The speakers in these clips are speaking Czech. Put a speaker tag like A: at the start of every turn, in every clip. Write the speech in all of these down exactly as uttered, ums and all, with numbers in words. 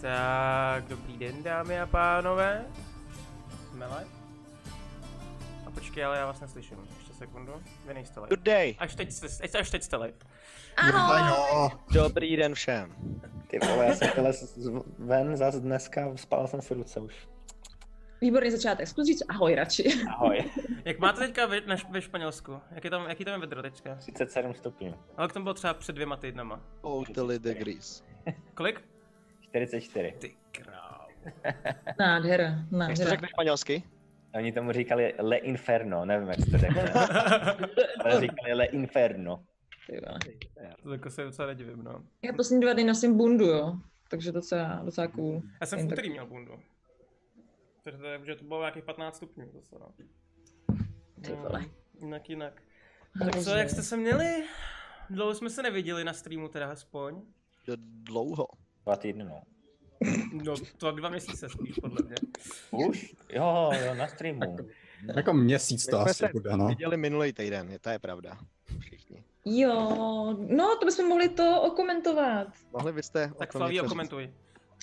A: Tak, dobrý den, dámy a pánové. Jsme live? A počkej, ale já vás neslyším. Ještě sekundu. Vy nejste live.
B: Good day.
A: Až teď jste, až teď jste live.
C: Ano.
B: Dobrý den všem.
C: Ty vole, já jsem vylez ven zase dneska, spal jsem si ruce už.
D: Výborný začátek. Zkus říct ahoj radši.
C: Ahoj.
A: Jak máte teďka ve, na, ve Španělsku? Jak je tam, jaký tam je vedro teďka?
C: třicet sedm stupňů.
A: Ale k tomu bylo třeba před dvěma týdnama.
B: Totally degrees.
A: Kolik?
C: čtyřicet čtyři.
A: Ty král.
D: Nádhera,
B: Jak to
D: nádhera.
B: řekne španělsky?
C: Oni tomu říkali Le Inferno, nevím jak to řekne. Ale říkali Le Inferno.
D: Ty vole.
A: To jako se docela nedivím, no.
D: Já poslední dva dny nosím bundu, jo. Takže docela, docela cool.
A: Já jsem v
D: Jen tak-
A: úterý měl bundu. Takže to, takže to bylo nějakých patnáct stupňů zase, no.
D: Ty vole.
A: Jinak, jinak. Tak co,
D: Hrozně.
A: jak jste se měli? Dlouho jsme se neviděli na streamu teda aspoň.
B: Je dlouho.
C: Dva týdny, no.
A: No, to jak dva měsíce spíš, podle mě.
C: Už? Jo, jo, na streamu.
E: Jako měsíc to
B: My jsme
E: asi
B: se
E: bude, no.
B: viděli minulý týden, je to je pravda. Všichni.
D: Jo, no to bychom mohli to okomentovat.
B: Mohli byste
A: Tak
B: o tom
A: Flavio,
B: něco říct?
A: komentuj.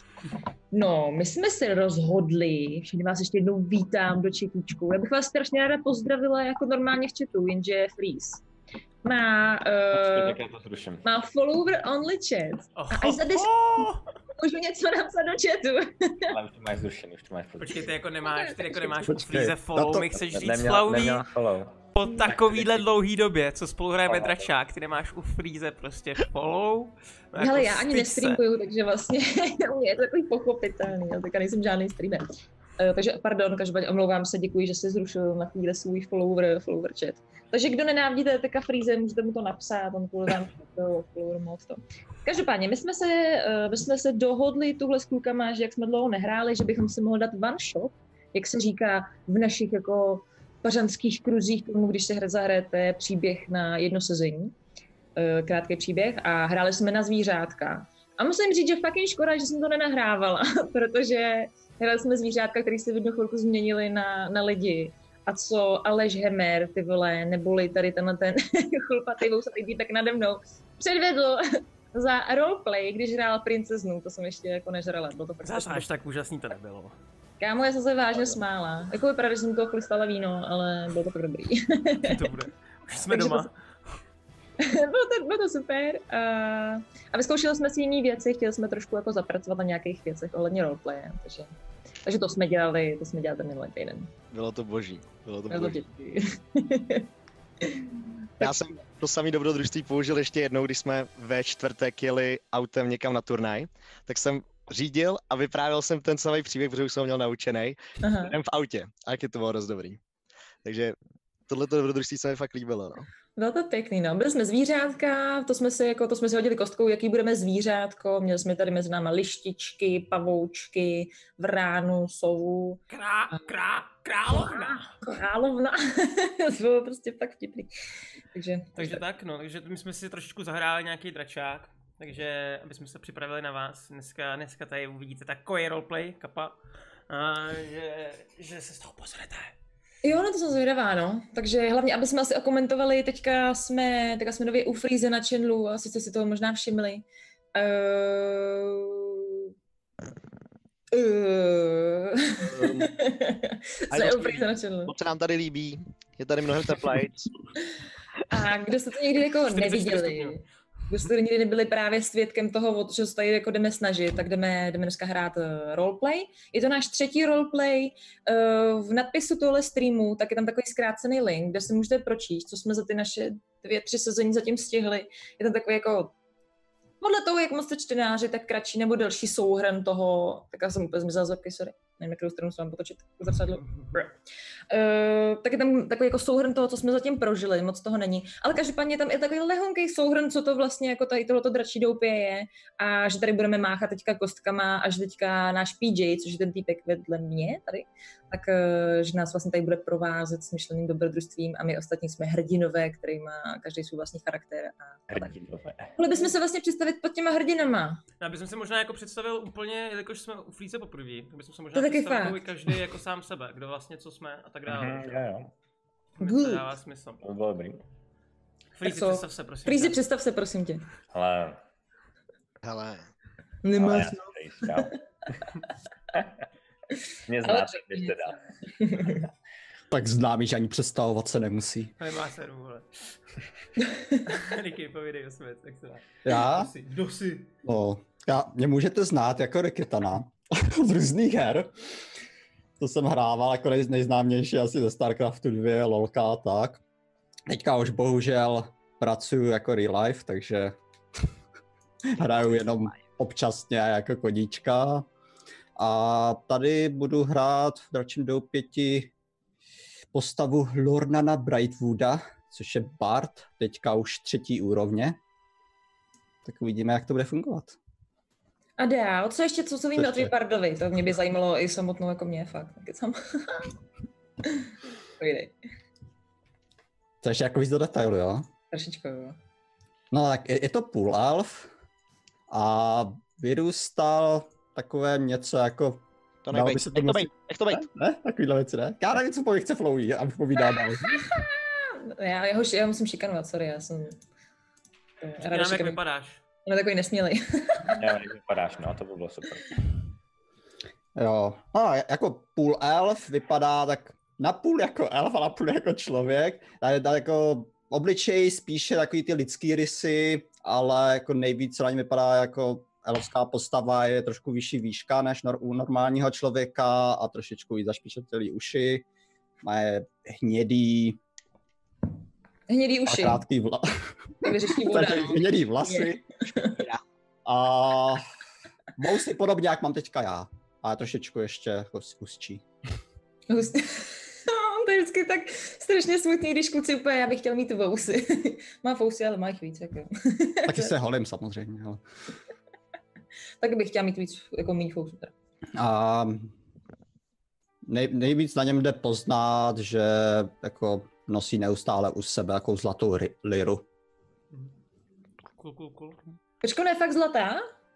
D: No, my jsme se rozhodli, všechny vás ještě jednou vítám do četíčku. Já bych vás strašně ráda pozdravila jako normálně v chatu, jenže Freeze má,
C: Počkej,
D: uh,
C: tak já to zruším.
D: má follower only chat.
A: Oh,
D: A až za deset
A: oh,
D: můžu něco napsat do chatu.
C: Ale už to máš zrušený, už to máš
A: Počkej, ty jako nemáš, ty jako nemáš
E: Počkej,
A: Freeze follow,
E: tato-
A: mi chceš říct
C: Neměla,
A: Flaví
C: neměla follow.
A: po takovýhle dlouhý době, co spolu hrajeme dračák, ty nemáš u Freeze prostě follow. No
D: Hele,
A: jako
D: já ani
A: styď se.
D: nestreamuju, takže vlastně je to takový pochopitelný, já teďka nejsem žádný streamer. Uh, takže pardon, každopádně omlouvám se, děkuji, že jsi zrušil na chvíli svůj follower, follower chat. Takže kdo nenávidíte Teka Freeze, můžete mu to napsat, on kvůli vám to follower mod to. Každopádně, my jsme se, uh, my jsme se dohodli tuhle s klukama, že jak jsme dlouho nehráli, že bychom si mohli dát one shot, jak se říká v našich jako pařanských kruzích, tomu, když se hra zahrajete příběh na jedno sezení, uh, krátký příběh, a hráli jsme na zvířátka. A musím říct, že fucking škoda, že jsem to nenahrávala, protože hráli jsme zvířátka, který se v jednu chvilku změnili na, na lidi. A co Aleš Hemer, ty vole, neboli tady tenhle ten chlupatý vousatý týpek nade mnou, předvedl za roleplay, když hrál princeznu, to jsem ještě jako nežrala, bylo to prostě...
A: Zas až tak úžasný to nebylo.
D: Kámo, já jsem se vážně smála. Jako vypadá, že jsem toho chlistala víno, ale bylo to tak dobrý.
A: To bude. Už jsme
D: Takže
A: doma.
D: to- bylo, to, bylo to super. A, a vyzkoušeli jsme si jiné věci, chtěli jsme trošku jako zapracovat na nějakých věcech ohledně roleplaye, takže, takže to jsme dělali, to jsme dělali ten minulý týden.
B: Bylo to boží. Bylo to
D: Bylo to
B: boží.
D: vždycky.
B: Já jsem to samý dobrodružství použil ještě jednou, když jsme ve čtvrtek jeli autem někam na turnaj, tak jsem řídil a vyprávěl jsem ten samý příběh, protože už jsem ho měl naučený,
D: Aha.
B: jen v autě. A jak je to bylo dost dobrý. Takže tohleto dobrodružství se mi fakt líbilo, no.
D: Bylo to pěkný, no. Byli jsme zvířátka, to jsme si, jako, to jsme si hodili kostkou, jaký budeme zvířátko. Měli jsme tady mezi náma lištičky, pavoučky, vránu, sovu,
A: Krá, krá, královna.
D: královna. To bylo prostě fakt vtipný. Takže,
A: Takže tak, no, takže my jsme si trošičku zahráli nějaký dračák, takže aby jsme se připravili na vás. Dneska, dneska tady uvidíte takový roleplay, kapa, a že, že se z toho pozrete.
D: Jo, no to jsem zvědavá, no. Takže hlavně, aby jsme asi okomentovali, teďka jsme, teďka jsme nově u Freeze na channelu, asi jste si toho možná všimli. Uh... Uh... jsme u Freeze na channelu.
B: Moc se nám tady líbí, je tady mnohem teplejc.
D: A kdo jste to někdy jako
A: čtyřicet čtyři
D: neviděli,
A: stupňů.
D: kdo jste někdy nebyli právě svědkem toho, že se tady jako jdeme snažit, tak jdeme, jdeme dneska hrát uh, roleplay. Je to náš třetí roleplay. Uh, v nadpisu tohle streamu tak je tam takový zkrácený link, kde si můžete pročíst, co jsme za ty naše dvě, tři sezení zatím stihli. Je tam takový jako podle toho, jak moc jste čtenáři, tak kratší nebo delší souhrn toho, tak já jsem úplně zmizela z webky, sorry. Nevím, na kterou stranu se mám potočit k zrcadlu. Uh, tak je tam takový jako souhrn toho, co jsme zatím prožili, moc toho není. Ale každopádně tam je takový lehonký souhrn, co to vlastně jako tady tohleto dračí doupě je, a že tady budeme máchat teďka kostkama, až teďka náš P J, což je ten týpek vedle mě tady, tak uh, že nás vlastně tady bude provázet s myšleným dobrodružstvím, a my ostatní jsme hrdinové, který má každý svůj vlastní charakter. A, a tak.
C: Hrdinové.
D: Mohli bychom se vlastně představit pod těma hrdinama.
A: Já bych se možná jako představil úplně, jelikož jsme u Freeze poprvé, tak bychom se
D: To
A: možná
D: taky
A: představil
D: fakt.
A: jako i každý jako sám sebe, kdo vlastně co jsme a tak dále.
C: Mhm, jo, jo.
A: Mi
D: Good.
A: to dává smysl.
C: To bylo dobrý.
A: Freeze,
D: co?
A: představ se, prosím.
D: Freeze,
A: tě.
D: představ se, prosím tě.
C: Ale...
B: Hele,
C: ale
D: Nemáš.
C: já jsem tady, čau. mě
D: Ale
C: znáte,
D: řekni
C: běžte
D: něco.
C: dál.
E: Tak známý, že ani představovat se nemusí.
A: Nemá se vole. Ricky, povídej o svět, jak se dá.
E: Já?
A: Kdo jsi? Kdo jsi?
E: No, já, mě můžete znát jako Rikitana z různých her. To jsem hrával jako nej, nejznámější asi ze StarCraftu dva, LoLka a tak. Teďka už bohužel pracuju jako real life, takže hraju jenom občasně jako koníčka. A tady budu hrát v Dračím dou pěti postavu Lornana Brightwooda, což je Bard, teďka už třetí úrovně. Tak uvidíme, jak to bude fungovat.
D: A dál, co ještě, co, co víme o
E: Ještě.
D: tvým Bardovi? To mě by zajímalo i samotnou jako mě, fakt. Kecám. Pojdej,
E: To ještě jako víc do detailu, jo?
D: trošičku, jo.
E: No tak je, je to půl elf a vyrůstal takové něco jako...
B: To
E: Dalo by
B: nejbejt.
E: se
B: Nech to
E: nosit-
B: bejt, nech to bejt.
E: Ne? ne? Takovýhle věci, ne? Já nevím, co povím, chce Flowey, abych povídal dál.
D: Já, já, ho, já musím šikanovat, sorry, já jsem...
A: Říkám, jak
D: šikanuji.
A: vypadáš.
D: On je takový nesmělej.
C: Já, jak vypadáš, no, to by bylo super.
E: Jo, no, jako půl elf vypadá tak napůl jako elf a napůl jako člověk. Tady, tady jako obličej spíše takový ty lidský rysy, ale jako nejvíc, co na něm vypadá jako elfská postava, je trošku vyšší výška než nor- u normálního člověka a trošičku víc zašpičatělý uši. Má je hnědý
D: Hnědý
E: a
D: uši,
E: krátký vla...
D: to vyřeší voda,
E: Takže
D: no.
E: hnědý vlasy. A vousy podobně, jak mám teďka já. A trošičku ještě hus- hustší.
D: Hustý. No, to je vždycky tak strašně smutný, když kluci úplně, já bych chtěl mít vousy. Má fousy, ale má jich víc, jako.
E: Taky se holím samozřejmě. Ale...
D: Tak bych chtěla mít víc, jako mít fousy. teda.
E: A nej, nejvíc na něm jde poznat, že jako nosí neustále u sebe jako zlatou ri- liru.
A: Cool, cool, cool.
D: Počkej, ona je fakt zlatá?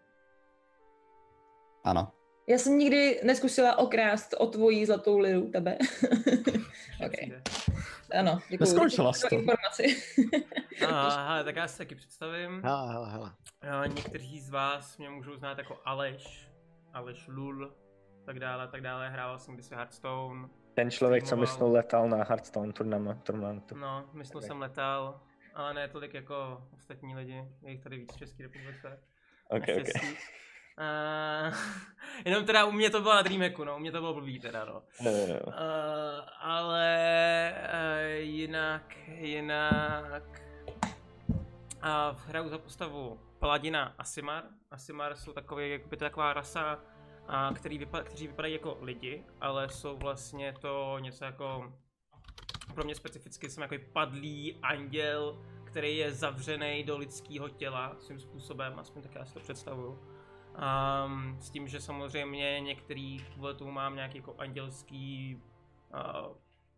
E: Ano.
D: Já jsem nikdy neskusila okrást o tvojí zlatou liru tebe.
A: Že
D: Ok.
A: přijde.
D: Ano, děkuji.
E: Neskončila jsi
D: za
E: to.
D: informaci.
A: A, hele, tak já se taky představím.
B: Hele, hele, hele.
A: A někteří z vás mě můžou znát jako Aleš, Aleš Lul, tak dále, tak dále. Hrával jsem kdysi Hearthstone.
C: Ten člověk, co
A: Streamoval.
C: myslel, letal na Hearthstone turnama- turnamentu.
A: No, myslel
C: Ok.
A: jsem letal, ale ne tolik jako ostatní lidi. Je jich tady víc v České republice.
C: Ok, ok.
A: Naštěstí. A, jenom teda u mě to bylo na Dreamhacku, no, u mě to bylo blbý teda, no.
C: No, no, no.
A: Uh, ale uh, jinak, jinak uh, hraju za postavu Paladina Aasimar. Aasimar jsou takový, jakoby to je taková rasa, uh, který vypa- kteří vypadají jako lidi, ale jsou vlastně to něco jako, pro mě specificky jsem jako padlý anděl, který je zavřený do lidského těla svým způsobem, aspoň tak já si to představuju. Um, s tím, že samozřejmě některý kvůli tomu mám nějaký jako andělský uh,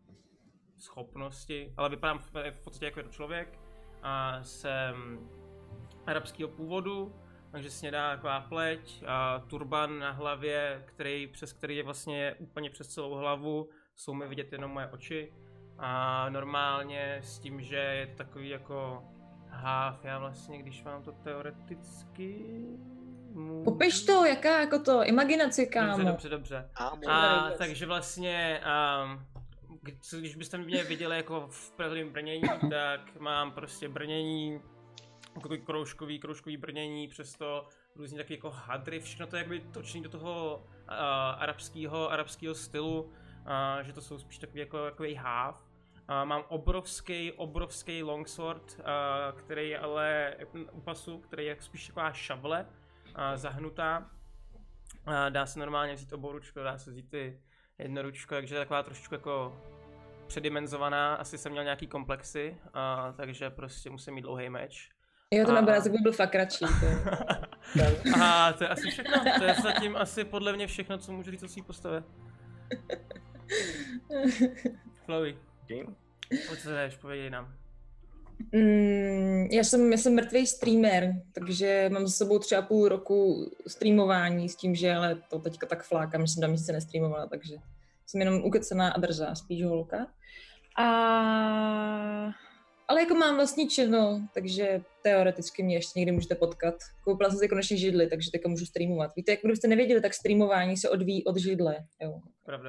A: schopnosti, ale vypadám v, v podstatě jako člověk a jsem arabského původu, takže snědá taková pleť a turban na hlavě, který, přes který je vlastně úplně přes celou hlavu, jsou mi vidět jenom moje oči a normálně s tím, že je to takový jako half, já vlastně, když mám to teoreticky... Můžu...
D: Popiš to, jaká jako to, imaginaci, kámo.
A: Dobře, dobře, dobře.
B: Kámo.
A: A,
D: vůbec.
A: takže vlastně, um, když byste mě viděli jako v prvním brnění, tak mám prostě brnění, takový kroužkový, kroužkový brnění, přesto různě taky jako hadry, všechno to je jakoby točený do toho uh, arabského, arabského stylu, uh, že to jsou spíš takový jako takový háv. Uh, mám obrovský, obrovský longsword, uh, který je ale u pasu, který je spíš taková šavle, uh, zahnutá. Uh, dá se normálně vzít obou ručkou, dá se vzít i jedno ručko, takže je taková trošičku jako předimenzovaná, asi jsem měl nějaký komplexy, uh, takže prostě musím mít dlouhý meč.
D: Jo, ten
A: A-
D: obrázek by byl fakt kratší. To je...
A: A to je asi všechno, to je zatím asi podle mě všechno, co můžu říct o svý postavě. Chloe,
C: Tím?
A: pojď se jdeš, pověděj nám.
D: Mm, já jsem, já jsem mrtvý streamer, takže mám za sebou třeba půl roku streamování s tím, že ale to teďka tak flákám, že jsem dva měsíce nestreamovala, takže jsem jenom ukecená a drzá, spíš holka. A Ale jako mám vlastní channel, takže teoreticky mě ještě někdy můžete potkat. Koupila jsem si konečně židli, takže teďka můžu streamovat. Víte, jak kdybyste nevěděli, tak streamování se odvíjí od židle. Jo.
A: Pravda.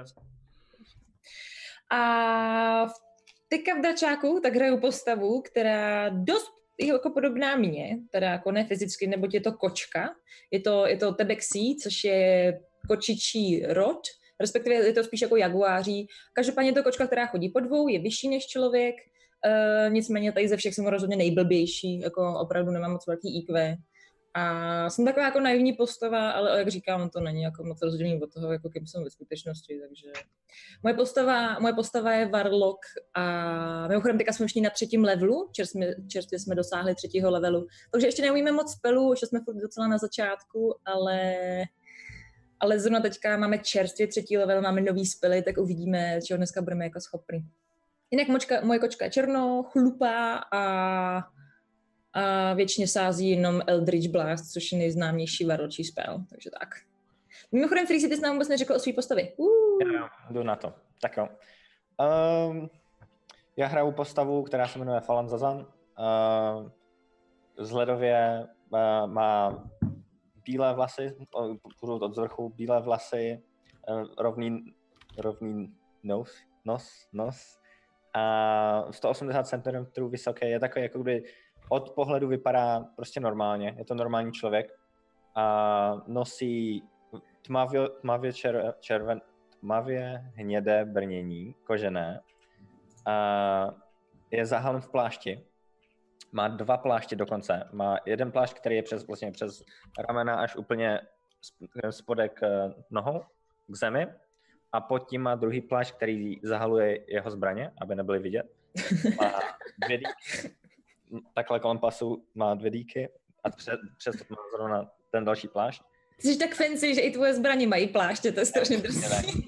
D: A v teďka v Dračáku tak hraju postavu, která dost je jako podobná mně, teda jako ne fyzicky, neboť je to kočka. Je to, je to Tebexí, což je kočičí rod, respektive je to spíš jako jaguáří. Každopádně je to kočka, která chodí po dvou, je vyšší než člověk, uh, nicméně tady ze všech jsem rozhodně nejblbější, jako opravdu nemám moc velký í kvé. A jsem taková jako naivní postava, ale jak říkám, to není jako moc rozdílný od toho, jako kým jsem ve skutečnosti, takže moje postava, moje postava je Warlock a mimochodem teďka jsme už na třetím levelu, čerstvě, čerstvě jsme dosáhli třetího levelu, takže ještě neumíme moc spelu, ještě jsme furt docela na začátku, ale, ale zrovna teďka máme čerstvě třetí level, máme nový spely, tak uvidíme, čeho dneska budeme jako schopni. Jinak močka, moje kočka je černo, chlupá a a většině sází jenom Eldritch Blast, což je nejznámější varločí spell, takže tak. Mimochodem, Freezy, ty jsi nám vůbec neřekl o své postavě. Uh.
C: Jo, jo, jdu na to. Tak jo. Um, já hraju postavu, která se jmenuje Falan Zazan. Uh, vzhledově uh, má bílé vlasy, půjdu od zvrchu, bílé vlasy, uh, rovný, rovný nos, nos, nos. A sto osmdesát centimetrů vysoké, je takový, jako by od pohledu vypadá prostě normálně, je to normální člověk a nosí tmavě, tmavě, čer, červen, tmavě hnědé brnění, kožené, a je zahalen v plášti, má dva pláště dokonce, má jeden plášť, který je přes, vlastně přes ramena až úplně spodek nohou k zemi a pod tím má druhý plášť, který zahaluje jeho zbraně, aby nebyly vidět. Má dvě díky, takhle kolem pasu má dvě díky a přes, přes to má zrovna ten další plášť.
D: Ty jsi tak fancy, že i tvoje zbraně mají pláště, to je strašně drsný.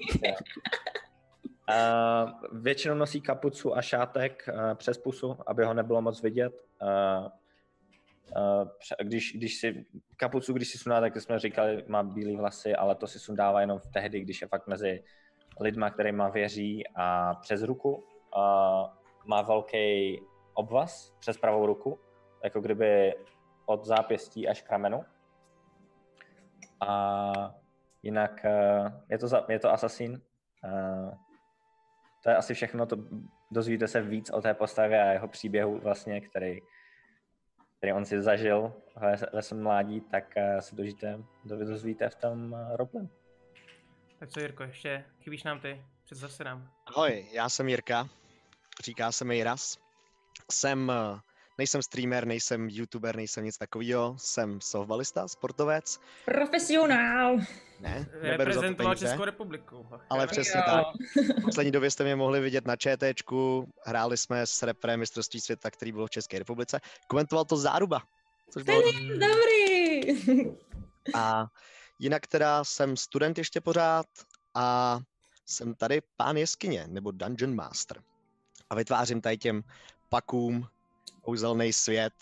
C: Uh, většinou nosí kapucu a šátek uh, přes pusu, aby ho nebylo moc vidět. Uh, uh, když, když si kapucu, když si sundá, tak jsme říkali, má bílé vlasy, ale to si sundává jenom v tehdy, když je fakt mezi lidma, kterýma věří, a přes ruku. Uh, má velký obvaz přes pravou ruku, jako kdyby od zápěstí až k ramenu. A jinak uh, je to, za, je to asasín. Uh, to je asi všechno, to dozvíte se víc o té postavě a jeho příběhu vlastně, který, který on si zažil ve, ve svém mládí, tak uh, se dožijte, dozvíte v tom uh, roleplay.
A: Tak co, Jirko, ještě chybíš nám ty, představ se nám.
B: Ahoj, já jsem Jirka, říká se mi Jiras. Jsem, nejsem streamer, nejsem youtuber, nejsem nic takového, jsem softballista, sportovec.
D: Profesionál.
B: Ne,
A: reprezentoval Českou republiku.
B: Ale přesně tak. V poslední době jste mě mohli vidět na ČTčku, hráli jsme s reprem mistrovství světa, který byl v České republice. Komentoval to Záruba. Což bylo...
D: Dobrý.
B: A jinak teda jsem student ještě pořád a jsem tady pán jeskyně, nebo Dungeon Master. A vytvářím tady těm pakům kouzelný svět,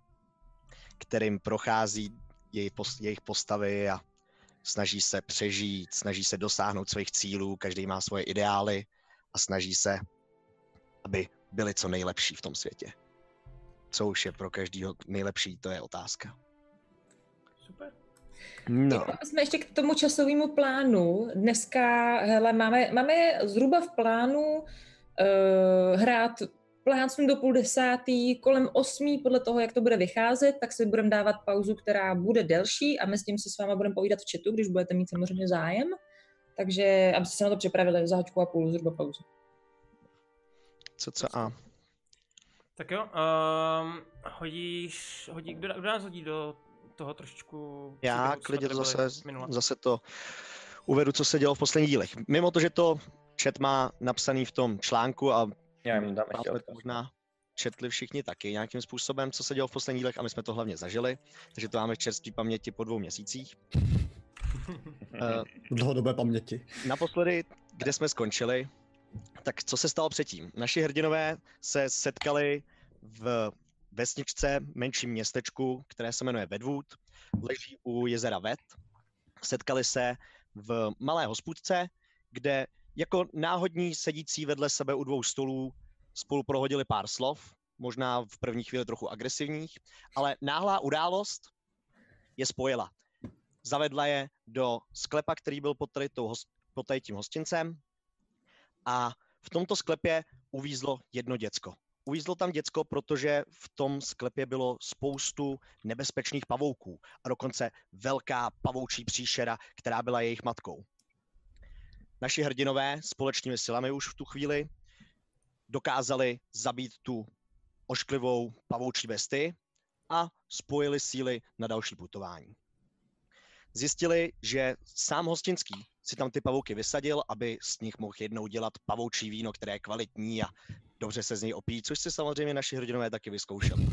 B: kterým prochází jejich postavy a snaží se přežít, snaží se dosáhnout svých cílů, každý má svoje ideály a snaží se, aby byli co nejlepší v tom světě. Co už je pro každýho nejlepší, to je otázka.
A: Super.
B: No.
D: Jsme ještě k tomu časovému plánu. Dneska, hele, máme, máme zhruba v plánu uh, hrát plácnu do půl desátý, kolem osmí, podle toho, jak to bude vycházet, tak si budeme dávat pauzu, která bude delší a my s tím se s váma budeme povídat v chatu, když budete mít samozřejmě zájem. Takže, abyste se na to připravili, za hoďku a půl zhruba pauzu.
B: Co, co a?
A: Tak jo, um, hodíš, hodí, kdo, kdo nás hodí do toho trošičku...
B: Já klidně to zase, zase to uvedu, co se dělo v posledních dílech. Mimo to, že to chat má napsaný v tom článku a
C: já jim dám ještě odkaz.
B: Možná četli všichni taky nějakým způsobem, co se dělo v posledních dílech a my jsme to hlavně zažili, takže to máme v čerstvé paměti po dvou měsících.
E: V dlouhodobé paměti.
B: Naposledy, kde jsme skončili, tak co se stalo předtím? Naši hrdinové se setkali v vesničce, menším městečku, které se jmenuje Wedwood, leží u jezera Ved. Setkali se v malé hospůdce, kde jako náhodní sedící vedle sebe u dvou stolů spolu prohodili pár slov možná v první chvíli trochu agresivních, ale náhlá událost je spojila. Zavedla je do sklepa, který byl pod, tady tou, pod tady tím hostincem a v tomto sklepě uvízlo jedno děcko. Uvízlo tam děcko, protože v tom sklepě bylo spoustu nebezpečných pavouků a dokonce velká pavoučí příšera, která byla jejich matkou. Naši hrdinové společnými silami už v tu chvíli dokázali zabít tu ošklivou pavoučí bestii a spojili síly na další putování. Zjistili, že sám hostinský si tam ty pavouky vysadil, aby z nich mohl jednou dělat pavoučí víno, které je kvalitní a dobře se z něj opíjí, což si samozřejmě naši hrdinové taky vyzkoušeli.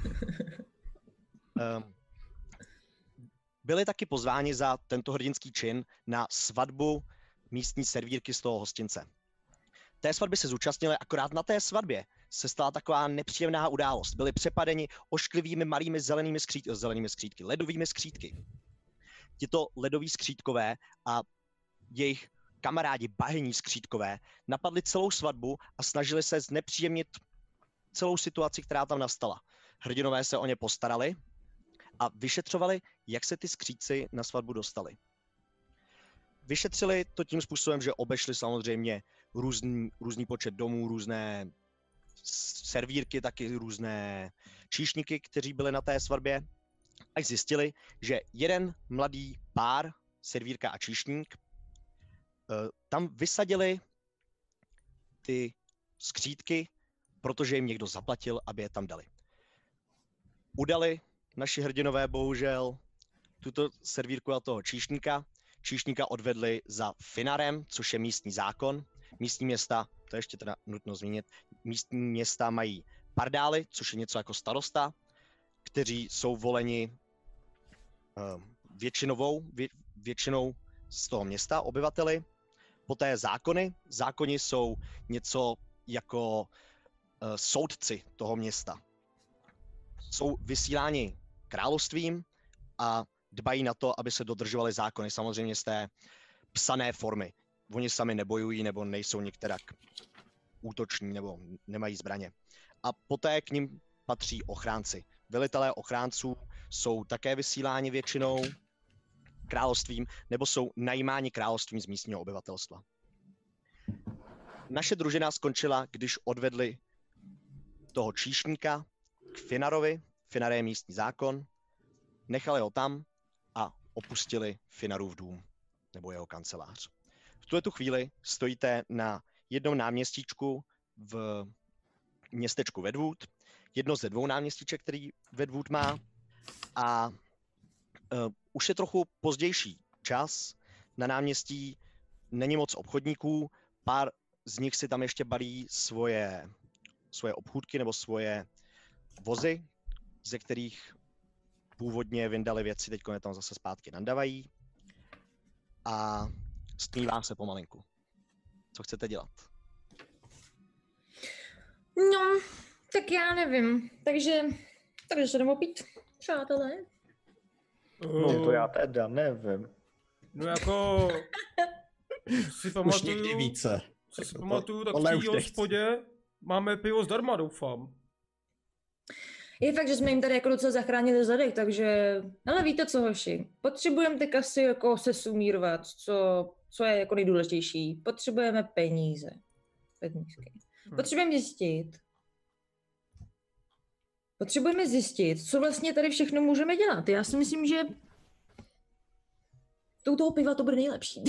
B: um, byli taky pozváni za tento hrdinský čin na svatbu místní servírky z toho hostince. Té svatby se zúčastnili, akorát na té svatbě se stala taková nepříjemná událost. Byli přepadeni ošklivými malými zelenými, skřít, zelenými skřítky, ledovými skřítky. Tito ledoví skřítkové a jejich kamarádi bahení skřítkové napadli celou svatbu a snažili se znepříjemnit celou situaci, která tam nastala. Hrdinové se o ně postarali a vyšetřovali, jak se ty skříci na svatbu dostali. Vyšetřili to tím způsobem, že obešli samozřejmě různý, různý počet domů, různé servírky, taky různé číšníky, kteří byli na té svatbě. A zjistili, že jeden mladý pár, servírka a číšník, tam vysadili ty skřítky, protože jim někdo zaplatil, aby je tam dali. Udali naši hrdinové bohužel tuto servírku a toho číšníka. Číšníka odvedli za finarem, což je místní zákon. Místní města, to je ještě teda nutno zmínit, místní města mají pardály, což je něco jako starosta, kteří jsou voleni uh, většinovou, vě, většinou z toho města, obyvateli. Poté zákony. Zákony jsou něco jako uh, soudci toho města. Jsou vysíláni královstvím a dbají na to, aby se dodržovaly zákony, samozřejmě z té psané formy. Oni sami nebojují nebo nejsou některak útoční nebo nemají zbraně. A poté k nim patří ochránci. Velitelé ochránců jsou také vysíláni většinou královstvím nebo jsou najímáni královstvím z místního obyvatelstva. Naše družina skončila, když odvedli toho číšníka k Finarovi. Finar je místní zákon. Nechali ho tam a opustili Finarův dům nebo jeho kancelář. V tuto chvíli stojíte na jednom náměstíčku v městečku Wedwood, jedno ze dvou náměstíček, který Wedwood má, a uh, už je trochu pozdější čas. Na náměstí není moc obchodníků, pár z nich si tam ještě balí svoje, svoje obchůdky nebo svoje vozy, ze kterých původně vyndali věci, teď je tam zase zpátky nandavají a stmívá se pomalinku. Co chcete dělat?
D: No, tak já nevím. Takže, takže se jdeme opít, přátelé.
C: No to já teda nevím.
A: No jako... si pamatuju,
E: Už někdy více.
A: Co si pamatuju, tak
E: Ale
A: v
E: už
A: té
E: nechci.
A: hospodě máme pivo zdarma, doufám.
D: Je fakt, že jsme jim tady jako docela zachránili zadek, takže... Ale víte co, hoši, potřebujeme teď asi jako se sumírovat, co, co je jako nejdůležitější. Potřebujeme peníze. Penízky. Potřebujeme zjistit. Potřebujeme zjistit, co vlastně tady všechno můžeme dělat. Já si myslím, že to u toho piva to bude nejlepší.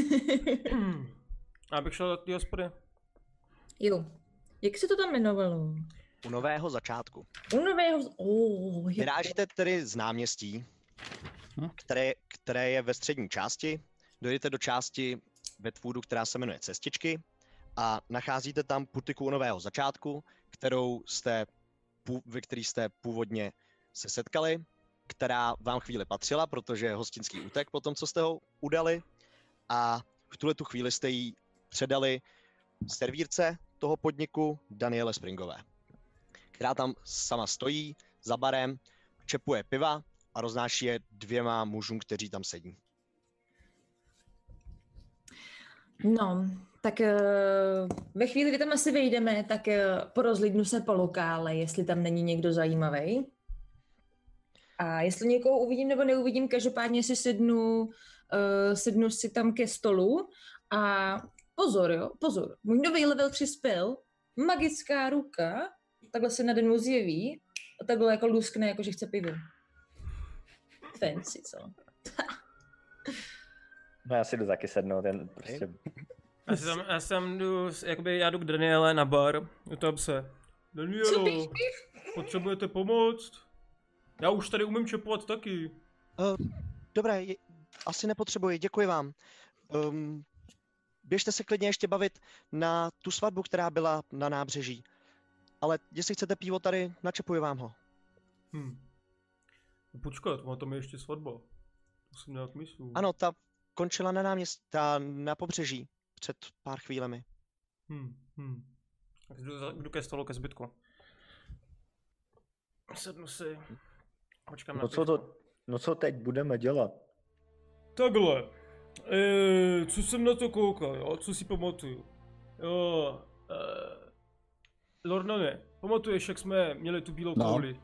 A: Já bych šel do té hospody.
D: Jo. Jak se to tam jmenovalo?
B: U nového začátku.
D: U nového... Oh, je...
B: Vyrážíte tedy z náměstí, které, které je ve střední části, dojdete do části Wedwoodu, která se jmenuje Cestičky, a nacházíte tam putiku u nového začátku, kterou jste, ve který jste původně se setkali, která vám chvíli patřila, protože hostinský útek po tom, co jste ho udali, a v tuhle tu chvíli jste jí předali servírce toho podniku Daniele Springové, která tam sama stojí za barem, čepuje piva a roznáší je dvěma mužům, kteří tam sedí.
D: No, Tak uh, ve chvíli, kdy tam asi vejdeme, tak uh, porozlídnu se po lokále, jestli tam není někdo zajímavý. A jestli někoho uvidím nebo neuvidím, každopádně si sednu, uh, sednu si tam ke stolu a pozor, jo, pozor. Můj nový level tři spell, magická ruka, takhle se nade mnou zjeví a takhle jako luskne, jako že chce pivo. Fancy, co?
C: No já si jdu taky sednout, ten prostě...
A: Já jsem, já jsem jdu, jakoby já jdu k Daniele na bar, tam se. Danielo, potřebujete pomoct? Já už tady umím čepovat taky.
B: Uh, dobré, je, asi nepotřebuji, děkuji vám. Um, běžte se klidně ještě bavit na tu svatbu, která byla na nábřeží. Ale jestli chcete pivo tady, načepuji vám ho.
A: Hm. Počkat, má tam ještě svatba. To jsem nějak myslel.
B: Ano, ta končila na náměstí, ta na pobřeží, před pár chvílemi.
A: Hm, hm. Tak jdu, za- jdu ke stolu ke zbytku. Sednu si. Počkám na
C: No co to, no co teď budeme dělat?
A: Takhle. E, co jsem na to koukal, jo? Co si pamatuju? Jo, e, Lordane, pamatuješ, jak jsme měli tu bílou
E: No.
A: kouli?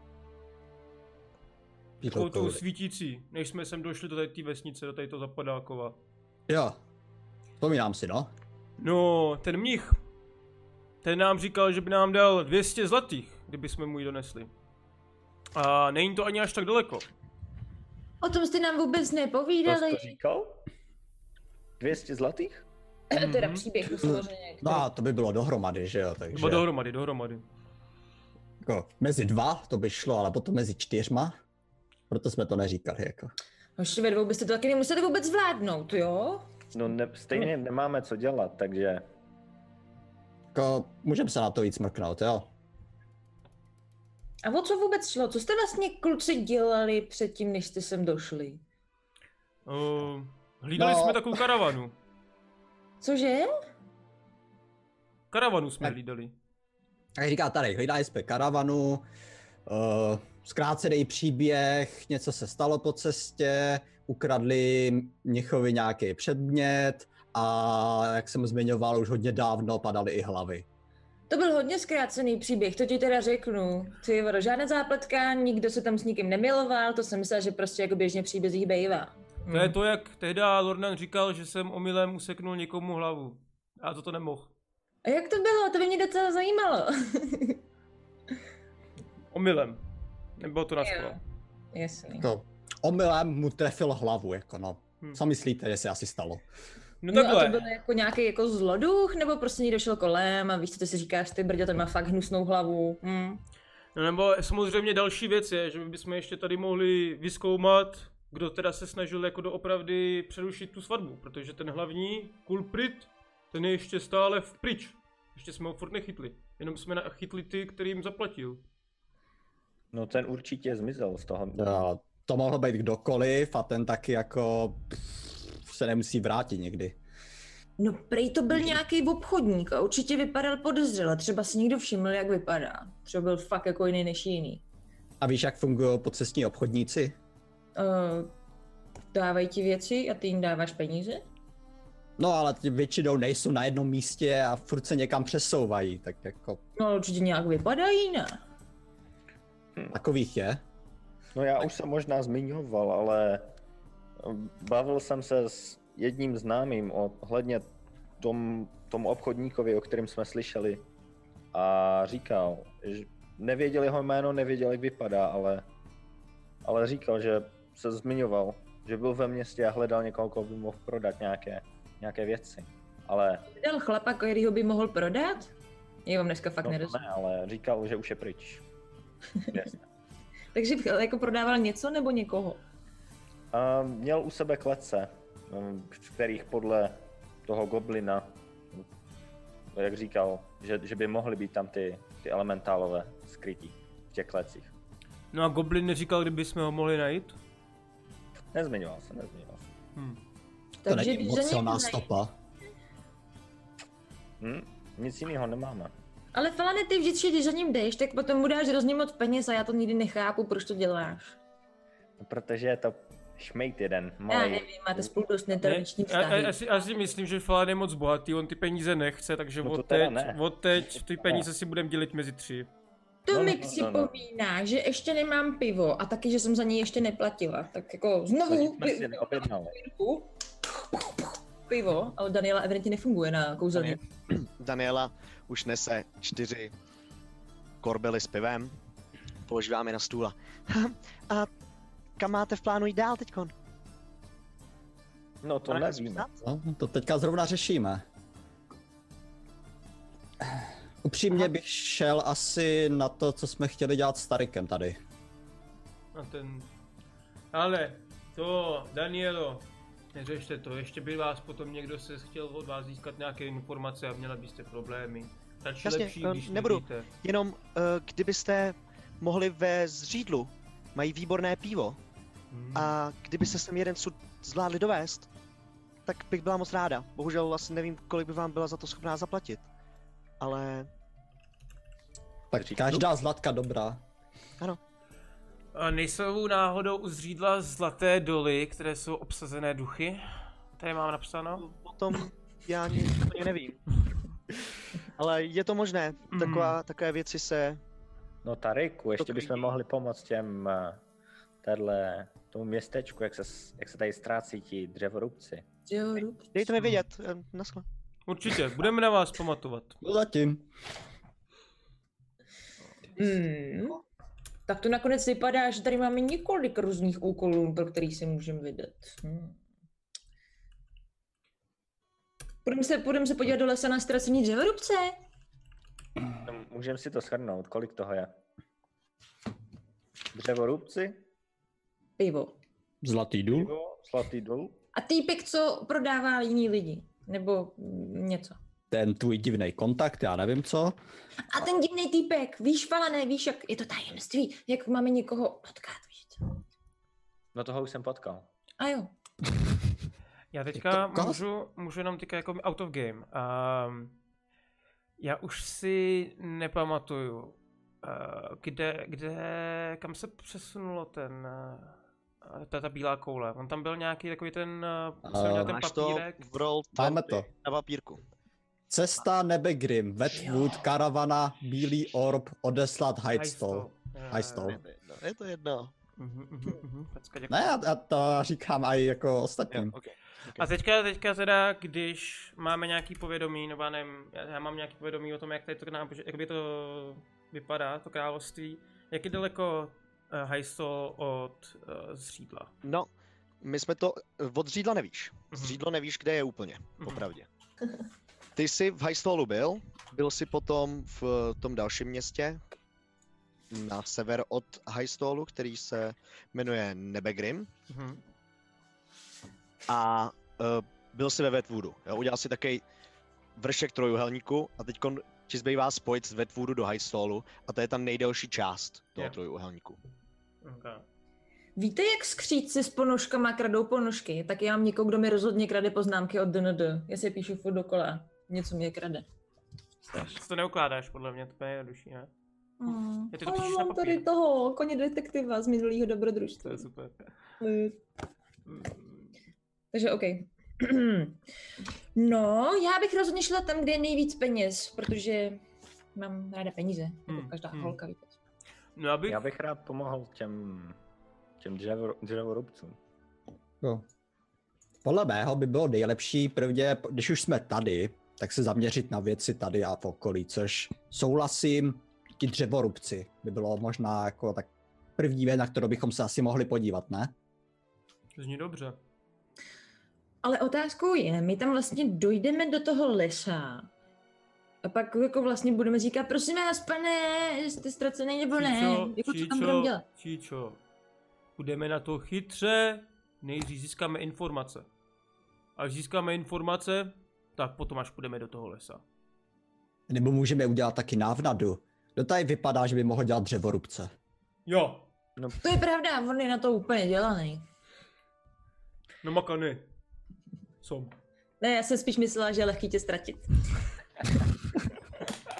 E: Bílou
A: Takovou tou
E: kouli.
A: svítící, než jsme sem došli do té vesnice, do této Zapadákova.
E: Jo, vzpomínám si, no.
A: No, ten mnich, ten nám říkal, že by nám dal dvě stě zlatých, kdyby jsme mu ji donesli. A není to ani až tak daleko.
D: O tom jste nám vůbec
C: To
D: nepovídali.
C: jsi to říkal? dvě stě zlatých?
D: Teda
A: Mhm.
D: příběh, to samozřejmě.
E: No a to by bylo dohromady, že jo, takže...
A: Nebo dohromady, dohromady.
E: Jako, mezi dva to by šlo, ale potom mezi čtyřma. Proto jsme to neříkali, jako.
D: Ještě ve dvou byste to taky nemuseli vůbec zvládnout, jo?
C: No ne, stejně nemáme co dělat, takže...
E: Jako, můžeme se na to víc mrknout, jo.
D: A o co vůbec šlo? Co jste vlastně kluci dělali předtím, než jste sem došli?
A: Uh, hlídali
E: No.
A: jsme takovou karavanu.
D: Cože?
A: Karavanu jsme
E: Tak.
A: hlídali.
E: Jak říká tady, hlídali jsme karavanu, uh, zkrácený příběh, něco se stalo po cestě, ukradli mnichovi nějaký předmět a jak jsem zmiňoval, už hodně dávno padaly i hlavy.
D: To byl hodně zkrácený příběh, to ti teda řeknu. Ty vado, žádné zápletka, nikdo se tam s nikým nemiloval, to jsem myslela, že prostě jako běžně příbězích bývá.
A: To je to, jak tehdy Lordan říkal, že jsem omylem useknul někomu hlavu. A to to nemohl.
D: A jak to bylo? To by mě docela zajímalo.
A: Omylem. Nebylo to na
D: Jo.
A: schvál.
D: Jasný.
E: Jako, omylem mu trefil hlavu, jako no.
A: Hm.
E: Co myslíte, že se asi stalo?
A: No
D: No a
A: takhle.
D: to byl jako nějaký jako zloduch, nebo prostě někdo šel kolem a víš, co ty si říkáš, ty brdě, ten má fakt hnusnou hlavu. Hm.
A: No nebo samozřejmě další věc je, že my bychom ještě tady mohli vyzkoumat, kdo teda se snažil jako doopravdy přerušit tu svatbu, protože ten hlavní kulprit, ten je ještě stále v pryč. Ještě jsme ho furt nechytli, jenom jsme na- chytli ty, kterým zaplatil.
C: No ten určitě zmizel z toho.
E: Jo, to mohlo být kdokoliv a ten taky jako pff, se nemusí vrátit někdy.
D: No prej to byl nějaký obchodník a určitě vypadal podezřele, třeba si někdo všiml, jak vypadá. Třeba byl fakt jako jiný než jiný.
E: A víš, jak fungují podcestní obchodníci?
D: Uh, dávají ti věci a ty jim dáváš peníze?
E: No ale ty většinou nejsou na jednom místě a furt se někam přesouvají, tak jako
D: No ale určitě nějak vypadají, ne?
E: takových je.
C: No já už jsem možná zmiňoval, ale bavil jsem se s jedním známým ohledně tom, tomu obchodníkovi, o kterém jsme slyšeli. A říkal, že nevěděl jeho jméno, nevěděl, jak vypadá, ale, ale říkal, že se zmiňoval, že byl ve městě a hledal někoho, koho by mohl prodat nějaké, nějaké věci. Ale
D: Dal chlapa, kterýho by mohl prodat? Já vám dneska fakt
C: no,
D: nerozumím.
C: ne, ale říkal, že už je pryč. Jasně.
D: Takže jako prodával něco nebo někoho?
C: A měl u sebe klece, v kterých podle toho goblina, jak říkal, že, že by mohly být tam ty, ty elementálové skrytí v těch klecích.
A: No a Goblin neříkal, kdyby jsme ho mohli najít?
C: Nezmiňoval se, nezmiňoval se.
A: Hm.
E: To
D: Takže
E: není
D: když
E: moc
D: za ním
E: silná
D: najde-
E: stopa.
C: Hm? Nic jiného nemáme.
D: Ale Falane, ty vždycky, když za ním jdeš, tak potom mu dáš hrozně moc peněz a já to nikdy nechápu, proč to děláš.
C: Protože je to šmejt jeden,
D: Já
C: malej.
D: nevím, máte spolu dost
A: Ne,
D: netradiční
A: já, já,
D: vztahy.
A: já, si, já si myslím, že Falan je moc bohatý, on ty peníze nechce, takže
C: No to
A: od
C: teda
A: teď,
C: ne.
A: od teď ty peníze si budeme dělit mezi tři.
D: To
C: No,
D: mi
C: no, no, no.
D: připomíná, že ještě nemám pivo a taky, že jsem za něj ještě neplatila. Tak jako
C: To
D: znovu
C: jsme si neobjednali.
D: pivo, ale Daniela evidentně nefunguje na kouzelně.
B: Daniela už nese čtyři korbely s pivem, položí vám je na stůl. A kam máte v plánu jít dál teďkon?
C: No to
B: Pane,
C: nevíme.
E: No, to teďka zrovna řešíme. Upřímně bych šel asi na to, co jsme chtěli dělat s Tarikem tady.
A: A ten... Ale to, Danielo, neřešte to, ještě by vás potom někdo se chtěl od vás získat nějaké informace a měla byste problémy. Radši
B: Jasně,
A: lepší,
B: eh,
A: když
B: nebudu.
A: nevíte.
B: Jenom uh, kdybyste mohli ve Zřídlu, mají výborné pivo,
A: Hmm.
B: a kdybyste sem jeden sud zvládli dovést, tak bych byla moc ráda. Bohužel asi nevím, kolik by vám byla za to schopná zaplatit. Ale
E: Tak každá zlatka dobrá.
A: A nejsou náhodou u Zřídla zlaté doly, které jsou obsazené duchy? Tady mám napsáno.
B: o tom já nic úplně nevím. Ale je to možné. Taková, takové věci se...
C: No Tariku, ještě
B: To
C: bychom
B: klidí.
C: mohli pomoct těm, eh, téhle, tomu městečku, jak se, s- jak se tady ztrácí ti dřevorubci.
D: Jo, jdu.
B: Dejte mi vědět. eh, Naschle.
A: Určitě, budeme na vás pamatovat.
E: No zatím.
D: Hmm. Tak to nakonec vypadá, že tady máme několik různých úkolů, pro který si můžeme vydat. Hmm. Půjdeme se, půjdeme se podívat do lesa na ztracení dřevorubce?
C: No, můžeme si to shrnout, kolik toho je. Dřevorubci,
D: Pivo.
E: Zlatý důl.
C: pivo, zlatý důl.
D: A týpek, co prodává jiný lidi. Nebo mm, něco.
E: Ten tvůj divný kontakt, já nevím co.
D: A ten divný týpek, víš, Falané, víš, jak je to tajemství, jak máme někoho potkat, víš co?
C: No toho už jsem potkal.
D: A jo.
A: Já teďka
E: to kas?
A: můžu, můžu jenom teďka jako out of game. Um, já už si nepamatuju, uh, kde, kde, kam se přesunulo ten, uh, ta, ta bílá koule. On tam byl nějaký takový ten, uh, co měl ten
B: Máš to
A: papírek.
B: v roll
E: Máme
B: dvacet
E: to.
B: na papírku.
E: Cesta Nebegrim, Wetwood, karavana, Bílý orb, odeslat Hightstall.
A: Hightstall.
E: Hightstall.
A: Eh,
B: No, je to jedno.
A: mhm, mhm, mhm. Pecka, děkuji.
E: Ne, já, já to říkám i jako
B: Jo,
E: ostatním.
B: okay.
A: A teďka, teďka teda, když máme nějaký povědomí, nebo já nevím, já, já mám nějaký povědomí o tom, jak tady to, nábože- jak by to vypadá, to království, jak je daleko uh, Hightstall od uh, Zřídla?
B: No, my jsme to... Od Zřídla nevíš.
A: Mhm.
B: Zřídlo nevíš, kde je úplně,
A: Mhm.
B: popravdě. Ty jsi v Highstallu byl, byl jsi potom v tom dalším městě, na sever od Highstallu, který se jmenuje Nebegrim,
A: Mhm.
B: a uh, byl jsi ve Wetwoodu. Jo? Udělal si takový vršek trojuhelníku a teď ti zbývá spojit z Wetwoodu do Highstallu a to je ta nejdelší část toho
A: Jo.
B: trojuhelníku.
A: Okay.
D: Víte, jak skřídci s ponožkama kradou ponožky? Tak já mám někoho, kdo mi rozhodně krade poznámky od D N D. Já si je píšu furt dokola. Něco mě krade.
A: Ty to neukládáš, podle mě, to je jednodušší, ne?
D: Hmm.
A: Já ty to
D: Ale
A: píšeš na
D: mám tady
A: papír.
D: toho koně detektiva z minulého
A: To
D: dobrodružství.
A: je super.
D: Eh,
A: Mm,
D: Takže OK. No, já bych rozhodně šla tam, kde je nejvíc peněz, protože mám ráda peníze, jako
A: Hmm,
D: každá
A: hmm.
D: holka, víte.
A: No já bych...
C: Já bych rád pomohl těm, těm dřevo, dřevorubcům.
E: Jo. Podle mého by bylo nejlepší prvně, když už jsme tady, tak se zaměřit na věci tady a v okolí, což souhlasím, ti dřevorubci by bylo možná jako tak první věc, na kterou bychom se asi mohli podívat, ne?
A: To zní dobře.
D: Ale otázkou je, my tam vlastně dojdeme do toho lesa a pak jako vlastně budeme říkat, prosím vás, pane, jste ztracený nebo ne? Jako co tam budeme dělat?
A: Číčo, budeme na to chytře, nejdřív získáme informace. Až získáme informace, tak potom až půjdeme do toho lesa.
E: Nebo můžeme udělat taky návnadu. Kdo tady vypadá, že by mohl dělat dřevorubce?
A: Jo,
D: To je pravda, on je na to úplně dělaný.
A: no makany. Som.
D: Ne, já jsem spíš myslela, že je lehký tě ztratit.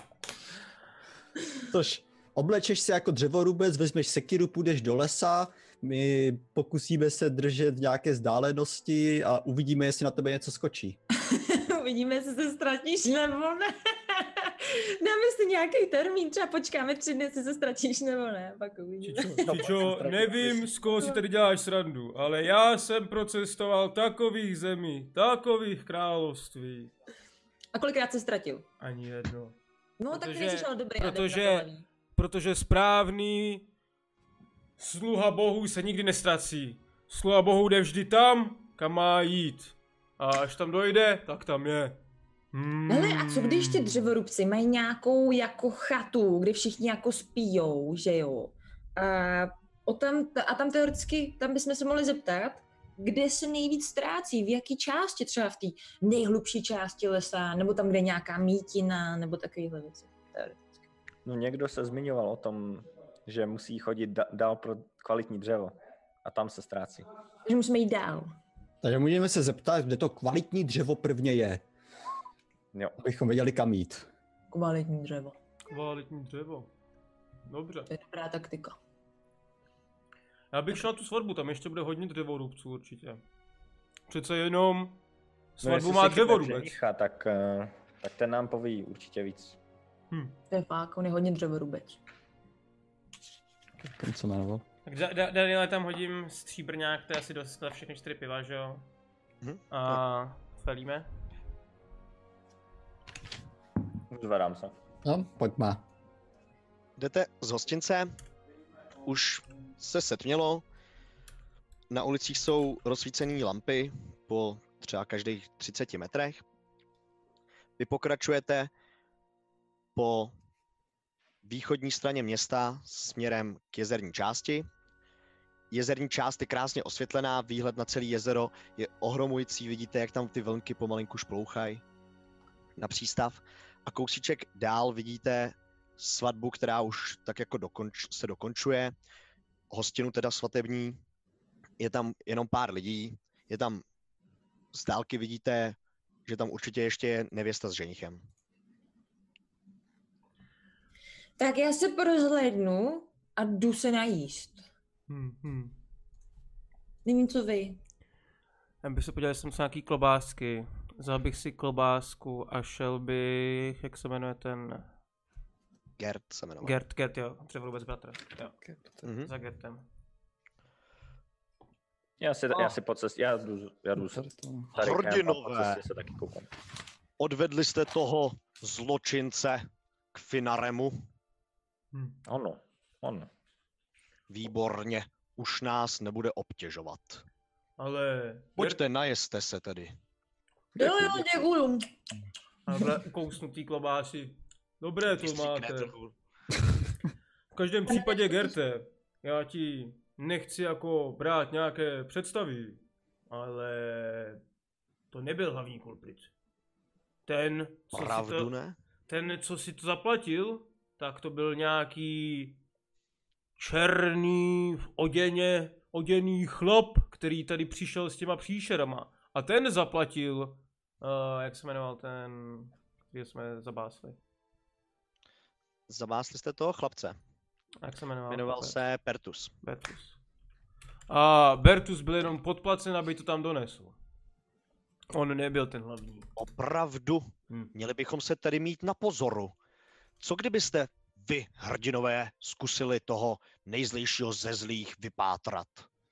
E: Což oblečeš se jako dřevorubec, vezmeš sekiru, půjdeš do lesa, My pokusíme se držet v nějaké vzdálenosti a uvidíme, jestli na tebe něco skočí.
D: Uvidíme, jestli se ztratíš nebo ne. Dáme si nějaký termín, třeba počkáme tři dny, jestli se ztratíš nebo ne, pak uvidíme.
A: Čičo, Čičo, nevím, z koho si tady děláš srandu, ale já jsem procestoval takových zemí, takových království.
D: A kolikrát jsi ztratil?
A: Ani jedno.
D: No tak ty
A: Protože-
D: nejsi ale dobrý
A: protože-
D: adept na to.
A: Protože správný sluha bohů se nikdy nestrací. Sluha bohů jde vždy tam, kam má jít. A až tam dojde, tak tam je. Hmm.
D: Hele, a co když ty dřevorubci mají nějakou jako chatu, kde všichni jako spíjou, že jo? A, o tam, a tam teoreticky, tam bychom se mohli zeptat, kde se nejvíc ztrácí, v jaký části, třeba v té nejhlubší části lesa, nebo tam, kde je nějaká mítina, nebo takovéhle věci. Teoreticky.
C: No někdo se zmiňoval o tom, že musí chodit da- dál pro kvalitní dřevo. A tam se ztrácí.
D: Takže musíme jít dál.
E: Takže můžeme se zeptat, kde to kvalitní dřevo prvně je,
C: Jo.
E: abychom věděli, kam jít.
D: Kvalitní dřevo.
A: Kvalitní dřevo. Dobře.
D: To je dobrá taktika.
A: Já bych šel na tu svatbu, tam ještě bude hodně dřevorubců určitě. Přece jenom svatbu
C: jestli
A: má
C: si chytne
A: dřevorubec.
C: ženicha, tak, eh, tak ten nám poví určitě víc.
A: Hm.
D: To je fakt, on je hodně dřevorubec.
E: Ten co jmenoval?
A: Tak da- da- Daniele, tam hodím stříbrňák, to je asi dost na všechny čtyři piva, že jo?
B: Mhm.
A: A felíme.
C: Zvedám se.
E: No, pojďme.
B: Jdete z hostince, už se setmělo, na ulicích jsou rozsvícené lampy po třeba každých třiceti metrech. Vy pokračujete po východní straně města směrem k jezerní části. Jezerní část je krásně osvětlená, výhled na celé jezero je ohromující, vidíte, jak tam ty vlnky pomalinku šplouchají na přístav. A kousíček dál vidíte svatbu, která už tak jako dokonč, se dokončuje. Hostinu teda svatební. Je tam jenom pár lidí. Je tam z dálky vidíte, že tam určitě ještě je nevěsta s ženichem.
D: Tak já se porozhlédnu a jdu se najíst.
A: Hm, hm.
D: Nevím, co vy.
A: Já bych se podíval, jestli jsem se nějaký klobásky. Vzal bych si klobásku a šel bych, jak se jmenuje ten...
B: Gert se jmenoval.
A: Gert, Gert, jo, dřevorubec bratr. Jo,
B: Mhm.
A: za Gertem.
C: Já si,
A: Oh.
C: já si po cestě, já jdu, já jdu se tady
B: Hrdinové.
C: po cestě se taky koukám.
B: Odvedli jste toho zločince k Finaremu.
A: Hm.
C: Ano, ano.
B: Výborně. Už nás nebude obtěžovat.
A: Ale...
B: Pojďte, najeste se tedy.
D: Jo, jo, děkuju.
A: Ale kousnutý klobásy. Dobré to
B: Vystříkne
A: máte.
B: trochu.
A: V každém případě, Gerte, já ti nechci jako brát nějaké představy, ale to nebyl hlavní kulprit. Ten, co si
B: Pravdu
A: to,
B: ne?
A: ten, co si to zaplatil, tak to byl nějaký černý, oděně, oděný chlap, který tady přišel s těma příšerama. A ten zaplatil, uh, jak se jmenoval ten, který jsme zabásli.
B: Zabásli jste toho chlapce.
A: Jak se jmenoval?
B: Jmenoval se Pertus.
A: Bertus. A Bertus byl jenom podplacen, aby to tam donesl. On nebyl ten hlavní.
B: Opravdu?
A: Hm.
B: Měli bychom se tedy mít na pozoru. Co kdybyste vy, hrdinové, zkusili toho nejzlejšího ze zlých vypátrat?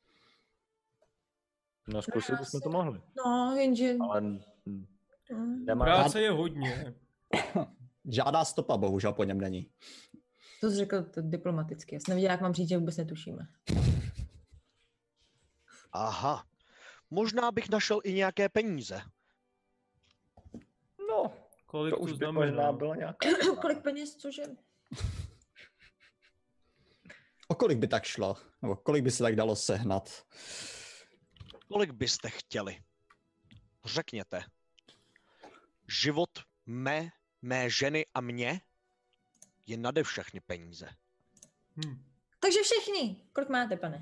C: No zkusit bychom to mohli.
D: No, jenže...
C: Ale hm,
D: Mm.
C: nemá...
A: Práce je hodně.
E: Žádná stopa bohužel po něm není.
D: To jsi řekl to diplomaticky. Já jsem nevěděla, jak mám říct, že vůbec netušíme.
B: Aha. Možná bych našel i nějaké peníze.
C: No,
A: Kolik
C: to
A: to
C: už by
A: znamená?
C: možná bylo nějaká...
D: Kolik peněz, cože?
E: O kolik by tak šlo? Nebo kolik by se tak dalo sehnat?
B: Kolik byste chtěli? Řekněte. Život mé, mé ženy a mě je nade všechny peníze.
A: Hm.
D: Takže všichni. Kolik máte, pane?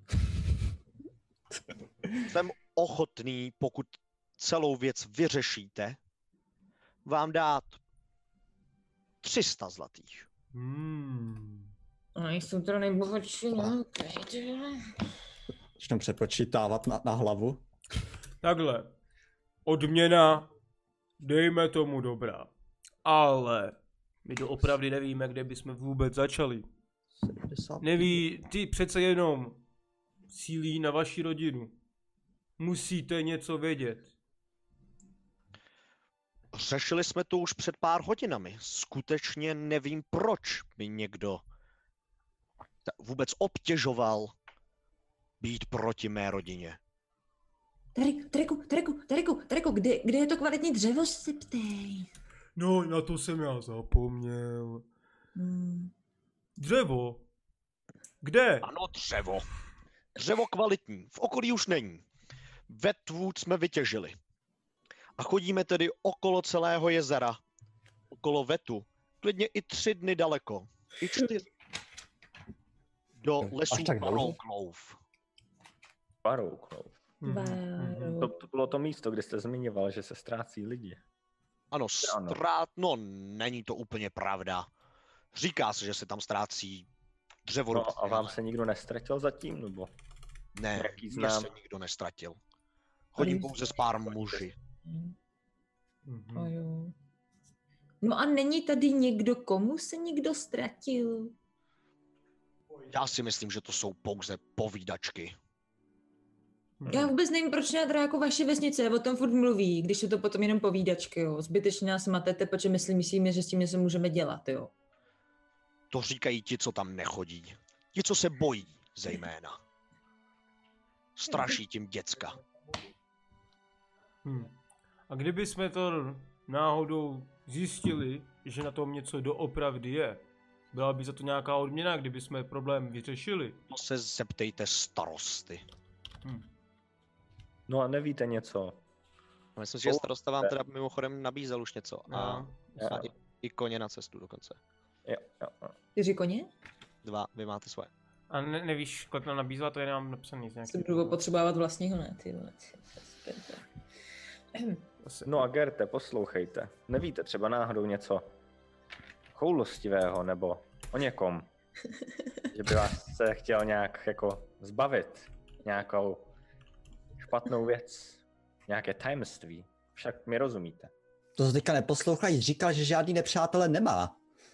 B: Jsem ochotný, pokud celou věc vyřešíte, vám dát tři sta zlatých.
A: Hmm.
D: A jsou to nejbohatší, no, okej.
E: Začnu přepočítávat na, na hlavu.
A: Takhle. Odměna, dejme tomu dobrá. Ale my doopravdy nevíme, kde bychom vůbec začali.
E: sedmdesát.
A: Neví, ty přece jenom cílí na vaši rodinu. Musíte něco vědět.
B: Řešili jsme to už před pár hodinami. Skutečně nevím, proč by někdo ta- vůbec obtěžoval být proti mé rodině.
D: Tereku, Tereku, Tereku, Tereku, Tereku, kde, kde je to kvalitní dřevo, se ptej.
A: No, na to jsem já zapomněl.
D: Hmm.
A: Dřevo? Kde?
B: Ano, dřevo. Dřevo kvalitní. V okolí už není. Wetwood jsme vytěžili. A chodíme tedy okolo celého jezera. Okolo Vetu. Klidně i tři dny daleko. I čtyři. Do
E: Až
B: lesů
E: tak dlouho?
B: Barrowclove.
C: Barrowclove.
A: Mhm,
D: Báro.
A: mhm.
C: To, to bylo to místo, kde jste zmiňoval, že se ztrácí lidi.
B: Ano,
C: Ano.
B: strát, no není to úplně pravda. Říká se, že se tam ztrácí dřevo.
C: No a vám se nikdo nestratil zatím, nebo?
B: Ne,
C: Jaký
B: mě
C: znám?
B: se nikdo nestratil. Chodím
D: Ale-
B: pouze s pár muži.
A: Mhm.
D: A jo. No a není tady někdo, komu se někdo ztratil?
B: Já si myslím, že to jsou pouze povídačky.
A: Mhm.
D: Já vůbec nevím, proč já teda jako vaše vesnice o tom furt mluví, když jsou to potom jenom povídačky, jo. Zbytečně nás matete, protože my si myslíme, že s tím něco můžeme dělat, jo.
B: To říkají ti, co tam nechodí. Ti, co se bojí, zejména. Straší tím děcka.
A: Hm. A kdyby jsme to náhodou zjistili, že na tom něco doopravdy je, byla by za to nějaká odměna, kdyby jsme problém vyřešili?
B: To se zeptejte starosty.
A: Hm.
C: No a nevíte něco?
B: Myslím, že starosta vám teda mimochodem nabízel už něco. A,
A: No.
B: a i, i koně na cestu dokonce.
C: Jo, jo, jo.
D: Čtyři koně?
B: Dva, vy máte svoje.
A: A ne, nevíš, kolik nám nabízela, to je nám napsaný z nějaký.
D: Se budu potřebovat vlastního, ne, ty vole.
A: Asi-
C: No a Gerte, poslouchejte. Nevíte třeba náhodou něco choulostivého nebo o někom, že by vás se chtěl nějak jako zbavit nějakou špatnou věc, nějaké tajemství. Však mi rozumíte.
E: To se teďka neposlouchají, říkal, že žádný nepřátelé nemá.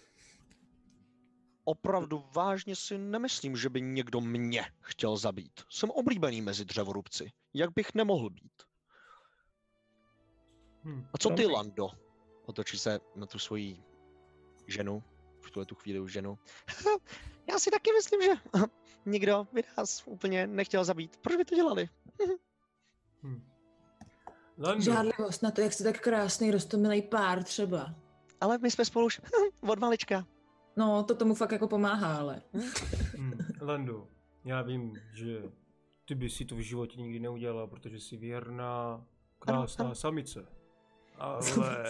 B: Opravdu vážně si nemyslím, že by někdo mě chtěl zabít. Jsem oblíbený mezi dřevorubci. Jak bych nemohl být?
A: Hm.
B: A co ty,
C: Dobrý.
B: Lando? Otočí se na tu svoji ženu. V tuhle tu chvíli už ženu. Já si taky myslím, že nikdo by nás úplně nechtěl zabít. Proč by to dělali?
A: Hm. Lando,
D: Žádlivost na to, jak jste tak krásný, roztomilej pár třeba.
B: Ale my jsme spolu už od malička.
D: No, to tomu fakt jako pomáhá, ale.
A: hm. Lando, já vím, že ty bys si to v životě nikdy neudělala, protože jsi věrná, krásná
B: ano.
A: samice. Ale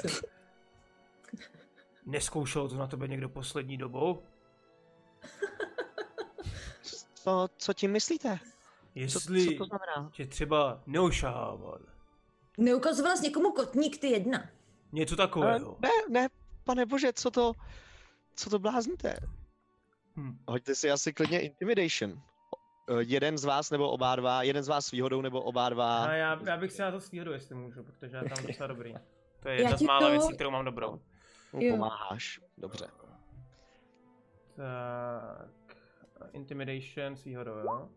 A: neskoušel to na tebe někdo poslední dobou?
B: Co, co tím myslíte? Co,
A: Jestli
B: co to znamená?
A: tě třeba neošahával.
D: Neukazoval jsi někomu kotník, ty jedna.
A: Něco
B: Ale
A: takového.
B: ne, ne, pane bože, co to, co to blázníte?
A: Hm.
B: Hoďte si asi klidně Intimidation. O- Jeden z vás nebo oba dva, jeden z vás s výhodou nebo oba dva.
A: A já, já bych si na to s výhodou, jestli můžu, protože já tam docela dobrý. To je
D: Já
A: jedna z
D: ti
A: mála
D: to-
A: věcí, kterou mám dobrou.
B: mu
D: jo.
B: pomáháš. Dobře.
A: Tak, Intimidation s výhodou, jo?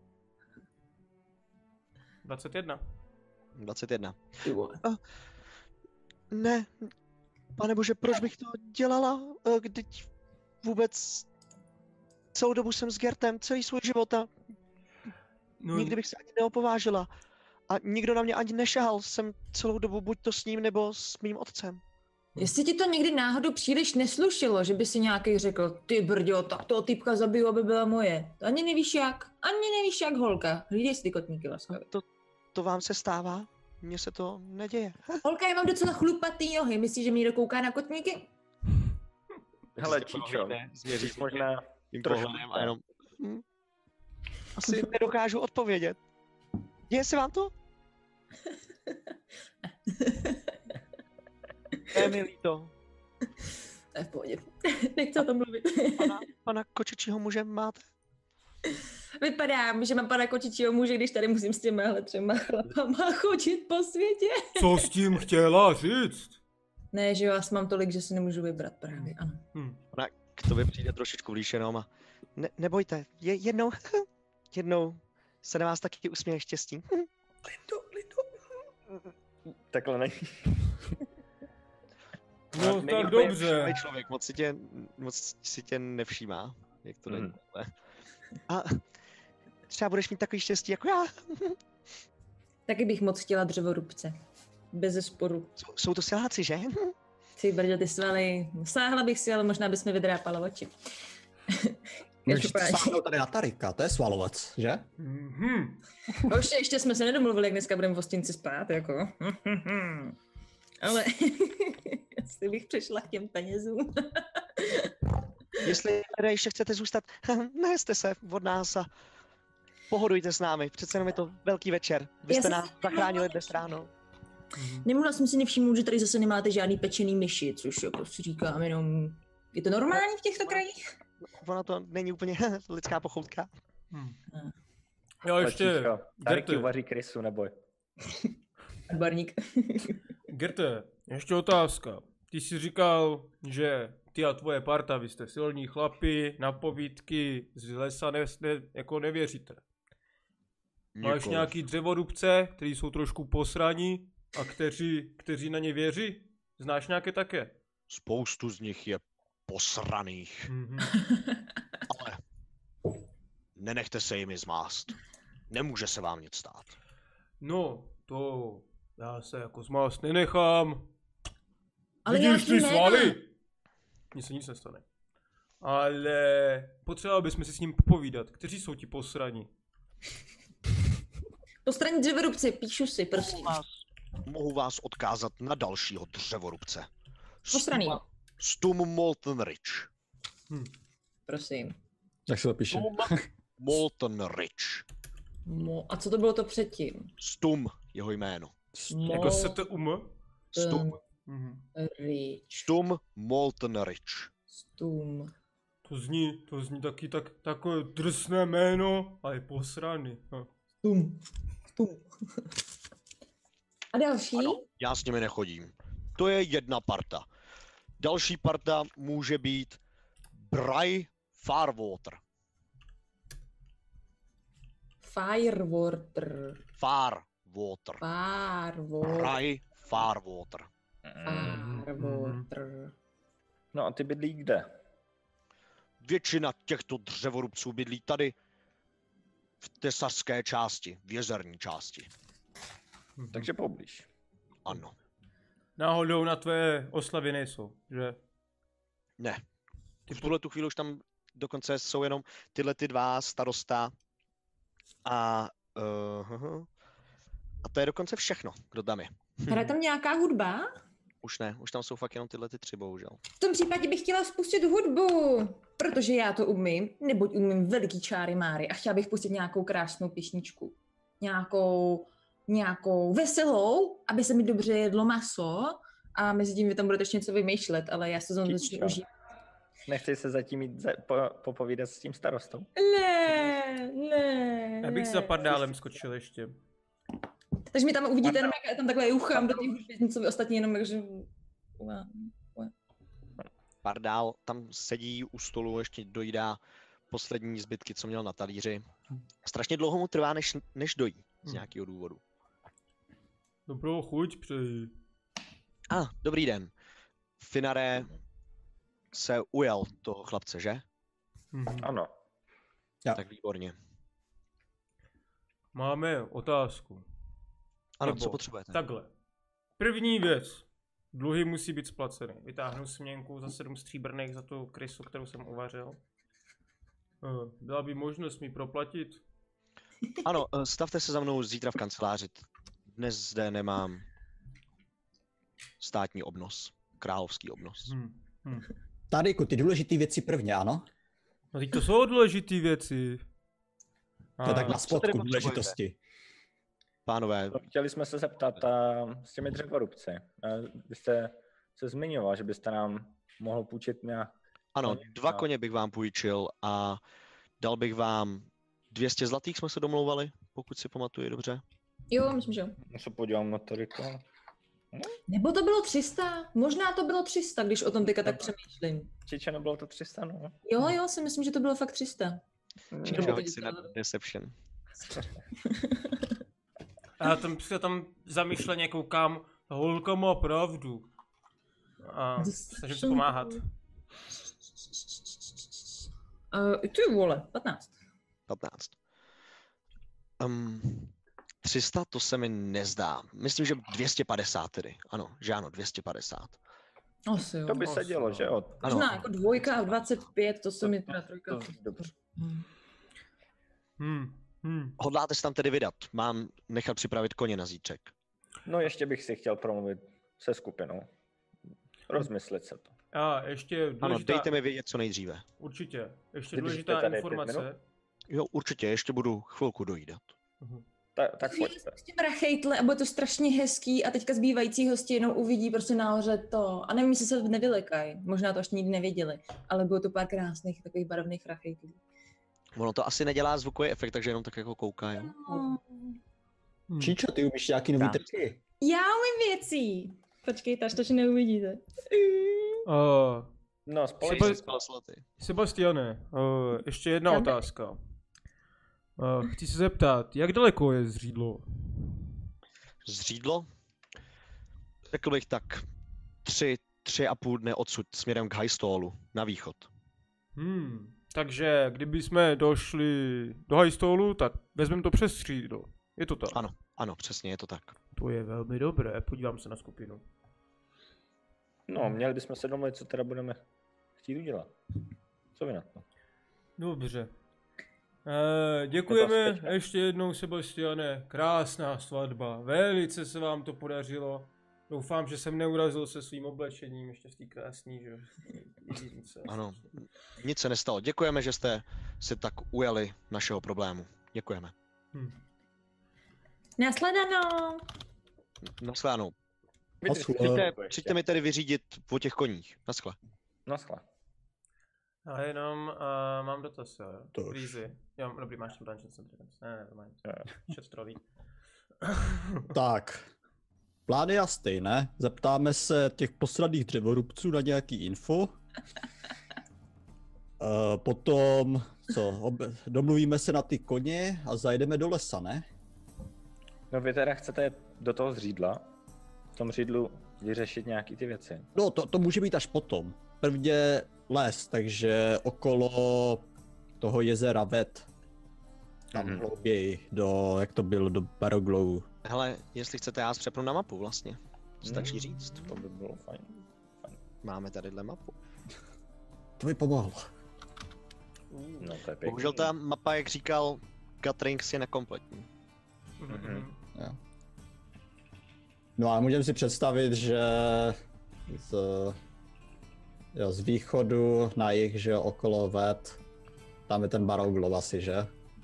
A: dvacet jedna.
B: dvacet jedna.
D: Ty vole.
B: Ne, pane bože, proč bych to dělala, eh, když vůbec celou dobu jsem s Gertem, celý svůj život a
A: No,
B: nikdy bych se ani neopovážila. A nikdo na mě ani nešahal, jsem celou dobu buď to s ním, nebo s mým otcem.
D: Jestli ti to někdy náhodou příliš neslušilo, že by si nějaký řekl, ty brďo, tak toho typka zabiju, aby byla moje. To ani nevíš jak, ani nevíš jak, holka. Hlídej si ty kotníky laskavě.
B: To, to vám se stává? Mně se to neděje.
D: Holka, já mám docela chlupatý nohy, myslíš, že mi někdo kouká na kotníky?
C: Hele, Čičo,
B: Změříš
C: možná
B: tím
C: trošku
B: pohledem a jenom... Hm, asi nedokážu odpovědět. Děje se vám to? Je mi líto.
D: To je v pohodě. Nechci o tom mluvit.
B: Pana, pana kočičího muže máte?
D: Vypadám, že mám pana kočičího muže, když tady musím s těmahle třema chlapama chodit po světě.
A: Co s tím chtěla říct?
D: Ne, že jo, já mám tolik, že si nemůžu vybrat právě, ano.
A: Hm.
B: Ona k tobě přijde trošičku blíž jenom a ne, nebojte, je, jednou, jednou se na vás taky usměje štěstí. Lindo, Lindo.
C: Takhle není.
A: No
B: Není
A: tak
B: úplně
A: dobře.
B: všímavý člověk, moc si tě, moc si tě nevšímá, jak to není.
C: Hmm.
B: A třeba budeš mít takový štěstí jako já.
D: Taky bych moc chtěla dřevorubce. Bez zesporu.
B: Jsou, jsou to siláci, že?
D: Ty brďo, ty svaly. Sáhla bych si, ale možná bys mi vydrápala oči.
E: Můžeš
D: Každopádně.
E: sáhnout tady na Tarika, to je svalovec, že?
A: Mhm.
D: No ještě, ještě jsme se nedomluvili, jak dneska budeme v hostinci spát, jako. Ale asi bych přešla k těm penězům.
B: Jestli teda ještě chcete zůstat, neheste se od nás a pohodujte s námi. Přece jenom je to velký večer. Vy
D: Já
B: jste
D: jsem
B: nás
D: si
B: zachránili dnes ráno.
D: Nemohla jsem si nevšimnout, že tady zase nemáte žádný pečený myši, což jako si říkám jenom... Je to normální v těchto krajích?
B: Ono to není úplně lidská pochoutka.
A: Hm. Jo, ještě,
C: Tarik ti
A: Gerte,
C: uvaří krysu, neboj.
D: Odborník.
A: Gerte, ještě otázka. Ty jsi říkal, že ty a tvoje parta, vy jste silní chlapi, na povídky z lesa ne, ne, jako nevěříte. Máš
B: Nikoliv.
A: nějaký dřevorubce, kteří jsou trošku posraní a kteří, kteří na ně věří? Znáš nějaké také?
B: Spoustu z nich je posraných,
A: Mhm.
B: ale nenechte se jimi zmást. Nemůže se vám nic stát.
A: No, to já se jako zmást nenechám.
D: Ale
A: Vidíš
D: nějaký
A: ty
D: jména.
A: svaly? Mně se nic nestane. Ale potřeboval bychom si s ním popovídat. Kteří jsou ti posraní?
D: Postraní dřevorubci, píšu si, prosím.
B: Vás, mohu vás odkázat na dalšího dřevorubce.
D: Postraný,
B: Stum Molten Rich.
A: Hm.
D: prosím.
E: Jak se to píše?
B: Stum Molten Rich.
D: Mo, a co to bylo to předtím?
B: Stum, jeho jméno.
D: Mo,
A: Jako se to um?
B: Stum,
A: Mhm.
D: Rich.
B: Stum Molten Rich.
D: Stum.
A: To zní, to zní taky tak, takové drsné jméno, ale je posraný. Hm.
D: Stum. Stum. A další?
B: Ano, já s nimi nechodím. To je jedna parta. Další parta může být Bry Farwater.
D: Firewater.
B: Farwater.
D: Firewater.
B: Bry Farwater.
D: Firewater.
C: No a ty bydlí kde?
B: Většina těchto dřevorubců bydlí tady v tesařské části, v jezerní části.
A: Mhm.
C: Takže poblíž.
B: Ano.
A: Náhodou na tvé oslavy nejsou, že?
B: Ne.
A: Ty
B: V tuhle tu chvíli už tam dokonce jsou jenom tyhle ty dva starosta a uh, a to je dokonce všechno, kdo tam je.
D: Hraje tam nějaká hudba?
B: Už ne, už tam jsou fakt jenom tyhle ty tři, bohužel.
D: V tom případě bych chtěla spustit hudbu, protože já to umím, neboť umím veliký čáry máry a chtěla bych pustit nějakou krásnou písničku. Nějakou, nějakou veselou, aby se mi dobře jedlo maso a mezi tím vy tam budete ještě něco vymýšlet, ale já se to začnu
C: Tičo.
D: užít.
C: Nechceš se zatím jít za, po, popovídat s tím starostou?
D: Ne, ne,
A: Já bych
D: ne.
A: za pardálem skočil ještě.
D: Takže mi tam uvidíte jenom, jak já tam takhle juchám do těch hudby, co vy ostatní jenom, takže...
B: Pardál tam sedí u stolu, ještě dojídá poslední zbytky, co měl na talíři. Strašně dlouho mu trvá, než, než dojí, z
A: Hmm.
B: nějakého důvodu.
A: Dobrou chuť přeji.
B: A, ah, dobrý den. Finaré se ujel toho chlapce, že?
A: Mhm.
C: Ano.
E: Jo.
B: Tak výborně.
A: Máme otázku.
B: Ano,
A: Nebo
B: co potřebujete?
A: Takhle. První věc. Dluhy musí být splaceny. Vytáhnu směnku za sedm stříbrných za tu krysu, kterou jsem uvařil. Eh, Byla by možnost mi proplatit?
B: Ano, eh, stavte se za mnou zítra v kanceláři. Dnes zde nemám státní obnos, královský obnos.
A: Hm. Hm.
E: Tariku, ty důležité věci prvně, ano?
A: No teď to jsou důležité věci.
E: To je tak
A: A,
E: na
B: tady
E: spodku
B: potřebujete?
E: důležitosti.
B: Pánové,
C: Chtěli jsme se zeptat a, s těmi dřevorubci. A, vy jste se zmiňoval, že byste nám mohl půjčit nějak.
B: Ano,
C: koně,
B: dva
C: no.
B: koně bych vám půjčil a dal bych vám dvě stě zlatých, jsme se domlouvali, pokud si pamatuju dobře.
D: Jo, myslím, že jo.
C: Já se podívám na to rychle.
D: Nebo to bylo tři sta, možná to bylo tři sta, když o tom teďka tak přemýšlím.
C: Čičeno bylo to tři sta, no.
D: Jo, jo, si myslím, že to bylo fakt tři sta.
B: Čičo, hoď si na Deception.
A: A já tam, já tam zamýšleně koukám, holka má pravdu. A snažím se pomáhat.
D: Uh, ty vole, patnáct.
B: patnáct. Um, tři sta to se mi nezdá. Myslím, že dvě stě padesát tedy. Ano, že ano, dvě stě padesát.
D: Asi jo.
C: To by se dělo, že jo?
B: Ano.
D: Možná jako dvojka a dvacet pět, to se mi teda trojka.
C: To- Dobře.
D: Hmm.
A: Hmm. Hmm.
B: Hodláte se tam tedy vydat? Mám nechat připravit koně na zítřek.
C: No ještě bych si chtěl promluvit se skupinou. Rozmyslet se to.
A: A ještě důležitá...
B: Ano, dejte mi vědět co nejdříve.
A: Určitě. Ještě
C: Vydržíte
A: důležitá
C: tady pět
A: informace.
C: minut?
B: Jo, určitě, ještě budu chvilku dojídat.
A: Mhm.
C: Ta, tak pojďte.
D: S tím rachejtle a bude to strašně hezký a teďka zbývající hosti jenom uvidí prostě nahoře to. A nevím, jestli se nevylekají, možná to ještě nikdy nevěděli, ale bylo to pár krásných takových barevných rachejtlů.
B: Ono to asi nedělá zvukový efekt, takže jenom tak jako kouká, jo?
A: Hmm.
E: Číčo, ty umíš nějaký nový
B: Já.
E: triky?
D: Já umím věcí. Počkejte, až to, že neuvidíte.
A: Uh,
C: No,
A: Sebas-
C: společně.
A: Sebastiane, uh, ještě jedna
D: Já-
A: otázka. Uh, chci se zeptat, jak daleko je zřídlo?
B: Zřídlo? Řekl bych tak tři, tři a půl dne odsud směrem k Highstallu, na východ.
A: Hmm, takže kdyby jsme došli do Highstallu, tak vezmeme to přes střídlo. Je to tak?
B: Ano, ano, přesně je to tak.
A: To je velmi dobré, podívám se na skupinu.
C: No, měli bychom se domluvit, co teda budeme chtít udělat. Co vy na to?
A: Dobře. Eh, děkujeme
C: Sebastiane.
A: ještě jednou, Sebastiane. Krásná svatba. Velice se vám to podařilo. Doufám, že jsem neurazil se svým oblečením, ještě v té krásný, že jíznice.
B: Ano, nic se nestalo. Děkujeme, že jste se tak ujali našeho problému. Děkujeme.
A: Hm.
D: Nasledanou.
B: Naschledanou.
C: Vydržte.
B: Přijďte, přijďte mi tedy vyřídit o těch koních. Naschle.
C: Naschle.
A: A jenom uh, mám dotaz, jo.
E: To už.
A: Freezy. Jo, dobrý, máš tam Dungeons and Dragons. Ne, ne, ne,
C: Jo.
A: chat trolí.
E: Tak, plán je jasný, ne? Zeptáme se těch posledních dřevorubců na nějaký info. Uh, potom, co, ob- domluvíme se na ty koně a zajdeme do lesa, ne?
C: No vy teda chcete jet do toho zřídla, v tom řídlu vyřešit nějaký ty věci.
E: No, to, to může být až potom. Prvně les, takže okolo toho jezera Vet. Tam
C: Mhm.
E: hlouběji, do, jak to bylo, do Baroglow.
B: Hele, jestli chcete, já vás přepnu na mapu vlastně. Stačí
C: Hmm.
B: říct.
C: To by bylo fajn.
B: Máme tadyhle mapu.
E: To mi pomohlo.
C: No to je pěkný.
B: Bohužel ta mapa, jak říkal Gatrings, je nekompletní.
C: Mhm.
E: Jo. No a můžeme si představit, že z, jo, z východu na jih, že jo, okolo Vet, tam je ten Baroglow asi, že?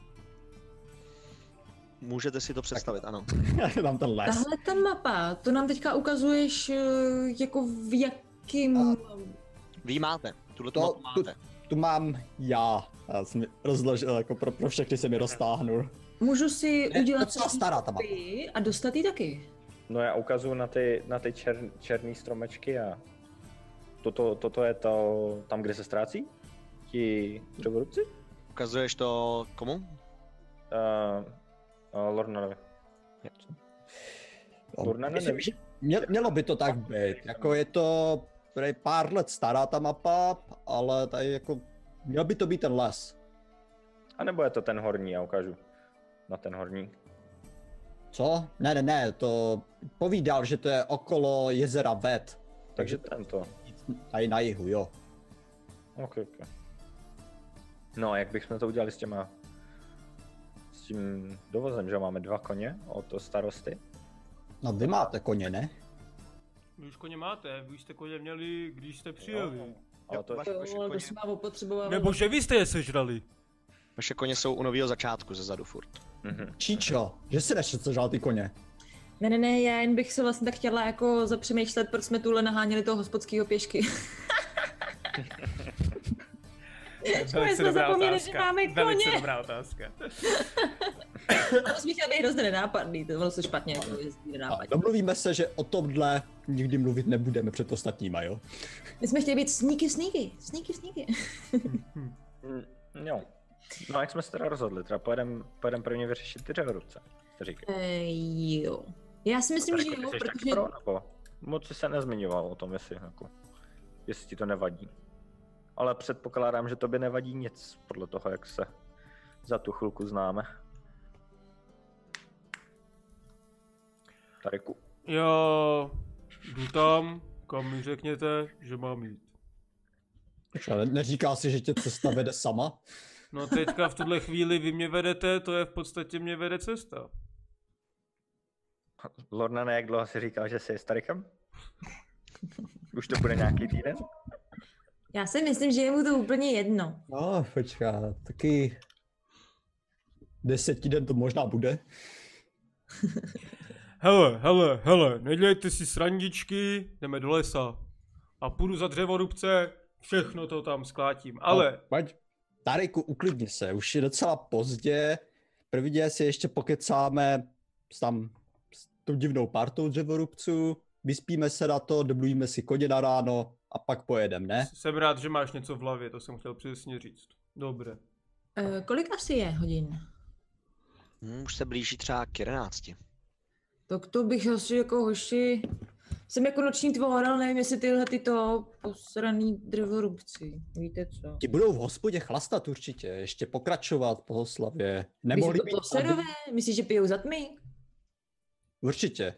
B: Můžete si to představit, ano.
E: Tam ten les.
D: Tahle ta mapa, to nám teďka ukazuješ eh, jako v jakým...
B: Vy ji máte, tuhle
E: To-
B: mapu máte.
E: Tu mám já. Já jsem ji rozložil, jako pro, pro všechny jsem ji roztáhnul.
D: Můžu si
E: Ne,
D: udělat
E: to je stará ta mapa.
D: kopii a dostat ji taky.
C: No já ukazuju na ty, na ty čer, černý stromečky a toto, toto je to tam, kde se ztrácí? Ti dřevorubci?
B: Ukazuješ to komu?
C: Uh, uh, Lornanovi. Lornane,
E: Myslím,
C: nevíš?
E: že mě, mělo by to tak být. Jako je to prej pár let stará ta mapa, ale tady jako měl by to být ten les.
C: A nebo je to ten horní, já ukážu na ten horní.
E: Co? Ne, ne, ne, to povídal, že to je okolo jezera Vet.
C: Takže tento.
E: Tady na jihu, jo.
C: Ok, ok. No a jak bychom to udělali s těma... S tím dovozem, že máme dva koně od to starosty?
E: No vy máte koně, ne?
A: Vy už koně máte, vy už jste koně měli, když jste přijeli.
C: No, ale to
B: vaše, vaše,
D: Jo, ale to
B: koně,
D: se má opotřeboval.
A: Nebo že vy jste je sežrali.
B: vaše koně jsou u nového začátku ze zadu furt.
C: Mhm.
E: Číčo, že si nešel sežral ty koně.
D: Ne, ne, ne, já jen bych se vlastně tak chtěla jako zapřemýšlet, proč jsme tuhle naháněli toho hospodského pěšky.
A: Velice
D: jsme
A: dobrá
D: zapomněli,
A: otázka.
D: že máme
A: Velice
D: koně.
A: dobrá otázka.
D: To jsme chtěli být hrozně nenápadný, to bylo se špatně, jako jezdí
E: A
D: nenápadně.
E: domluvíme se, že o tomhle nikdy mluvit nebudeme před ostatníma, jo?
D: My jsme chtěli být sneaky, sneaky, sneaky, sneaky.
C: Mm, jo. No jak jsme se teda rozhodli, teda pojedem, pojedem prvně vyřešit ty dřevorubce, jste říkali.
D: Ej, jo. Já si myslím, že
C: Jako,
D: jo,
C: ty jsi taky
D: protože...
C: pro, nebo? Moc jsi se nezmiňoval o tom, jestli, jako, jestli ti to nevadí. Ale předpokládám, že tobě nevadí nic, podle toho, jak se za tu chvilku známe. Tariku.
A: Já jdu tam, kam mi řekněte, že mám jít.
E: Ale neříká si, že tě cesta vede sama?
A: No teďka v tuhle chvíli vy mě vedete, to je v podstatě mě vede cesta.
C: Lorna, jak dlouho si říkal, že jsi s Tarikem? Už to bude nějaký týden?
D: Já si myslím, že je mu to úplně jedno.
E: No, počká, taky desetý den to možná bude.
A: Hele, hele, hele, nedělejte si srandičky, jdeme do lesa. A půjdu za dřevorubce, všechno to tam sklátím, ale...
E: No, pojď, Tariku, uklidni se, už je docela pozdě. Prvně si ještě pokecáme s tam s tou divnou partou dřevorubců, vyspíme se na to, domluvíme si koně na ráno a pak pojedem, ne?
A: Jsem rád, že máš něco v hlavě, to jsem chtěl přesně říct. Dobré.
D: E, kolik asi je hodin?
B: Hmm, už se blíží třeba k jedenácti.
D: Tak to bych asi jako hoši... Jsem jako noční tvor, ale nevím, jestli tyhle tyto posraný dřevorubci. Víte co?
E: Ti budou v hospodě chlastat určitě, ještě pokračovat po oslavě. Nemohli
D: Myslíš,
E: být...
D: to serové? Myslíš, že pijou za tmy?
E: Určitě.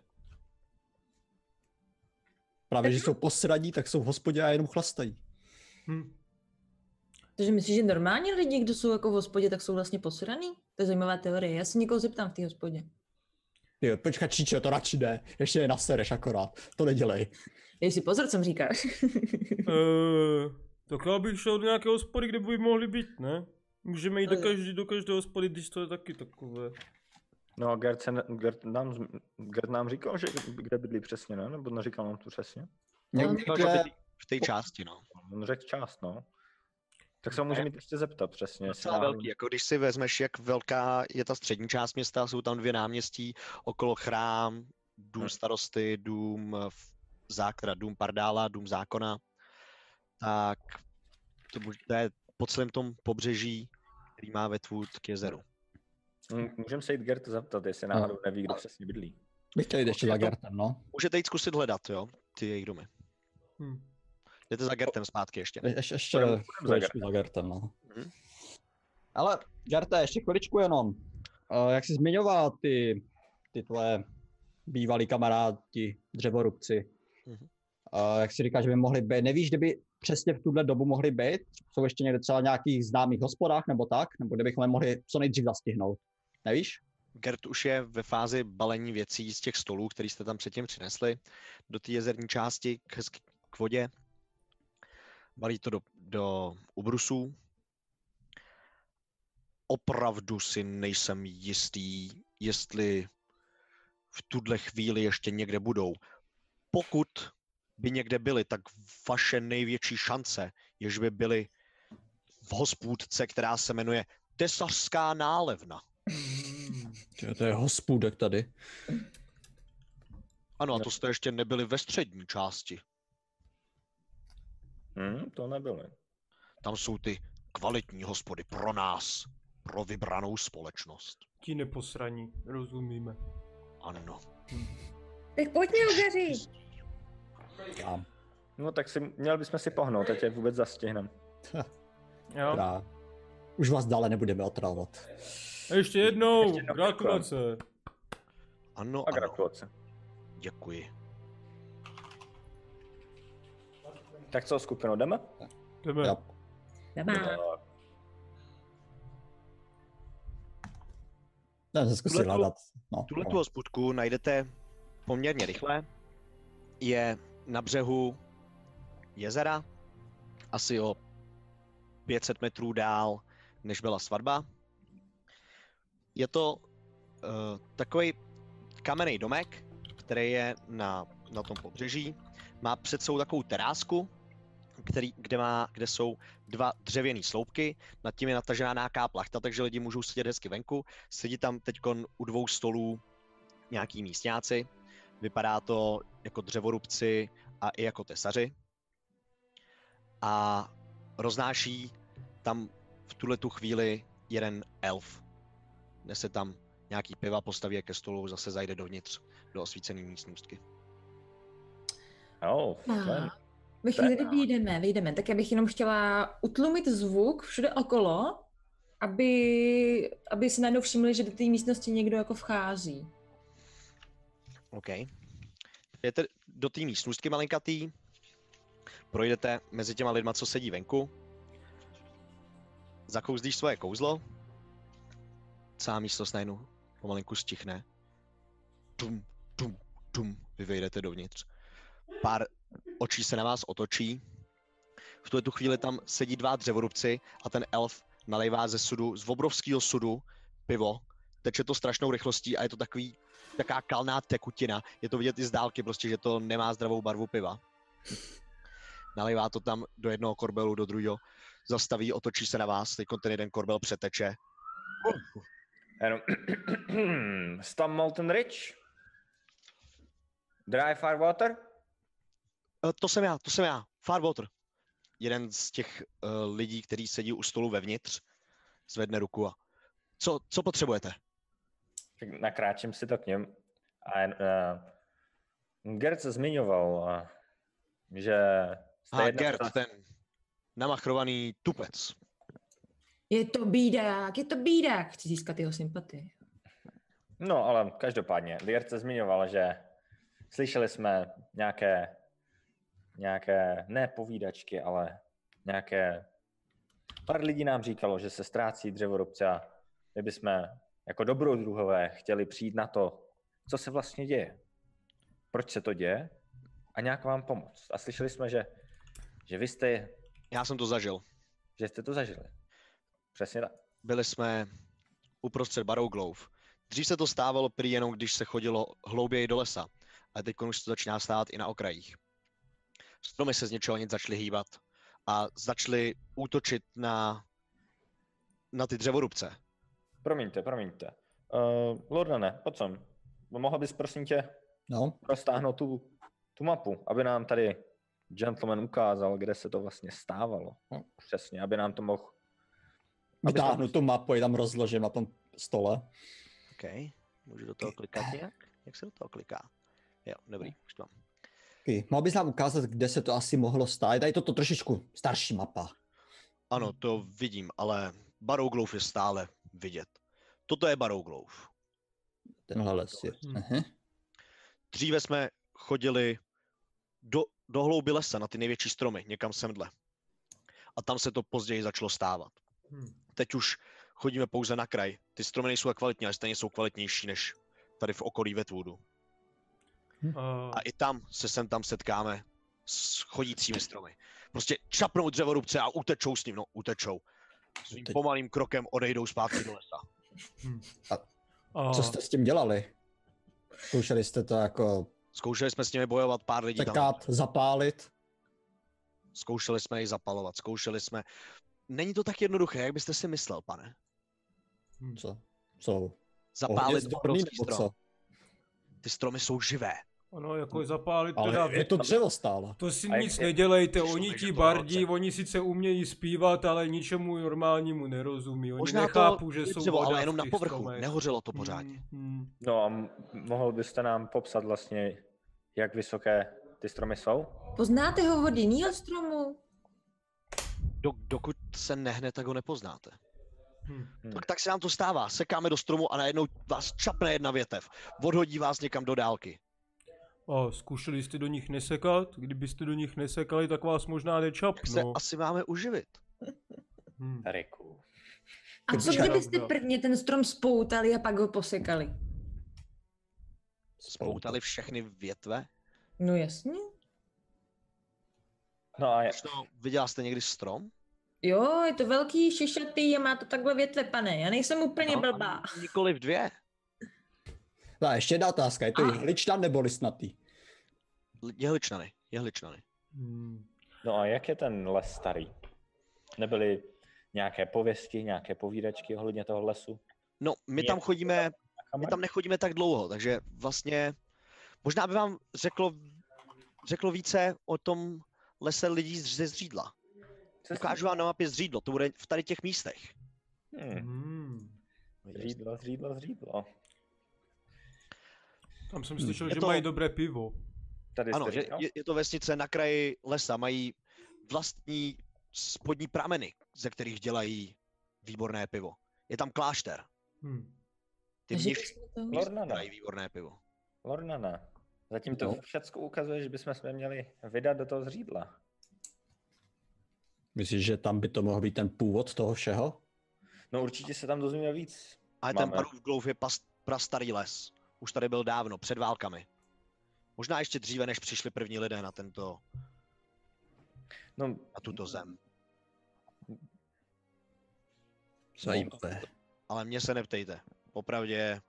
E: Právě, že jsou posradí, tak jsou v hospodě a jenom chlastají.
A: Hm.
D: Takže myslíš, že normální lidi, kdo jsou jako v hospodě, tak jsou vlastně posraný? To je zajímavá teorie. Já se někoho zeptám v té hospodě.
E: Jo, počkat, Číčo, to radši ne. Ještě je nasereš akorát. To nedělej.
D: Dej si pozor, co mi říkáš.
A: Eee, tak já bych šel do nějaké hospody, kde by mohli být, ne? Můžeme jít do,
D: Ale-
A: každý, do každé hospody, když to je taky takové.
C: No, Gert, se ne, Gert, nám, zm- Gert nám říkal, že kde bydlí přesně, ne? Nebo neříkal nám to přesně?
E: Někde...
B: V té části, no.
C: On řekl část, no. Tak se ho můžeme jít ještě zeptat přesně. jestli
B: Docela
C: náhodou-
B: velký, jako když si vezmeš, jak velká je ta střední část města, jsou tam dvě náměstí, okolo chrám, dům
C: Hmm.
B: starosty, dům eh, v- zák, teda dům Pardála, dům zákona, tak to, bu- to je po celém tom pobřeží, který má vetvu k jezeru.
C: M- Můžeme se jít Gert zeptat, jestli náhodou neví, kde přesně bydlí.
E: Bych chtěl jít ještě za Gertem, no.
B: Můžete jít zkusit hledat, jo, ty jejich domy.
A: Hm.
B: Jdete za Gertem zpátky ještě.
E: Je, ještě, ještě
C: Půjdeme- půjdeme za
E: chviličku za Gertem, no.
B: Mhm.
E: Ale Gerte, ještě chviličku jenom. Uh, jak jsi zmiňoval ty, ty tvoje bývalí kamarádi, dřevorubci,
B: Mhm.
E: uh, jak jsi říkal, že by mohli být, nevíš, kde by přesně v tuhle dobu mohli být? Jsou ještě někde třeba v nějakých známých hospodách nebo tak? Nebo kde bychom je mohli co nejdřív zastihnout? Nevíš?
B: Gert už je ve fázi balení věcí z těch stolů, který jste tam předtím přinesli do té jezerní části k, hezky- k vodě. Balí to do, do ubrusů. Opravdu si nejsem jistý, jestli v tuhle chvíli ještě někde budou. Pokud by někde byli, tak vaše největší šance je, že by byli v hospůdce, která se jmenuje Tesařská nálevna.
A: Hm.
E: Že to je hospůdek tady.
B: Ano, a to jste ještě nebyli ve střední části.
C: Hm, to nebyly.
B: Tam jsou ty kvalitní hospody pro nás, pro vybranou společnost.
A: Ti neposraní, rozumíme.
B: Ano.
D: Tak pojďme, ugaři.
E: Já,
C: No tak si, měli bychom si pohnout, teď je vůbec zastihnem.
A: Jo?
E: já. Už vás dále nebudeme otravovat.
A: A ještě jednou,
C: Ještě jednou
A: gratulace.
B: Ano,
C: A
B: ano.
C: gratulace.
B: Děkuji.
C: Tak co, skupino, jdeme?
A: Jdeme.
E: Já.
D: Dáma.
E: Ne, zkusím
B: Tuhletu-
E: hledat. No,
B: Tuhle
E: no.
B: tu hospodku najdete poměrně rychle. Je na břehu jezera, asi o pět set metrů dál, než byla svatba. Je to uh, takový kamenný domek, který je na, na tom pobřeží. Má před sebou takovou terásku, který, kde, má, kde jsou dva dřevěné sloupky, nad tím je natažená nějaká plachta, takže lidi můžou sedět hezky venku. Sedí tam teď u dvou stolů nějaký místňáci. Vypadá to jako dřevorubci a i jako tesaři. A roznáší tam v tuhle tu chvíli jeden elf. Nese tam nějaký piva, postaví je ke stolu, zase zajde dovnitř do osvícené místnostky.
C: Oh,
D: Ah, my chvíli vyjdeme, vyjdeme, tak já bych jenom chtěla utlumit zvuk všude okolo, aby, aby si najednou všimli, že do té místnosti někdo jako vchází.
B: OK. Jdete do té místnostky malinkatý, projdete mezi těma lidma, co sedí venku, zakouzlíš svoje kouzlo, celá místnost najednou pomalinku stichne. Tum, tum, tum, vy vejdete dovnitř. Pár očí se na vás otočí. V tuhle tu chvíli tam sedí dva dřevorubci a ten elf nalejvá ze sudu, z obrovského sudu, pivo. Teče to strašnou rychlostí a je to takový, taká kalná tekutina. Je to vidět i z dálky prostě, že to nemá zdravou barvu piva. Nalejvá to tam do jednoho korbelu, do druhého. Zastaví, otočí se na vás, teď ten jeden korbel přeteče.
C: Jenom Stam Molten Rich? Dry Firewater?
B: Uh, to jsem já, to jsem já. Firewater. Jeden z těch uh, lidí, který sedí u stolu vevnitř, zvedne ruku a co, co potřebujete?
C: Tak nakráčím si to k něm. A uh, Gert se zmiňoval, uh, že jste
B: A
C: jedna
B: Gert,
C: z-
B: ten namachrovaný tupec.
D: Je to bídák, je to bídák, chci získat jeho sympatii.
C: No, ale každopádně, Gert se zmiňoval, že slyšeli jsme nějaké, nějaké, ne povídačky, ale nějaké, pár lidí nám říkalo, že se ztrácí dřevorubce a my bychom jako dobrodruhové chtěli přijít na to, co se vlastně děje, proč se to děje a nějak vám pomoct. A slyšeli jsme, že, že vy jste,
B: Já jsem to zažil.
C: že jste to zažili. Přesně tak.
B: Byli jsme uprostřed Barrowgrove. Dřív se to stávalo prý jenom, když se chodilo hlouběji do lesa. Ale teď už to začíná stát i na okrajích. Stromy se z něčeho nic začaly hýbat a začaly útočit na, na ty dřevorubce.
C: Promiňte, promiňte. Uh, Lordane, pojď sem. Mohl bys prosím tě
E: No,
C: roztáhnout tu, tu mapu, aby nám tady gentleman ukázal, kde se to vlastně stávalo. No, přesně, aby nám to mohl...
E: vytáhnu tu mapu, ji tam rozložím na tom stole.
B: OK, můžu do toho klikat nějak? Jak se do toho kliká? Jo, dobrý, už to mám.
E: Okay. Mohl bys nám ukázat, kde se to asi mohlo stát? Tady je to trošičku starší mapa.
B: Ano, to vidím, ale Barrowgrove je stále vidět. Toto je Barrowgrove.
E: Tenhle les je.
A: Hmm.
E: Aha.
B: Dříve jsme chodili do, do hlouby lesa na ty největší stromy, někam semdle. A tam se to později začalo stávat.
A: Hmm.
B: Teď už chodíme pouze na kraj. Ty stromy nejsou tak kvalitní, ale stejně jsou kvalitnější než tady v okolí Wetwoodu.
A: Uh,
B: A i tam se sem tam setkáme s chodícími stromy. Prostě čapnou dřevorubce a utečou s ním, no utečou. Svým
E: Teď-
B: pomalým krokem odejdou zpátky do lesa.
A: uh,
E: Co jste s tím dělali? Zkoušeli jste to jako
B: Zkoušeli jsme s nimi bojovat, pár lidí tam.
E: tekat, zapálit?
B: Zkoušeli jsme ji zapalovat, zkoušeli jsme... Není to tak jednoduché, jak byste si myslel, pane.
A: hm.
E: Co? Jsou
B: Zapálit
E: ohnězdorný
B: obrovský
E: nebo
B: strom.
E: co?
B: Ty stromy jsou živé.
A: Ono jako zapálit teda...
E: Ale je to dřevo stále.
A: To si
C: A jak
A: nic
C: je-
A: nedělejte,
B: Šumí,
A: oni
B: že
A: ti
B: to
A: bardi,
B: roce.
A: oni sice umějí zpívat, ale ničemu normálnímu nerozumí. Oni
B: Možná
A: nechápu,
B: to
A: že
B: je
A: jsou
B: dřevo,
A: voda
B: ale
A: v
B: jenom na
A: těch
B: povrchu.
A: stromech.
B: Nehořelo to pořádně.
A: Hmm, hmm.
C: No a m- mohl byste nám popsat vlastně, jak vysoké ty stromy jsou?
D: Poznáte ho od jinýho stromu?
B: Do, dokud se nehne, tak ho nepoznáte.
A: Hmm.
C: Hm.
B: Tak, tak se nám to stává. Sekáme do stromu a najednou vás čapne jedna větev. Odhodí vás někam do dálky.
A: A zkušeli jste do nich nesekat? Kdybyste do nich nesekali, tak vás možná
B: Jak se
A: nečapnou.
B: asi máme uživit?
A: Hmm.
C: Riku.
D: A co
A: Počkej.
D: kdybyste prvně ten strom spoutali a pak ho posekali?
B: Spoutali všechny větve?
D: No jasně.
C: No a je,
B: Už to viděla jste někdy strom?
D: Jo, je to velký, šišatý a má to takhle větve, pane. Já nejsem úplně
B: No,
D: blbá.
B: Nikoliv dvě.
E: No a ještě jedna otázka, je to
D: A.
E: jehličnan nebo listnatý?
B: Jehličnany, jehličnany.
A: Hmm.
C: No a jak je ten les starý? Nebyly nějaké pověsti, nějaké povídačky ohledně toho lesu?
B: No, my
C: Je-
B: tam chodíme, my tam nechodíme tak dlouho, takže vlastně možná by vám řeklo, řeklo více o tom lese lidí ze Zřídla. Ukážu vám na mapě Zřídlo, to bude v tady těch místech.
C: Hmm.
A: Hmm.
C: Zřídlo, zřídlo, zřídlo.
A: Tam jsem slyšel,
B: Je
A: že
B: to-
A: mají dobré pivo.
C: Tady
B: Ano,
C: jste
B: je,
C: říkal?
B: je, je to vesnice na kraji lesa, mají vlastní spodní prameny, ze kterých dělají výborné pivo. Je tam klášter,
A: Hmm.
B: ty
D: Takže
B: mniši
D: bychom to...
C: Lornana.
B: dělají výborné pivo.
C: Lornana. Zatím to
E: No.
C: všecko ukazuje, že bychom se měli vydat do toho zřídla.
E: Myslíš, že tam by to mohl být ten původ toho všeho?
C: No určitě se tam dozvíme víc.
B: Ale ten
C: Máme.
B: Barův Glouf je pas, prastarý les. Už tady byl dávno, před válkami. Možná ještě dříve, než přišli první lidé na tento,
C: No,
B: na tuto zem.
E: Zajímavé.
B: Ale mě se neptejte. Popravdě,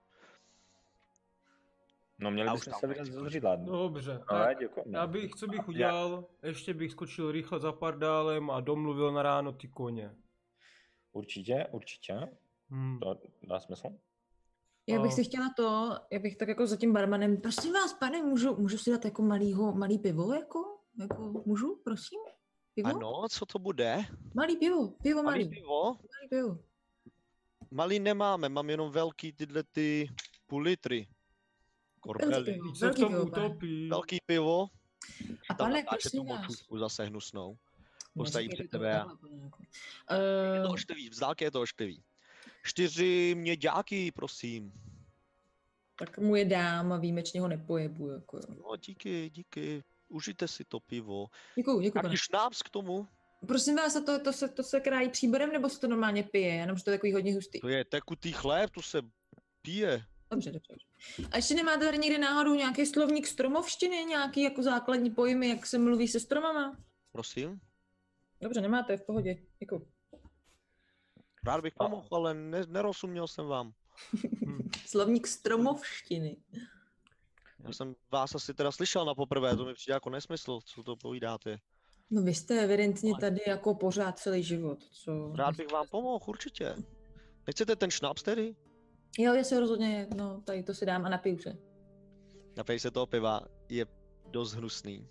C: no měli
B: Já už
C: bychom
B: tam
C: se vydat
B: nechci
C: do zřídla.
A: Dobře,
C: No,
A: tak
C: děkuji.
A: já bych, co bych udělal, ještě bych skočil rychle za pardálem a domluvil na ráno ty koně.
C: Určitě, určitě.
A: Hmm.
C: To dá smysl.
D: Já bych
A: A-
D: si chtěla to, já bych tak jako za tím barmanem, prosím vás, pane, můžu, můžu si dát jako malýho, malý pivo, jako? Jako, můžu, prosím? Pivo?
B: ano, co to bude?
D: Malý pivo, pivo malý,
B: Malý pivo?
D: malý pivo.
B: Malý nemáme, mám jenom velký tyhle ty půl litry. Korbely.
D: pivo.
A: Víc se v
D: Velký
A: tom
D: pivo, pane.
A: utopí.
B: Velký pivo.
D: A
B: Tam
D: pane,
B: natáče tu
D: prosím vás.
B: močůvku zase hnusnou. Postaví
D: Neříkejte
B: před
D: to
B: tebe a...
D: takhle, pane, jako.
B: Je to
D: Eh,
B: ošklivý, z dálky je to ošklivý. Čtyři měďáky, prosím.
D: tak mu je dám a výjimečně ho nepojebu, jako jo.
B: No díky, díky. Užijte si to pivo.
D: Děkuju, děkuju, pane.
B: Jaký šnáps k tomu?
D: Prosím vás, a to, to, se, to se krájí příborem, nebo se to normálně pije, jenom že to je takový hodně hustý?
B: To je tekutý chléb, to se pije.
D: Dobře, dobře. dobře. A ještě nemáte tady někde náhodou nějaký slovník stromovštiny, nějaký jako základní pojmy, jak se mluví se stromama?
B: Prosím.
D: Dobře, nemáte, v pohodě. Děkuju.
B: Rád bych pomohl, ale ne, nerozuměl jsem vám.
A: Hm.
D: Slovník stromovštiny.
B: Já jsem vás asi teda slyšel na poprvé, to mi přijde jako nesmysl, co to povídáte.
D: No vy jste evidentně tady jako pořád celý život, co?
B: Rád bych vám pomohl, určitě. Nechcete ten šnaps tedy?
D: Jo, já se rozhodně, no tady to si dám a napiju se.
B: Napij se toho piva, je dost hnusný.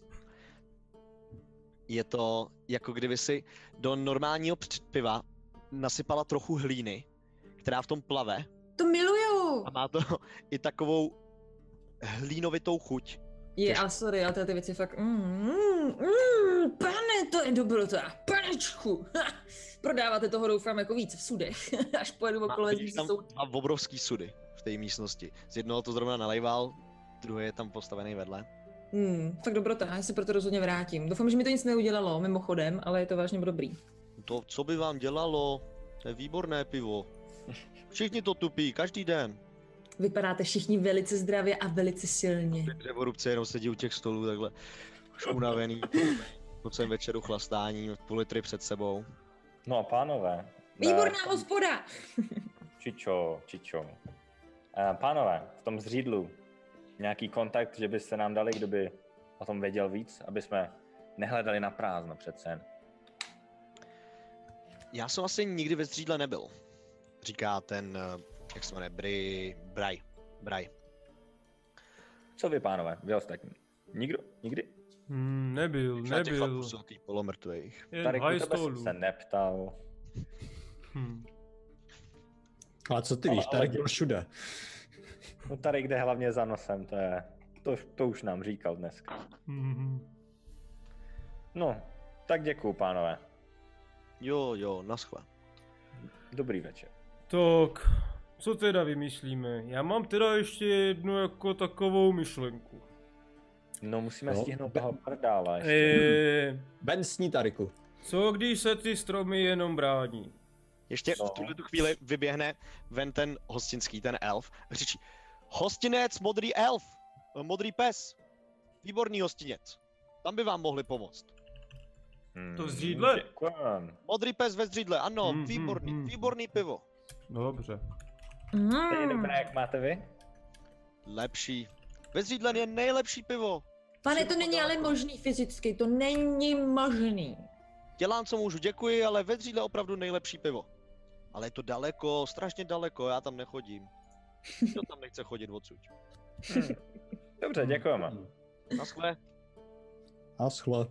B: Je to jako kdyby si do normálního př- piva nasypala trochu hlíny, která v tom plave
D: To miluju!
B: a má to i takovou hlínovitou chuť.
D: Je,
B: Těž-
D: ale sorry, ale tyhle ty věci fakt, mm, mm, mm, pane, to je dobrota, panečku. Ha, prodáváte toho doufám jako víc v sudech, až pojedu
B: Má,
D: okolo
B: vidíš
D: vezmí
B: tam
D: soud.
B: dva obrovský sudy v té místnosti. Z jednoho to zrovna nalejval, druhý je tam postavený vedle.
D: Hmm, fakt dobrota, já se proto rozhodně vrátím. Doufám, že mi to nic neudělalo, mimochodem, ale je to vážně dobrý.
B: To, co by vám dělalo, to je výborné pivo. Všichni to tupí, každý den.
D: Vypadáte všichni velice zdravě a velice silně.
B: Dřevorubce jenom sedí u těch stolů takhle, už unavený. Po celém večeru chlastání, půl litry před sebou.
C: No a pánové.
D: Výborná
C: eh,
D: hospoda!
C: Čičo, čičo. Eh, Pánové, v tom zřídlu nějaký kontakt, že byste nám dali, kdo by o tom věděl víc, aby jsme nehledali na prázdno přece jen.
B: Já jsem asi nikdy ve Zřídle nebyl, říká ten, eh, jak se jmenuje, Bry, Braj, Braj.
C: Co vy, pánové, vy ostatní? Nikdo? Nikdy?
A: Hmm, nebyl,
B: Většina těch chlapů
A: nebyl.
B: jsou takový polomrtvých.
A: Jen
C: Tady
A: high
C: u tebe jsem
A: stolu.
C: se neptal.
A: Hm.
E: Ale co ty
C: Ale-
E: víš,
C: ale-
E: tady byl všude.
C: No tady jde hlavně za nosem, to je, to, to už nám říkal dneska.
A: Mhm.
C: No, tak děkuju, pánové.
B: Jo, jo, naschle.
C: Dobrý večer.
A: Tak, co teda vymyslíme? Já mám teda ještě jednu jako takovou myšlenku.
C: No musíme
E: No,
C: stihnout
E: be-
C: toho prdála ještě.
A: E,
E: Ben sní, Tariku.
A: co když se ty stromy jenom brání?
B: Ještě
C: No.
B: v tuhle tu chvíli vyběhne ven ten hostinský, ten elf, a křičí: Hostinec, modrý elf, eh, modrý pes, výborný hostinec, tam by vám mohli pomoct.
C: Hmm,
A: To zřídle?
C: Děkujem.
B: Modrý pes ve Zřídle, ano,
A: Hmm,
B: výborný,
A: hmm, hmm.
B: výborný pivo.
A: Dobře.
C: Stejně
D: Mm.
C: dobré, jak máte vy?
B: Lepší. Bezřídlen je nejlepší pivo.
D: Pane,
B: Přijdu
D: to není ale
B: daleko.
D: možný fyzicky, to není možný.
B: Dělám, co můžu, děkuji, ale Vedřídle je opravdu nejlepší pivo. Ale je to daleko, strašně daleko, já tam nechodím. Kdo tam nechce chodit odsud?
C: Hmm. Dobře, děkujeme.
B: Naschle.
E: Naschle.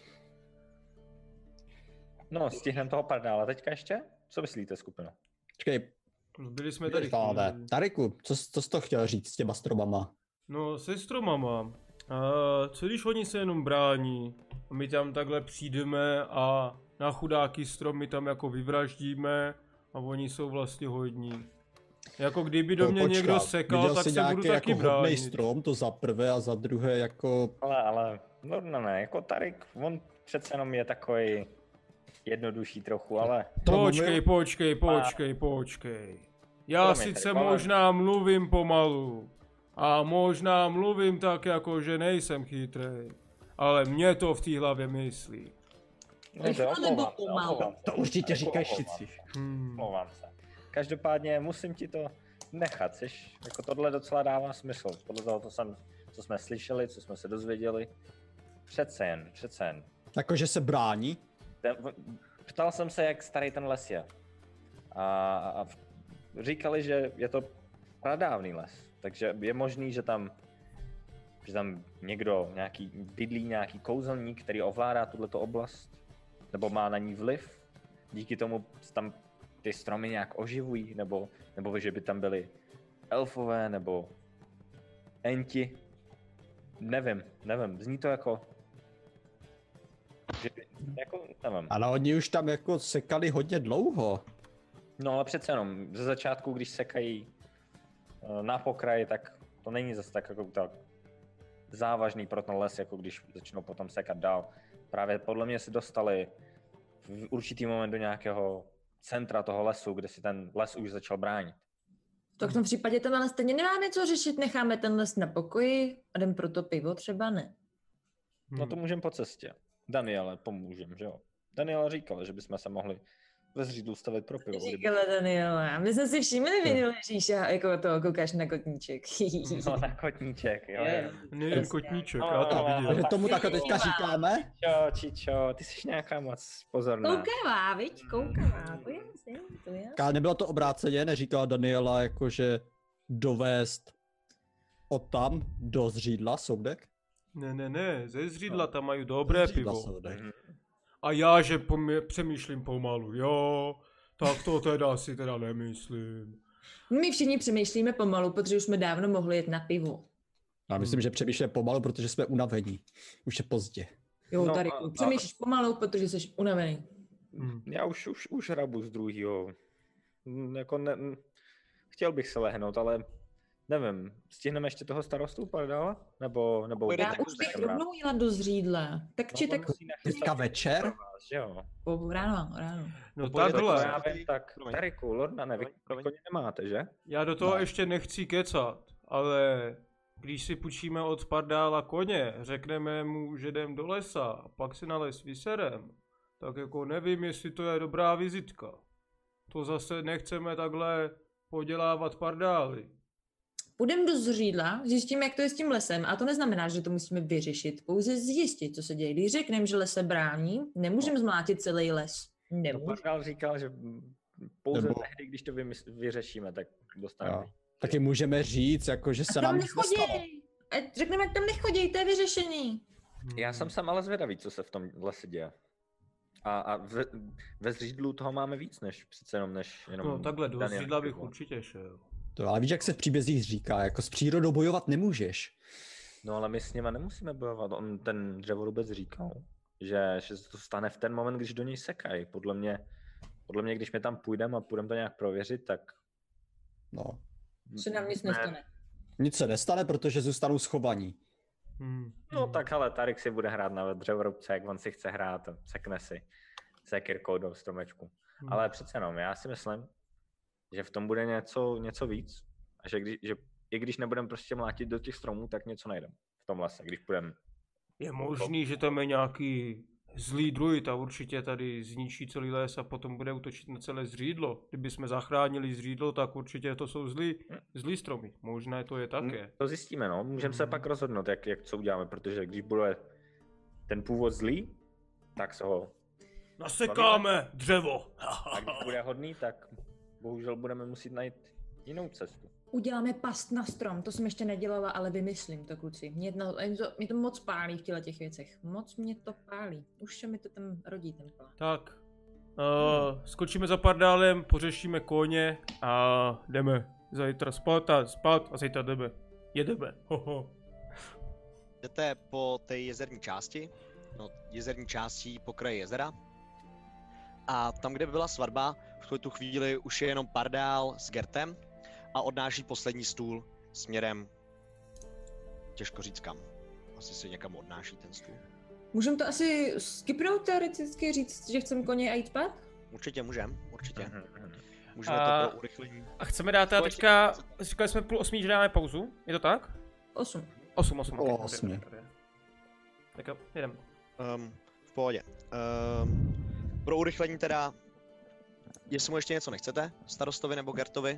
C: No, stihneme toho pardála teďka ještě? Co myslíte, skupino?
E: Počkej,
A: Byli jsme tady.
E: Tady.
A: chvíli.
E: Tariku, co, co jsi to chtěl říct s těma stromama?
A: No, se stromama. A co když oni se jenom brání? A my tam takhle přijdeme a na chudáky stromy tam jako vyvraždíme a oni jsou vlastně hodní. Jako kdyby do
E: No,
A: mě
E: počkat,
A: někdo sekal,
E: viděl
A: tak
E: jsi
A: se budu
E: nějaký
A: taky
E: jako hodnej
A: bránit.
E: strom, to za prvé a za druhé jako...
C: Ale, ale, no, no ne, jako Tarik, on přece jenom je takový jednodušší trochu, ale...
A: Počkej, počkej, počkej, počkej. Já
C: Promiň,
A: sice
C: ale-
A: možná mluvím pomalu. A možná mluvím tak jako, že nejsem chytrej. Ale mě to v té hlavě myslí.
C: No, to
D: Rychle nebo
C: omlouvám se,
D: pomalu?
C: omlouvám se.
E: To určitě říkají
C: Omlouvám
E: všichni.
C: se,
A: Hmm.
C: Omlouvám se. Každopádně musím ti to nechat, seš, jako tohle docela dává smysl. Podle toho, co, jsem, co jsme slyšeli, co jsme se dozvěděli. Přece jen, přece jen.
E: Jakože se brání?
C: Ten, ptal jsem se, jak starý ten les je. A, a říkali, že je to pradávný les. Takže je možný, že tam, že tam někdo, nějaký bydlí, nějaký kouzelník, který ovládá tuto oblast. Nebo má na ní vliv. Díky tomu tam ty stromy nějak oživují. Nebo, nebo že by tam byli elfové, nebo enti. Nevím, nevím. Zní to jako... Že, jako, nevím.
E: Ale oni už tam jako sekali hodně dlouho.
C: No ale přece jenom, ze začátku, když sekají eh, na pokraji, tak to není zase tak jako tak závažný pro ten les, jako když začnou potom sekat dál. Právě podle mě se dostali v určitý moment do nějakého centra toho lesu, kde si ten les už začal bránit.
D: Tak v tom případě tam ale stejně nemáme co řešit, necháme ten les na pokoji a jdem pro to pivo třeba ne.
C: No to můžeme po cestě. Daniele, pomůžem, že jo? Daniela říkala, že bychom se mohli ve Zřídlu stavit pro pivo. kdyby-
D: Říkala Daniela, my jsme si všimli, že ležíš a jako to koukáš na kotníček.
C: No na kotníček, jo.
D: Je.
C: jo.
A: Nejen kotníček,
C: No,
A: já to
C: no,
A: viděl.
E: Takže
C: tak
E: tomu
C: si-
E: takhle teďka říkáme.
C: Čičo, Čičo, ty jsi nějaká moc pozorná.
D: Koukavá, viď? Koukavá, to je, to je.
E: Ale nebylo to obráceně, neříkala Daniela jakože dovést od tam do Zřídla soudek?
A: Ne, ne, ne, ze Zřídla tam mají dobré
E: Zřídla
A: pivo.
E: soudek.
C: Mhm.
A: A já, že pomě- přemýšlím pomalu, jo, tak to teda si teda nemyslím.
D: My všichni přemýšlíme pomalu, protože už jsme dávno mohli jet na pivo.
E: Já myslím, že přemýšlíme pomalu, protože jsme unavení. Už je pozdě.
D: Jo,
C: No
D: tady
C: a- a-
D: přemýšlíš pomalu, protože jsi unavený.
A: Hmm.
C: Já už, už, už hrabu z druhýho. Mm, Jako ne, mm, chtěl bych se lehnout, ale nevím, stihneme ještě toho starostu Pardála? Nebo, nebo
B: Pojedete
D: Já
B: tak
D: už bych
C: začneme rád?
D: rovnou jela do Zřídla. Tak
C: No,
D: či
C: on
D: tak
C: musí nachystat
E: Teďka
C: něco
E: večer?
C: pro vás, že jo?
D: po ráno, ráno.
A: No
B: Pojedete
C: Tak
A: takhle,
C: já vím, tak
B: Promiň.
C: Tariku, Lorna, ne, vy
B: Promiň, promiň.
C: koně nemáte, že?
A: já do toho
E: Ne.
A: ještě nechci kecat, ale když si půjčíme od Pardála koně, řekneme mu, že jdem do lesa a pak se na les vyserem, tak jako nevím, jestli to je dobrá vizitka. To zase nechceme takhle podělávat Pardály.
D: Půjdeme do Zřídla, zjistíme, jak to je s tím lesem, a to neznamená, že to musíme vyřešit, pouze zjistit, co se děje. Když řekneme, že les se brání, nemůžeme zmlátit celý les.
C: No,
D: Nemůžeme.
C: Pardál říkal, že mm, pouze
E: Nebo-
C: tehdy, když to vymys- vyřešíme, tak dostaneme.
E: Jo. Taky můžeme říct, jako, že
D: A
E: se nám
D: tam
E: nic nestalo.
D: nechodí. A řekneme, ať tam nechodí, to je vyřešení.
C: Já jsem sam ale zvědavý, co se v tom lese děje. A, a ve, ve Zřídlu toho máme víc, než přece jenom, než jenom...
A: No takhle, do
C: Daniel
A: Zřídla bych
C: pivo.
A: určitě šel.
E: To, ale víš, jak se v příbězích říká, jako s přírodou bojovat nemůžeš.
C: No ale my s něma nemusíme bojovat. On ten dřevorubec říkal, že, že se to stane v ten moment, když do něj sekají. Podle mě, podle mě, když my tam půjdeme a půjdeme to nějak prověřit, tak...
E: No.
D: Se nám nic
C: ne.
D: nestane.
E: Nic se nestane, protože zůstanou schovaní.
A: Hmm.
C: No tak ale Tarik si bude hrát na dřevorubce, jak on si chce hrát, a sekne si sekirkou do stromečku.
A: Hmm.
C: Ale přece jenom, já si myslím, že v tom bude něco, něco víc. A že, kdy, že i když nebudeme prostě mlátit do těch stromů, tak něco najdeme v tom lese, když půjdeme.
A: Je možný, že tam je nějaký zlý druid a určitě tady zničí celý les a potom bude útočit na celé zřídlo. Kdyby jsme zachránili zřídlo, tak určitě to jsou zlý, zlý stromy. Možná to je také.
C: To zjistíme, no. Můžeme se pak rozhodnout, jak, jak co uděláme, protože když bude ten původ zlý, tak se ho...
A: Nasekáme dřevo!
C: A když bude hodný, tak bohužel budeme muset najít jinou cestu.
D: Uděláme past na strom, to jsem ještě nedělala, ale vymyslím to, kluci. Mě to, mě to, mě to moc pálí v těle těch věcech. Moc mě to pálí. Už se mi to tam rodí, ten plán.
A: Tak, uh, skočíme za pardálem, pořešíme koně a jdeme zítra spát a spát a zítra jdeme. Jedeme. Hoho.
B: Jdete po té jezerní části, no jezerní částí po kraji jezera. A tam, kde by byla svatba, v tu chvíli už je jenom pardál s Gertem a odnáší poslední stůl směrem, těžko říct kam. Asi si někam odnáší ten stůl.
D: Můžeme to asi skipnout teoreticky, říct, že chceme koně a jít spát?
B: Určitě můžem, určitě.
C: Mhm.
B: Můžeme
A: A-
B: to pro urychlení.
A: A chceme dát teda teďka, říkali jsme půl osmí, že dáme pauzu, je to tak?
D: Osm.
A: Osm, osm.
E: Okolo
A: ok,
E: osmi.
A: dobré, dobré. Tak jo, jedem.
B: Um, v pohodě. Um, pro urychlení teda, jestli mu ještě něco nechcete, starostovi nebo Gertovi,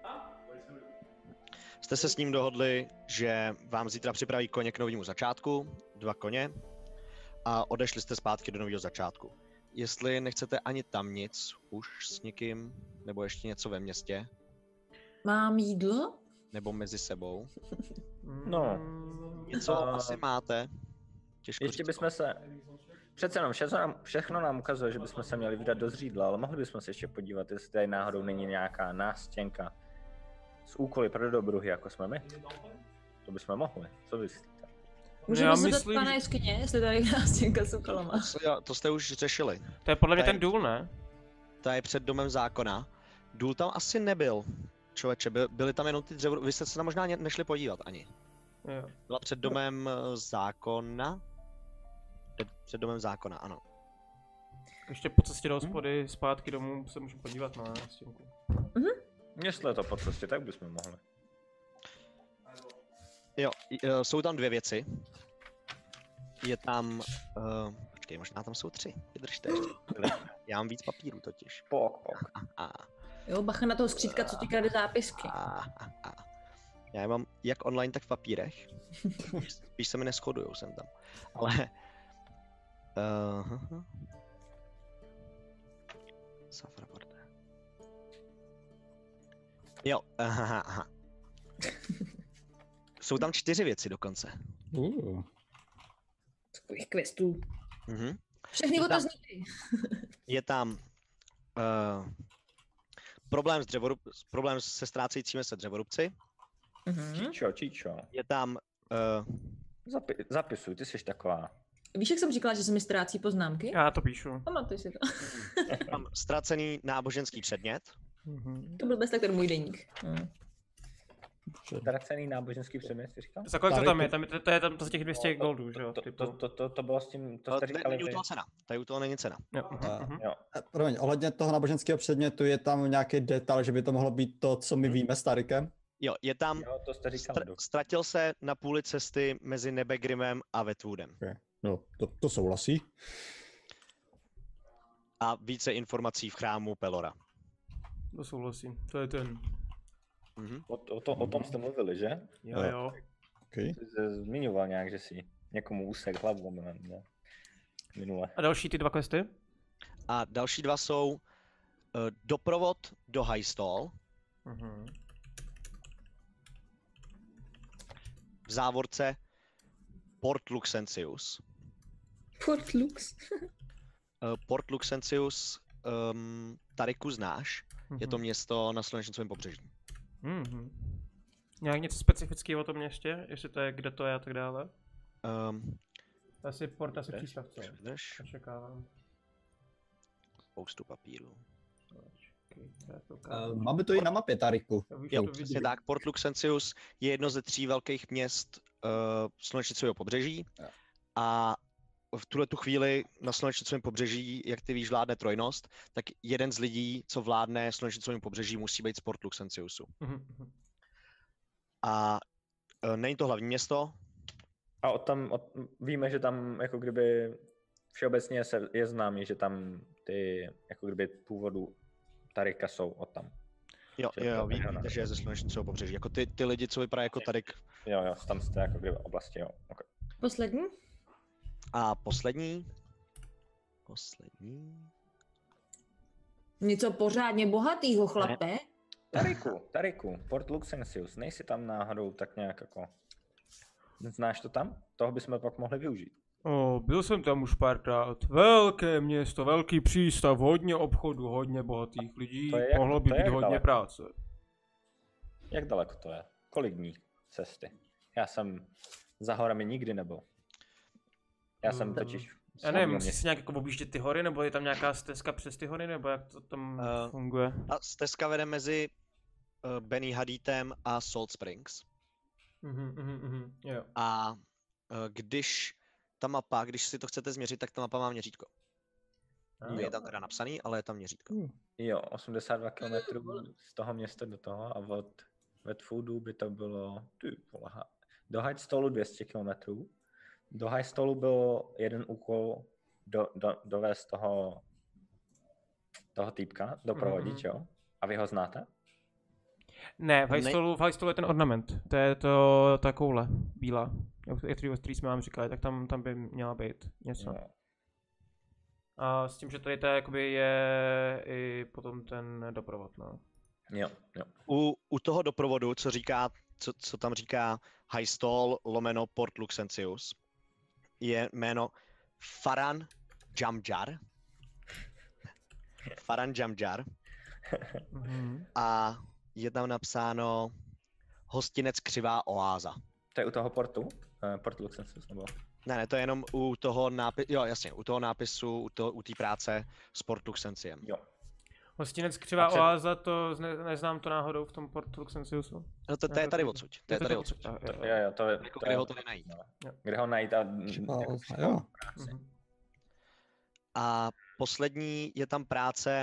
B: jste se s ním dohodli, že vám zítra připraví koně k novému začátku, dva koně, a odešli jste zpátky do nového začátku. Jestli nechcete ani tam nic už s někým, nebo ještě něco ve městě,
D: Mám jídlo?
B: nebo mezi sebou,
C: No.
A: Mm,
B: něco
C: A-
B: asi máte. Těžko
C: Ještě
B: říct.
C: bychom se... Přece jenom všechno nám, všechno nám ukazuje, že bychom se měli vydat do zřídla, ale mohli bychom se ještě podívat, jestli tady náhodou není nějaká nástěnka s úkoly pro dobruhy, jako jsme my. To bychom mohli, co myslíte?
D: Můžeme
A: já
D: se zeptat
A: myslím,
D: pana
A: že-
D: jeskyně, jestli tady je nástěnka s úkolama.
B: To, jo, to jste už řešili.
A: To je podle mě
B: Tady-
A: ten důl, ne?
B: Ta je před domem zákona. Důl tam asi nebyl. Člověče, by, byly tam jenom ty dřevo... Vy jste se tam možná ně- nešli podívat ani.
A: Jo.
B: Byla před domem eh, zákona? Před, před domem zákona, ano.
A: Ještě po cestě do hospody, zpátky domů se můžu podívat na stěnku.
C: Jestli je to po cestě, tak bychom mohli.
B: Jo, i- eh, jsou tam dvě věci. Je tam... Uh, počkej, možná tam jsou tři. Vydržte ještě. Já mám víc papíru totiž.
C: Pok, pok.
B: A,
D: Jo, bacha na toho skřítka, co ti krade zápisky.
B: a, a, a. Já je mám jak online, tak v papírech. Spíš se mi neschodujou sem tam. Ale... Uh, Safra Borde. Jo, aha, aha. Jsou tam čtyři věci dokonce.
E: Uh.
D: Takových questů.
B: Mhm.
D: Všechny
B: Je tam-
D: otazníky.
B: Je tam uh, problém, s dřevorub, problém se ztrácejícími se dřevorubci.
D: Mhm.
C: Číčo, číčo.
B: Je tam uh,
C: Zapi- zapisuj, ty jsi taková.
D: Víš, jak jsem říkala, že se mi ztrácí poznámky?
A: Já to píšu.
D: Pamatuj si to.
B: tam ztracený náboženský předmět.
A: Mhm.
D: To byl bez tak ten můj deník. Hmm.
C: Ztracený náboženský předmět, jsi říkal?
A: Za kolik to
E: Tady
A: tam
E: to-
A: je? Tam je to, to je tam to za těch dvě stě goldů, že jo?
C: To,
A: typu.
C: to, to, to, to bylo s tím, to jste
B: To
C: říkali
B: není u
C: vy.
B: toho cena. Tady u toho není cena.
A: Jo, mhm,
E: A-
A: mhm.
C: Jo.
E: Eh, Promiň, ohledně toho náboženského předmětu je tam nějaký detail, že by to mohlo být to, co my víme s Tarikem?
B: Jo, je tam...
C: Jo, to jste říkal.
B: Str- ztratil se na půli cesty mezi Nebegrimem a Wetwoodem.
E: No, to, to souhlasí.
B: A více informací v chrámu Pelora.
A: To souhlasím. To je ten.
B: Mhm.
C: O, o, to, o tom jste mluvili, že?
A: Jo, jo.
E: Okay.
C: Jsi se zmiňoval nějak, že si někomu úsek hlavu ne? ne? Minule.
A: A další ty dva questy?
B: A další dva jsou uh, doprovod do Highstall,
A: Mhm.
B: v závorce Port Luxencius.
D: Port Lux.
B: Uh, Port Luxencius um, Tariku znáš, je to město na slunečnicovém pobřeží.
A: Mhm. Nějak něco specifického o tom městě? Jestli to je, kde to je a tak dále?
B: Um,
A: Asi port, asi
C: Jdeš?
A: přístav, co?
B: Vydrž,
A: Očekávám.
B: spoustu papíru.
A: Počkej, to je to
E: Uh,
A: kámo.
E: máme to i na mapě, Tariku.
A: Já už
B: Jo,
A: to
B: přesně
A: vidím.
B: tak. Port Luxencius je jedno ze tří velkých měst uh, slunečnicového pobřeží.
E: Jo.
B: A v tuhle tu chvíli na slunečnicovém pobřeží, jak ty víš, vládne trojnost, tak jeden z lidí, co vládne slunečnicovému pobřeží, musí být z Port Luxenciusu.
A: Mhm, mhm.
B: A uh, není to hlavní město,
C: A o tam, o, víme, že tam jako kdyby všeobecně se, je známý, že tam ty, jako kdyby původu Tarika jsou od tam.
B: Jo,
C: Že
B: jo, jo,
C: to
B: ví,
C: je na-
B: víte, že je ze slunečnicového pobřeží. Jako ty, ty lidi, co vypadají jako tady.
C: Jo, jo, tam jste jako kdyby oblasti, jo. Okay.
D: Poslední?
B: A poslední. Poslední.
D: Něco pořádně bohatýho, chlape.
C: Tariku, Tariku, Port Luxensius, nejsi tam náhodou tak nějak jako... Znáš to tam? Toho bychom pak mohli využít.
A: O, byl jsem tam už párkrát. Velké město, velký přístav, hodně obchodu, hodně bohatých lidí.
C: To je jak-
A: Mohlo by
C: to je
A: být
C: jak
A: hodně
C: daleko?
A: práce.
C: Jak daleko to je? Kolik dní cesty? Já jsem za horami nikdy nebyl. Já jsem
A: Hmm.
C: totiž...
A: Já nevím, musíš si nějak jako objíždět ty hory, nebo je tam nějaká stezka přes ty hory, nebo jak to tam
B: Eh,
A: funguje?
B: A stezka vede mezi uh, Benny Hadítem a Salt Springs.
A: Mhm, mhm, mhm, jo.
B: A uh, když ta mapa, když si to chcete změřit, tak ta mapa má měřítko.
A: A,
B: Je tam teda napsaný, ale je tam měřítko.
C: Jo, osmdesát dva kilometrů z toho města do toho a od Wetfoodu by to bylo... Ty vole, ha- do Hightstolu dvě stě kilometrů. Do Hightstolu byl jeden úkol do, do, dovést toho, toho týpka, doprovodit,
A: Mhm.
C: jo? A vy ho znáte?
A: Ne, v Hightstolu, v Hightstolu je ten ornament. To je to, ta koule, bílá. O který, o který jsme vám říkali, tak tam, tam by měla být něco.
C: Jo.
A: A s tím, že tady to je, jakoby je i potom ten doprovod, no.
C: Jo, jo.
B: U, u toho doprovodu, co říká, co, co tam říká Highstall lomeno Port Luxensius, je jméno Faran Jamjar. Faran Jamjar.
A: Mhm.
B: A je tam napsáno hostinec Křivá oáza.
C: To je u toho portu? Uh, Port Luxensius, nebo?
B: Ne, ne, to je jenom u toho nápisu, jo jasně, u toho nápisu, u té u té práce s Port Luxenciem.
C: Jo.
A: Hostinec Křivá
C: A před-
A: oáza, to ne, neznám to náhodou v tom Port Luxensiusu.
B: No to, to je tady odsud, to je tady odsud.
A: Jo,
C: To,
A: jo,
C: jo, jo, to je...
B: Jako
C: to
B: kde
C: je
B: ho tady najít.
C: no. Kde ho najít a...
E: Třeba,
C: jako
E: jo.
C: práci.
A: Mhm.
B: A poslední je tam práce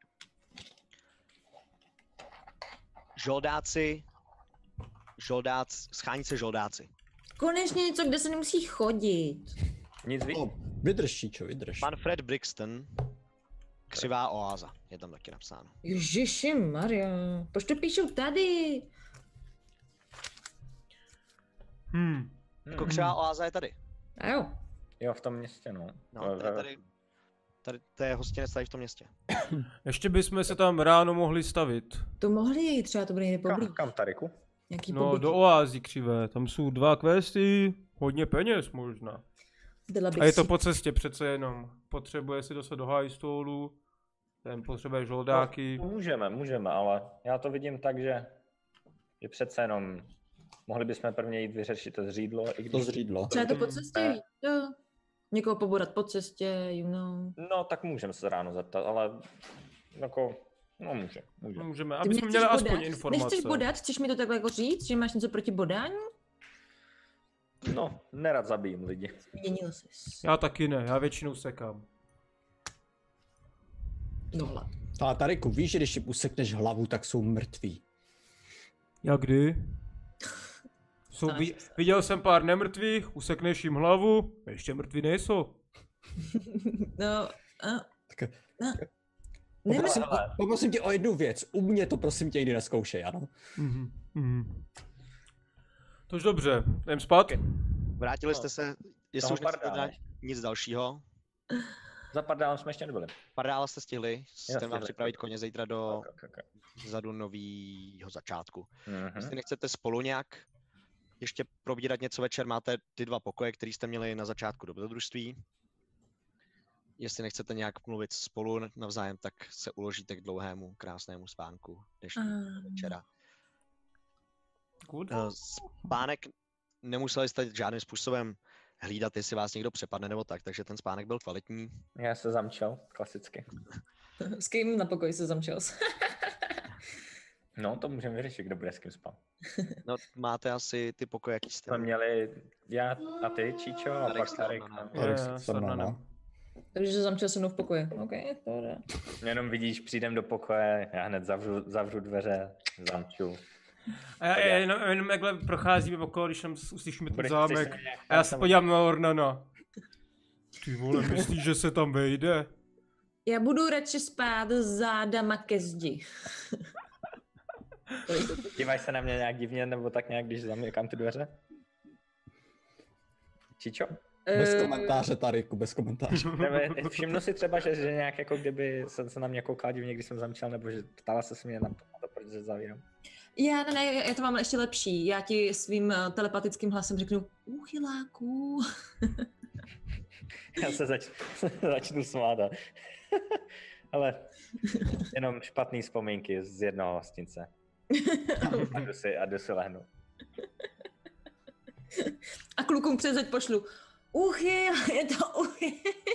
B: žoldáci, žoldáci, schánit se žoldáci.
D: Konečně něco, kde se nemusí chodit.
C: Nic víc?
E: No, vydrž, Číčo, vydrž.
B: Pan Fred Brixton, Křivá oáza, je tam taky napsáno.
D: Ježiši Maria, proč to píšou tady?
A: Hmm.
B: Jako
C: Hmm.
B: Křivá oáza je tady.
D: A jo.
C: Jo, v tom městě, no.
B: No, tady, tady, tady, to je hostinec tady v tom městě.
A: Ještě bychom se tam ráno mohli stavit.
D: To mohli, třeba to bude někde poblíž.
C: Kam, kam Tariku?
D: Nějaký
A: No,
D: pobyt.
A: do oázy Křivé, tam jsou dva questy, hodně peněz možná.
D: Dala bych
A: A je to
D: si.
A: po cestě přece jenom. Potřebuje si dostat do Highstolu, ten potřebuje žoldáky.
C: No, můžeme, můžeme, ale já to vidím tak, že je přece jenom... Mohli bychom prvně jít vyřešit to zřídlo, i
E: To
C: když...
E: zřídlo.
D: Třeba je to po
C: Mm,
D: cestě,
C: ne.
D: víš, jo. Někoho poborat po cestě, you know.
C: No, tak můžeme se ráno zeptat, ale... Jako... No, může, může.
A: No, můžeme,
D: Ty
A: aby
D: mě
A: jsme
D: chceš
A: měli aspoň
D: bodat?
A: informace.
D: Nechceš bodat? Chceš mi to takhle jako říct, že máš něco proti bodání?
C: No, nerad zabijím lidi.
D: Měnil jsi.
A: Já taky ne, já většinou sekám.
D: Dohle.
E: Ale Tariku, víš, že když jim usekneš hlavu, tak jsou mrtví.
A: Jak kdy? Jsou,
D: Znáš
A: ví, viděl jsem pár nemrtvých, usekneš jim hlavu, ještě mrtví nejsou.
D: No, a...
E: Tak,
D: No.
E: poprosím,
D: Nemysl...
E: poprosím tě o jednu věc. U mě to prosím tě nikdy neskoušej, ano?
A: Mhm, mhm. Tož dobře, jdem spát?
B: Vrátili
C: No,
B: jste se, jestli
C: toho
B: už nechcete
C: pardále.
B: dělat nic dalšího.
C: Za pár dálem jsme ještě nebyli.
B: Pardála jste stihli, chcete vám
C: stihli.
B: připravit koně zítra do
C: Ok, ok, ok.
B: zadu novýho začátku.
C: Mhm.
B: Jestli nechcete spolu nějak ještě probírat něco večer, máte ty dva pokoje, které jste měli na začátku dobrodružství. Jestli nechcete nějak mluvit spolu navzájem, tak se uložíte k dlouhému, krásnému spánku dnešního večera.
A: Good.
B: Eh, Spánek nemuseli jste žádným způsobem hlídat, jestli vás někdo přepadne nebo tak, takže ten spánek byl kvalitní.
C: Já se zamčel, klasicky.
D: S kým na pokoji se zamčel?
C: No, to můžeme vyřešit, kdo bude s kým spát.
B: No, máte asi ty pokoje, jaký jste
C: Jsme měli já a ty, Číčo, a
B: Tarik
C: pak
B: s
C: Tarik.
B: Tornanem.
A: Je,
E: Tarik
A: je,
E: s
A: s Tornanem.
E: Tornanem.
D: Takže se zamčel se mnou v pokoji. OK, to jde.
C: Jenom vidíš, přijdem do pokoje, já hned zavřu, zavřu dveře, zamču.
A: A já, já jenom, jenom jakhle procházíme okolo, když tam uslyšíme ten
C: Budeš-
A: zámek.
C: chceš se nějak
A: A já
C: tam
A: se
C: tam-
A: podívám na Ornana. Ty vole, myslíš, že se tam vejde?
D: Já budu radši spát zádama ke zdi.
C: Dívaj se na mě nějak divně, nebo tak nějak, když zamykám ty dveře? Čičo?
E: Bez
D: Eh,
E: komentáře, Tariku, bez komentáře.
C: Nebo všimnu si třeba, že, že nějak jako kdyby se, se na mě koukala divně, když jsem zamčel, nebo že ptala se se mě na to, na to proč se zavírám.
D: Já ne, ne, já to mám ještě lepší. Já ti svým eh, telepatickým hlasem řeknu úchyláku.
C: Já se zač, začnu smát. Ale jenom špatný vzpomínky z jednoho hostince. A jdu si, a jdu si lehnu.
D: A klukům přes zeď pošlu. Uchyl, je to uchyl.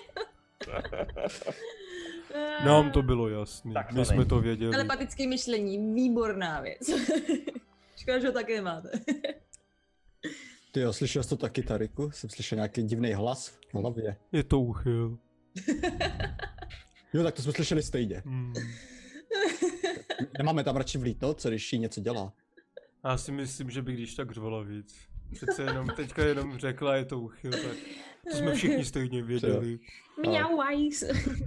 A: Nám to bylo jasný,
C: Tak to
A: my jsme
C: není.
A: to věděli.
D: Telepatické myšlení, výborná věc. Škoda, že ho také máte.
E: Ty jo, slyšel jsi to taky, Tariku? Jsem slyšel nějaký divný hlas v hlavě.
A: Je to úchyl.
E: Jo, tak to jsme slyšeli stejně.
A: Hmm.
E: Nemáme tam radši vlítnout, co když jí něco dělá?
A: Já si myslím, že by když tak řvala víc. Přece jenom teďka jenom řekla, je to úchyl, tak to jsme všichni stejně věděli.
D: Mňau, ajs.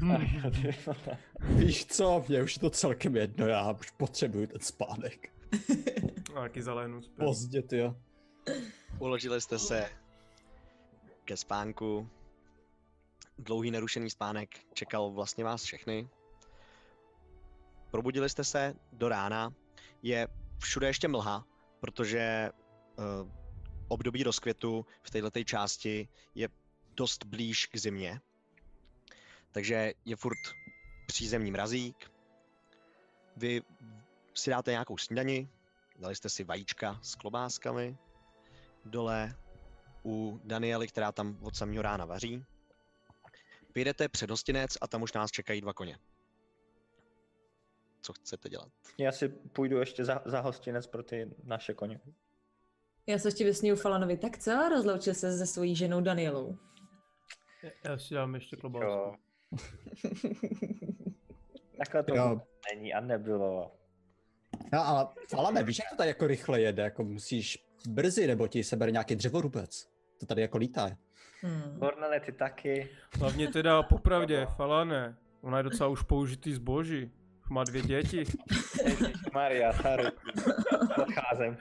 E: Víš co, mě už je to celkem jedno, já už potřebuju ten spánek.
A: A taky zaléhnu zpět.
E: Pozdě, ty jo.
B: Uložili jste se ke spánku. Dlouhý nerušený spánek čekal vlastně vás všechny. Probudili jste se do rána. Je všude ještě mlha, protože uh, období rozkvětu v této části je dost blíž k zimě. Takže je furt přízemní mrazík. Vy si dáte nějakou snídani, dali jste si vajíčka s klobáskami. Dole u Daniely, která tam od samého rána vaří. Vyjdete před hostinec a tam už nás čekají dva koně. Co chcete dělat?
C: Já si půjdu ještě za, za hostinec pro ty naše koně.
D: Já se ještě vysněju Falanovi, tak co? Rozloučil se se svojí ženou Danielou.
A: Já si dám ještě klobásku.
C: Jo. Takhle to
E: Jo.
C: není a nebylo.
E: No ale Falane, víš, jak to tady jako rychle jede, jako musíš brzy, nebo ti sebere nějaký dřevorubec. To tady jako lítá.
D: Hmm.
C: Bornele, ty taky.
A: Hlavně teda popravdě, Falane, ona je docela už použitý zboží. Má dvě děti.
C: Maria, Tary. Odcházím.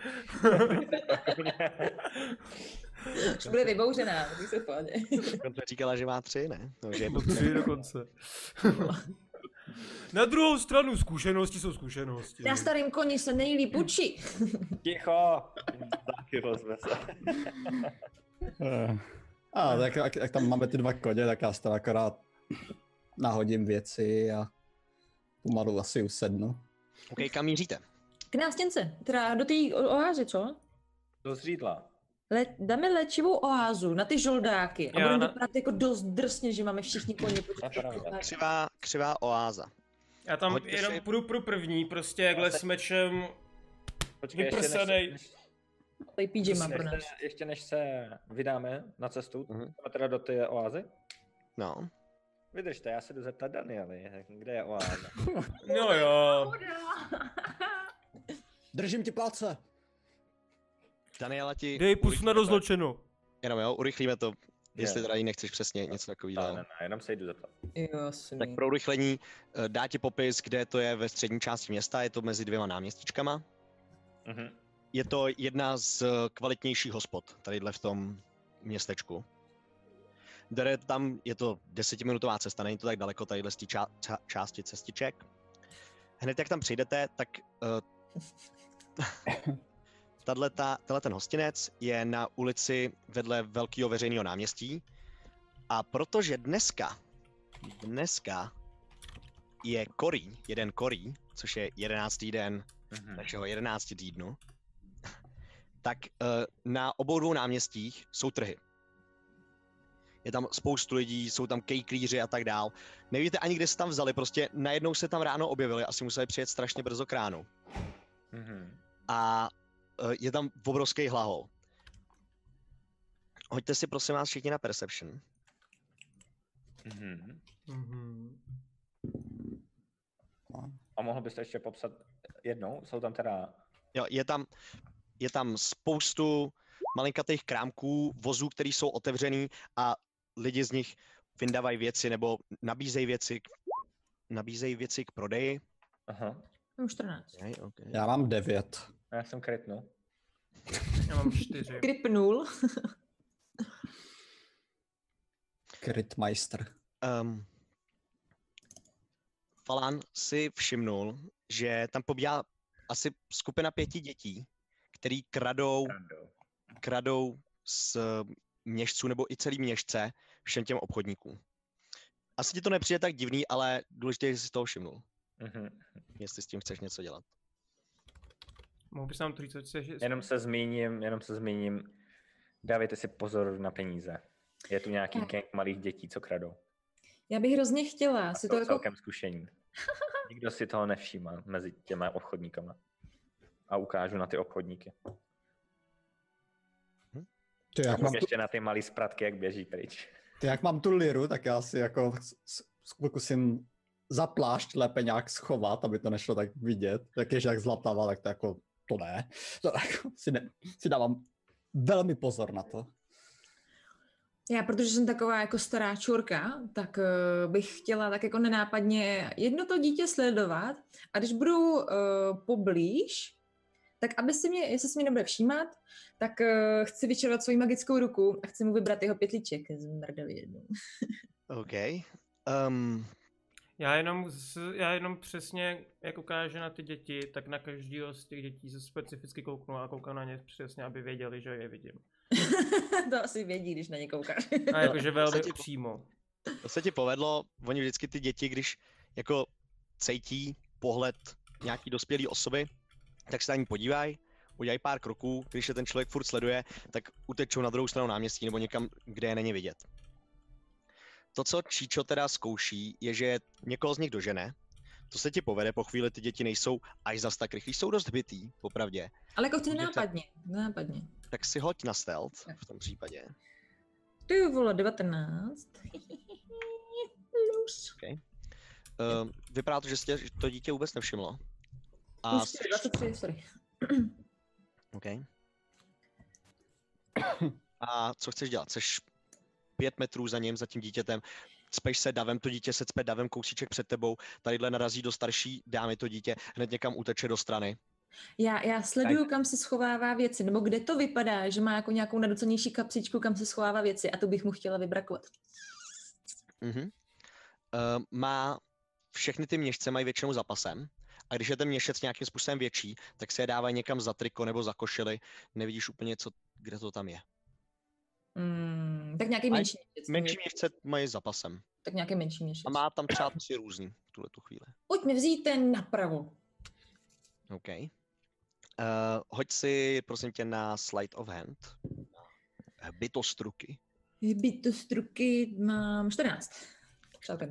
D: Už bude vybouřená, tak se v pohodě.
B: Říkala, že má tři, ne? No, že je
A: Do tři dokonce. Na druhou stranu, zkušenosti jsou zkušenosti.
D: Na starým koni se nejlíp učí.
C: Ticho! Taky rozve se.
E: Eh, A tak jak, jak tam máme ty dva koně, tak já si tam akorát nahodím věci a pomalu asi usednu.
B: OK, kam míříte?
D: K nástěnce, teda do té oázy, co?
C: Do zřídla.
D: Le, dáme léčivou oázu na ty žoldáky a
A: Já
D: budeme
A: na-
D: vypadat jako dost drsně, že máme všichni koně.
C: To je pravda.
B: Křivá, křivá oáza.
A: Já tam
B: Hoďte
A: jenom
B: si-
A: půjdu pro první, prostě jakhle s mečem.
C: Počkej, ještě než,
A: Vyprsanej.
C: než,
D: Tady P J mám pro nás.
C: ještě, ještě než se vydáme na cestu,
B: Mhm.
C: jdeme teda do té oázy.
B: No.
C: Vydržte, já se jdu zeptat Daniely, kde je oáza.
A: No jo.
E: Držím ti palce!
B: Daniela ti...
A: Dej pusu na
B: urychlíme to.
A: rozločeno.
B: Jenom jo, urychlíme to, jestli
C: Jo.
B: teda jí nechceš přesně něco
C: Ne,
B: takového.
C: ne, ne, jenom se jdu zeptat.
D: Jasný.
B: Tak pro urychlení eh, dá ti popis, kde to je ve střední části města, je to mezi dvěma náměstíčkama.
C: Mhm.
B: Je to jedna z kvalitnějších hospod, tadyhle v tom městečku. Jde tam, je to desetiminutová cesta, není to tak daleko tadyhle z té ča- ča- části cestiček. Hned jak tam přijdete, tak uh, tato, ten hostinec je na ulici vedle velkého veřejného náměstí. A protože dneska, dneska je korý, jeden korý, což je jedenáctý den
C: Mhm.
B: našeho jedenácti týdnu, tak uh, na obou dvou náměstích jsou trhy. Je tam spoustu lidí, jsou tam kejklíři a tak dál. Nevíte ani, kde se tam vzali, prostě najednou se tam ráno objevili, asi museli přijet strašně brzo k ránu.
C: Mhm.
B: A uh, je tam obrovský hlahol. Hoďte si prosím vás všichni na Perception.
C: Mhm.
A: Mhm.
C: A mohl byste ještě popsat jednou? Jsou tam teda...
B: Jo, je tam, je tam spoustu malinkatých krámků, vozů, které jsou otevřený a lidi z nich vyndávají věci nebo nabízejí věci, k, nabízejí věci k prodeji.
C: Aha.
D: Mám čtrnáct.
B: Okay, okay.
E: Já mám devět.
C: Já jsem krytnul.
A: Já mám čtyři.
D: Krypnul.
E: Krytmeister.
B: Um, Falan si všimnul, že tam pobíhá asi skupina pěti dětí, který kradou, kradou z měšců nebo i celý měšce všem těm obchodníkům. Asi ti to nepřijde tak divný, ale důležité je, že jsi z toho všimnul.
C: Mhm.
B: Jestli s tím chceš něco dělat.
A: Mohu bys nám to říct, co chceš?
C: Jenom se zmíním, jenom se zmíním. Dávejte si pozor na peníze. Je tu nějaký gang malých dětí, co kradou.
D: Já bych hrozně chtěla
C: A
D: si
C: jsou
D: to jako...
C: celkem zkušení. Nikdo si toho nevšímá mezi těma obchodníkama. A ukážu na ty obchodníky.
E: Ty, jak
C: A
E: mám tu,
C: ještě na ty malý spratky, jak běží pryč.
E: ty, jak mám tu liru, tak já si jako s- s- pokusím za plášť lépe nějak schovat, aby to nešlo tak vidět. Jak je, že jak zlatava, tak to jako, to ne. To jako si, ne, si dávám velmi pozor na to.
D: Já, protože jsem taková jako stará čurka, tak uh, bych chtěla tak jako nenápadně jedno to dítě sledovat a když budu uh, poblíž, tak aby si mě, jestli si mě nebude všímat, tak uh, chci vyčerovat svoji magickou ruku a chci mu vybrat jeho pětlíček z mrdavě jednou.
B: OK. Um,
A: Já jenom, z, já jenom přesně, jak ukáže na ty děti, tak na každého z těch dětí se specificky kouknu a koukám na ně přesně, aby věděli, že je vidím.
D: To asi vědí, když na ně koukáš.
A: A jakože velmi
B: se ti-
A: přímo.
B: to se ti povedlo, oni vždycky ty děti, když jako cítí pohled nějaký dospělý osoby, tak se na ní podívají, udělají pár kroků, když je ten člověk furt sleduje, tak utečou na druhou stranu náměstí nebo někam, kde je není vidět. To, co Číčo teda zkouší, je, že někoho z nich dožene. To se ti povede, po chvíli ty děti nejsou až zas tak rychlí, jsou dost bytý, popravdě.
D: Ale jako chci
B: Můžete-
D: nápadně, nápadně.
B: Tak si hoď na stealth v tom případě.
D: Ty vole, devatenáct. Luz.
B: Uh, vypadá to, že si tě to dítě vůbec nevšimlo. A
D: Plus čtyři, dvacet tři, sorry.
B: Okay. A co chceš dělat? Chceš pět metrů za ním, za tím dítětem, cpeš se davem, to dítě se cpe davem kousíček před tebou, tadyhle narazí do starší dámy to dítě, hned někam uteče do strany.
D: Já, já sleduju, kam se schovává věci, nebo kde to vypadá, že má jako nějakou nedocenější kapsičku, kam se schovává věci a to bych mu chtěla vybrakovat.
B: Mhm. Uh, má, všechny ty měšce mají většinou za pasem, a když je ten měšec nějakým způsobem větší, tak se je dávají někam za triko nebo za košili, nevidíš úplně, co, kde to tam je.
D: Mm, tak nějaký
B: Mají
D: menší měšec.
B: Menší měšce mají za pasem.
D: Tak nějaký menší měšec.
B: A má tam třeba tři různý v tuhle tu chvíli.
D: Pojď mi vzít ten napravo.
B: OK. Uh, hoď si, prosím tě, na Sleight of Hand. Na bytost ruky.
D: Bytost ruky mám čtrnáct. Celkem.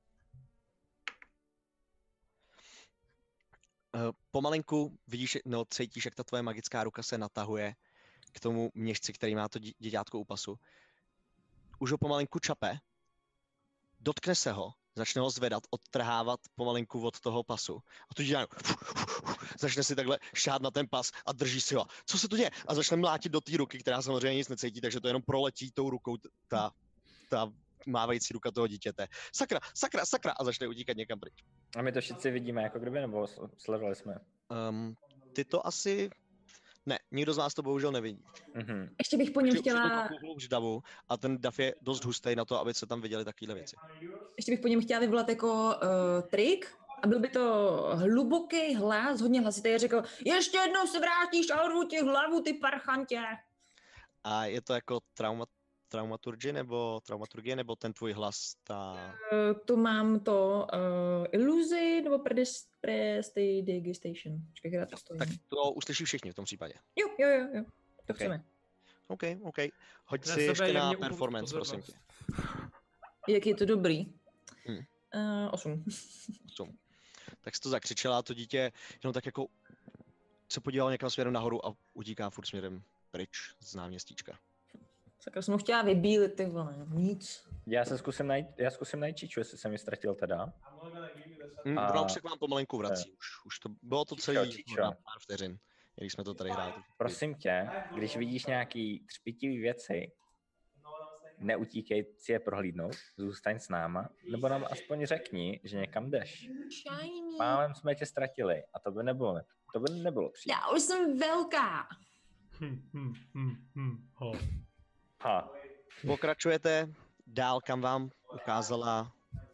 B: Uh, pomalinku vidíš, no cítíš, jak ta tvoje magická ruka se natahuje k tomu měšci, který má to dě- děťátko u pasu. Už ho pomalinku čape, dotkne se ho, začne ho zvedat, odtrhávat pomalinku od toho pasu. A to dítě začne si takhle šát na ten pas a drží si ho. Co se to děje? A začne mlátit do té ruky, která samozřejmě nic necítí, takže to jenom proletí tou rukou t- ta, ta mávající ruka toho dítěte. Sakra, sakra, sakra! A začne utíkat někam pryč.
C: A my to všichni vidíme, jako kdyby, nebo s- sledovali jsme.
B: Um, ty to asi... Ne, nikdo z vás to bohužel nevidí.
C: Mhm.
D: Ještě bych po něm
B: Při- při tom
D: chtěla,
B: takovou davu a ten dav je dost hustý na to, aby se tam viděly takovéhle věci.
D: ještě bych po něm chtěla vyvolat jako uh, trik a byl by to hluboký hlas, hodně hlasitý a řekl, ještě jednou se vrátíš a odvu ti hlavu, ty parchantě.
B: A je to jako trauma, traumaturgie nebo traumaturgie, nebo ten tvůj hlas, ta...
D: Uh, to mám to uh, iluzi nebo predest- prestidigitation. Počkej, která to stojí.
B: Tak to uslyší všichni v tom případě.
D: Jo, jo, jo, jo. To
B: Ok.
D: chceme.
B: OK, OK. Hoď
A: Na
B: si
A: sebe
B: ještě na
A: jemně upoutat
B: performance, prosím tě.
A: pozornost.
D: Jak je to dobrý?
B: Hmm.
D: Uh, osm.
B: Osm. Tak jsi to zakřičela a to dítě jenom tak jako se podívalo někam směrem nahoru a utíká furt směrem pryč z náměstíčka.
D: Sakra, jsem ho chtěla vybílit, ty vole, nic.
C: Já se zkusím najít, já zkusím najít Čiču, jestli jsem ji ztratil teda.
B: Mm,
C: A-
B: Ono se k vám pomalinku vrací, už, už to bylo to celý
C: Čičo.
B: na pár vteřin, když jsme to tady hráli.
C: Prosím tě, když vidíš nějaký třpitivý věci, neutíkej si je prohlídnout, zůstaň s náma, nebo nám aspoň řekni, že někam jdeš.
D: Shiny.
C: Málem jsme tě ztratili a to by nebylo, to by nebylo příjemné.
D: Já už jsem velká.
A: Hm, hm, hm, hm, ho.
C: Ha.
B: Pokračujete dál, kam vám ukázala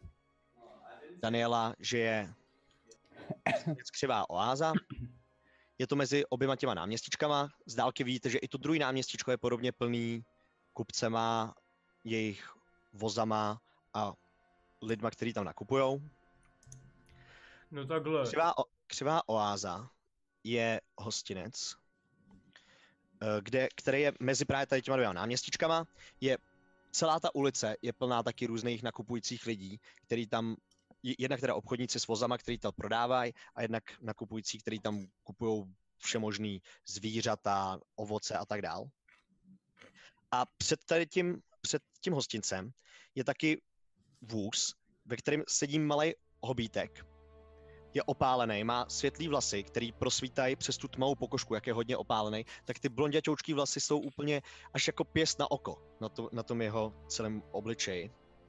B: Daniela, že je křivá oáza. Je to mezi oběma těma náměstíčkama. Z dálky vidíte, že i to druhý náměstíčko je podobně plný kupcema, jejich vozama a lidma, kteří tam nakupujou.
A: No takhle.
B: Křivá, o, křivá oáza je hostinec, kde, který je mezi právě tady těma dvěma náměstíčkama. Je, celá ta ulice je plná taky různých nakupujících lidí, který tam, jednak teda obchodníci s vozama, který to prodávají, a jednak nakupující, který tam kupují všemožný zvířata, ovoce a tak dál. A před tady tím, před tím hostincem je taky vůz, ve kterém sedí malý hobítek. Je opálený, má světlý vlasy, který prosvítají přes tu tmavou pokožku, jak je hodně opálený, tak ty blonděťoučký vlasy jsou úplně až jako pěst na oko na, to, na tom jeho celém obličeji.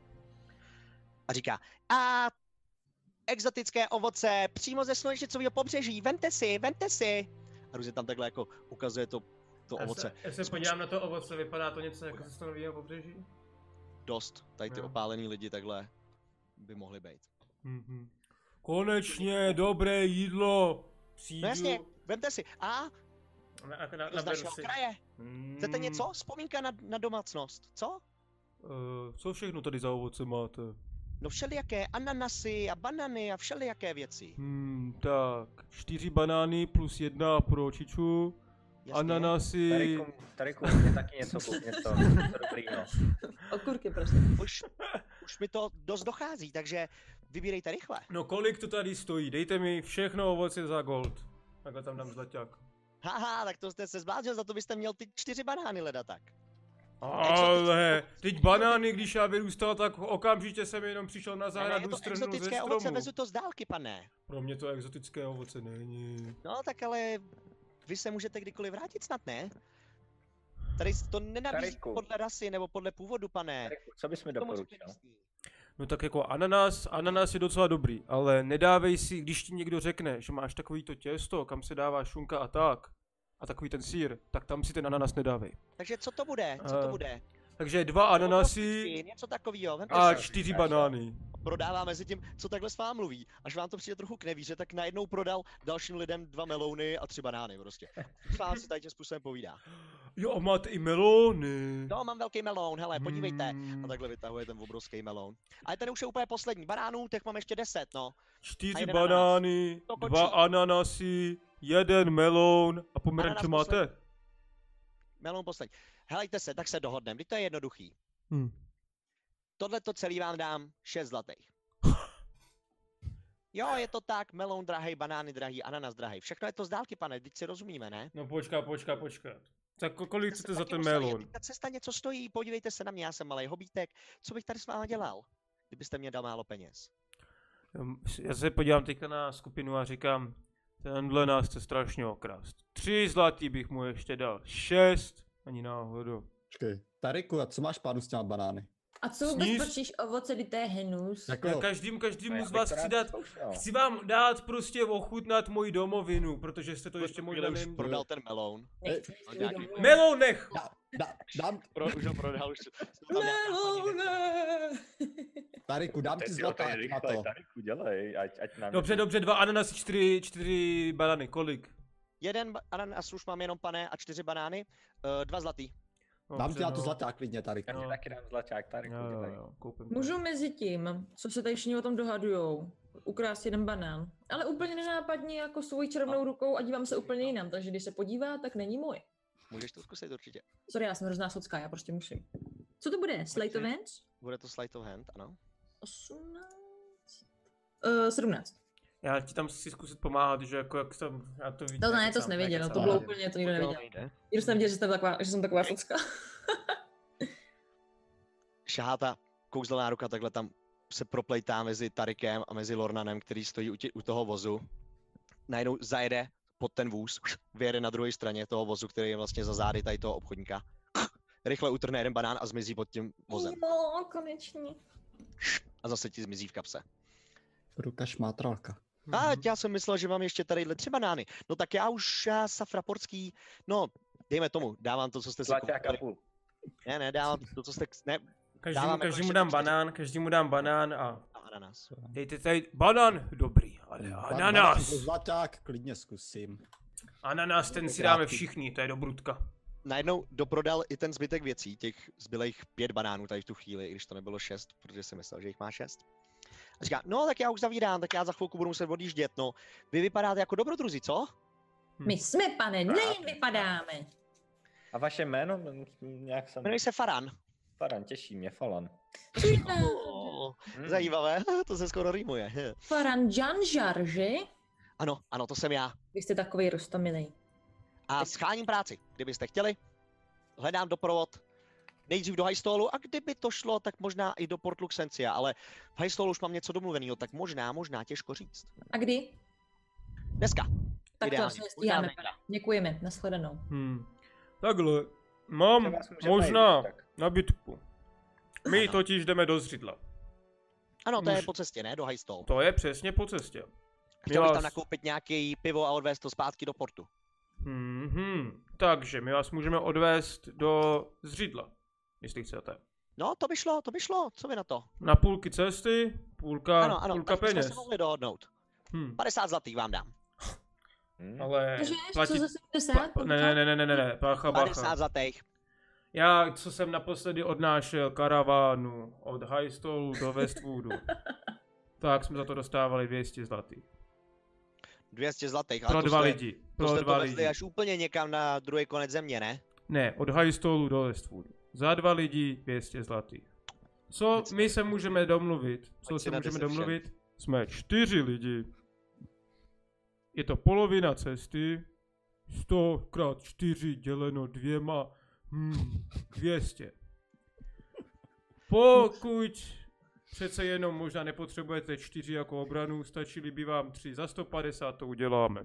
B: A říká, a exotické ovoce přímo ze slunečnicového pobřeží, vemte si, vemte si. A různě tam takhle jako ukazuje to, to
A: Já
B: ovoce.
A: se, já se podívám na to ovoce, vypadá to něco jako ze stanového pobřeží?
B: Dost, tady ty
A: Jo.
B: opálený lidi takhle by mohli být.
A: Mhm. Konečně dobré jídlo. Přijdu.
B: No jasně, vemte si. A
A: Na, na, na,
B: z
A: naberu
B: našeho
A: si.
B: kraje.
A: Mm,
B: Chcete něco? Vzpomínka na, na domácnost, co?
A: Uh, co všechno tady za ovoce máte?
B: No všelijaké ananasy a banany a všelijaké věci.
A: Hmm, tak, čtyři banány plus jedna pro Čiču,
B: Jasně.
A: ananasy.
C: Tariku, Tariku, mě taky něco, něco, něco dobrýho.
D: Okurky, prosím.
B: Už, už mi to dost dochází, takže vybírejte rychle.
A: No kolik to tady stojí? Dejte mi všechno ovoce za gold. Takhle tam dám zlaťák.
B: Haha, tak to jste se zbláznil, za to byste měl ty čtyři banány leda tak.
A: Ale, teď banány, když já vyrůstal, tak okamžitě jsem jenom přišel na
B: Ne, ne, je
A: zahradu
B: to
A: strhnout ze
B: exotické ovoce,
A: stromu.
B: vezu to z dálky, pane.
A: Pro mě to exotické ovoce není.
B: No tak ale vy se můžete kdykoliv vrátit snad, ne? Tady to nenabízí
C: Tariku.
B: podle rasy nebo podle původu, pane.
C: Tariku, co bys mi
B: To můžete
C: doporučil?
B: říct.
A: No tak jako ananas, ananas je docela dobrý, ale nedávej si, když ti někdo řekne, že máš takový to těsto, kam se dává šunka a tak, a takový ten sýr, tak tam si ten ananas nedávej.
B: Takže co to bude? Co to
A: Eh,
B: bude?
A: Takže dva ananasy
B: Něco takového.
A: a čtyři banány.
B: Prodává mezi tím, co takhle s vámi mluví. Až vám to přijde trochu k nevíře, tak najednou prodal dalším lidem dva melouny a tři banány prostě. S vámi si tady tím způsobem povídá.
A: Jo, a máte i melony.
B: No, mám velký meloun, hele, podívejte.
A: Hmm,
B: A takhle vytahuje ten obrovský meloun. Ale ten už je úplně poslední. Banánů, těch mám ještě deset, no. A
A: čtyři
B: jeden
A: banány,
B: To
A: dva
B: končí.
A: ananasy, jeden meloun a pomeranče
B: Ananas
A: máte?
B: Meloun poslední. Helejte se, tak se dohodneme, teď to je jednoduchý.
A: Hm.
B: Tohle to celý vám dám šest zlatých. Jo, je to tak, meloun drahej, banány drahý, ananas drahý. Všechno je to z dálky, pane, teď si rozumíme, ne?
A: No počká, počká, počkat. Tak ko- kolik
B: Jste se
A: chcete za
B: taky
A: ten
B: museli
A: melon?
B: jet, Ta cesta něco stojí, podívejte se na mě, já jsem malý hobítek. Co bych tady s váma dělal, kdybyste mě dal málo peněz?
A: Hm, Já se podívám teďka na skupinu a říkám, tenhle nás chce strašně okrást. Tři zlatý bych mu ještě dal, šest, ani náhodou.
E: Počkej, Tariku, a co máš plánu s těma banány?
D: A co vůbec
A: Sníž?
D: točíš ovoce, kdy to je hnus?
E: Jako,
A: Já každým, každému
C: Já
A: z
C: bych
A: vás
C: to
A: chci
C: rád
A: dát,
C: zkoušel.
A: chci vám dát prostě ochutnat moji domovinu, protože jste to ještě
B: Chvíli
A: možná
B: už
A: nevím.
B: prodal ten meloun.
D: Nechci
B: No,
D: svůj
B: nějaký-
D: domov.
A: Melon nech!
E: dá, dám,
B: Pro, už ho prodal, už jsou tam nějaká paní,
D: Melone!
E: Tariku, dám ti
C: Teď jo,
E: zlatá
C: tady
E: na
C: rychle,
E: to.
C: Tariku, dělej, ať, ať nám...
A: Dobře, dobře, dva ananasy, čtyři, čtyři banany, kolik?
B: Jeden ba- ananas už mám jenom, pane, a čtyři banány, uh, dva zlatý.
E: Dám ti
A: Dobře,
E: na to
A: no.
E: zlatá klidně, Tariku.
C: Já ti
A: No.
C: taky dám zlaťák, Tariku,
A: Jo, jo,
C: dělej.
A: jo, koupím to.
D: Můžu mezi tím, co se tady všichni o tom dohadujou, ukrást jeden banán. Ale úplně nenápadně jako svou červenou rukou a dívám se úplně jinam, takže když se podívá, tak není můj.
B: Můžeš to zkusit určitě.
D: Sorry, já jsem hrozná socká, já prostě musím. Co to bude? Slate of Hands?
B: Bude to sleight of hand, ano.
D: osmnáct? Uh, sedmnáct.
A: Já ti tam chci zkusit pomáhat, že jako jak jsem, já to vidím.
D: To ne,
A: jak
D: to
A: sám,
D: jsi nevěděl,
A: jak
D: to
A: sám.
D: bylo úplně, to nikdo nevěděl.
B: Nejde.
D: Nikdo jsem nevěděl, že jsem taková, že jsem taková socká.
B: Šahá ta kouzelná ruka takhle tam se proplejtá mezi Tarikem a mezi Lornanem, který stojí u, tě, u toho vozu. Najednou zajede pod ten vůz, vyjede na druhé straně toho vozu, který je vlastně za zády tady toho obchodníka. rychle utrhne jeden banán a zmizí pod tím vozem.
D: Jo, konečně.
B: A zase ti zmizí v kapse.
E: Ruka šmátralka.
B: A já jsem myslel, že mám ještě tadyhle tři banány. No tak já už, já Safraporský, no, dejme tomu, dávám to, co jste si
C: Zlaťák a půl.
B: Ne, ne, dávám to, co jste, ne,
A: Každému,
B: Dávám jako
A: každému
B: ještě
A: dám
B: čtyři.
A: banán, každému dám banán a
B: ananas.
A: dejte tady banán, dobrý, ale ananas.
E: Zlaťák, klidně zkusím.
A: Ananas, ten si dáme všichni, to je do brudka.
B: Najednou doprodal i ten zbytek věcí, těch zbylých pět banánů tady v tu chvíli, i když to nebylo šest, protože si myslel, že jich má šest. A říká, no tak já už zavírám, tak já za chvilku budu muset odjíždět, no. Vy vypadáte jako dobrodruzi, co?
D: My jsme, pane, nejen vypadáme.
C: A vaše jméno? Nějak jsem...
B: Jmenuji se Faran.
C: Faran, těší mě, Falan.
B: Oh, zajímavé, to se skoro rýmuje.
D: Faran Janžar, že?
B: Ano, ano, to jsem já.
D: Vy jste takový roztomilej.
B: A scháním práci, kdybyste chtěli. Hledám doprovod. Nejdřív do Highstolu a kdyby to šlo, tak možná i do Port Luxencia, ale v Highstolu už mám něco domluveného, tak možná, možná, těžko říct.
D: A kdy?
B: Dneska.
D: Tak to
B: Ideálně.
D: vlastně stíháme,
B: Možná
D: pane. Děkujeme, nashledanou.
A: Hmm. Takhle, mám
C: vás můžeme
A: možná
C: najít, tak.
A: nabídku. My
B: Ano.
A: totiž jdeme do Zřidla.
B: Ano, to je
A: Můž-
B: po cestě, ne? Do Highstol.
A: To je přesně po cestě.
B: Chtěl bych
A: vás-
B: tam nakoupit nějaký pivo a odvést to zpátky do portu.
A: Mhm. Takže my vás můžeme odvést do Zřidla, jestli chcete.
B: No, to by šlo, to by šlo, co vy na to?
A: Na půlky cesty, půlka,
B: Ano, ano,
A: půlka
B: tak bychom
A: peněz.
B: se mohli dohodnout.
A: Hm.
B: padesát zlatých vám dám.
C: Hmm.
A: Ale
D: Takže
A: platit...
D: co za sedmdesát?
A: Pa, ne, ne, ne, ne, ne, ne, bacha,
B: padesát
A: bacha.
B: zlatých.
A: Já, co jsem naposledy odnášel karavánu od Highstolu do Westwoodu, tak jsme za to dostávali dvě stě zlatých.
B: dvě stě zlatých.
A: Pro
B: to
A: dva
B: jste-
A: lidi.
B: To
A: Pro
B: jste to
A: dva
B: vezli
A: lidi.
B: až úplně někam na druhý konec země, ne?
A: Ne, od Highstolu do Westwoodu. Za dva lidi dvě stě zlatých. Co my se můžeme domluvit? Co
B: Pojď si
A: se
B: na
A: můžeme
B: deception.
A: domluvit? Jsme čtyři lidi. Je to polovina cesty. sto krát čtyři děleno dvěma. Hmm, dvě stě. Pokud přece jenom možná nepotřebujete čtyři jako obranu, stačili by vám tři. Za sto padesát to uděláme.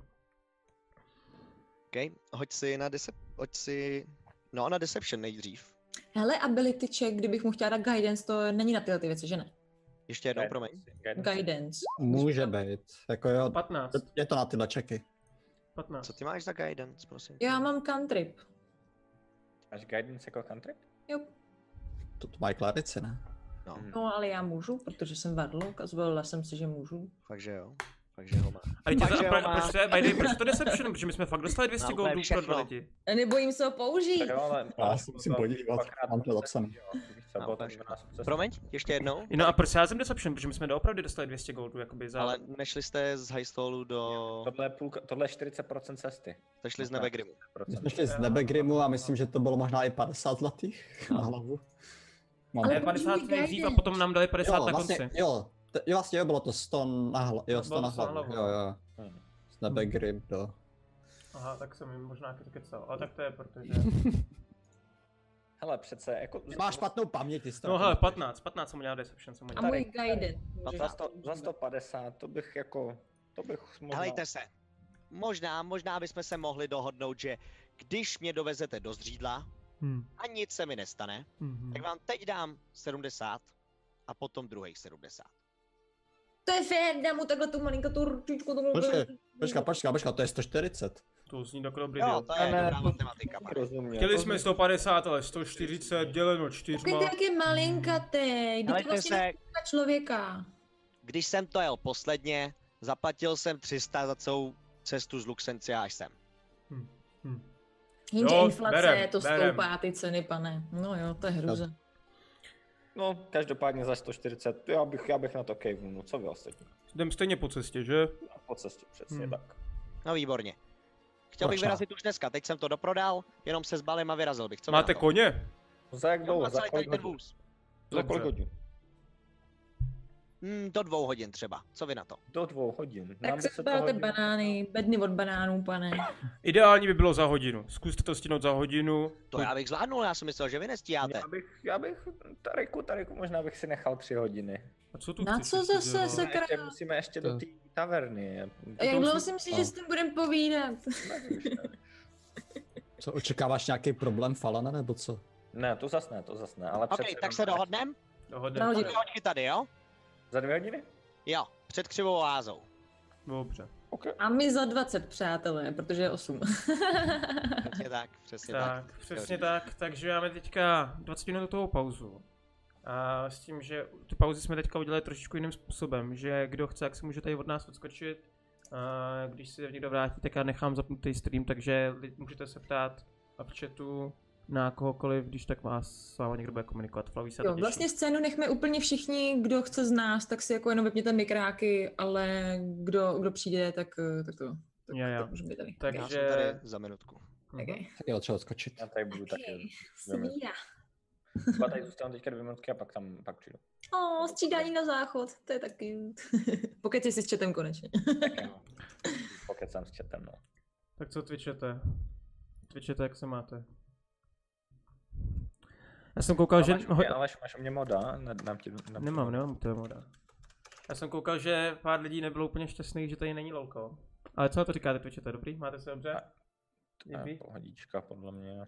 B: OK, hoď si na decep... hoď si... No, na Deception nejdřív.
D: Hele, ability check, kdybych mu chtěla dát guidance, to není na tyhle ty věci, že ne?
B: Ještě jednou, promiň.
D: Guidance.
E: Může být. Jako jo,
A: patnáct.
E: je to na tyhle čeky.
A: patnáct.
B: Co ty máš za guidance, prosím?
D: Já mám cantrip.
C: Máš guidance jako country?
D: Jo.
E: To, to mají klarici, ne?
B: No,
D: No, ale já můžu, protože jsem vadlok a zvolila jsem si, že můžu.
B: takže jo. Takže ho má.
A: A teď
B: Takže
A: za, pro,
B: ho má.
A: proč to je, by the way, proč to Deception? Protože my jsme fakt dostali dvě stě
B: Mám
A: goldů pro
B: všechno.
A: dva lidi.
D: A nebojím se ho použít.
C: Jo, ale...
E: Já se musím podívat, mám to zapsané.
B: Mám Promiň, ještě jednou.
A: No a proč já jsem Deception? Protože my jsme doopravdy dostali dvě stě goldů, jakoby za...
B: Ale nešli jste z Highstolu do...
C: Tohle je, půlka, tohle je čtyřicet procent cesty.
B: Jste šli z Nebegrimu.
E: My jsme šli z Nebegrimu a myslím, že to bylo možná i padesát zlatých na hlavu. Mám
D: Ale
A: Ne,
E: to.
A: padesát nejdřív a potom nám dali padesát
E: Jo,
A: na
E: vlastně,
A: konci.
E: jo, t- jo, vlastně jo, bylo to sto na hlavu, jo, sto
A: Bylo
E: na
A: to sto na
E: hlavu,
A: hlavu.
E: jo, jo.
C: Hmm.
E: Z Nebegrim do...
A: Aha, tak jsem jim možná ke- kecal. Ale tak to je protože...
C: Hele, přece jako...
E: Ty máš špatnou paměť, ty jsi to
A: No hele,
E: nepamatuješ.
A: patnáct, patnáct jsem udělal Deception, jsem
D: A
A: udělal.
D: můj guidance. můžeš
C: Za, sto, za
D: používat.
C: sto padesát, to bych jako... To bych možná...
B: Helejte se. Možná, možná bychom se mohli dohodnout, že když mě dovezete do Zřídla
A: Hmm.
B: a nic se mi nestane,
A: Mhm.
B: tak vám teď dám sedmdesát a potom druhých sedmdesát.
D: To je fér, dám mu takhle tu malinko tu ručičku. tu-
E: Počkej, Počka, počka, počka, to je sto čtyřicet.
A: To zní tak dobrý
B: Jo,
A: deal.
B: to je
C: Ne,
B: dobrá
C: to-
B: matematika. pane.
C: Rozuměl.
A: Chtěli
C: To-
A: jsme sto padesát, ale sto čtyřicet děleno čtyřma.
D: Koukejte, jak je malinkatej. Teď to
B: Helejte
D: vlastně
B: se,
D: na člověka.
B: když jsem to jel posledně, zaplatil jsem tři sta za celou cestu z Luxencia až sem.
A: Hm. Hm.
D: Jenže
A: Jo,
D: inflace,
A: berem,
D: to
A: berem.
D: stoupá ty ceny, pane. No jo, to je hruza.
C: No, každopádně za sto čtyřicet, já bych, já bych na to kejvnul, no co vy ostatní?
A: Jdem stejně po cestě, že?
C: A po cestě přesně
A: Hmm.
C: tak.
B: No výborně. Chtěl bych
E: Proč ne?
B: vyrazit už dneska, teď jsem to doprodal, jenom se zbalím a vyrazil bych. Co vy
A: Máte
B: na to?
A: koně?
C: Za jak
B: Jo,
C: dlouho?
B: a
C: Za
B: celý tady
C: kolik
B: ten
C: hodin?
B: vůz.
C: Za kolik
A: Dobře.
C: hodin?
B: Hmm, do dvou hodin třeba. Co vy na to?
C: Do dvou hodin. Nám
D: Tak
C: by
D: se
C: to
D: zbalte
C: hodilo.
D: banány, bedny od banánů, pane.
A: Ideální by bylo za hodinu. Zkuste to stihnout za hodinu.
B: To já bych zvládnul, já jsem myslel, že vy nestíháte.
C: Já bych, já bych, Tariku, Tariku, možná bych si nechal tři hodiny.
A: A co tu
D: Na
A: chceš
D: co
A: ještě
D: zase
A: dělat?
D: se-
C: Musíme ještě,
D: Sakra.
C: musíme ještě do
E: To-
C: té taverny.
D: A jak
A: to
D: dlouho
A: už-
D: si myslíš,
E: no.
D: že s tím budeme povídat?
E: Co, očekáváš nějaký problém Falana, nebo co?
C: Ne, to zas ne, to zas ne, ale
B: OK,
C: přece
B: tak
C: jenom-
B: se dohodnem?
A: Dohodneme
D: Na
B: Za
A: se.
D: hodinu.
B: dvě hodiny tady, jo?
C: Za dvě hodiny?
B: Jo, před křivou oázou.
A: Dobře.
C: Okay.
D: A my za dvacet, přátelé, protože je osm.
B: Přesně tak, přesně tak.
A: Tak, přesně tak, takže máme teďka dvacet minut toho pauzu. A s tím, že tu pauzu jsme teďka udělali trošičku jiným způsobem, že kdo chce, jak se může tady od nás odskočit. A když se někdo vrátí, tak já nechám zapnutý stream, takže li- můžete se ptát v chatu na kohokoliv, když tak vás s vámi někdo bude komunikovat. Flaví se
D: Jo,
A: to těší.
D: vlastně scénu nechme úplně všichni, kdo chce z nás, tak si jako jenom vypněte mikráky, ale kdo, kdo přijde, tak, tak to. Tak,
A: Jo, jo.
D: tak můžeme být tady.
B: Já jsem
A: Takže...
B: tady za minutku.
A: Mhm.
D: Okay.
E: Tak je třeba skočit.
C: Já tady budu taky.
D: Okay.
C: dvě minuty.
D: Svíra.
C: Třeba tady zůstanu teďka dvě minutky a pak tam pak přijdu.
D: O, střídání na záchod, to je taky. Pokeci si s chatem konečně.
C: Tak jo. Pokud jsem s chatem, no.
A: Tak co twitchete? Twitchete, jak se máte? Já jsem koukal, že...
C: Máš,
A: ho-
C: ale máš u mě moda? Ne, dám ti, dám
A: Nemám,
C: ti
A: nemám, to je moda. Já jsem koukal, že pár lidí nebylo úplně šťastných, že tady není lolko. Ale co na to říkáte, twitchete, dobrý? Máte se dobře?
C: Ne,
A: Jiří?
C: pohodička podle mě.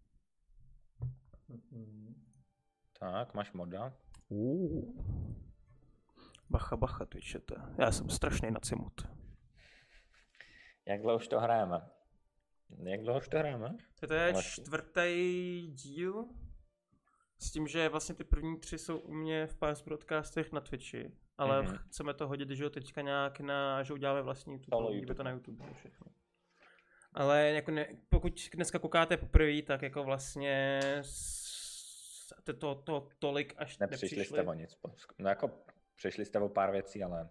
A: Mhm.
C: Tak, máš moda.
A: Uh. Bacha, bacha, twitchete. Já jsem strašný nacimut.
C: Jak dlouho už to hrajeme? Jak dlouho už to hrajeme?
A: To je
C: Vlastně.
A: čtvrtý díl. S tím, že vlastně ty první tři jsou u mě v Pars Broadcastech na Twitchi. Ale
C: Mhm.
A: chceme to hodit, že jo, teďka nějak na, že uděláme vlastní YouTube,
C: Solo
A: vidíte
C: YouTube.
A: to na YouTube to všechno. Ale jako ne, pokud dneska koukáte poprvé, tak jako vlastně s- to, to, to tolik až
C: Nepřišli
A: nepřišli.
C: jste o nic. No jako přišli jste o pár věcí, ale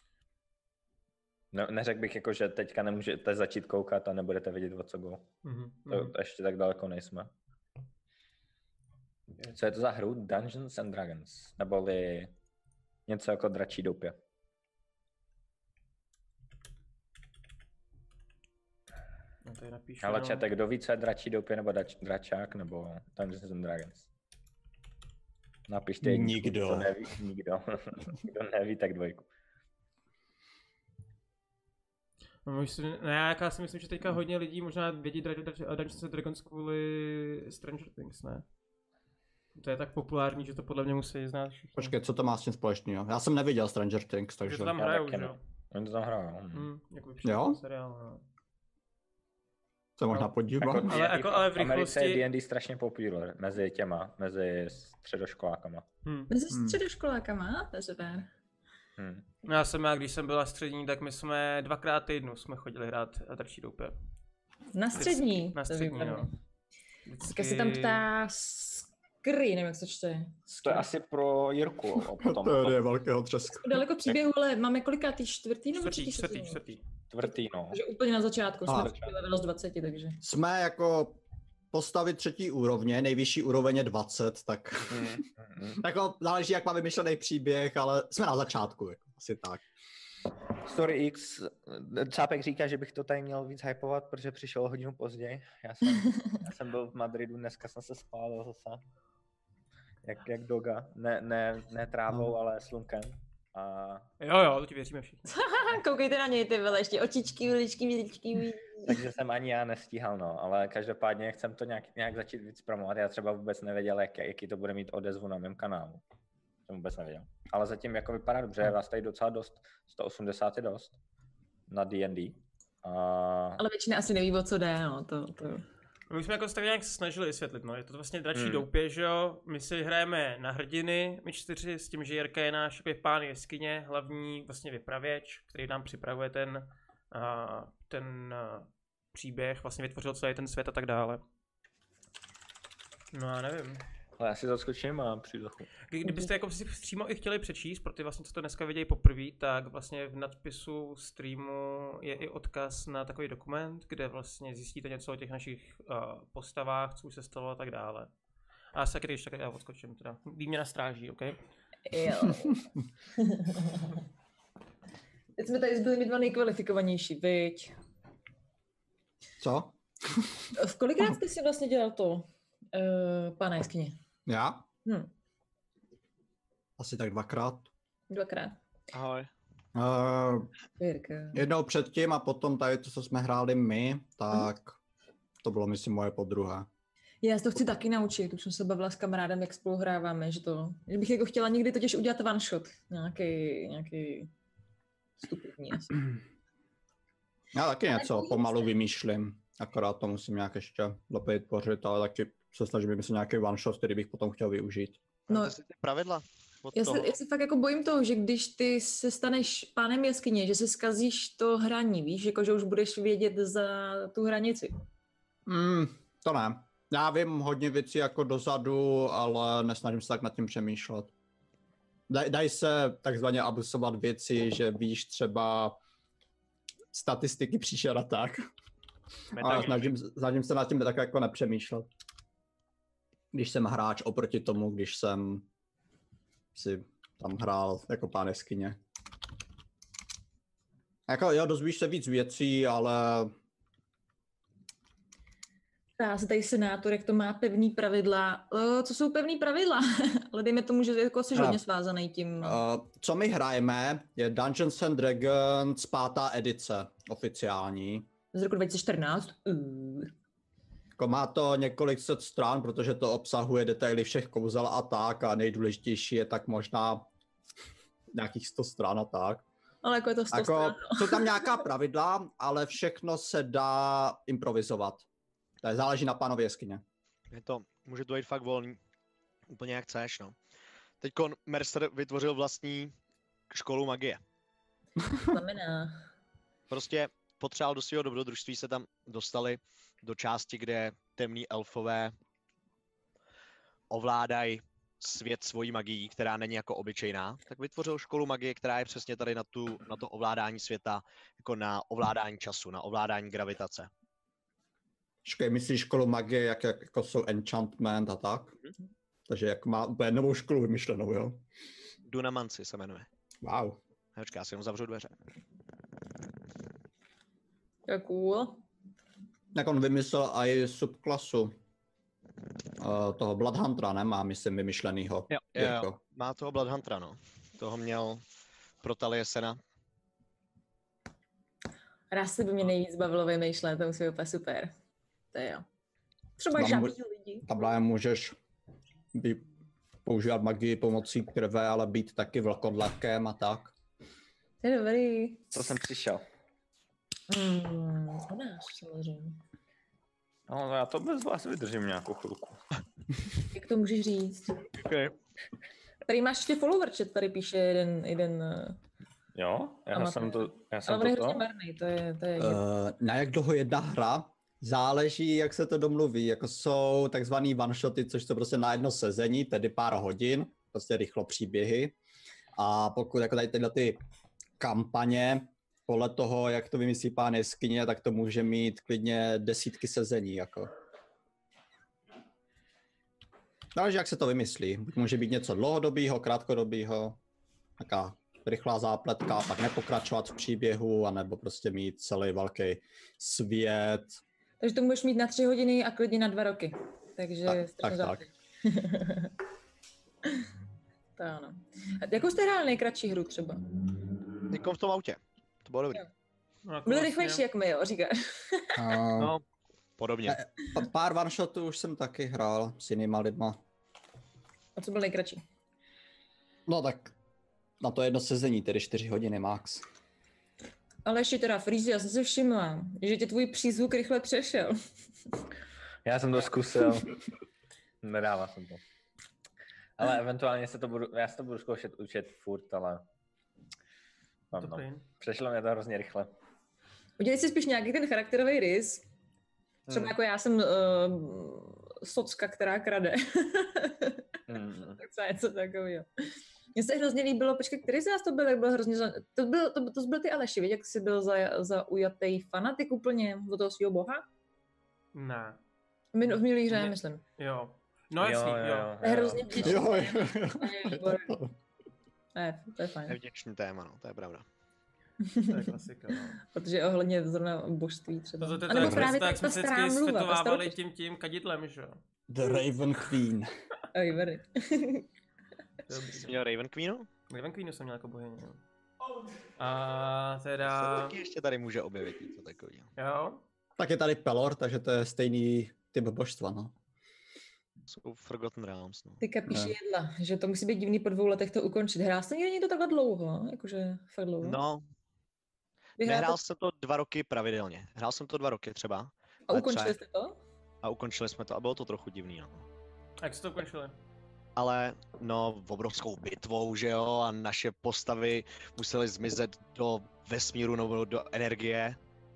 C: no, neřekl bych jako, že teďka nemůžete začít koukat a nebudete vědět, o co go.
A: Mhm,
C: To,
A: mhm.
C: to ještě tak daleko nejsme. Co je to za hru? Dungeons and Dragons? Neboli něco jako dračí doupě.
A: No, tady napíšu,
C: Ale
A: no.
C: čete, kdo ví, co je dračí doupě, nebo dač, dračák, nebo Dungeons and Dragons? Napište jedničku,
E: Nikdo.
C: kdo neví, nikdo. Kdo neví, tak dvojku.
A: No, myslím, ne, já si myslím, že teďka hodně lidí možná vědí Dra- Dra- Dungeons and Dragons kvůli Stranger Things, ne? To je tak populární, že to podle mě musí znát všichni.
E: Počkej, co to má s tím společného? Já jsem neviděl Stranger Things,
A: Takže
E: takže...
A: to tam
C: Já
A: hrajou,
C: taky
A: že
C: ne.
A: jo?
C: Oni to tam hrajou. Hm.
A: Hm, jako
E: Jo?
A: seriál, no.
E: Se možná
A: No,
E: podívat.
C: Jako,
A: Ale jako- ale v
C: Americe je
A: rychlosti-
C: D and D strašně popular mezi těma, mezi středoškolákama.
A: Hm.
D: Mezi
E: Hmm.
D: středoškolákama, to je super.
C: Hm.
A: No, já jsem, já, když jsem byla střední, tak my jsme dvakrát týdnu jsme chodili hrát Dračí doupě.
D: Na střední.
A: Na
D: to je
A: střední,
D: výborné.
A: no.
D: Tak se tam ptá Skry, nevím, jak se to čte.
C: To je asi pro Jirku. a Potom,
E: Teorie velkého třesku.
D: Daleko příběhu, ale máme kolikátý čtvrtý nebo
A: Čtvrtý,
D: třetí?
A: čtvrtý,
D: sezónu?
A: čtvrtý.
C: čtvrtý, no.
D: Takže úplně na začátku, jsme
E: A.
D: začali level z dvacet, takže.
E: Jsme jako postavy třetí úrovně, nejvyšší úroveň je dvacet, tak
C: Hm, hm.
E: jako záleží, jak má vymyšlený příběh, ale jsme na začátku, jako, asi tak.
C: Story X, Cápek říká, že bych to tady měl víc hypovat, protože přišel hodinu později. Já jsem, já jsem byl v Madridu, dneska jsem se spálil zase. Jak, jak doga. Ne, ne, ne trávou,
E: No.
C: ale slunkem. A
A: Jo, jo, to ti věříme všichni.
D: Koukejte na něj, ty vole, ještě očičky, viličky, viličky.
C: takže jsem ani já nestíhal, no. Ale každopádně chcem to nějak, nějak začít víc promovat. Já třeba vůbec nevěděl, jak, jaký to bude mít odezvu na mém kanálu. Jsem vůbec nevěděl. Ale zatím jako vypadá dobře, je vás tady docela dost. sto osmdesát je dost na D and D. A...
D: Ale většina asi neví, o co jde, no, to, to.
A: My jsme jako se tak nějak snažili vysvětlit, no, je to vlastně Dračí
C: Hmm.
A: doupě, že jo, my si hrajeme na hrdiny, my čtyři, s tím, že Jirka je náš jako pán jeskyně, hlavní vlastně vypravěč, který nám připravuje ten, a, ten a, příběh, vlastně vytvořil celý ten svět a tak dále. No já nevím.
C: Ale já si zaskočím a přijdu za chvíli.
A: Kdy- Kdybyste jako si přímo i chtěli přečíst, pro ty vlastně, co to dneska vidějí poprvé, tak vlastně v nadpisu streamu je i odkaz na takový dokument, kde vlastně zjistíte něco o těch našich uh, postavách, co už se stalo a tak dále. A já se taky, když tak já odskočím, teda výměna stráží, OK?
D: Jo. Teď jsme tady zbyli my dva nejkvalifikovanější, viď?
E: Co?
D: V kolikrát jste si vlastně dělal to, uh, pána jeskyně?
E: Já?
D: Hm,
E: Asi tak dvakrát.
D: dvakrát.
B: Ahoj.
E: Uh,
D: Jirka.
E: jednou předtím a potom tady to, co jsme hráli my, tak to bylo, myslím, moje podruhé.
D: Já se to chci taky naučit, už jsem se bavila s kamarádem, jak spolu hráváme, že to, že bych jako chtěla někdy totiž udělat one shot, nějaký, nějaký stupidní asi.
E: Já taky něco pomalu vymýšlím, akorát to musím nějak ještě lépe vytvořit, ale taky se snažím vymyslet nějaký one shot, který bych potom chtěl využít.
B: No,
D: No,
B: to jsou ty pravidla. Od
D: já
B: toho.
D: se, já se fakt jako bojím toho, že když ty se staneš pánem jeskyně, že se zkazíš to hraní, víš, jako že už budeš vědět za tu hranici.
E: Hmm, to ne. Já vím hodně věcí jako dozadu, ale nesnažím se tak nad tím přemýšlet. Daj, dají se takzvaně abusovat věci, že víš třeba statistiky příšer a tak. Ale snažím, snažím se nad tím tak jako nepřemýšlet. Když jsem hráč oproti tomu, když jsem si tam hrál jako pán jeskyně. Jako jo, dozvíš se víc věcí, ale
D: Ptá se tady senátor, jak to má pevný pravidla. O, co jsou pevný pravidla? Ale dejme tomu, že jako jsi
E: No.
D: hodně svázaný tím.
E: Uh, co my hrajeme, je Dungeons and Dragons pátá edice, oficiální.
D: Z roku dva tisíce čtrnáct. Uh.
E: Jako má to několik set stran, protože to obsahuje detaily všech kouzel a tak, a nejdůležitější je tak možná nějakých sto stran a tak.
D: Ale jako je to sto
E: Jako,
D: stran.
E: jsou tam nějaká pravidla, ale všechno se dá improvizovat. To je, záleží na pánově jeskyně.
B: Je to, může to být fakt volný, úplně jak chceš, no. Teďkon Mercer vytvořil vlastní školu magie.
D: Znamená.
B: Prostě potřeboval do svého dobrodružství se tam dostali do části, kde temní elfové ovládají svět svojí magií, která není jako obyčejná, tak vytvořil školu magie, která je přesně tady na, tu, na to ovládání světa, jako na ovládání času, na ovládání gravitace.
E: Školy, myslíš školu magie, jak, jak jako jsou enchantment a tak?
B: Mhm.
E: Takže jak má úplně novou školu vymyšlenou, jo?
B: Dunamanci se jmenuje.
E: Wow.
B: Počkej, já si jenom zavřu dveře.
D: Jak cool.
E: Jak on vymyslel i subklasu uh, toho Bloodhuntera, nemá, myslím, vymyšlenýho.
B: Jo, jo,
E: Jako.
B: jo. Má toho Bloodhuntera, no. Toho měl pro Taliesena.
D: Rasy by mě nejvíc bavilo vymýšlet, to musí být úplně super. To je jo. Třeba
E: Tam
D: žabí
E: mu-
D: lidi.
E: Tam můžeš by používat magii pomocí krve, ale být taky vlkodlakem a tak.
D: To je dobrý.
C: Co jsem přišel?
D: Hmm, o nás samozřejmě.
C: No, já to bez vás vydržím nějakou chvilku.
D: Jak to můžeš říct?
B: Okay.
D: Tady máš ještě follower chat, tady píše jeden, jeden uh,
C: Jo, já
D: Amatér.
C: jsem to, já jsem
D: ale on je
C: to,
D: hrozně
C: to.
D: marný, to je, to je
E: Uh, na jak dlouho jedna hra? Záleží, jak se to domluví. Jako jsou takzvaný one-shoty, což jsou prostě na jedno sezení, tedy pár hodin, prostě rychlo příběhy. A pokud jako tady tyhle ty kampaně, podle toho, jak to vymyslí pán jeskyně, tak to může mít klidně desítky sezení. Jako. Záleží, jak se to vymyslí. Buď může být něco dlouhodobého, krátkodobého, taká rychlá zápletka, pak nepokračovat v příběhu, anebo prostě mít celý velký svět.
D: Takže to můžeš mít na tři hodiny a klidně na dva roky. Takže
E: Tak,
D: strašně
E: tak, tak.
D: záleží. To ano. A jakou jste hráli nejkratší hru třeba?
B: Teďkon v tom autě. To bylo dobrý.
D: Jo.
A: No, jako
D: Byli
A: vlastně-
D: rychlejší jak my, jo, říkáš.
E: Uh,
B: No, podobně.
E: pa- pár one-shotů už jsem taky hrál s jinýma lidma.
D: A co byl nejkratší?
E: No tak na to jedno sezení, tedy čtyři hodiny max.
D: Ale ještě teda, Freezy, já jsem si všimla, že tě tvůj přízvuk rychle přešel.
C: Já jsem to zkusil. Nedával jsem to. Ale eventuálně se to budu, já se to budu zkoušet učit furt, ale no, no.
A: Dobrý.
C: Přešlo mě to hrozně rychle.
D: Udělej si spíš nějaký ten charakterový rys. Třeba
C: Hmm.
D: jako já jsem uh, socka, která krade.
C: Hmm.
D: Tak třeba něco takového. Mně se hrozně líbilo, počkej, který z nás to byl, tak byl hrozně, za... to, byl, to, to byl ty Aleši, víš, jak jsi byl za, zaujatý fanatik úplně do toho svého boha?
A: Ne.
D: V min- v minulý hře,
A: Ne.
D: myslím.
A: Jo. No jasný, jo. jo.
D: To je hrozně vděčný.
E: Jo, jo,
D: To je výborný. Ne, to je fajn.
B: Nevděčný téma, no, to je pravda.
A: To je klasika, no.
D: Protože ohledně zrovna božství třeba.
A: To, to, to,
D: A
A: to,
D: nebo
A: jak
D: právě
A: jsme,
D: ta,
A: tak
D: ta
A: jsme se
D: stará
A: vždycky
D: mluva, ta
A: světovávali
D: staročí.
A: tím, tím kadidlem, že jo.
E: The Raven Queen.
D: Oj, very.
A: Dobrý.
B: Jsi měl Raven Queenu?
A: Raven Queenu jsem měl jako bohyni, jo. A teda...
B: Se taky ještě tady může objevit něco takového.
A: Jo.
E: Tak je tady Pelor, takže to je stejný typ božstva, no.
B: jsou Forgotten Realms. No.
D: Ty kapíš
E: Ne.
D: jedla, že to musí být divný po dvou letech to ukončit. Hrál jsi někdy to takhle dlouho? Jakože fakt dlouho?
B: No,
D: Vy hráte-
B: nehrál jsem to dva roky pravidelně. Hrál jsem to dva roky třeba.
D: A
B: ale
D: ukončili
B: třeba-
D: jste to?
B: A ukončili jsme to a bylo to trochu divný, no.
A: A jak jste to ukončili?
B: Ale no, obrovskou bitvou, že jo, a naše postavy musely zmizet do vesmíru nebo do energie.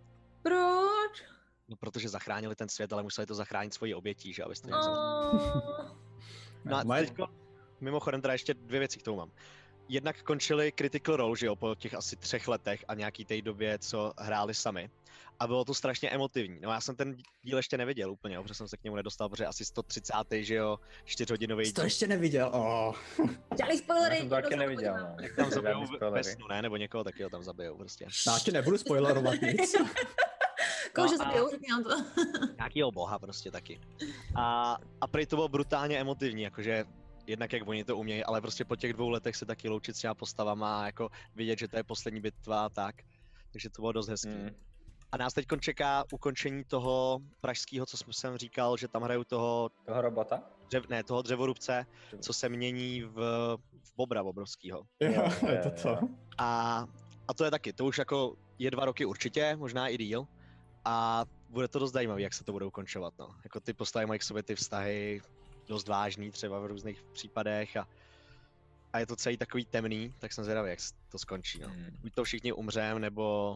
D: Proč?
B: No, protože zachránili ten svět, ale museli to zachránit svoji obětí, že jo, abyste něco...
D: Oh.
B: No a
E: Moje-
B: teďko, mimochodem teda ještě dvě věci k tomu mám. Jednak končili Critical Role, že jo, po těch asi třech letech a nějaký té době, co hráli sami. A bylo to strašně emotivní. No já jsem ten díl ještě neviděl úplně, jo, protože jsem se k němu nedostal, protože asi sto třicátý, že jo, čtyřhodinový
E: Jsi to ještě neviděl? Oh.
D: Dělali spoilery.
C: Já jsem to taky
D: někdo se
C: neviděl,
D: podívá.
C: no.
B: Jak tam zabijou
C: Žádný
B: ve- ve
C: spoilery.
B: snu, ne? Nebo někoho taky tam zabijou prostě.
E: Já ti nebudu spoilerovat nic.
D: Kouže
B: No a-
D: zabijou, řekni nám to.
B: Nějakýho boha prostě taky. A, a prej to bylo brutálně emotivní, jakože jednak jak oni to umějí, ale prostě po těch dvou letech se taky loučit s těma postavama a jako vidět, že to je poslední bitva a tak. Takže to bylo dost hezký.
C: Mm.
B: A nás teď čeká ukončení toho pražského, co jsem říkal, že tam hrajou toho,
C: Toho robota?
B: dřev, ne, toho dřevorubce, co se mění v, v bobra obrovskýho.
E: Jo, je to
C: jo,
E: to.
C: jo.
B: A, a to je taky, to už jako je dva roky určitě, možná i díl. A bude to dost zajímavé, jak se to bude ukončovat, no. Jako ty postavy mají k sobě ty vztahy dost vážný třeba v různých případech a, a je to celý takový temný, tak jsem zvědavý, jak to skončí, no.
C: Mm.
B: Buď to všichni umřem, nebo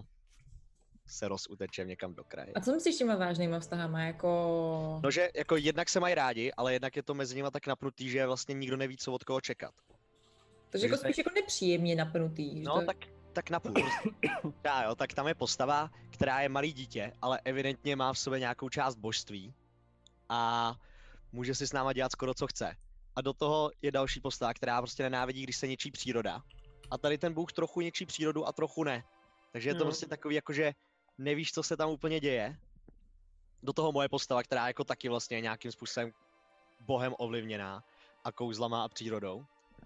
B: se rozutečem někam do kraje.
D: A co myslíš s těma vážnýma vztahama, jako...
B: No, že jako jednak se mají rádi, ale jednak je to mezi nimi tak napnutý, že vlastně nikdo neví, co od koho čekat.
D: Takže jako
B: že-
D: spíš jako nepříjemně napnutý. že
B: No,
D: to...
B: tak, tak napůl. Já, jo, tak tam je postava, která je malý dítě, ale evidentně má v sobě nějakou část božství a může si s náma dělat skoro co chce. A do toho je další postava, která prostě nenávidí, když se ničí příroda. A tady ten bůh trochu ničí přírodu a trochu ne. Takže je to
A: Mhm.
B: prostě takový, jakože nevíš, co se tam úplně děje. Do toho moje postava, která jako taky vlastně je nějakým způsobem bohem ovlivněná a kouzlama a přírodou.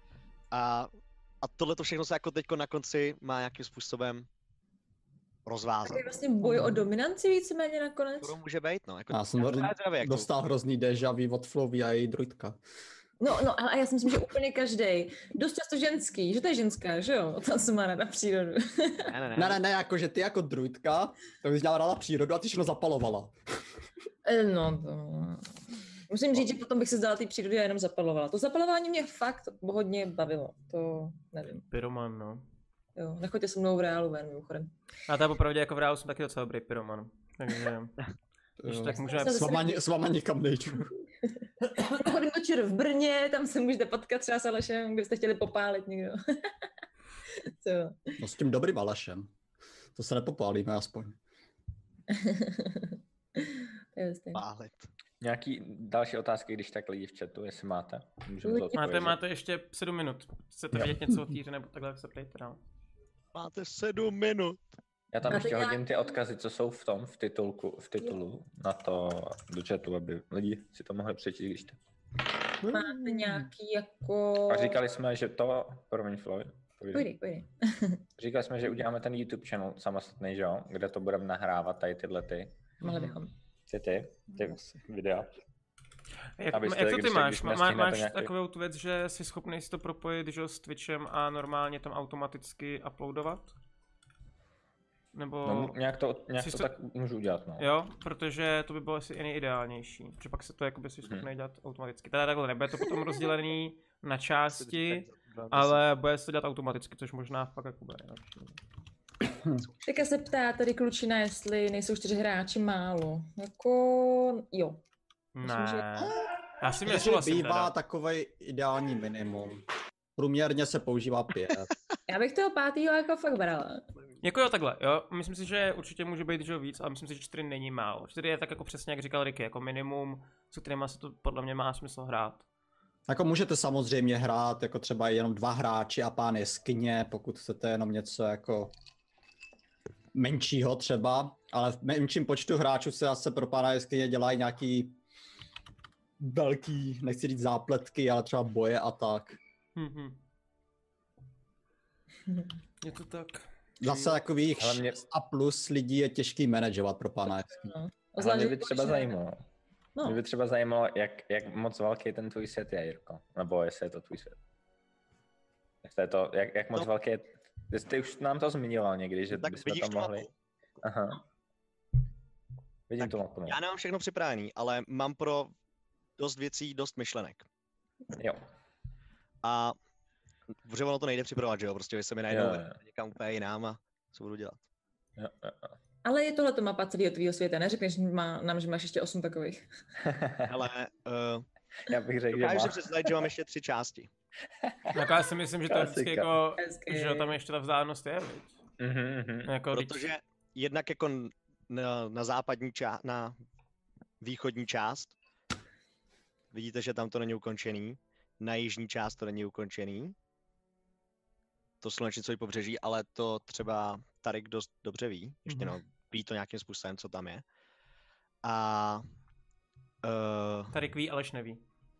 B: A, a tohle to všechno se jako teďko na konci má nějakým způsobem rozvázat.
D: Tak je vlastně boj o dominanci víceméně nakonec.
B: To může být, no. Jako,
E: Já jsem
B: jsem právě zvědavý, jak to-
E: dostal hrozný deja vu od Flovy a její druidka.
D: No, no, ale já si myslím, že úplně každý. Dost často ženský, že to je ženská, že jo? Ta se má ráda přírodu.
B: Ne, ne, ne.
E: Ne, ne, ne, jako že ty jako druidka, tak bys měla ráda přírodu a ty všechno zapalovala.
D: Eh, No, to... Musím říct, že potom bych se zdala té přírody a jenom zapalovala. To zapalování mě fakt hodně bavilo. To nevím.
A: Pyroman, no.
D: Jo, nechoďte se mnou v reálu ven, mimochodem.
A: A to je popravdě jako v reálu jsem taky docela dobrý pyroman. Takže, když
E: Jo.
A: tak můžeme...
D: Jsem
E: S váma, ni- s váma nikam nejdu.
D: Chodím večer v Brně, tam se můžete potkat třeba s Alešem, kdybyste chtěli popálit někdo. Co?
E: No s tím dobrým Alešem. To se nepopálíme aspoň.
D: To je stejné.
B: Pálit.
C: Nějaký další otázky, když tak lidi v chatu, jestli máte? Můžeme
D: Máte-
A: Máte,
C: zodpovědět.
A: máte ještě sedm minut. Chcete
E: Jo.
A: vědět něco o týře nebo takhle, tak se ptejte, no.
B: Máte sedm minut.
C: Já tam
D: Máte
C: ještě
D: nějak-
C: hodím ty odkazy, co jsou v tom, v titulku, v titulu, na to do chatu, aby lidi si to mohli přečíst, když to.
D: Máte nějaký jako...
C: A říkali jsme, že to, promiň Floyd, povídej.
D: Pojdi, pojdi.
C: Říkali jsme, že uděláme ten YouTube channel samostatný, že jo, kde to budeme nahrávat, tady tyhle ty,
D: Mohli bychom.
C: ty, ty, ty videa.
A: Jak,
C: Abyste,
A: jak to
C: když
A: ty
C: tak,
A: máš?
C: když
A: Má,
C: nestihnete
A: máš
C: nějaký-
A: takovou tu věc, že jsi schopný si to propojit, že jo, s Twitchem a normálně tam automaticky uploadovat? Nebo...
C: No, nějak to, nějak
A: Jsi
C: to
A: to-
C: tak můžu udělat, no.
A: Jo, protože to by bylo asi i nejideálnější, protože pak se to jakoby si schopný
C: Mhm.
A: dělat automaticky. Teda takhle nebude to potom rozdělený na části, ale bude se to dělat automaticky, což možná fakt jako bude nejlepší.
D: Teďka se ptá tady klučina, jestli nejsou čtyři hráči málo. Jako, jo. Myslím, že-
A: Ne. Já si
E: Čtyři
A: nesouhlasím
E: bývá
A: teda.
E: takovej ideální minimum. Průměrně se používá pět.
D: Já bych toho pátýho jako fakt brala.
A: Jako jo, takhle, jo. Myslím si, že určitě může být že jo, víc, ale myslím si, že čtyři není málo. Čtyři je tak jako přesně, jak říkal Ricky, jako minimum, se kterýma se to podle mě má smysl hrát.
E: Jako můžete samozřejmě hrát jako třeba jenom dva hráči a pán jeskyně, pokud chcete jenom něco jako menšího třeba, ale v menším počtu hráčů se zase pro pána jeskyně dělají nějaký velký, nechci říct zápletky, ale třeba boje a tak.
A: Mhm. Je to tak.
E: Zase takových
C: Ale mě-
E: šest a plus lidí je těžký manažovat pro pána jeskyně.
D: No.
C: Ale
D: Zvlášť,
C: mě by
D: když
C: třeba
D: ne-
C: zajímalo, Mě
D: No,
C: by třeba zajímalo, jak, jak moc velký ten tvůj svět je, Jirko. Nebo jestli je to tvůj svět. Jestli je to, jak, jak moc
B: No.
C: velký je... Jestli ty už nám to zmiňoval někdy, že
B: Tak
C: bychom
B: vidíš
C: tam
B: tu
C: mohli...
B: mapu?
C: Aha. Vidím
B: Tak
C: tu mapu. no.
B: Já nemám všechno připravený, ale mám pro dost věcí dost myšlenek.
C: Jo.
B: A protože ono to nejde připravovat, že jo? Prostě vy se mi najdou
C: Jo, jo.
B: někam úplně jinam a co budu dělat.
C: jo, jo, jo.
D: ale je tohle mapa celého tvýho světa, neřekneš má, nám, že máš ještě osm takových.
B: Ale uh,
C: Já bych řekl, že
B: dokážu si
C: má.
B: představit, že mám ještě tři části.
A: Tak já si myslím, že to je vždycky
C: Klasika.
A: jako,
D: Hezky.
A: že tam ještě ta vzdálenost je, viď?
C: Mhm, mhm.
A: Jako, vždyť-
B: Protože jednak jako na, na západní část, na východní část, vidíte, že tam to není ukončený, na jižní část to není ukončený, to slunečnicové pobřeží, ale to třeba Tarik dost dobře ví, ještě
A: Mhm.
B: no, ví to nějakým způsobem, co tam je. A uh,
A: Tady kví, Aleš neví.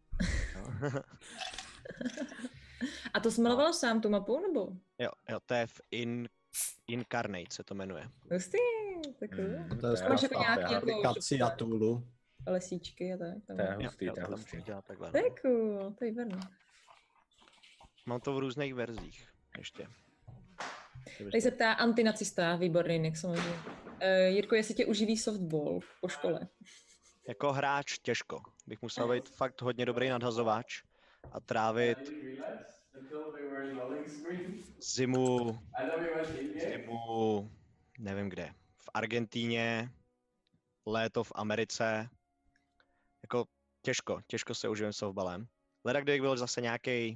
D: A to jsi maloval sám tu mapu, nebo?
B: jo, jo, to je v In, Incarnate se to jmenuje.
D: Hustý, takový.
C: Mm,
E: To je
C: je
D: Máš jako
C: fakt,
D: nějaký
C: já-
D: jako-
E: Aplikací a toolu.
D: Lesíčky a tak. tam.
C: To je
B: Jo,
C: hustý,
B: jo,
C: to je
B: tam
C: hustý.
B: můžeš dělat takhle.
D: To je cool, to je výborný.
B: Mám to v různých verzích ještě.
D: Tady se ptá antinacista, výborný Nick samozřejmě. Uh, Jirko, jestli tě uživí softball po škole?
B: Jako hráč těžko. Bych musel být fakt hodně dobrý nadhazovač a trávit zimu, zimu, nevím kde, v Argentíně, léto v Americe. Jako těžko, těžko se uživím softballem. Leda, kdybych byl zase nějaký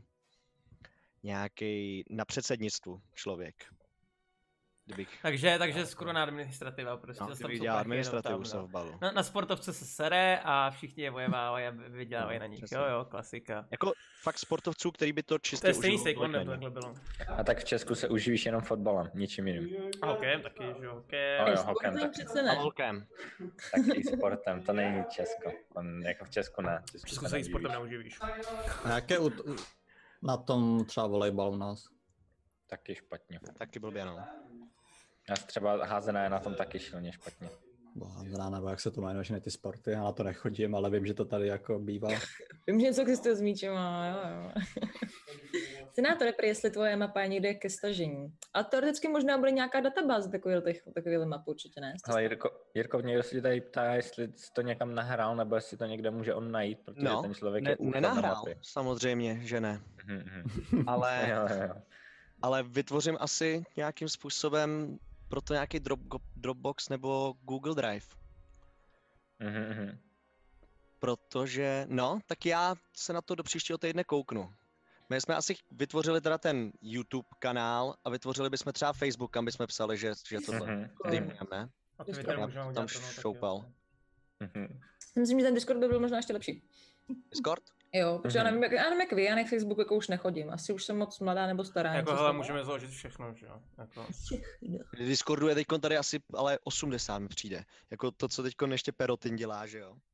B: nějaký na předsednictvu člověk. Kdybych,
A: Takže, takže skoro na administrativa, prostě
B: no,
A: zase tam
B: kdybych
A: jsou
B: dělal
A: prachy jenom
B: administrativu
A: tam, no.
B: softballu.
A: Na, na sportovce se sere a všichni je vojevávají a vydělávají
B: No,
A: na nich.
B: přesně.
A: Jo, jo, klasika.
B: Jako fakt sportovců, který by to
A: To
B: čistě
A: je stejný
B: užil,
A: s
B: tolik
A: taekwondem, to
B: není.
A: takhle bylo.
C: A tak v Česku se uživíš jenom fotbalem, ničím jiným.
A: A hokejem taky, že jo,
C: A
A: hokejem.
C: jo,
D: Sportem
C: hokejem taky.
D: přece
B: A
D: ne.
B: holkem.
C: Taky sportem, to není Česko. On, jako v Česku ne. V
A: V
C: Česku
A: Česku
C: se
A: se jí sportem
C: neuživíš.
A: neuživíš.
E: A jak je u, na tom třeba volejbal u nás?
C: Taky špatně.
B: Taky blbě, no.
C: Já třeba házená je na tom taky šilně špatně.
E: Boha, nebo jak se to jmenuje, všechny ty sporty, já na to nechodím, ale vím, že to tady jako bývá.
D: Vím, že něco existuje s míčem, a jo, jo. Senátore, prý, jestli tvoje mapa je někde ke stažení. A teoreticky možná bude nějaká databáze takovýhle, takovýhle map, určitě ne?
C: Ale Jirko, Jirko, někdo se tě tady ptá, jestli jsi to někam nahrál, nebo jestli to někde může on najít, protože
B: No,
C: ten člověk
B: Ne,
C: je úchod na
B: nenahrál,
C: mapě.
B: samozřejmě, že ne.
C: Mhm, mhm.
B: Ale,
C: Jo, jo, jo.
B: ale vytvořím asi nějakým způsobem pro to nějaký drop, Dropbox nebo Google Drive.
C: Mhm, mhm.
B: Protože, no, tak já se na to do příštího týdne kouknu. My jsme asi vytvořili teda ten YouTube kanál a vytvořili bychom třeba Facebook, kam bychom psali, že, že to
C: Mhm,
B: streamujeme.
A: A to
D: Já
A: Twitter
B: Já
A: možná
B: to
A: udělat
B: tam
A: to, no, taky,
B: šoupal.
A: jasně.
C: mhm.
D: Myslím, že ten Discord by byl možná ještě lepší.
B: Discord?
D: Jo, protože já
C: Mhm.
D: nevím, jak, já nevím, jak vy, já na Facebook jako už nechodím. Asi už jsem moc mladá nebo stará.
A: Jako
D: něco
A: hele,
D: z
A: můžeme založit všechno, že jo. Jako.
B: Discordu je teď tady asi ale osmdesát mi přijde. Jako to, co teď ještě Perotin dělá, že jo?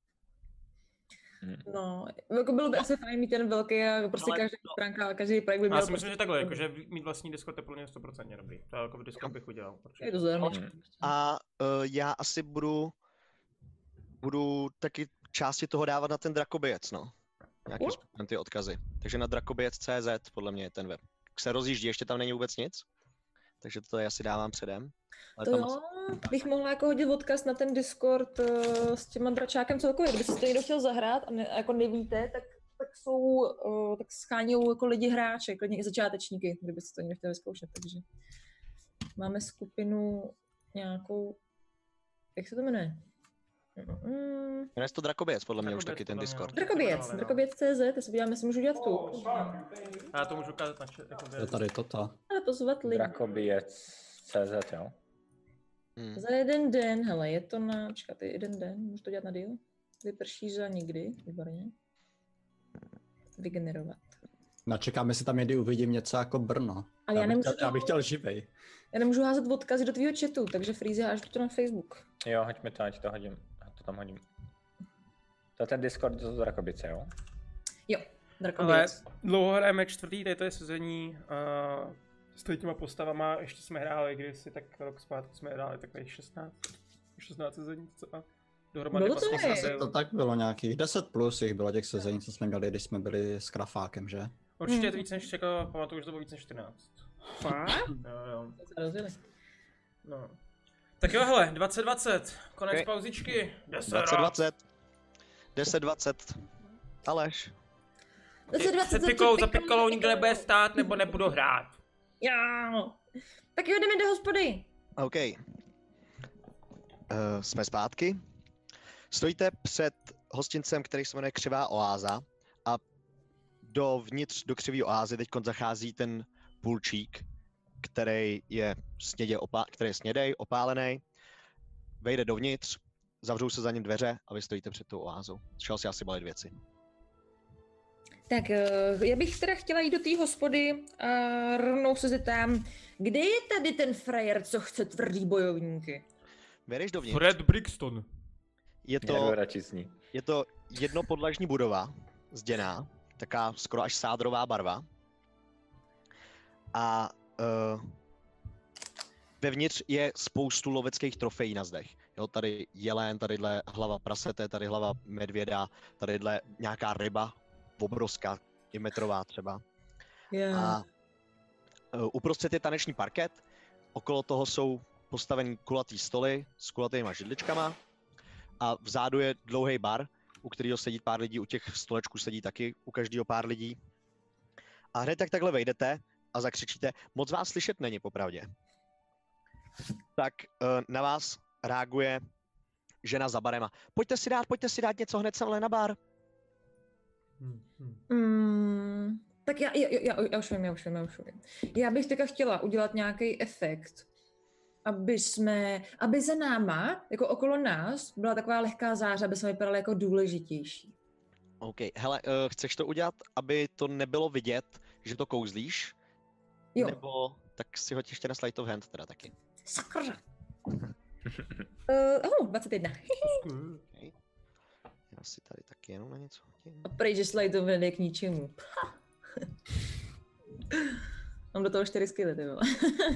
C: Mhm.
D: No, jako bylo by asi fajn mít ten velký a prostě
B: Ale
D: každá
B: no.
D: stránka, každý projekt by
A: Já
D: měl...
A: si myslím, že takhle, jako, že mít vlastní Discord je plně sto procent dobrý. To jako v Discord bych udělal. určitě.
D: Je to zdarma.
C: Mhm.
B: A uh, já asi budu budu taky části toho dávat na ten Drakobijec, no. Nějakým
D: Jo.
B: způsobem ty odkazy. Takže na drakobijec tečka cé zet podle mě je ten web. Se rozjíždí, ještě tam není vůbec nic. Takže to já si dávám předem. Ale
D: To
B: tam
D: jo, bych mohla jako hodit odkaz na ten Discord uh, s těma dračákem celkově. Kdyby si to někdo chtěl zahrát a, ne, a jako nevíte, tak, tak jsou, uh, tak schánějí jako lidi hráče, klidně i začátečníky, kdyby si to někdo chtěl vyzkoušet. Takže máme skupinu nějakou, jak se to jmenuje? Mm,
B: jmenuje se to Drakobijec, podle mě už
A: Drakobijec
B: taky ten
A: podle mě,
B: Discord.
A: no.
D: Drakobijec,
A: no.
D: Drakobijec tečka cé zet, já se podíváme, jestli můžu dělat tu.
A: A já to můžu ukázat na chat, jako
E: Je tady toto.
D: Ale pozvat lidi.
C: Drakobijec tečka cé zet, jo?
B: Hmm.
D: Za jeden den, hele, je to na, počkat, jeden den, můžu to dělat na díl? Vyprší za nikdy, výborně. Vygenerovat.
E: No čekám, jestli tam někdy uvidím něco jako Brno.
D: Ale já
E: bych
D: nemůžu,
E: chtěl, já bych chtěl živej.
D: já nemůžu házet odkazy do tvýho chatu, takže Freeze, hážu to na Facebook.
C: Jo, hoď mi to, ať to hodím. Ať to tam hodím. To je ten Discord z Drakobice, jo?
D: Jo,
A: Ale
D: Drakobijec.
A: dlouho hrajeme čtvrtý, tady to je sezení uh, s těma postavama, ještě jsme hráli kdysi, tak rok zpátky jsme hráli takových šestnáct, šestnáct sezení, co a dohromady
D: Bylo to
A: vlastně
D: je.
A: zabil.
E: To tak bylo nějakých deset plus jich bylo těch sezení, co jsme měli, když jsme byli s Krafákem, že?
A: Určitě je to
D: Hmm.
A: víc než, jako, pamatuju, že to bylo víc než čtrnáct.
D: Fakt?
A: Jo, jo.
D: To se rozjeli.
A: No. Tak jo, hele, dvacet dvacet, konec
B: Okay.
A: pauzičky, deset
B: dvacet dvacet. deset dvacet. Aleš.
D: deset dvacet
A: Před pikolou, za pikolou nikdo nebude stát, nebo nebudu hrát.
D: Jo. Tak jo, jdeme do hospody.
B: OK. Uh, jsme zpátky. Stojíte před hostincem, který se jmenuje Křivá oáza a dovnitř do Křivý oázy teď zachází ten půlčík, který je snědě opá- který je snědej, opálený. Vejde dovnitř, zavřou se za ním dveře a vy stojíte před tou oázou. Šel si asi balit věci.
D: Tak uh, já bych teda chtěla jít do té hospody a rovnou se zeptám, kde je tady ten frajer, co chce tvrdý bojovníky?
B: Vejdeš dovnitř.
A: Fred Brixton.
B: Je
C: Já jdu
B: to,
C: radši s ní.
B: je to jednopodlažní budova, zděná, taká skoro až sádrová barva. A uh, vevnitř je spoustu loveckých trofejí na zdech. Jo, tady jelén, tadyhle hlava prasete, tady hlava medvěda, tadyhle nějaká ryba, obrovská, i metrová třeba.
D: Yeah.
B: A uh, uprostřed je taneční parket, okolo toho jsou postavený kulatý stoly s kulatýma židličkama a vzadu je dlouhý bar, u kterého sedí pár lidí, u těch stolečků sedí taky u každého pár lidí. A hned jak takhle vejdete a zakřičíte, moc vás slyšet není popravdě. Tak uh, na vás reaguje žena za barem a pojďte si dát, pojďte si dát něco hned semhle na bar.
A: Hmm, hmm.
D: Mm, tak já, já, já, já už vím, já už vím, já už vím. Já bych teďka chtěla udělat nějaký efekt, aby jsme, aby za náma, jako okolo nás, byla taková lehká záře, aby jsme vypadali jako důležitější.
B: OK, hele, uh, chceš to udělat, aby to nebylo vidět, že to kouzlíš?
D: Jo,
B: Nebo tak si hoď ještě na sleight of hand teda taky.
D: sakra. uh, oh, dvacet jedna.
B: Okay. Já si tady taky jenom na něco hodím.
D: A prej, že slide to vede k ničemu. Mám do toho čtyři skilly, ty vole.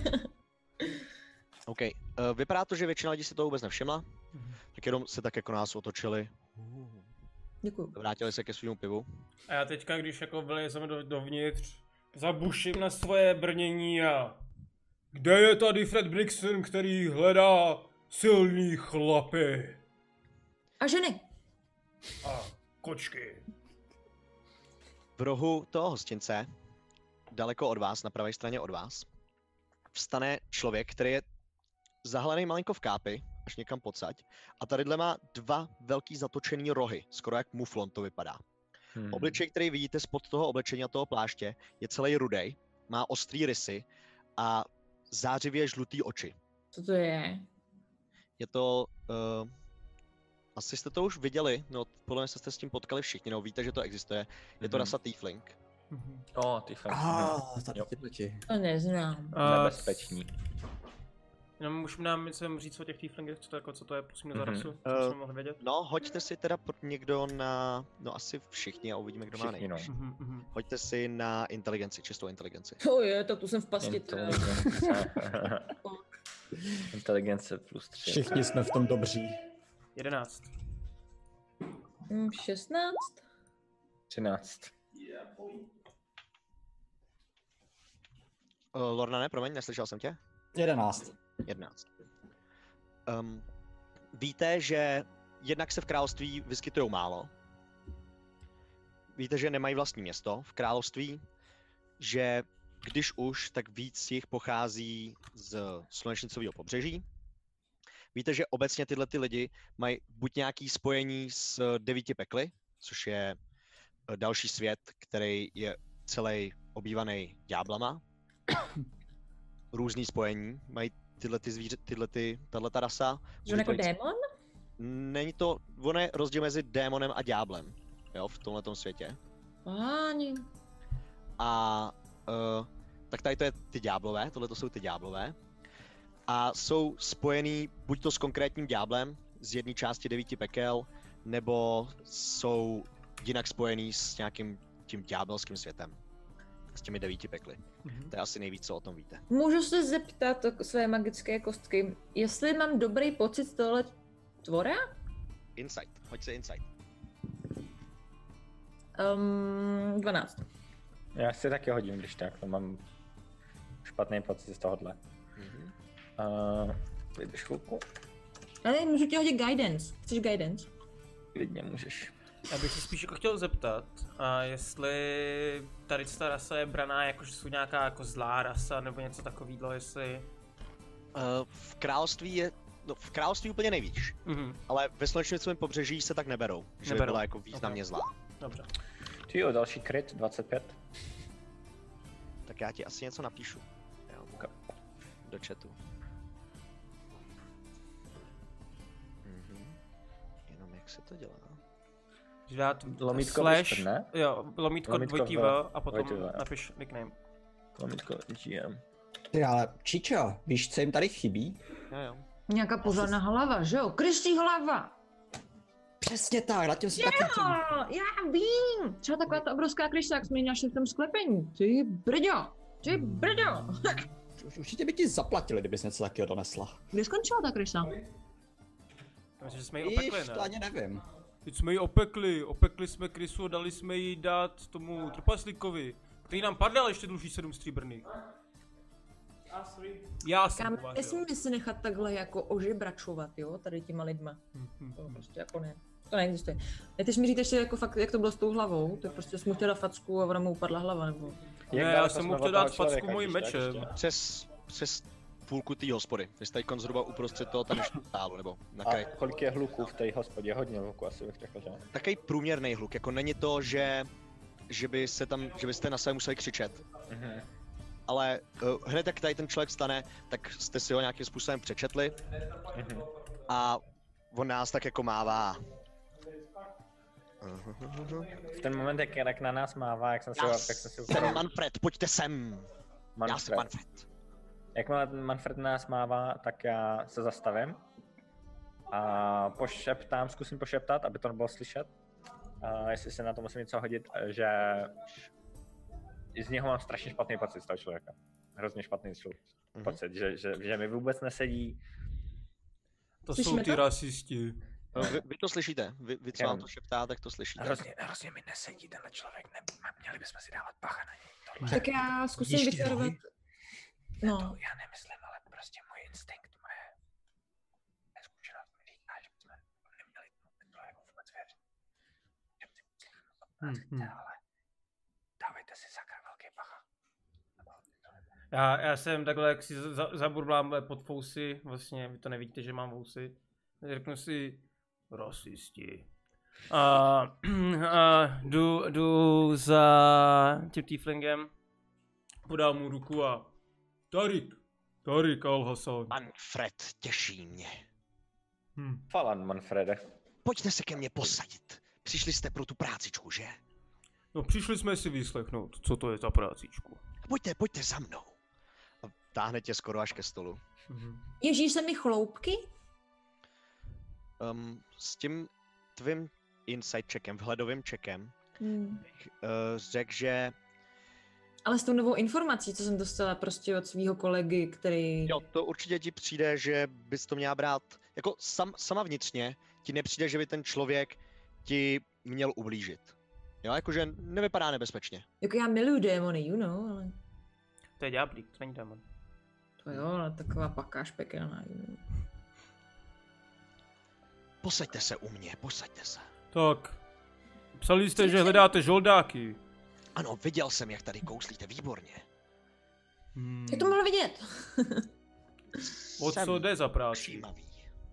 B: OK, uh, vypadá to, že většina lidí si to vůbec nevšimla, tak jenom se tak jako nás otočili,
D: Děkuju.
B: vrátili se ke svému pivu.
A: A já teďka, když jako vylezeme do, dovnitř, zabuším na svoje brnění a... Kde je tady Fred Brixton, který hledá silný chlapy
D: A ženy?
A: a kočky?
B: V rohu toho hostince, daleko od vás, na pravé straně od vás, vstane člověk, který je zahalený malinko v kápi, až někam podsaď, a tadyhle má dva velký zatočený rohy, skoro jak muflon to vypadá.
C: Hmm.
B: Obličej, který vidíte spod toho oblečení a toho pláště, je celý rudej, má ostrý rysy a zářivě žlutý oči.
D: Co to je?
B: Je to... Uh, asi jste to už viděli, no podle mě jste s tím potkali všichni, no víte, že to existuje. Je to
C: Mhm.
B: rasa Tiefling.
C: O, ty fakt.
E: Ah, tady
C: Jo.
E: tyhle ti.
D: To neznám.
A: A
C: Nebezpečný.
A: Jenom už nám něco říct o těch tieflingech, co to, jako, co to je, prosím, za
C: Mhm.
A: rasu, co
B: Eh,
A: bychom mohli vědět.
B: No, hoďte si teda pod někdo na... No asi všichni a uvidíme, kdo má
C: Všichni, no.
B: nejvíc.
A: Mhm, mhm.
B: Hoďte si na inteligenci, čistou inteligenci.
D: To je, to tu jsem v pasti. ty vole.
C: Inteligence. Inteligence plus tři.
E: Všichni jsme v tom dobří.
A: jedenáct.
D: Mm, šestnáct?
C: třináct.
B: Uh, Lorna, ne, promiň, neslyšel jsem tě?
E: Jedenáct.
B: jedenáct. Um, víte, že jednak se v království vyskytují málo. Víte, že nemají vlastní město v království, že když už, tak víc jich pochází z slunečnicového pobřeží. Víte, že obecně tyhle ty lidi mají buď nějaký spojení s devíti pekly, což je eh, další svět, který je celý obývaný ďáblama. Různý spojení mají tyhle ty zvíře, tyhle ty, tato rasa.
D: Že on jako démon?
B: Není to, on je rozdíl mezi démonem a ďáblem, jo, v tomhletom světě.
D: Páni.
B: A uh, tak tady to je ty ďáblové, tohle to jsou ty ďáblové. A jsou spojený buď to s konkrétním ďáblem z jedné části devíti pekel, nebo jsou jinak spojený s nějakým tím ďábelským světem. S těmi devíti pekly.
A: Mhm.
B: To je asi nejvíc, co o tom víte.
D: Můžu se zeptat o své magické kostky, jestli mám dobrý pocit z tohle tvora?
B: Insight. Hoď si Insight.
D: Um, dvanáct.
C: Já si taky hodím, když tak, to mám špatný pocit z tohohle.
B: Mhm.
C: Uh, vydrž chvilku.
D: Ale můžu ti hodit guidance. Chceš guidance?
C: Klidně můžeš.
A: Já bych se spíš jako chtěl zeptat, a jestli tady ta rasa je braná jako, že jsou nějaká jako zlá rasa nebo něco takového, jestli...
B: Uh, v království je, no v království úplně nejvíš,
A: Mhm,
B: ale ve slunečnicovém pobřeží se tak neberou, že by
A: Neberou.
B: byla jako významně
A: Ok.
B: zlá.
A: dobře.
C: Ty jo, další crit, dvacet pět.
B: Tak já ti asi něco napíšu. Jo,
C: Ok.
B: do chatu. Mhm. Jenom jak se to dělá?
A: Že dát
C: Lomítko
A: slash,
C: whisper, ne?
A: jo, lomítko,
C: Lomítko
A: dvojitý
C: v-
A: V a potom
C: dvojitý V.
A: napiš nickname.
C: Lomítko G M.
E: Ty ale, Čičo, víš, co jim tady chybí?
B: Jo, jo.
D: Nějaká pořádná hlava, že jo? Krysí hlava!
E: Přesně tak, na tím si taky chci.
D: Jo, já vím! Třeba taková ta obrovská krysa, jak jsme ji našli v tom sklepení. Ty brďo! Ty brďo!
E: Už- Určitě by ti zaplatili, kdybys něco takového donesla.
D: Kde skončila ta krysa?
A: Myslím, že jsme ji opekli,
E: Víš, to
A: ne?
E: ani nevím.
A: Teď jsme ji opekli, opekli jsme krysu a dali jsme ji dát tomu trpaslíkovi, který nám padal ještě dluží sedm stříbrných. Já jsem
D: Kam
A: uvařil.
D: nesmíme si nechat takhle jako ožebračovat, jo, tady těma lidma.
A: Hm, hm,
D: To
A: hm.
D: prostě jako ne. To neexistuje. Ne, ty jsi mi říct ještě jako fakt, jak to bylo s tou hlavou, to prostě jsi mu chtěla facku a ona mu upadla hlava, nebo...
A: Ne, já jsem mu chtěl dát facku mojím mečem.
B: Přes, přes půlku té hospody. Vy jste teď zhruba uprostřed toho tanečního sálu, nebo na
C: A
B: kraji.
C: kolik je hluků v té hospodě? Hodně hluku asi bych řekl, že?
B: Takový průměrný hluk, jako není to, že, že, by se tam, že byste na sebe museli křičet.
C: Mhm.
B: Ale uh, hned jak tady ten člověk stane, tak jste si ho nějakým způsobem přečetli
C: Mhm.
B: a on nás tak jako mává.
C: V ten moment, jak, jak na nás mává, jak jsem si,
B: Já
C: jak jsem si
B: jsem Manfred, pojďte sem. Já jsem
C: Manfred.
B: Manfred.
C: Jakmile Manfred na nás mává, tak já se zastavím a pošeptám, zkusím pošeptat, aby to nebylo slyšet. A jestli se na to musím něco hodit, že z něho mám strašně špatný pocit z toho člověka. Hrozně špatný
B: Mhm.
C: pocit, že, že, že mi vůbec nesedí.
A: To jsou
D: Slyšíme
A: ty
D: to?
A: rasisti.
B: No, vy, vy to slyšíte, vy, vy co
C: Já
B: vám
C: vím.
B: to šeptá, tak to slyšíte.
C: Hrozně, hrozně mi nesedí tenhle člověk, ne, měli bychom si dávat bacha na něj. Tohle.
D: Tak já zkusím
E: Vidíš ty
D: vyčarovat...
E: rohy?
D: No,
C: To já nemyslím, ale prostě můj instinkt, moje zkušenost mi říká, že bychom neměli tomu člověku vůbec věřit. Že si myslím,
A: Hmm, hmm.
C: ale dávejte si sakra velký bacha.
A: Já, já jsem takhle, jak si za- zaburblám pod fousy, vlastně vy to nevidíte, že mám fousy. Řeknu si, rasisti. A, a jdu, jdu za tím tieflingem, podám mu ruku a Tarik, Tarik Al-Hasan.
B: Manfred, těší mě.
A: Hm.
C: Falan, Manfrede.
B: Pojďte se ke mně posadit. Přišli jste pro tu prácičku, že?
A: No přišli jsme si vyslechnout, co to je za prácičku.
B: Pojďte, pojďte za mnou. A táhne tě skoro až ke stolu.
A: Mhm.
D: ježíš se mi chloupky?
B: Um, s tím tvým insight checkem, vhledovým checkem,
D: Hmm.
B: uh, řekl, že
D: Ale s tou novou informací, co jsem dostala prostě od svého kolegy, který...
B: jo, to určitě ti přijde, že bys to měla brát, jako sam, sama vnitřně ti nepřijde, že by ten člověk ti měl ublížit. Jo, jakože nevypadá nebezpečně.
D: Jako já miluju démony, you know, ale...
A: To je ďáblík, to není démon.
D: To jo, ale taková pakáž pekelná, you know.
B: Posaďte se u mě, posaďte se.
A: Tak, psali jste, že hledáte žoldáky.
B: Ano, viděl jsem, jak tady kouslíte, výborně.
A: Hmm.
D: Jak to mohl vidět?
A: O
B: Jsem
A: co jde za práci?
B: všímavý.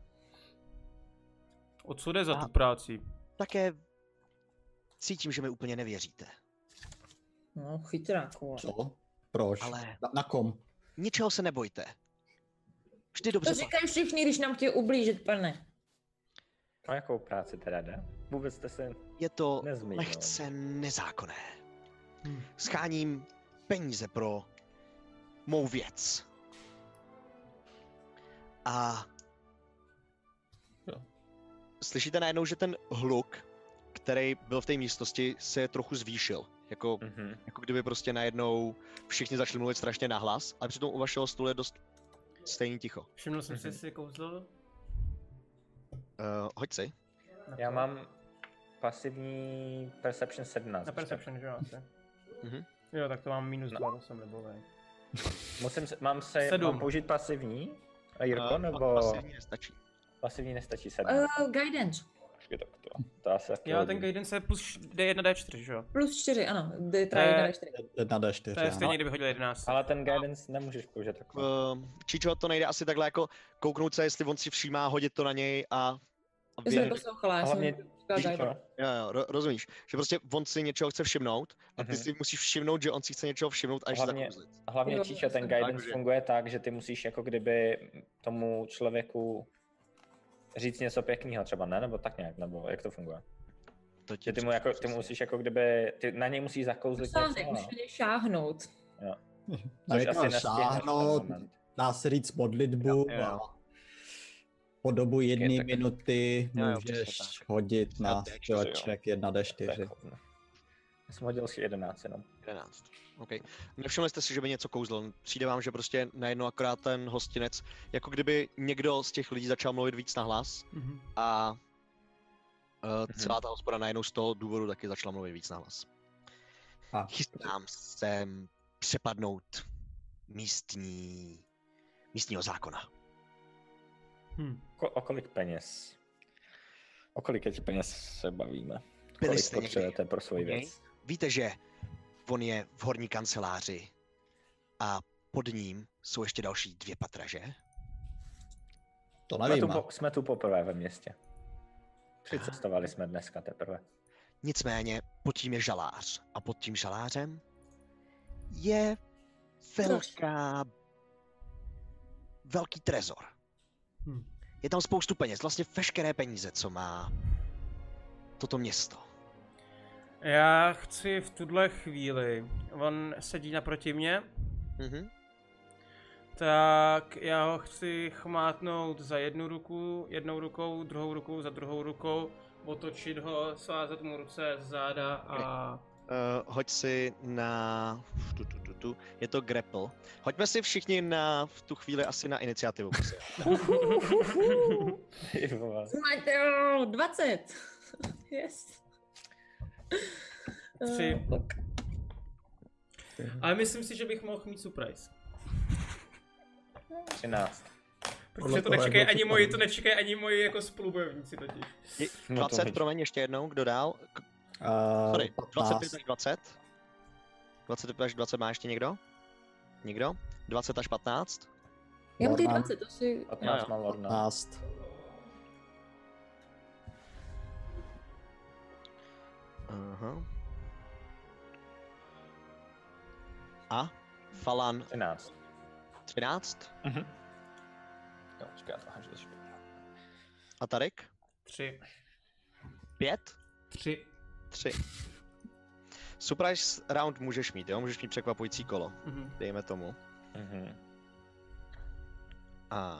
A: O co jde za
B: A-
A: tu práci?
B: Také cítím, že mi úplně nevěříte.
D: No, chytráko.
E: Co? Proč?
B: Ale-
E: Na, na kom?
B: Ničeho se nebojte. Vždy
D: To
B: dobře
D: říkají všichni, když nám chtějí ublížit, pane.
C: O jakou práci teda jde? Vůbec jste se...
B: Je to
C: Nezmínil.
B: lehce nezákonné.
A: Hm.
B: Scháním peníze pro mou věc. A
A: Jo.
B: slyšíte najednou, že ten hluk, který byl v té místnosti, se trochu zvýšil. Jako,
C: Mhm.
B: jako kdyby prostě najednou všichni začali mluvit strašně nahlas, ale přitom u vašeho stolu je dost stejný ticho.
A: Všiml jsem si,
C: Mhm.
A: jestli je kouzlo?
B: Uh, hoď si.
A: Na
C: Já
A: to?
C: mám pasivní Perception sedmnáct.
A: Na Perception, že jo, asi.
B: Mhm.
A: Jo, tak to mám minus
C: No.
A: dva, to jsem libovej.
C: Musím se, mám, se,
A: Sedm.
C: mám použít pasivní? A Jirko,
B: Uh,
C: nebo
B: pasivní nestačí.
C: pasivní nestačí sedmnáct?
D: Uh, guidance.
C: Počkej, tak to, to asi taky
A: Jo,
C: hodím.
A: ten guidance je plus D jedna D čtyři, že jo?
D: Plus čtyři, ano. D
A: To je-
D: jedna D čtyři.
E: Jedna D čtyři.
A: To je
E: ano.
A: stejně, kdyby hodil jedenáct.
C: Ale ten guidance nemůžeš použít takhle.
B: Uh, Čičo, to nejde asi takhle jako kouknout se, jestli on si všímá, hodit to na něj a... a
D: Já jsem
B: vy...
D: poslouchala, já
C: Hlavně
D: jsem říkala
C: Víš co?
D: guidance.
B: Jo, jo, ro- rozumíš, že prostě on si něčeho chce všimnout a ty
C: Mhm.
B: si musíš všimnout, že on si chce něčeho všimnout a ještě
C: Hlavně-
B: zakouzlit.
C: A hlavně
D: Jo,
C: Číčo, ten
D: jasně.
C: guidance
B: Takže-
C: funguje tak, že ty musíš jako kdyby tomu člověku říct něco pěkného třeba, ne? Nebo tak nějak, nebo jak to funguje?
B: To ti
C: Že ty mu,
B: přesně-
C: jako, ty
B: přesně.
C: musíš jako kdyby, ty na něj musíš zakouzlit
D: Sáhnek,
C: něco,
D: musíš
C: no.
D: na něj šáhnout.
E: Na
C: Což
E: někoho
C: asi nestihneš v ten
E: šáhnout,
C: moment.
E: dá se říct modlitbu
B: Jo, jo.
E: a po dobu jedné
C: tak-
E: minuty
B: Jo, jo,
E: můžeš
B: přesně
E: hodit na
B: D čtyři, jo.
E: střeleček jedna D
C: To je
E: čtyři.
C: chovno. Já jsem hodil si jedenáct jenom.
B: jedenáct. OK. Nevšimli jste si, že by něco kouzlil. Přijde vám, že prostě najednou akorát ten hostinec, jako kdyby někdo z těch lidí začal mluvit víc nahlas
A: Mhm.
B: a uh, celá ta hospoda najednou z toho důvodu taky začala mluvit víc nahlas.
E: A
B: Chystám se přepadnout místní, místního zákona.
A: Hm.
C: Ko- o kolik peněz? O kolik těch peněz se bavíme?
B: Byli
C: Kolik
B: jste někdy
C: potřebujete pro svoji
B: u něj?
C: věc?
B: Víte, že on je v horní kanceláři a pod ním jsou ještě další dvě patra, že?
E: to
C: Jsme
E: nevím.
C: tu, po, jsme tu poprvé ve městě. Přicestovali jsme dneska teprve.
B: Nicméně pod tím je žalář a pod tím žalářem je velká, velký trezor.
A: Hm.
B: Je tam spoustu peněz, vlastně veškeré peníze, co má toto město.
A: Já chci v tuhle chvíli, on sedí naproti mě,
B: Mhm.
A: tak já ho chci chmátnout za jednu ruku, jednou rukou, druhou rukou za druhou rukou, otočit ho, svázat mu ruce z záda a...
B: Uh, hoď si na... Tu, tu, tu, tu. Je to grapple. Hoďme si všichni na, v tu chvíli asi na iniciativu, prosím.
C: Ty vole.
D: Mateo, dvacet. Yes.
A: Tři.
D: Uh, tak.
A: Ale myslím si, že bych mohl mít surprise.
C: třináct.
A: Protože to
E: toho, jak
A: nečekají
E: byl
A: ani moji, to
E: připravený.
A: nečekají ani moji jako spolubojovníci totiž.
B: Je-
C: No to
B: dvacet,
C: hoď.
B: promiň, ještě jednou, kdo dál? K-
E: Uh,
B: Sorry, dvacet pět
E: patnáct.
B: až dvacet. dvacet pět až dvacet má ještě někdo? Nikdo? dvacet až patnáct?
D: Já mám ty
E: Lorna.
D: dvacet, to si...
C: patnáct
B: Jo,
C: má Lorna.
E: patnáct.
B: Aha. A? Falan
C: třináct.
B: třináct?
C: Mhm. Jo, počkej, já to hážu ještě.
B: A Tarik?
A: Tři.
B: pět?
A: Tři.
B: tři. Surprise round můžeš mít, jo? Můžeš mít překvapující kolo,
A: Mhm.
B: dejme tomu.
C: Mhm.
B: A...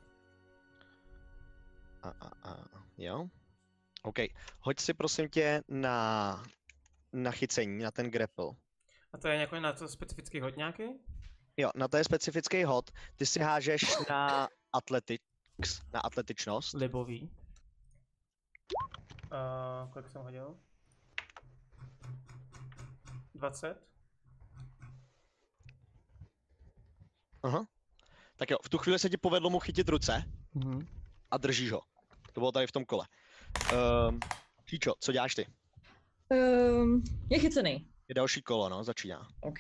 B: A, a, a, jo? OK. Hoď si prosím tě na, na chycení, na ten grapple.
A: A to je nějaký na to specifický hod nějaký?
B: Jo, na to je specifický hod. Ty si hážeš na athletics, na atletičnost.
A: Libový. Uh, kolik jsem hodil? dvacet?
B: Aha. Tak jo, v tu chvíli se ti povedlo mu chytit ruce
A: Mhm.
B: a držíš ho. To bylo tady v tom kole. Um, Číčo, co děláš ty?
D: Um, je chycený.
B: Je další kolo, no, začíná.
D: OK.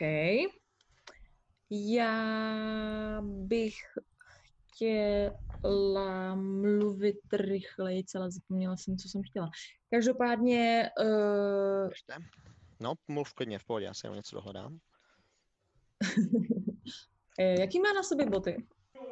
D: Já bych chtěla mluvit rychleji, celá zapomněla jsem, co jsem chtěla. Každopádně, uh,
B: Držte. No, mluv klidně, v pohodě, já si jenom něco dohledám.
D: eh, jaký má na sobě boty?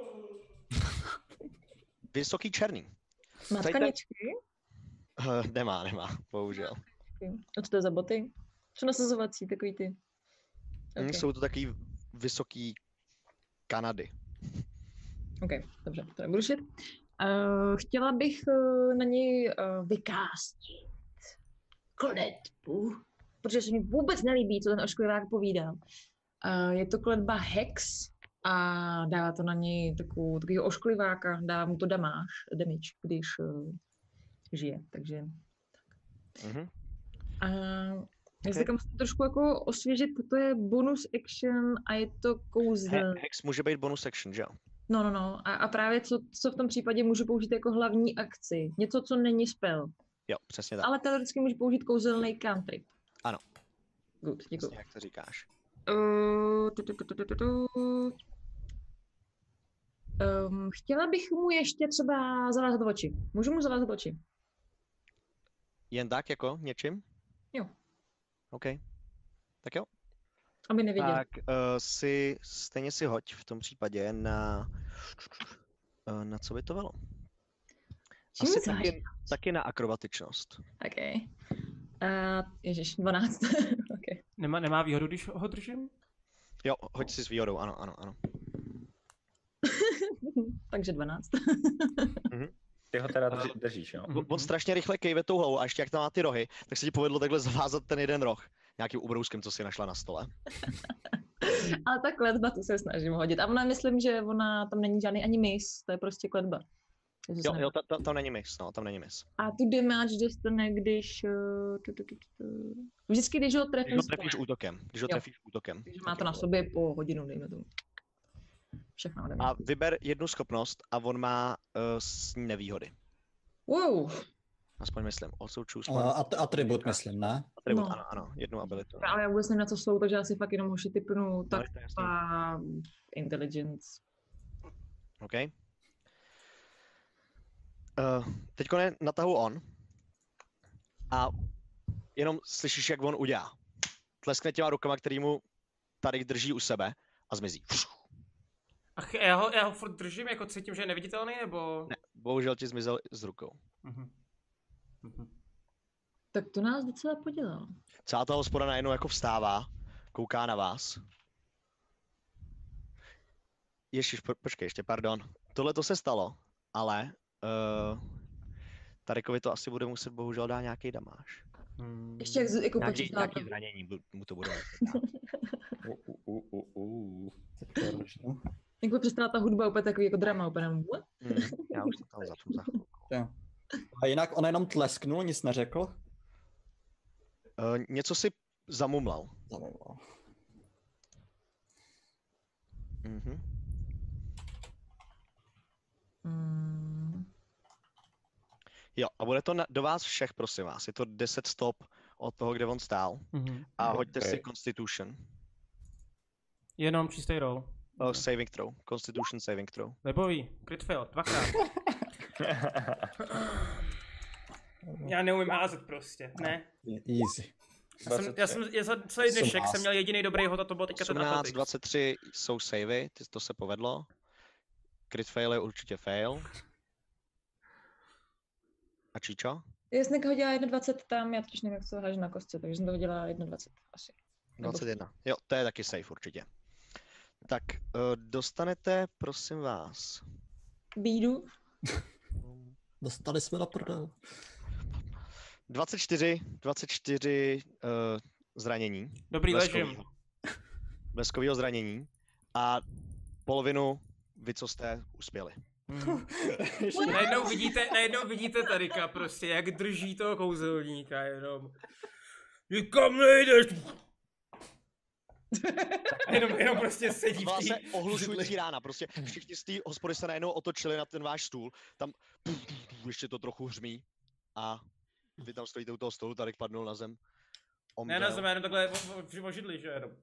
B: Vysoký černý.
D: Má
B: Tady ten-
D: tkaničky?
B: Uh, nemá, nemá, bohužel.
D: A co to je za boty? Co nasazovací, takový ty?
B: Mm,
D: OK,
B: Jsou to taky vysoký Kanady.
D: OK, dobře, to nebudu šit. Uh, chtěla bych uh, na něj uh, vykástit kletbu, protože se mi vůbec nelíbí, co ten ošklivák povídal. Uh, je to kletba Hex a dává to na něj takovou, takovýho oškliváka, dává mu to damáž, damage, když uh, žije, takže...
B: Mhm.
D: A já
B: Ok.
D: si okay. musím trošku jako osvěžit, to je bonus action a je to kouzlo.
B: He- Hex může být bonus action, že jo?
D: No, no, no. A, a právě co, co v tom případě můžu použít jako hlavní akci. Něco, co není spell.
B: Jo, přesně tak.
D: Ale teoreticky můžu použít kouzelný cantrip.
B: Ano.
D: Good, děkuji.
B: Přesně jak to říkáš.
D: Uh, tu, tu, tu, tu, tu, tu. Um, chtěla bych mu ještě třeba zavázat oči. Můžu mu zavázat oči?
B: Jen tak jako něčím?
D: Jo.
B: OK. Tak jo.
D: Aby neviděl.
B: Tak uh, si, stejně si hoď v tom případě na, uh, na co by to bylo?
D: Čím
B: Asi
D: záleží?
B: taky, taky na akrobatičnost.
D: OK. Uh, ježiš, dvanáct. OK.
A: Nemá, nemá výhodu, když ho držím?
B: Jo, hoď si s výhodou, ano, ano, ano.
D: Takže dvanáct.
C: Ty ho teda drž, držíš, jo?
B: On, on strašně rychle kejve tou hlavou a ještě jak tam má ty rohy, tak se ti povedlo takhle zavázat ten jeden roh. Nějakým ubrouskem, co si našla na stole.
D: Ale ta kletba, tu se snažím hodit. A ona, myslím, že ona, tam není žádný ani mis, to je prostě kletba. Takže
B: Jo,
D: se
B: jo, ta, ta, tam není mis, no, tam není mis.
D: A tu damage dostane, když... Uh, tu, tu, tu, tu. Vždycky, když ho
B: Když
D: trefím
B: ho
D: z
B: trefíš
D: pole.
B: útokem, když ho
D: Jo.
B: trefíš útokem.
D: Takže
B: tak
D: má to
B: je
D: na sobě po hodinu, dejme tomu. Všechno ode mě.
B: A vyber jednu schopnost a on má uh, s ní nevýhody.
D: Wow,
B: Aspoň myslím. Also choose
E: Uh,
B: one.
E: at- atribut, myslím, ne?
B: Atribut,
D: no.
B: ano, ano, jednu abilitu.
D: ale já vůbec nevím, na co jsou, takže já si fakt jenom hoši typnu tak
B: to je jasný.
D: a intelligence.
B: OK. Uh, teďko je na tahu on. A jenom slyšíš, jak on udělá. Tleskne těma rukama, který mu tady drží u sebe a zmizí.
A: Ach, já ho, já ho furt držím, jako cítím, že je neviditelný, nebo...
B: Ne, bohužel ti zmizel s rukou.
A: Mhm. Mhm.
D: Tak to nás docela podělal.
B: Celá ta hospoda najednou jako vstává, kouká na vás. Ježiš, po, počkej, ještě pardon. Tohle to se stalo, ale uh, Tarekovi to asi bude muset bohužel dát nějaký damáž.
A: Hmm.
D: Ještě jak, z- jako
B: Nějaký,
D: počítá
B: nějaký
D: to.
B: zranění bu- mu to bude muset dát.
C: U, u, u, u, u.
E: Tak to je možno.
D: Jak by přestala ta hudba úplně takový jako drama, úplně jenom what?
B: Hmm, já už to tam zapnu za chvilku.
E: Jo. A jinak on jenom tlesknul, nic neřekl?
B: Uh, něco si zamumlal.
E: Zamluvil.
B: Mhm.
D: Mm.
B: Jo, a bude to na, do vás všech, prosím vás. Je to deset stop od toho, kde on stál.
A: Mhm.
B: A hoďte
C: Ok.
B: si Constitution.
A: Jenom čistý roll.
B: Oh, saving throw. Constitution saving throw.
A: Nebojím, crit fail, dvakrát. Já neumím házet prostě, ne.
E: Easy.
A: Já jsem, já jsem já za celý dnešek
E: osmnáct.
A: jsem měl jediný dobrý hod a to byl teďka ten
B: osmnáct,
A: athletics.
B: dvacet tři jsou savey, ty, to se povedlo. Crit fail je určitě fail. A Číčo?
D: Já jsem hodila jedna dvacet tam, já totiž nevím, jak se háže na kostce, takže jsem to hodila jedna dvacet asi. Nebo-
B: dvacet jedna. Jo, to je taky safe určitě. Tak, uh, dostanete, prosím vás.
D: Bídu.
E: Dostali jsme na prdel.
B: dvacet čtyři, dvacet čtyři uh, zranění.
A: Dobrý, ležím.
B: Bleskovýho. Bleskovýho zranění. A polovinu vy, co jste uspěli.
A: Mhm. Najednou vidíte, najednou vidíte Tarika prostě, jak drží toho kouzelníka jenom. Nikam nejdeš! A jenom, jenom prostě sedí
B: Byla
A: v
B: se
A: té
B: ohlušující rána, prostě všichni z té hospody se najednou otočili na ten váš stůl, tam ještě to trochu hřmí a vy tam stojíte u toho stolu, Tarik padnul na zem.
A: Ne na zem, jenom takhle v ožidli, že jenom.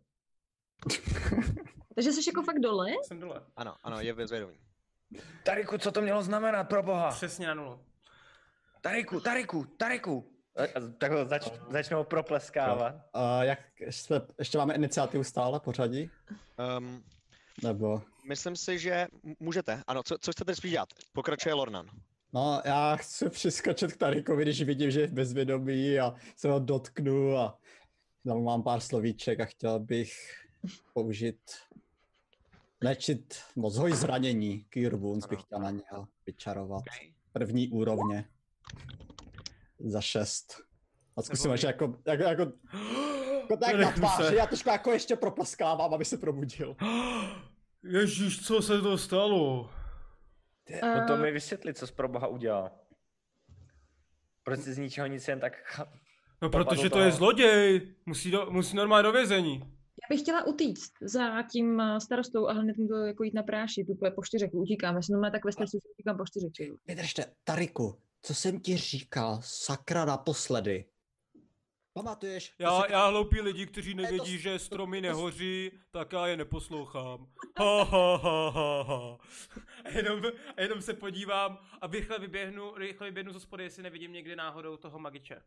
D: Takže jsi jako fakt dole?
A: Jsem dole.
B: Ano, ano, je bezvědomý.
C: Tariku, co to mělo znamenat, pro boha?
A: Přesně na nulu.
C: Tariku, Tariku, Tariku. A, a, tak ho zač, začnou propleskávat.
E: A jak jsme, ještě máme iniciativu stále pořadí?
B: Um,
E: Nebo?
B: myslím si, že m- můžete. Ano, co, co chcete spíš dělat? Pokračuje Lornan.
E: No, já chci přiskočit k Tarikovi, když vidím, že je bezvědomý a se ho dotknu a tam mám pár slovíček a chtěl bych použít léčit moc hoj zranění. Cure Wounds bych chtěl na něho vyčarovat.
B: Okay.
E: První úrovně. Za šest. A zkusím
A: Neboj.
E: ještě jako, jako, jako, jako tak na
A: Nechnu se.
E: tváři, já trošku jako ještě propleskávám, aby se probudil.
A: Ježíš, co se to stalo?
C: No to mi vysvětli, co jsi pro boha udělal. Proč si z ničeho nic jen tak...
A: No
C: Popadl
A: protože to
C: toho.
A: je zloděj, musí, do, musí normálně do vězení.
D: Já bych chtěla utíct za tím eh, starostou a hned mu to jako jít na práši, tu po čtyřeku utíkám. Já jsem tak ve stresu, že utíkám po čtyřeku.
E: Vydržte, Tariku, co jsem ti říkal, sakra naposledy. Pamatuješ? To
A: Já,
E: se-
A: já hloupí lidi, kteří
E: to-
A: nevědí, že
E: to-
A: stromy
E: to-
A: nehoří, tak já je neposlouchám. Ha, ha, ha, ha, ha. A jenom, a jenom se podívám a rychle vyběhnu, rychle vyběhnu z hospody, jestli nevidím někdy náhodou toho magiče.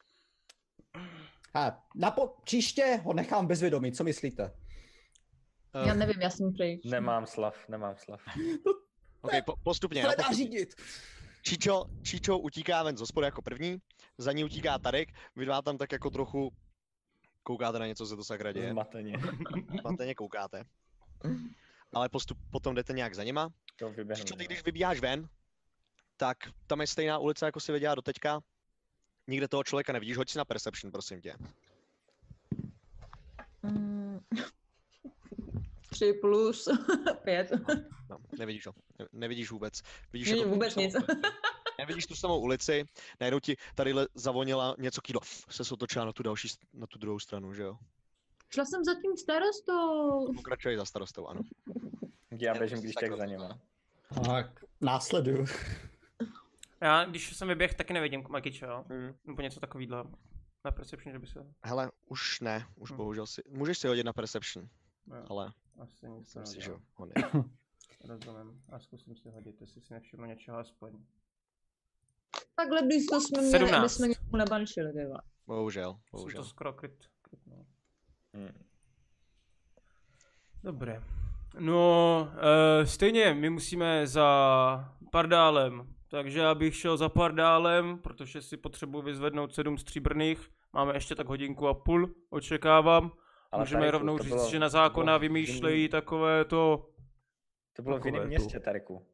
E: He, na po- příště ho nechám bez vědomí, co myslíte?
B: Uh,
D: Já nevím, já jsem pryč.
C: Nemám slav, nemám slav.
B: okay, po, postupně.
E: To
B: jo,
E: nedá
B: postupně.
E: řídit.
B: Číčo, Číčo utíká ven z hospody jako první, za ní utíká Tarek, vy dva tam tak jako trochu koukáte na něco, co to sakra děje.
C: Zmateně.
B: Zmateně koukáte. Ale postup, potom jdete nějak za nima.
C: To vyběhnu.
B: Číčo, ty když vybíháš ven, tak tam je stejná ulice, jako si viděla doteďka. Nikde toho člověka nevidíš, hoď si na perception, prosím tě.
D: Mm. Tři plus pět.
B: No, nevidíš to. Ne, nevidíš vůbec. Vidíš
D: Nevidím
B: jako tu
D: vůbec
B: samou
D: nic.
B: ulici. Nevidíš tu samou ulici, najednou ti tadyhle zavonila něco kýdlo. Se otočila na tu další, s- na tu druhou stranu, že jo?
D: Šla jsem za tím starostou.
B: Pokračuješ za starostou, ano.
C: Já běžím když
B: Tak
C: tak za
B: rozumím.
C: nima.
E: Tak, následuju.
A: Já, když jsem vyběh, taky nevidím magiče, jo? Nebo něco takovýhle. Na perception, že by se...
B: Hele, už ne, už
A: Hm.
B: bohužel si, můžeš si hodit na perception,
A: Jo,
B: ale
A: asi nic
B: myslím si, že
A: neudělám.
B: ho ne.
A: Rozumím. A zkusím si hodit, jestli si nevšimnu něčeho aspoň.
D: Takhle blízko jsme měli,
A: sedmnáct.
D: aby jsme někomu nebanšili, ty vole.
B: Bohužel,
A: Jsou
B: bohužel.
A: to skoro kryt. kryt no.
C: Hm.
A: Dobré. No, uh, stejně, my musíme za Pardálem. Takže já bych šel za Pardálem, protože si potřebuji vyzvednout sedm stříbrných. Máme ještě tak hodinku a půl, očekávám.
C: Ale
A: Můžeme
C: Tariku,
A: rovnou
C: to
A: říct,
C: bylo-
A: že na
C: to
A: zákona
C: bylo v
A: vymýšlejí
C: jiným-
A: takové to...
C: To bylo v jiném
A: Takové tu.
C: městě, Tariku.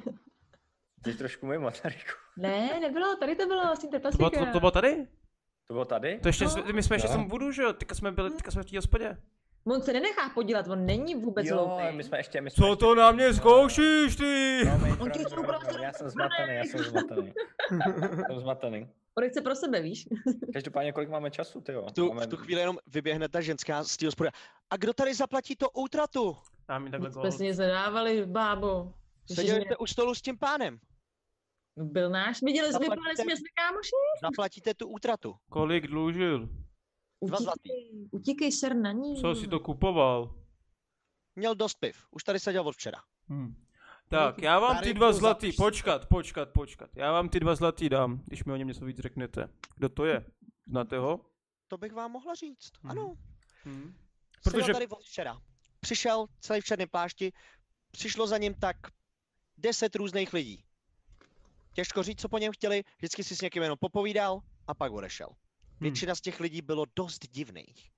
C: Jsi trošku mimo, Tariku.
D: Ne, nebylo, tady to bylo vlastně
A: To bylo,
D: trpaslíka.
A: to, to bylo tady?
C: To bylo tady?
A: To ještě,
D: No.
A: jsme- my jsme ještě
E: Jo.
A: v tom vodu, že jo? Teďka jsme byli, teďka jsme v té hospodě.
D: On se nenechá podívat, on není vůbec
C: Jo,
D: hloupý.
C: my jsme ještě... My jsme
A: Co
C: ještě...
A: to na mě zkoušíš, ty?
C: No, my
D: On ti
C: pravdu,
D: jsou
C: pravdu,
D: prostě
C: já jsem zmatený, já jsem zmatený. Jsem zmatený.
D: On chce pro sebe, víš?
C: Každopádně, kolik máme času, ty jo?
B: V tu,
C: Máme...
B: v tu chvíli jenom vyběhne ta ženská z té hospody. A kdo tady zaplatí to útratu?
A: Dám mi takhle
D: Jsme
A: gold.
D: si nic nedávali, bábo.
B: Seděli jste u stolu s tím pánem.
D: Byl náš, viděli jsme,
B: Zaplatíte-
D: vypadali jsme, jsme kámoši.
B: Zaplatíte tu útratu.
A: Kolik dlužil?
B: Dva zlatý.
D: Utíkej, utíkej ser na ní.
A: Co si to kupoval?
B: Měl dost piv. Už tady seděl od včera.
A: Hm. Tak, já vám ty
E: Tady
A: dva
E: to
A: zlatý,
E: zapiš si
A: počkat, počkat, počkat. Já vám ty dva zlatý dám, když mi o něm něco víc řeknete. Kdo to je? Znáte ho?
B: To bych vám mohla říct.
A: Mhm.
B: Ano.
A: Hm.
B: Protože...
A: Protože-
B: tady od včera. Přišel celý v černém plášti, přišlo za ním tak deset různých lidí. Těžko říct, co po něm chtěli, vždycky si s někým jenom popovídal a pak odešel. Většina z těch lidí bylo dost divných.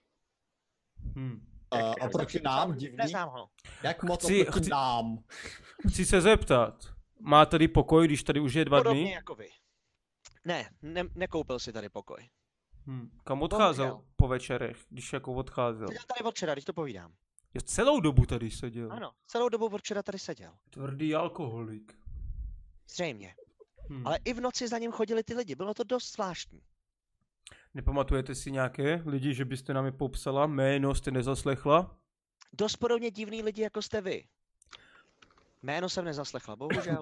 A: Hm.
E: Uh, oproti nám, divný?
B: Neznám ho.
E: Jak moc
A: Chci-
E: oproti
A: chci-
E: nám?
A: Chci se zeptat, má tady pokoj, když tady už je dva
B: Podobně
A: dny?
B: jako vy. Ne, ne, nekoupil si tady pokoj.
A: Hm. Kam odcházel
B: Bohužel.
A: po večerech, když jako odcházel?
B: Seděl tady od včera, když to povídám.
A: Jo, celou dobu tady seděl.
B: Ano, celou dobu od včera tady seděl.
A: Tvrdý alkoholik.
B: Zřejmě.
A: Hm.
B: Ale i v noci za ním chodili ty lidi, bylo to dost zvláštní.
A: Nepamatujete si nějaké lidi, že byste nám je popsala? Jméno jste nezaslechla?
B: Dost podobně divný lidi, jako jste vy. Jméno jsem nezaslechla, bohužel.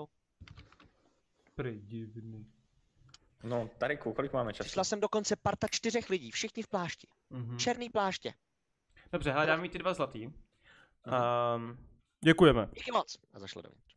A: Predivný.
C: No, Tariku, kolik máme času?
B: Přišla jsem dokonce parta čtyřech lidí, všichni v plášti.
A: Mhm.
B: Černý pláště.
A: Dobře, hledám mi ty dva zlatý. Um, děkujeme.
B: Díky moc. A zašlo dovnitř.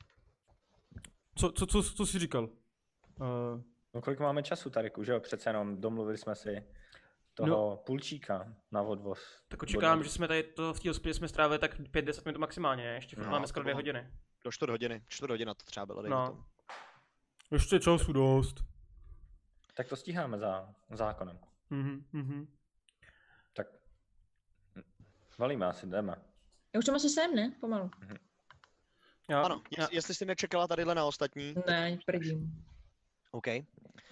A: Co, co, co, co jsi říkal? Uh,
C: No, kolik máme času, Tariku, že jo? Přece jenom domluvili jsme si toho no. půlčíka na odvoz.
A: tak očekávám, že jsme tady to v té hospodě jsme strávili tak pět deset minut maximálně, ne? Ještě furt
B: No,
A: máme
B: to
A: skoro dvě
B: bylo-
A: hodiny.
B: Do čtvrt hodiny. Čtvrt hodina to třeba bylo, dejme
A: No.
B: tomu.
A: Ještě času dost.
C: Tak to stíháme za zákonem.
A: Mhm, mhm.
C: Tak valíme asi, jdeme.
D: Já už tam asi jsem, ne? Pomalu.
A: Já,
B: Ano,
A: já,
B: jest, jestli jsi nečekala tadyhle na ostatní.
D: Ne, prdím.
B: OK. Uh,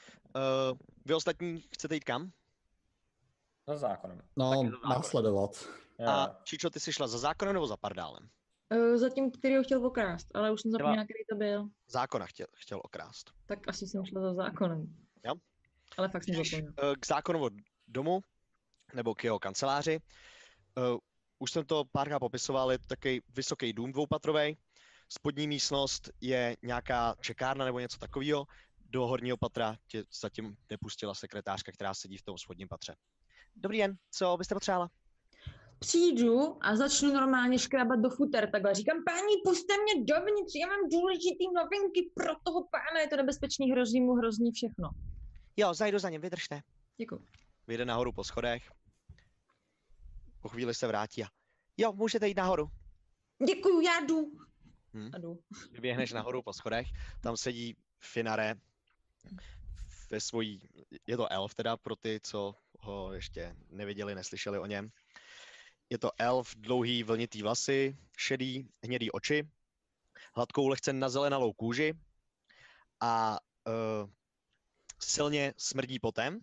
B: vy ostatní chcete jít kam?
C: Za zákonem.
E: No,
B: Tak je to základ.
E: následovat.
C: Já,
B: A Čičo, ty jsi šla za zákonem nebo za pardálem?
D: Uh, zatím, který ho chtěl okrást, ale už jsem
B: Třeba-
D: zapomněla, který to byl.
B: Zákona chtěl, chtěl okrást.
D: Tak asi jsem šla za zákonem.
B: Jo.
D: Ale fakt jsem
B: Jdeš,
D: zapomněl.
B: eh, k Zákonovo domu, nebo k jeho kanceláři. Uh, už jsem to párkrát popisoval, je to takový vysoký dům dvoupatrový. Spodní místnost je nějaká čekárna nebo něco takového. Do horního patra tě zatím nepustila sekretářka, která sedí v tom spodním patře. Dobrý den, co byste potřebovala?
D: Přijdu a začnu normálně škrábat do futer, takhle říkám, páni, puste mě dovnitř, já mám důležitý novinky pro toho pána, je to nebezpečný, hrozí mu hrozný všechno.
B: Jo, zajdu za ním, vydržte.
D: Děkuji.
B: Vyjde nahoru po schodech. Po chvíli se vrátí a jo, můžete jít nahoru.
D: Děkuju, já jdu.
B: Hm.
D: A jdu.
B: Vyběhneš nahoru po schodech, tam sedí Finare ve svojí, je to elf teda pro ty, co ho ještě neviděli, neslyšeli o něm. Je to elf, dlouhý vlnitý vlasy, šedý, hnědý oči, hladkou lehce nazelenalou kůži a uh, silně smrdí potem.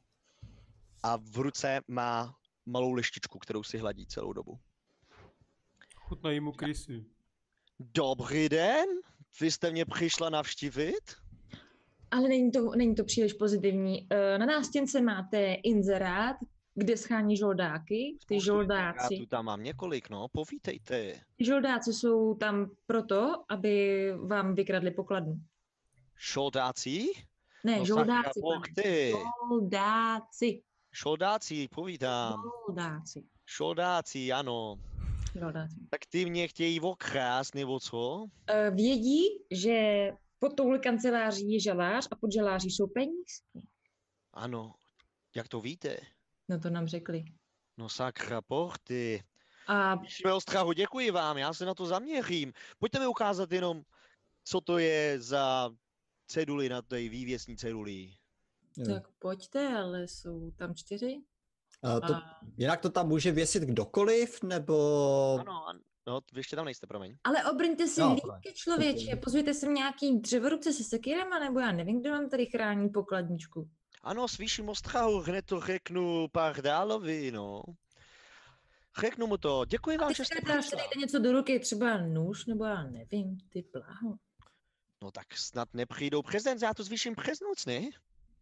B: A v ruce má malou lištičku, kterou si hladí celou dobu.
A: Chutnají mu krysy.
B: Dobrý den, vy jste mě přišla navštívit?
D: Ale není to, není to příliš pozitivní. Eh, Na nástěnce máte inzerát, kde schání žoldáky. Ty žoldáci,
B: Já tu tam mám několik, no, povítejte.
D: ty žoldáci jsou tam proto, aby vám vykradli pokladnu.
B: Šoldáci?
D: Ne,
B: No
D: žoldáci.
B: sakra,
D: pane.
B: ty.
D: Žoldáci.
B: Šoldáci, povídám.
D: Žoldáci.
B: Šoldáci, ano.
D: Žoldáci.
B: Tak ty mě chtějí okrást, nebo co?
D: Eh, Vědí, že pod touhle kanceláří je žalář a pod žaláří jsou penízky.
B: Ano, jak to víte?
D: No to nám řekli.
B: No sakra, porty.
D: A
B: Jsme ostrahu, děkuji vám, já se na to zaměřím. Pojďte mi ukázat jenom, co to je za ceduly na té vývěsní ceduli.
D: tak pojďte, ale jsou tam čtyři.
E: A to,
D: A...
E: jinak to tam může věsit kdokoliv, nebo...
B: Ano, ano, no, vy ještě tam nejste, promiň.
D: Ale obrňte si
E: No,
D: hlídky, člověče, pozvěte sem nějaký dřevoruce se sekirama, nebo já nevím, kdo vám tady chrání pokladničku.
B: Ano, s vyšším ostrahu, hned to řeknu pár dálovi, no. Řeknu mu to, děkuji vám,
D: Ty
B: že jste
D: sekretář,
B: přišla.
D: dejte něco do ruky, třeba nůž, nebo já nevím, ty bláho.
B: No tak snad nepřijdou přes den, já to zvýším přes noc, ne?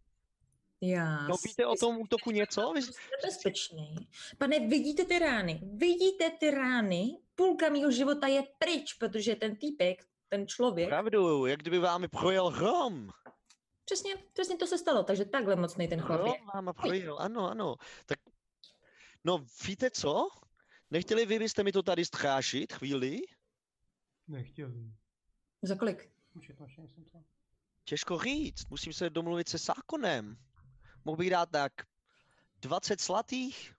D: Já
B: No víte o tom útoku něco? Vy...
D: nebezpečný. Pane, vidíte ty rány? Vidíte ty rány? Půlka mýho života je pryč, protože ten týpek, ten člověk,
B: Pravdu, jak kdyby vámi projel hrom.
D: přesně, přesně to se stalo, takže takhle mocnej ten chlap je.
B: Hrom váma projel, ano, ano. Tak, no víte co? Nechtěli vy byste mi to tady strášit chvíli?
A: Nechtěli.
D: Za kolik?
A: Počkej, ještě jsem to.
B: Těžko říct, musím se domluvit se zákonem. Mohl bych dát tak dvacet slatých?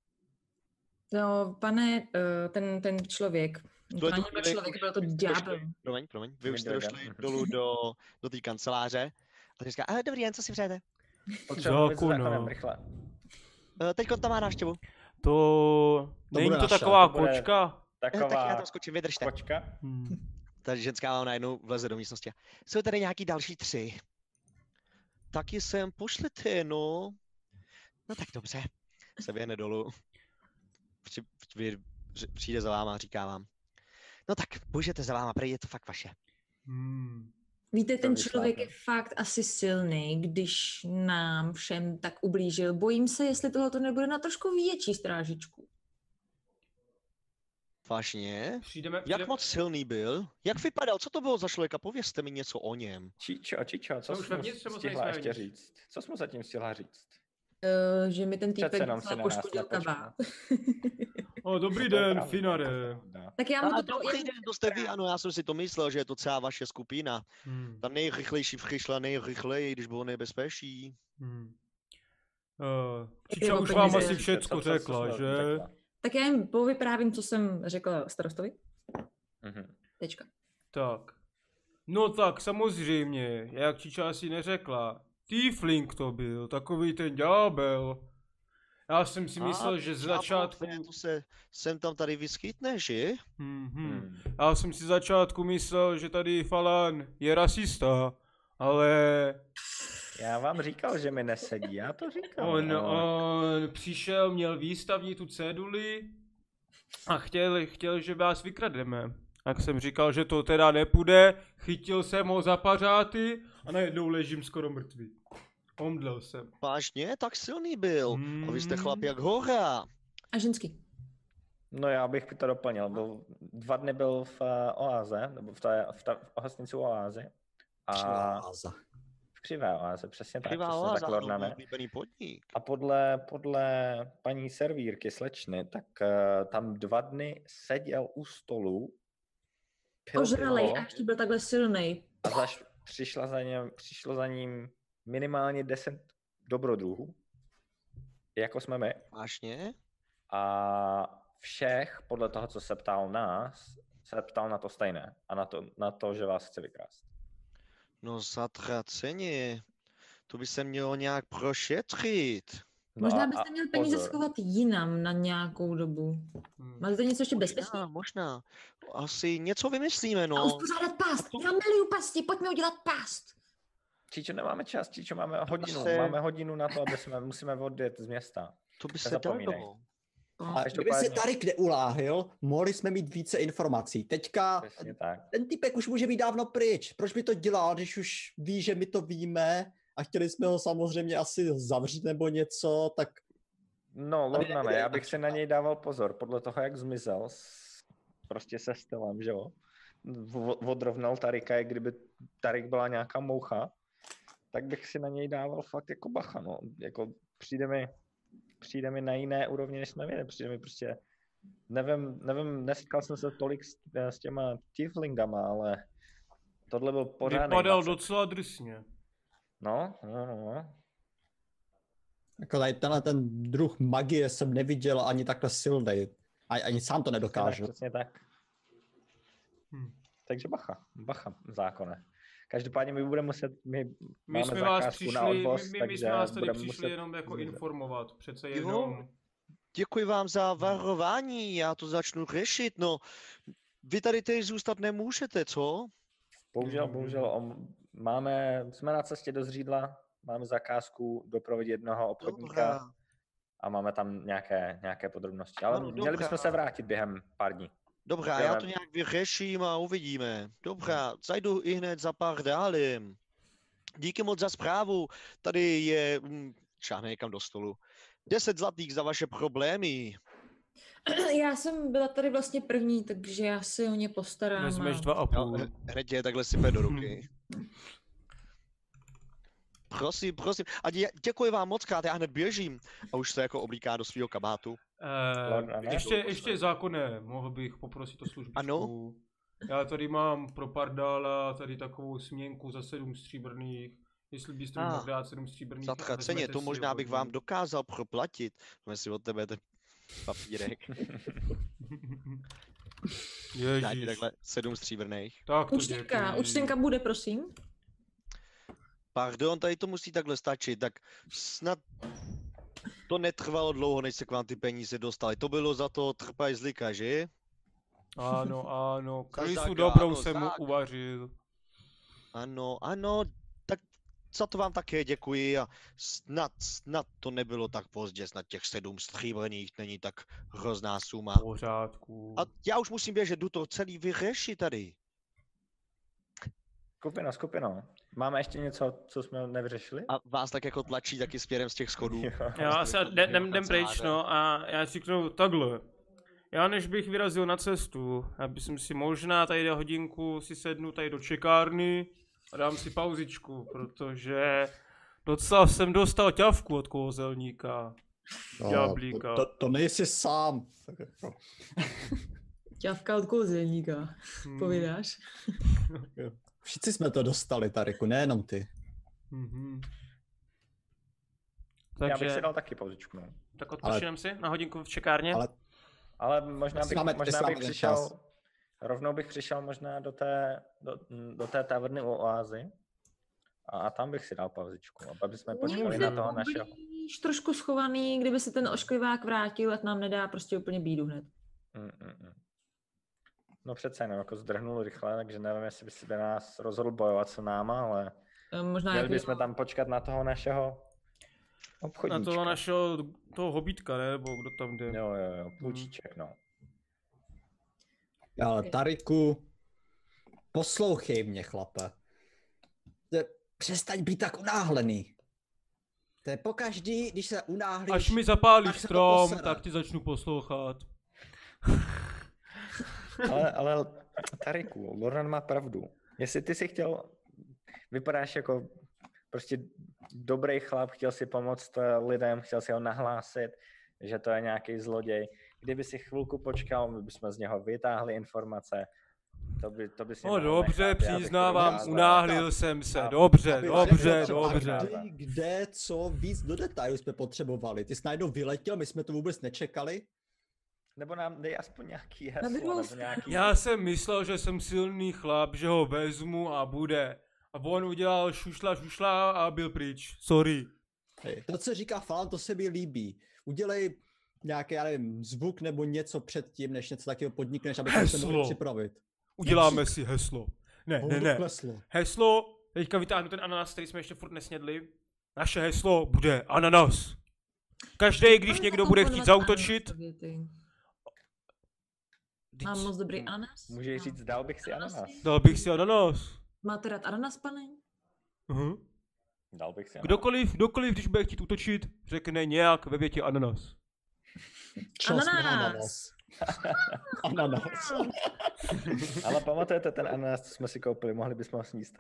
D: No, pane, eh, ten, ten člověk, to
B: Tuhle tu
D: ani nebyl
B: chvíli
D: člověk,
B: už-
D: byl to
B: už jste
D: ďábel.
B: došli- Promiň, promiň. Vy už jste
C: Dobrý
B: došli
C: den.
B: dolů do, do té kanceláře. A teď říká, eh, dobrý den, co si přejete?
C: Potřebuji mluvit s
A: Zákona.
C: zákonem, rychle.
B: Eh, Teď tam má návštěvu.
A: To... Není
E: bude
A: to
E: naše,
A: taková
C: to bude-
A: kočka?
B: Eh, Tak já
C: Taková
B: tam skočím, vydržte.
C: kočka.
A: Hmm.
B: Ta ženská vám najednou vleze do místnosti. Jsou tady nějaký další tři. Taky sem pošlete, no. No tak dobře. Se běhne dolů. Při, při, přijde za váma a říká vám. No tak, běžete za váma, prej je to fakt vaše.
A: Hmm.
D: Víte, ten
C: vyšlápne.
D: člověk je fakt asi silný, když nám všem tak ublížil. Bojím se, jestli tohoto nebude na trošku větší strážičku.
B: Vážně?
A: Přijdeme,
B: Jak
A: přijdeme,
B: moc silný byl? Jak vypadal? Co to bylo za člověka? Povězte mi něco o něm.
C: Čičo, Čičo, co
A: Jsme už
C: jsi mu
A: vevnitř, nebo
C: stihla
A: nejsme
C: ještě
A: vevnitř?
C: říct? Co jsi mu zatím stihla říct?
D: Uh, že mi ten týpek
C: Přece jenom si
D: docela
C: na nás
D: poškodil
C: nepočkal.
D: kabát.
A: O, dobrý
C: To je
A: den,
C: pravda,
A: Finare.
C: to je pravda.
D: Tak já mu
B: A
D: to...
B: dobrý den, to jste vy, ano, já jsem si to myslel, že je to celá vaše skupina.
A: Hmm.
B: Ta nejrychlejší přišla nejrychleji, když bylo nebezpečí.
A: Hmm. Uh,
D: Ty
A: Čiča
D: o
A: už vám
D: peníze.
A: asi všecko
C: Co- co- co
A: řekla,
C: jsi
A: že?
C: řekla?
D: Tak já jim povyprávím, co jsem řekla starostovi.
C: Mhm.
D: Tečka.
A: Tak. No tak, samozřejmě, jak Čiča asi neřekla. Tiefling to byl, takový ten ďábel. Já jsem si myslel, že z začátku...
B: To se sem tam tady vyskytne, že?
A: Mhm.
C: Hmm.
A: Já jsem si z začátku myslel, že tady Falan je rasista, ale
C: Já vám říkal, že mi nesedí, já to říkal.
A: on,
C: ale-
A: on přišel, měl výstavní tu ceduli a chtěl, chtěl, že vás vykrademe. Tak jsem říkal, že to teda nepůjde, chytil jsem ho za pařáty a najednou ležím skoro mrtvý. Omdlel jsem.
B: Vážně? Tak silný byl. A vy jste chlap
A: Hmm.
B: jak hora.
D: A ženský.
C: No já bych to doplnil. Byl, dva dny byl v uh, oáze, nebo v, té, v, ta, v hostnici oázy. A
E: Přiláza.
C: v křivé oáze, přesně tak.
B: Krivá
C: Přesně
B: oáza,
C: tak,
B: ano,
C: Lordane.
B: můj oblíbený podnik.
C: A podle, podle paní servírky slečny, tak uh, tam dva dny seděl u stolu, pil
D: Ožralej
C: pivo
D: a ještě byl takhle silnej.
C: a zaš přišla za ním, přišlo za ním minimálně deset dobrodruhů, jako jsme my.
B: Vážně?
C: A všech, podle toho, co se ptal nás, se ptal na to stejné. A na to, na to že vás chce vykrást.
B: No zatraceně. To by se mělo nějak prošetřit.
C: No
D: Možná
C: a-
D: byste
C: a
D: měli peníze
C: pozor.
D: schovat jinam na nějakou dobu.
A: Hmm.
D: Máte něco ještě bezpečné?
B: Možná, možná. Asi něco vymyslíme,
D: A
B: no.
D: uspořádat past. Já miluju pasti, pojďme udělat past.
C: Číčo, nemáme čas, Číčo, máme hodinu.
B: se-
C: Máme hodinu na to, aby jsme, musíme odjet z města.
B: To by
C: To
B: se
C: zapomínej.
B: dalo.
E: A
C: Až
E: kdyby se
C: dopadne.
E: Tarik neuláhil, mohli jsme mít více informací. Teďka
C: Přesně tak.
E: ten typek už může být dávno pryč. Proč by to dělal, když už ví, že my to víme a chtěli jsme ho samozřejmě asi zavřít nebo něco, tak
C: No,
E: Tady
C: Lordane,
E: nebude
C: já bych
E: tak
C: se na něj dával pozor, podle toho, jak zmizel, s, prostě se stylem, že jo. V- Odrovnal Tarika, jak kdyby Tarik byla nějaká moucha, tak bych si na něj dával fakt jako bacha, no. Jako přijde mi, přijde mi na jiné úrovni, než jsme měli, přijde mi prostě, nevím, nevím, nesetkal jsem se tolik s, s těma tieflingama, ale tohle byl pořádný
A: Vypadal
C: macek.
A: docela drsně.
C: No, no, no, no.
E: jako tady tenhle ten druh magie jsem neviděl ani takhle silný. Ani, ani sám to nedokážu.
C: Přesně tak.
A: Hm.
C: Takže bacha, bacha, zákone. Každopádně my budeme muset, my,
A: My
C: máme
A: jsme vás
C: zakázku
A: přišli,
C: na odvoz,
A: my, my, my
C: takže
A: jsme vás tady
C: budeme
A: přišli
C: muset...
A: jenom jako informovat, přece
B: Jo.
A: jenom.
B: Děkuji vám za varování, já to začnu řešit, no. Vy tady teď zůstat nemůžete, co?
C: Bohužel, bohužel, om, máme, jsme na cestě do Zřídla, máme zakázku doprovodit jednoho obchodníka
B: Dobrá.
C: a máme tam nějaké, nějaké podrobnosti, ale
B: Ano,
C: měli
B: dobrá.
C: bychom se vrátit během pár dní.
B: Dobrá,
C: Jdeme.
B: já to nějak vyřeším a uvidíme. Dobrá, zajdu i hned za pár dálem. Díky moc za zprávu. Tady je, hm, šáhne někam do stolu. Deset zlatých za vaše problémy.
D: Já jsem byla tady vlastně první, takže já si o ně postarám.
A: Vezmeš
D: a-
A: dva a
B: Jo,
A: půl.
B: hr- hned tě takhle sype do ruky. Prosím, prosím. A dě, děkuji vám moc krát, já hned běžím. A už se jako oblíká do svého kabátu.
C: Lord,
A: Eh,
C: ano?
A: ještě, ještě zákonné, mohl bych poprosit o službičku.
B: Ano?
A: Já tady mám pro pardála tady takovou směnku za sedm stříbrných. Jestli byste mi
B: Ah,
A: mohl dát sedm stříbrných.
B: Za
A: a
B: traceně,
A: vezmete
B: to
A: si
B: možná
A: ho
B: bych
A: od
B: vám
A: ní.
B: dokázal proplatit. Máme si od tebe ten papírek. Dá ti
A: Ježíš.
B: takhle sedm stříbrných.
A: Tak to
D: Účtenka,
A: děkuji.
D: účtenka bude, prosím.
B: Pardon, tady to musí takhle stačit, tak snad to netrvalo dlouho, než se k vám ty peníze dostaly. To bylo za to trpajzlika, že?
A: Ano, ano, krysu
B: Zaga,
A: dobrou
B: ano,
A: jsem mu
B: tak.
A: uvařil.
B: Ano, ano, tak za to vám také děkuji a snad, snad to nebylo tak pozdě, snad těch sedm stříbrných není tak hrozná suma.
A: V pořádku.
B: A já už musím běžet, jdu to celý vyřešit tady.
C: Skupino, skupino, máme ještě něco, co jsme nevyřešili?
B: A vás tak jako tlačí taky směrem z těch schodů.
C: Jo.
A: Já asi jdem, jdem, jdem pryč, no, a já si řeknu takhle. Já než bych vyrazil na cestu, aby jsem si možná tady do hodinku si sednu tady do čekárny a dám si pauzičku, protože docela jsem dostal ťavku od kouzelníka. Jablíka.
E: No, to, to, to nejsi sám. Tak jako,
D: Ťavka od kouzelníka,
A: Hmm.
D: povídáš?
E: všichni jsme to dostali, Tariku, nejenom ty.
A: Mhm.
C: Já bych
A: Takže,
C: si dal taky pauzičku, no.
A: tak odpočinem si na hodinku v čekárně.
E: Ale
C: Ale možná
E: Jestli
C: bych,
E: máme-
C: možná
E: jestli
C: bych
E: máme ten
C: přišel,
E: čas.
C: rovnou bych přišel možná do té, do, do té taverny u oázy a, a tam bych si dal pauzičku, aby jsme počkali na toho našeho.
D: Blíž, trošku schovaný, kdyby se ten ošklivák vrátil, ať nám nedá prostě úplně bídu hned.
C: Mm, mm, mm. No přece jenom, jako zdrhnul rychle, takže nevím, jestli by si by nás rozhodl bojovat s náma, ale
D: Eh, Možná
C: měli
D: jako
C: bychom tam počkat na toho našeho
A: Na
C: obchodníčka.
A: toho našeho, toho hobítka, ne? Nebo kdo tam jde.
C: Jo, jo, jo, půlčíček, no.
E: Ale Tariku, poslouchej mě, chlape. Te- Přestaň být tak unáhlený. To je pokaždý, když se unáhlíš.
A: Až mi zapálíš
E: tak se to
A: strom,
E: posere.
A: tak ti začnu poslouchat.
C: Ale, ale Tariku, Loran má pravdu. Jestli ty si chtěl, vypadáš jako prostě dobrý chlap, chtěl si pomoct lidem, chtěl si ho nahlásit, že to je nějaký zloděj. Kdyby si chvilku počkal, my bychom z něho vytáhli informace, to by, to by si...
A: No
C: mohl
A: dobře,
C: nechat, já bych to
A: přiznávám,
C: udělal.
A: unáhlil jsem se,
C: A-
A: dobře,
E: Aby
A: dobře,
E: řekl,
A: dobře.
E: Kdy, kde, co, víc do detailu jsme potřebovali. Ty jsi najednou vyletěl, my jsme to vůbec nečekali.
C: Nebo nám dej aspoň nějaký
D: Na
C: heslo,
D: druhou
C: nebo nějaký...
A: Já jsem myslel, že jsem silný chlap, že ho vezmu a bude. A on udělal šušla, šušla a byl pryč. Sorry.
E: Hej, to, co říká Falan, to se mi líbí. Udělej nějaký, já nevím, zvuk nebo něco před tím, než něco takového podnikneš, aby se
A: Heslo.
E: mohli připravit.
A: Uděláme si heslo. Ne,
E: Ho,
A: ne,
E: to
A: ne.
E: kleslo.
A: Heslo, teďka vytáhnu ten ananas, který jsme ještě furt nesnědli. Naše heslo bude ananas. Každý, když někdo bude chtít zaútočit...
D: Mám moc dobrý ananas.
C: Můžeš říct, dal bych si ananas.
A: Dal bych si ananas.
D: Máte rád ananas, pane?
A: Mhm.
C: Dal bych si ananas.
A: Kdokoliv, kdokoliv, když bude chtít útočit, řekne nějak ve větě ananas.
E: Čas na
D: Ananas.
E: Ananas.
C: Ale pamatujete ten ananas, co jsme si koupili, mohli bychom ho sníst.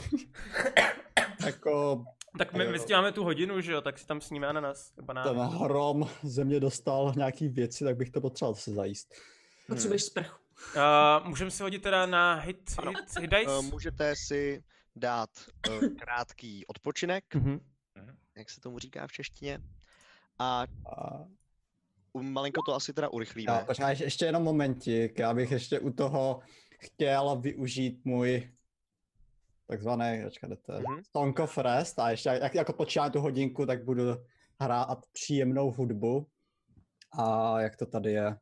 E: Jako
A: Tak my,
E: Jo.
A: my s tím máme tu hodinu, že jo, tak si tam sníme ananas. Banán.
E: ten hrom ze mě dostal nějaký věci, tak bych to potřeboval se zajíst.
D: Potřebuješ sprchu.
A: Uh, můžeme si hodit teda na hit,
B: Ano.
A: hit, hit dice?
B: Uh, můžete si dát uh, krátký odpočinek,
A: Mhm.
B: jak se tomu říká v češtině. A
E: A
B: u- malinko to asi teda urychlíme.
E: já, počkej, ještě jenom momentík, já bych ještě u toho chtěl využít můj takzvaný, počkejte,
B: Mhm.
E: Song of Rest a ještě jak, jako počítám tu hodinku, tak budu hrát příjemnou hudbu. A jak to tady je?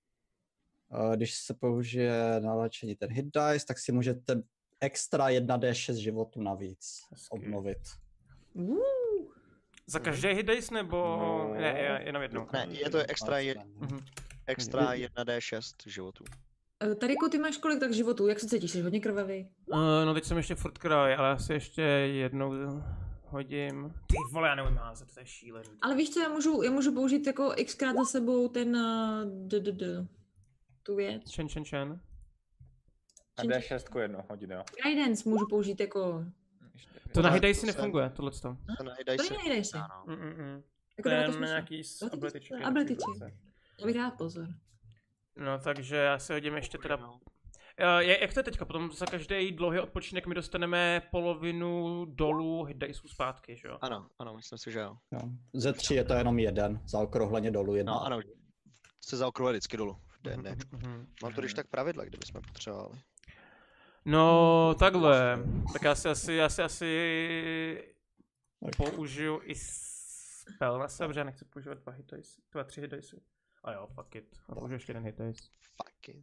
E: Eh, Když se použije na léčení ten hit dice, tak si můžete extra jedna dé šest životů navíc
A: Hezky.
E: obnovit.
D: Uh,
A: Za každý hit dice nebo...
C: No.
A: Ne, je- jenom jednou.
B: Ne, je to extra, je,
A: Mhm.
B: extra jedna dé šest životů.
D: Tadyko, ty máš kolik tak životů? Jak se cítíš? Jsi hodně krvavý?
A: Uh, no teď jsem ještě furt kraj, ale asi ještě jednou hodím. Ty vole, já neumím házet, to je šílený.
D: Ale víš co, já můžu, já můžu použít jako xkrát za sebou ten uh, d, d, d, tu věc.
A: Čen, čen, čen.
C: A dé šest jednou hodinu, jo.
D: Guidance můžu použít jako...
A: To na
B: Ale
A: hit dice
B: to
A: si
B: jsem-
A: nefunguje, tohleto.
B: To na
D: To
B: dice.
D: není nejsi.
B: Ano.
A: Mm, mm, mm.
D: Jako
A: To
D: dává
A: je
D: to smysl.
A: nějaký z
D: Dává to
A: abilityček.
D: smysl. Abilityček. Já bych dát pozor.
A: No takže já si hodím ještě teda...
B: No.
A: Uh, jak to je teďka? Potom za každý dlouhý odpočinek my dostaneme polovinu dolů hit diceů zpátky, že jo?
B: Ano, ano, myslím si, že jo.
E: Jo. Ze tří je to jenom jeden, zaokrouhleně dolů jedna.
B: No ano, se zaokrouhuje vždycky dolů v D and D.
A: Mhm.
B: Mám to když tak pravidla, kdybychom potřebovali.
A: No, takhle. Tak já si asi, já si asi
E: Tak.
A: použiju i spell na sebe, protože já nechci používat dva hit dice, dva tři hit dice. A jo, fuck it. A použiju ještě jeden hit dice.
B: Fuck it.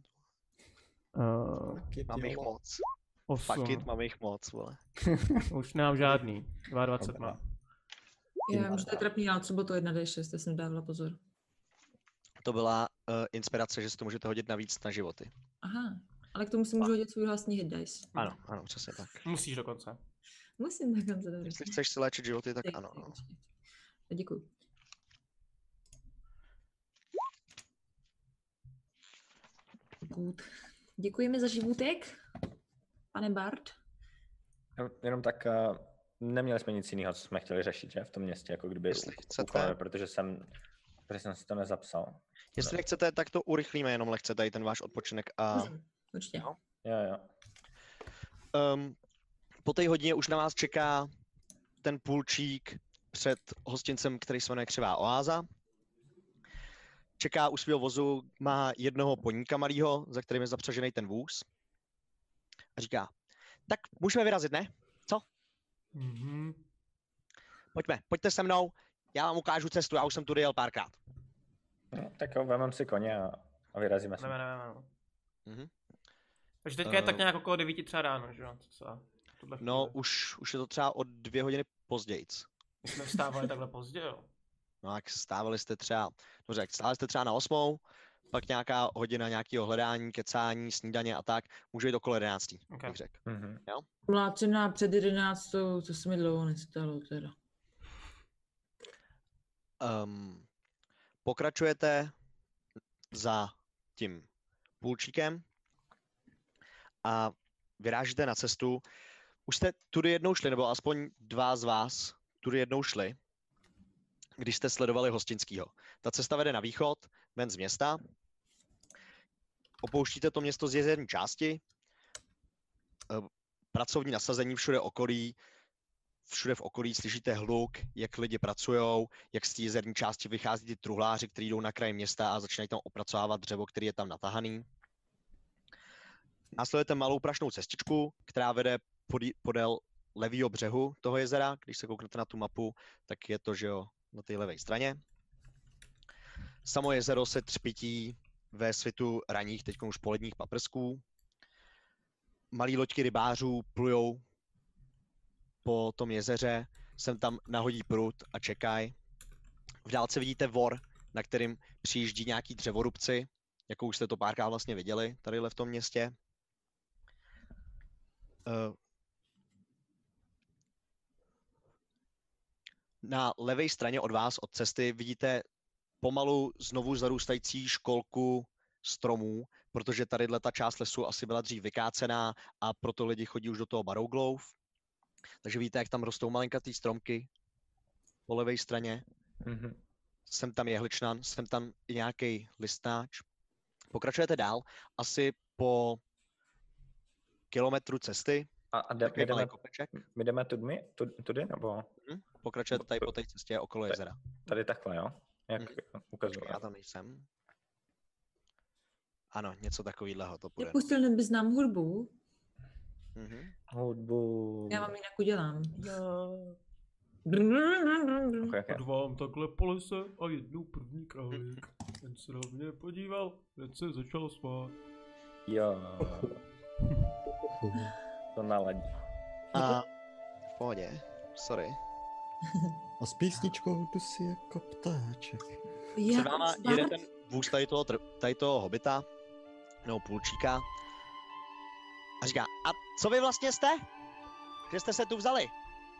A: Uh,
B: Mám jich moc.
A: osm.
B: Fuck it, mám jich moc, vole.
A: Už nemám žádný. dvacet dva
E: Dobrá.
A: mám.
D: Já vím, že to je trapný, ale třeba to jedna dé šest, já jsem dávala pozor.
B: To byla uh, inspirace, že si to můžete hodit navíc na životy.
D: Aha, ale k tomu si můžu hodit svůj vlastní hit dice.
B: Ano, ano, přesně tak.
A: Musíš dokonce.
D: Musím dokonce, dobře.
B: Jestli chceš si léčit životy, tak ano. No.
D: Děkuji. Good. Děkujeme za životek, pane Bard.
C: Jenom- Jenom tak, uh, neměli jsme nic jiného, co jsme chtěli řešit, že? V tom městě, jako kdyby
B: Jestli
C: u-
B: chcete.
C: úkoly, protože jsem, protože jsem si to nezapsal.
B: Jestli nechcete, tak to urychlíme jenom lehce tady ten váš odpočinek a
D: Můžeme, určitě.
B: Jo.
C: Jo, jo.
B: um, po té hodině už na vás čeká ten půlčík před hostincem, který se jmenuje Křivá oáza. Čeká u svého vozu, má jednoho poníka malýho, za kterým je zapřažený ten vůz. A říká, tak můžeme vyrazit, ne? Co?
A: Mhm.
B: Pojďme, pojďte se mnou, já vám ukážu cestu, já už jsem tudy jel párkrát.
C: No, tak jo, vezmeme si koně a, a vyrazíme se.
A: Jdeme, jdeme, jdeme.
B: Mhm.
A: Takže teďka je tak
B: Eh.
A: nějak okolo devíti třeba ráno, že jo? Co? v tuhle
B: No,
A: chvíli.
B: už, už je to třeba o dvě hodiny pozdějc.
A: My jsme vstávali takhle pozdě, jo?
B: No, jak stávali jste třeba, dobře, jak stávali jste třeba na osmou, pak nějaká hodina nějakého hledání, kecání, snídaně a tak, může jít okolo jedenáctý,
A: Okay.
B: bych řekl.
C: Mhm.
D: Mlácená před jedenáctou, to se mi dlouho nestalo teda.
B: Um, pokračujete za tím půlčíkem a vyrážíte na cestu. Už jste tudy jednou šli, nebo aspoň dva z vás tudy jednou šli, když jste sledovali Hostinskýho. Ta cesta vede na východ, ven z města. Opouštíte to město z jezerní části. Pracovní nasazení všude okolí. Všude v okolí slyšíte hluk, jak lidi pracujou, jak z té jezerní části vychází ty truhláři, kteří jdou na kraj města a začínají tam opracovávat dřevo, který je tam natahaný. Následujete malou prašnou cestičku, která vede podél levýho břehu toho jezera. Když se kouknete na tu mapu, tak je to, že jo, na té levé straně. Samo jezero se třpití ve svitu ranních, teď už poledních paprsků. Malý loďky rybářů plujou po tom jezeře, sem tam nahodí prut a čekají. V dálce vidíte vor, na kterým přijíždí nějaký dřevorubci, jako už jste to párkrát vlastně viděli tadyhle v tom městě. Na levé straně od vás, od cesty, vidíte pomalu znovu zarůstající školku stromů, protože tadyhle ta část lesu asi byla dřív vykácená a proto lidi chodí už do toho Barrowgrove. Takže vidíte, jak tam rostou malinkatý stromky po levé straně. Mm-hmm. Sem tam jehličnan, sem tam i nějaký listnáč. Pokračujete dál, asi po kilometru cesty.
C: A, a de, my, jdeme, my jdeme tudy, tudy nebo?
B: Hmm, pokračujete tady po té cestě okolo
C: tady,
B: jezera.
C: Tady takhle, jo? Jak hmm. ukazuje.
B: Já tam nejsem. Ano, něco takovýhleho to bude.
D: Pustil nebys nám hudbu?
B: Mm-hmm.
C: Hudbu...
D: Já vám jinak udělám.
C: Okay, okay.
A: Odvám takhle po lese a jednou první králík. Ten se na mě podíval, ten se začal spát.
C: Jo. To naladí.
B: A v pohodě, sorry.
E: A s písničkou tu si jako ptáček.
B: Před váma jede ten vůz tady toho, tady toho hobita, nebo půlčíka. A říká, a co vy vlastně jste? Že jste se tu vzali?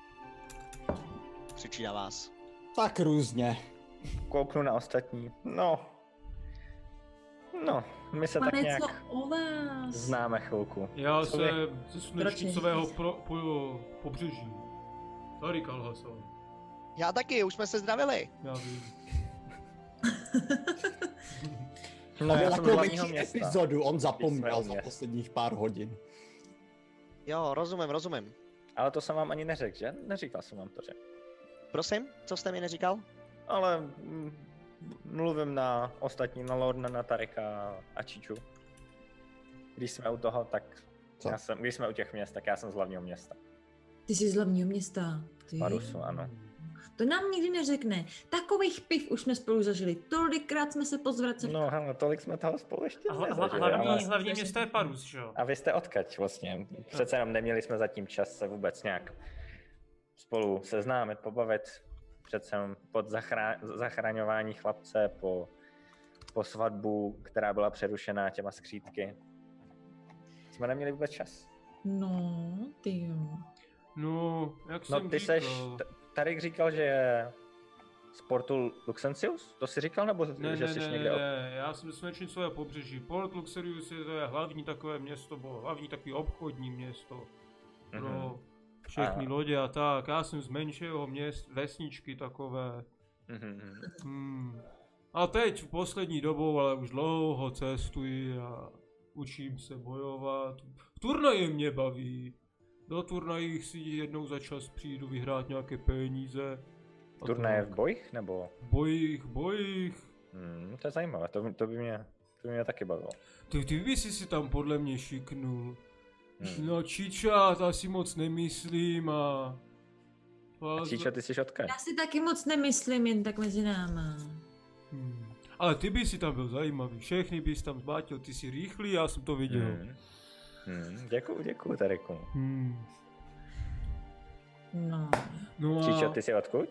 B: Křičí na vás.
E: Tak různě.
C: Kouknu na ostatní. No. No, my se
D: Pane,
C: tak nějak
D: o vás?
C: známe chvilku.
A: Já co jsem ze Slunečnicového pro, po, pobřeží. Tady Kalhasan.
B: Já taky, už jsme se zdravili.
A: Já vím.
C: No, já jsem z hlavního
E: města. Epizodu on zapomněl za posledních pár hodin.
B: Jo, rozumím, rozumím.
C: Ale to jsem vám ani neřekl, že? Neříkal jsem vám to, že?
B: Prosím, co jste mi neříkal?
C: Ale m- mluvím na ostatní, na Lorna, na Tarika a Čiču. Když jsme u toho, tak
E: co?
C: Já jsem, když jsme u těch měst, tak já jsem z hlavního města.
D: Ty jsi z hlavního města. Ty.
C: Parusu, ano.
D: To nám nikdy neřekne. Takových piv už jsme spolu zažili. Tolikrát jsme se pozvraceli.
C: No, hele, tolik jsme toho spolu ještě
A: hla,
C: nezažili.
A: Hlavní,
C: ale...
A: hlavní město je Parus, že jo?
C: A vy jste odkaď vlastně? Přece jenom neměli jsme zatím čas se vůbec nějak spolu seznámit, pobavit. Přece jenom pod zachrá... zachraňování chlapce, po... po svatbu, která byla přerušená těma skřítky. Jsme neměli vůbec čas.
D: No, ty jo.
A: No, jak
C: no,
A: jsem
C: ty
A: říkal.
C: Seš, Tarik říkal, že je z portu Luxensius? To jsi říkal, nebo
A: ne,
C: že
A: ne,
C: jsi
A: ne,
C: někde...
A: Ne, ne, já jsem z Slunečnicového pobřeží. Port Luxerius je to je hlavní takové město, bo hlavní takový obchodní město pro mm-hmm. všechny a... lodě a tak. Já jsem z menšího měst, vesničky takové. Mm-hmm. Hmm. A teď v poslední dobou, ale už dlouho cestuji a učím se bojovat. Turnaje mě baví. Do turnajích si jednou za čas přijdu vyhrát nějaké peníze.
C: Turnaje v bojích, nebo?
A: V bojích, bojích.
C: Hmm, to je zajímavé, to, to, by mě, to by mě taky bavilo.
A: Ty, ty by si si tam podle mě šiknul. Hmm. No Čiča, to asi moc nemyslím a...
C: A Čiča, ty jsi odkud?
D: Já si taky moc nemyslím, jen tak mezi náma.
A: Hmm. Ale ty by si tam byl zajímavý, všechny bys tam zbátil, ty jsi rychlý, já jsem to viděl.
C: Hmm. Hmm, děkuju, děkuju, Tariku. Hmm.
D: No.
A: no a...
C: Čičo, ty jsi odkud?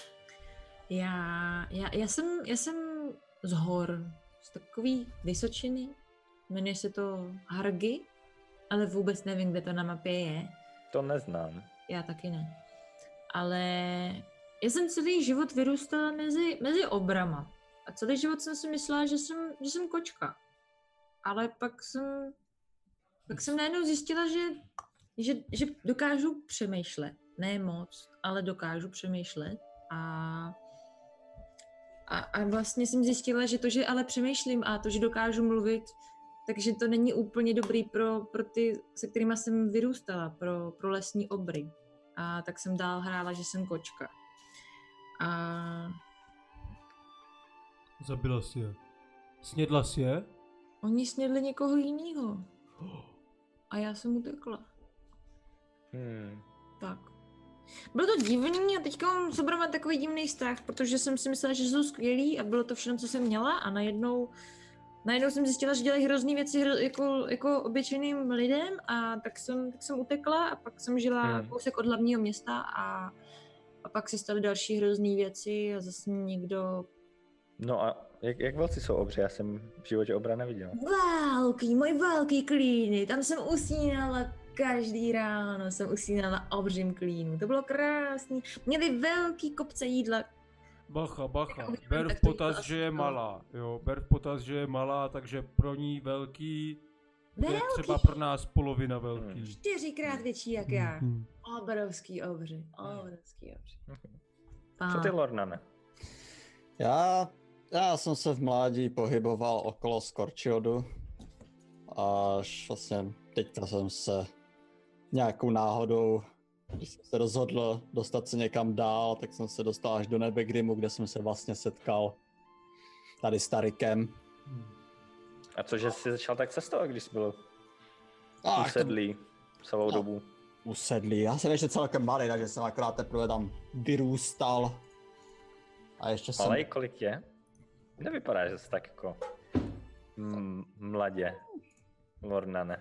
D: Já, já, já, jsem, já jsem z hor, z takový Vysočiny, jmenuje se to Hargy, ale vůbec nevím, kde to na mapě je.
C: To neznám.
D: Já taky ne. Ale já jsem celý život vyrůstala mezi, mezi obrama. A celý život jsem si myslela, že jsem, že jsem kočka. Ale pak jsem, pak jsem najednou zjistila, že, že, že dokážu přemýšlet. Ne moc, ale dokážu přemýšlet. A, a, a vlastně jsem zjistila, že to, že ale přemýšlím a to, že dokážu mluvit, takže to není úplně dobrý pro, pro ty, se kterými jsem vyrůstala, pro, pro lesní obry. A tak jsem dál hrála, že jsem kočka. A...
A: Zabila si je. Snědla si je?
D: Oni snědli někoho jiného. A já jsem utekla.
C: Hmm.
D: Tak. Bylo to divný a teďka mám s obrama takový divný strach, protože jsem si myslela, že jsou skvělí a bylo to všechno, co jsem měla a najednou, najednou jsem zjistila, že dělají hrozný věci hro, jako, jako obyčejným lidem a tak jsem, tak jsem utekla a pak jsem žila
C: Hmm.
D: kousek od hlavního města a, a pak se staly další hrozný věci a zase někdo...
C: No a jak, jak velcí jsou obři? Já jsem v životě obra neviděl.
D: Velký, můj velký klíny, tam jsem usínala každý ráno, jsem usínala na obřím klínu, to bylo krásný, měli velký kopce jídla.
A: Bacha, bacha,
D: Jako,
A: ber
D: tak
A: v
D: to
A: potaz,
D: bylo
A: že je
D: asi to.
A: malá, jo, ber v potaz, že je malá, takže pro ní velký je
D: Velký,
A: třeba pro nás polovina velký.
D: čtyřikrát větší jak já.
A: Mhm.
D: Obrovský obři, obrovský obři.
C: Co ty, Lornane?
E: Já, já jsem se v mládí pohyboval okolo Skorčiodu, až vlastně teďka jsem se nějakou náhodou, když jsem se rozhodl dostat se někam dál, tak jsem se dostal až do Nebegrimu, kde jsem se vlastně setkal tady s Tarikem.
C: A cože jsi začal tak cestovat, když jsi byl
E: Ach, to
C: usedlý celou
E: No.
C: dobu?
E: usedlý. Já jsem ještě celkem malý, takže jsem akorát teprve tam vyrůstal. A ještě jsem...
C: Malej, kolik je? Nevypadá, že jsi tak jako m- mladě, Lornane.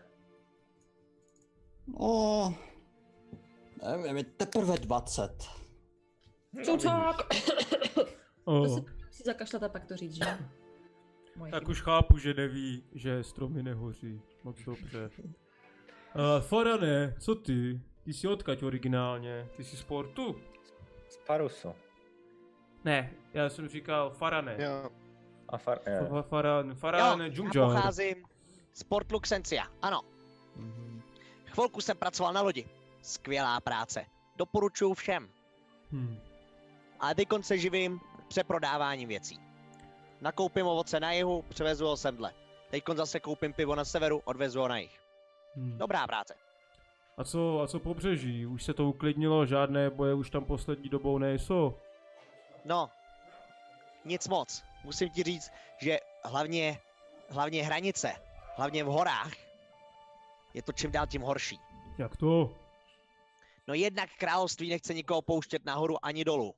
E: No, nevím, je mi teprve dvacet.
D: Co tak? To
A: Oh,
D: se musí zakašlat a pak to říct, že? Moje
A: tak
D: chyba.
A: už chápu, že neví, že stromy nehoří. Moc dobře. Uh, Farane, co ty? Ty jsi odkaď originálně? Ty jsi z Portu?
C: Z Parusu.
A: Ne, já jsem říkal Farane.
B: Jo.
C: A far...
A: Fa-
C: jo.
A: fa- Faran,
B: Jo,
A: Farane,
B: já
A: Džungžar.
B: pocházím z Port Luxencia, ano.
A: Mhm.
B: Chvilku jsem pracoval na lodi. Skvělá práce. Doporučuju všem.
A: Hm.
B: Ale teď se živím přeprodáváním věcí. Nakoupím ovoce na jihu, převezu ho semhle. Teď zase koupím pivo na severu, odvezu ho na jih.
A: Hm.
B: Dobrá práce.
A: A co, a co pobřeží? Už se to uklidnilo, žádné boje už tam poslední dobou nejsou.
B: No, nic moc. Musím ti říct, že hlavně, hlavně hranice, hlavně v horách, je to čím dál tím horší.
A: Jak to?
B: No jednak království nechce nikoho pouštět nahoru ani dolů.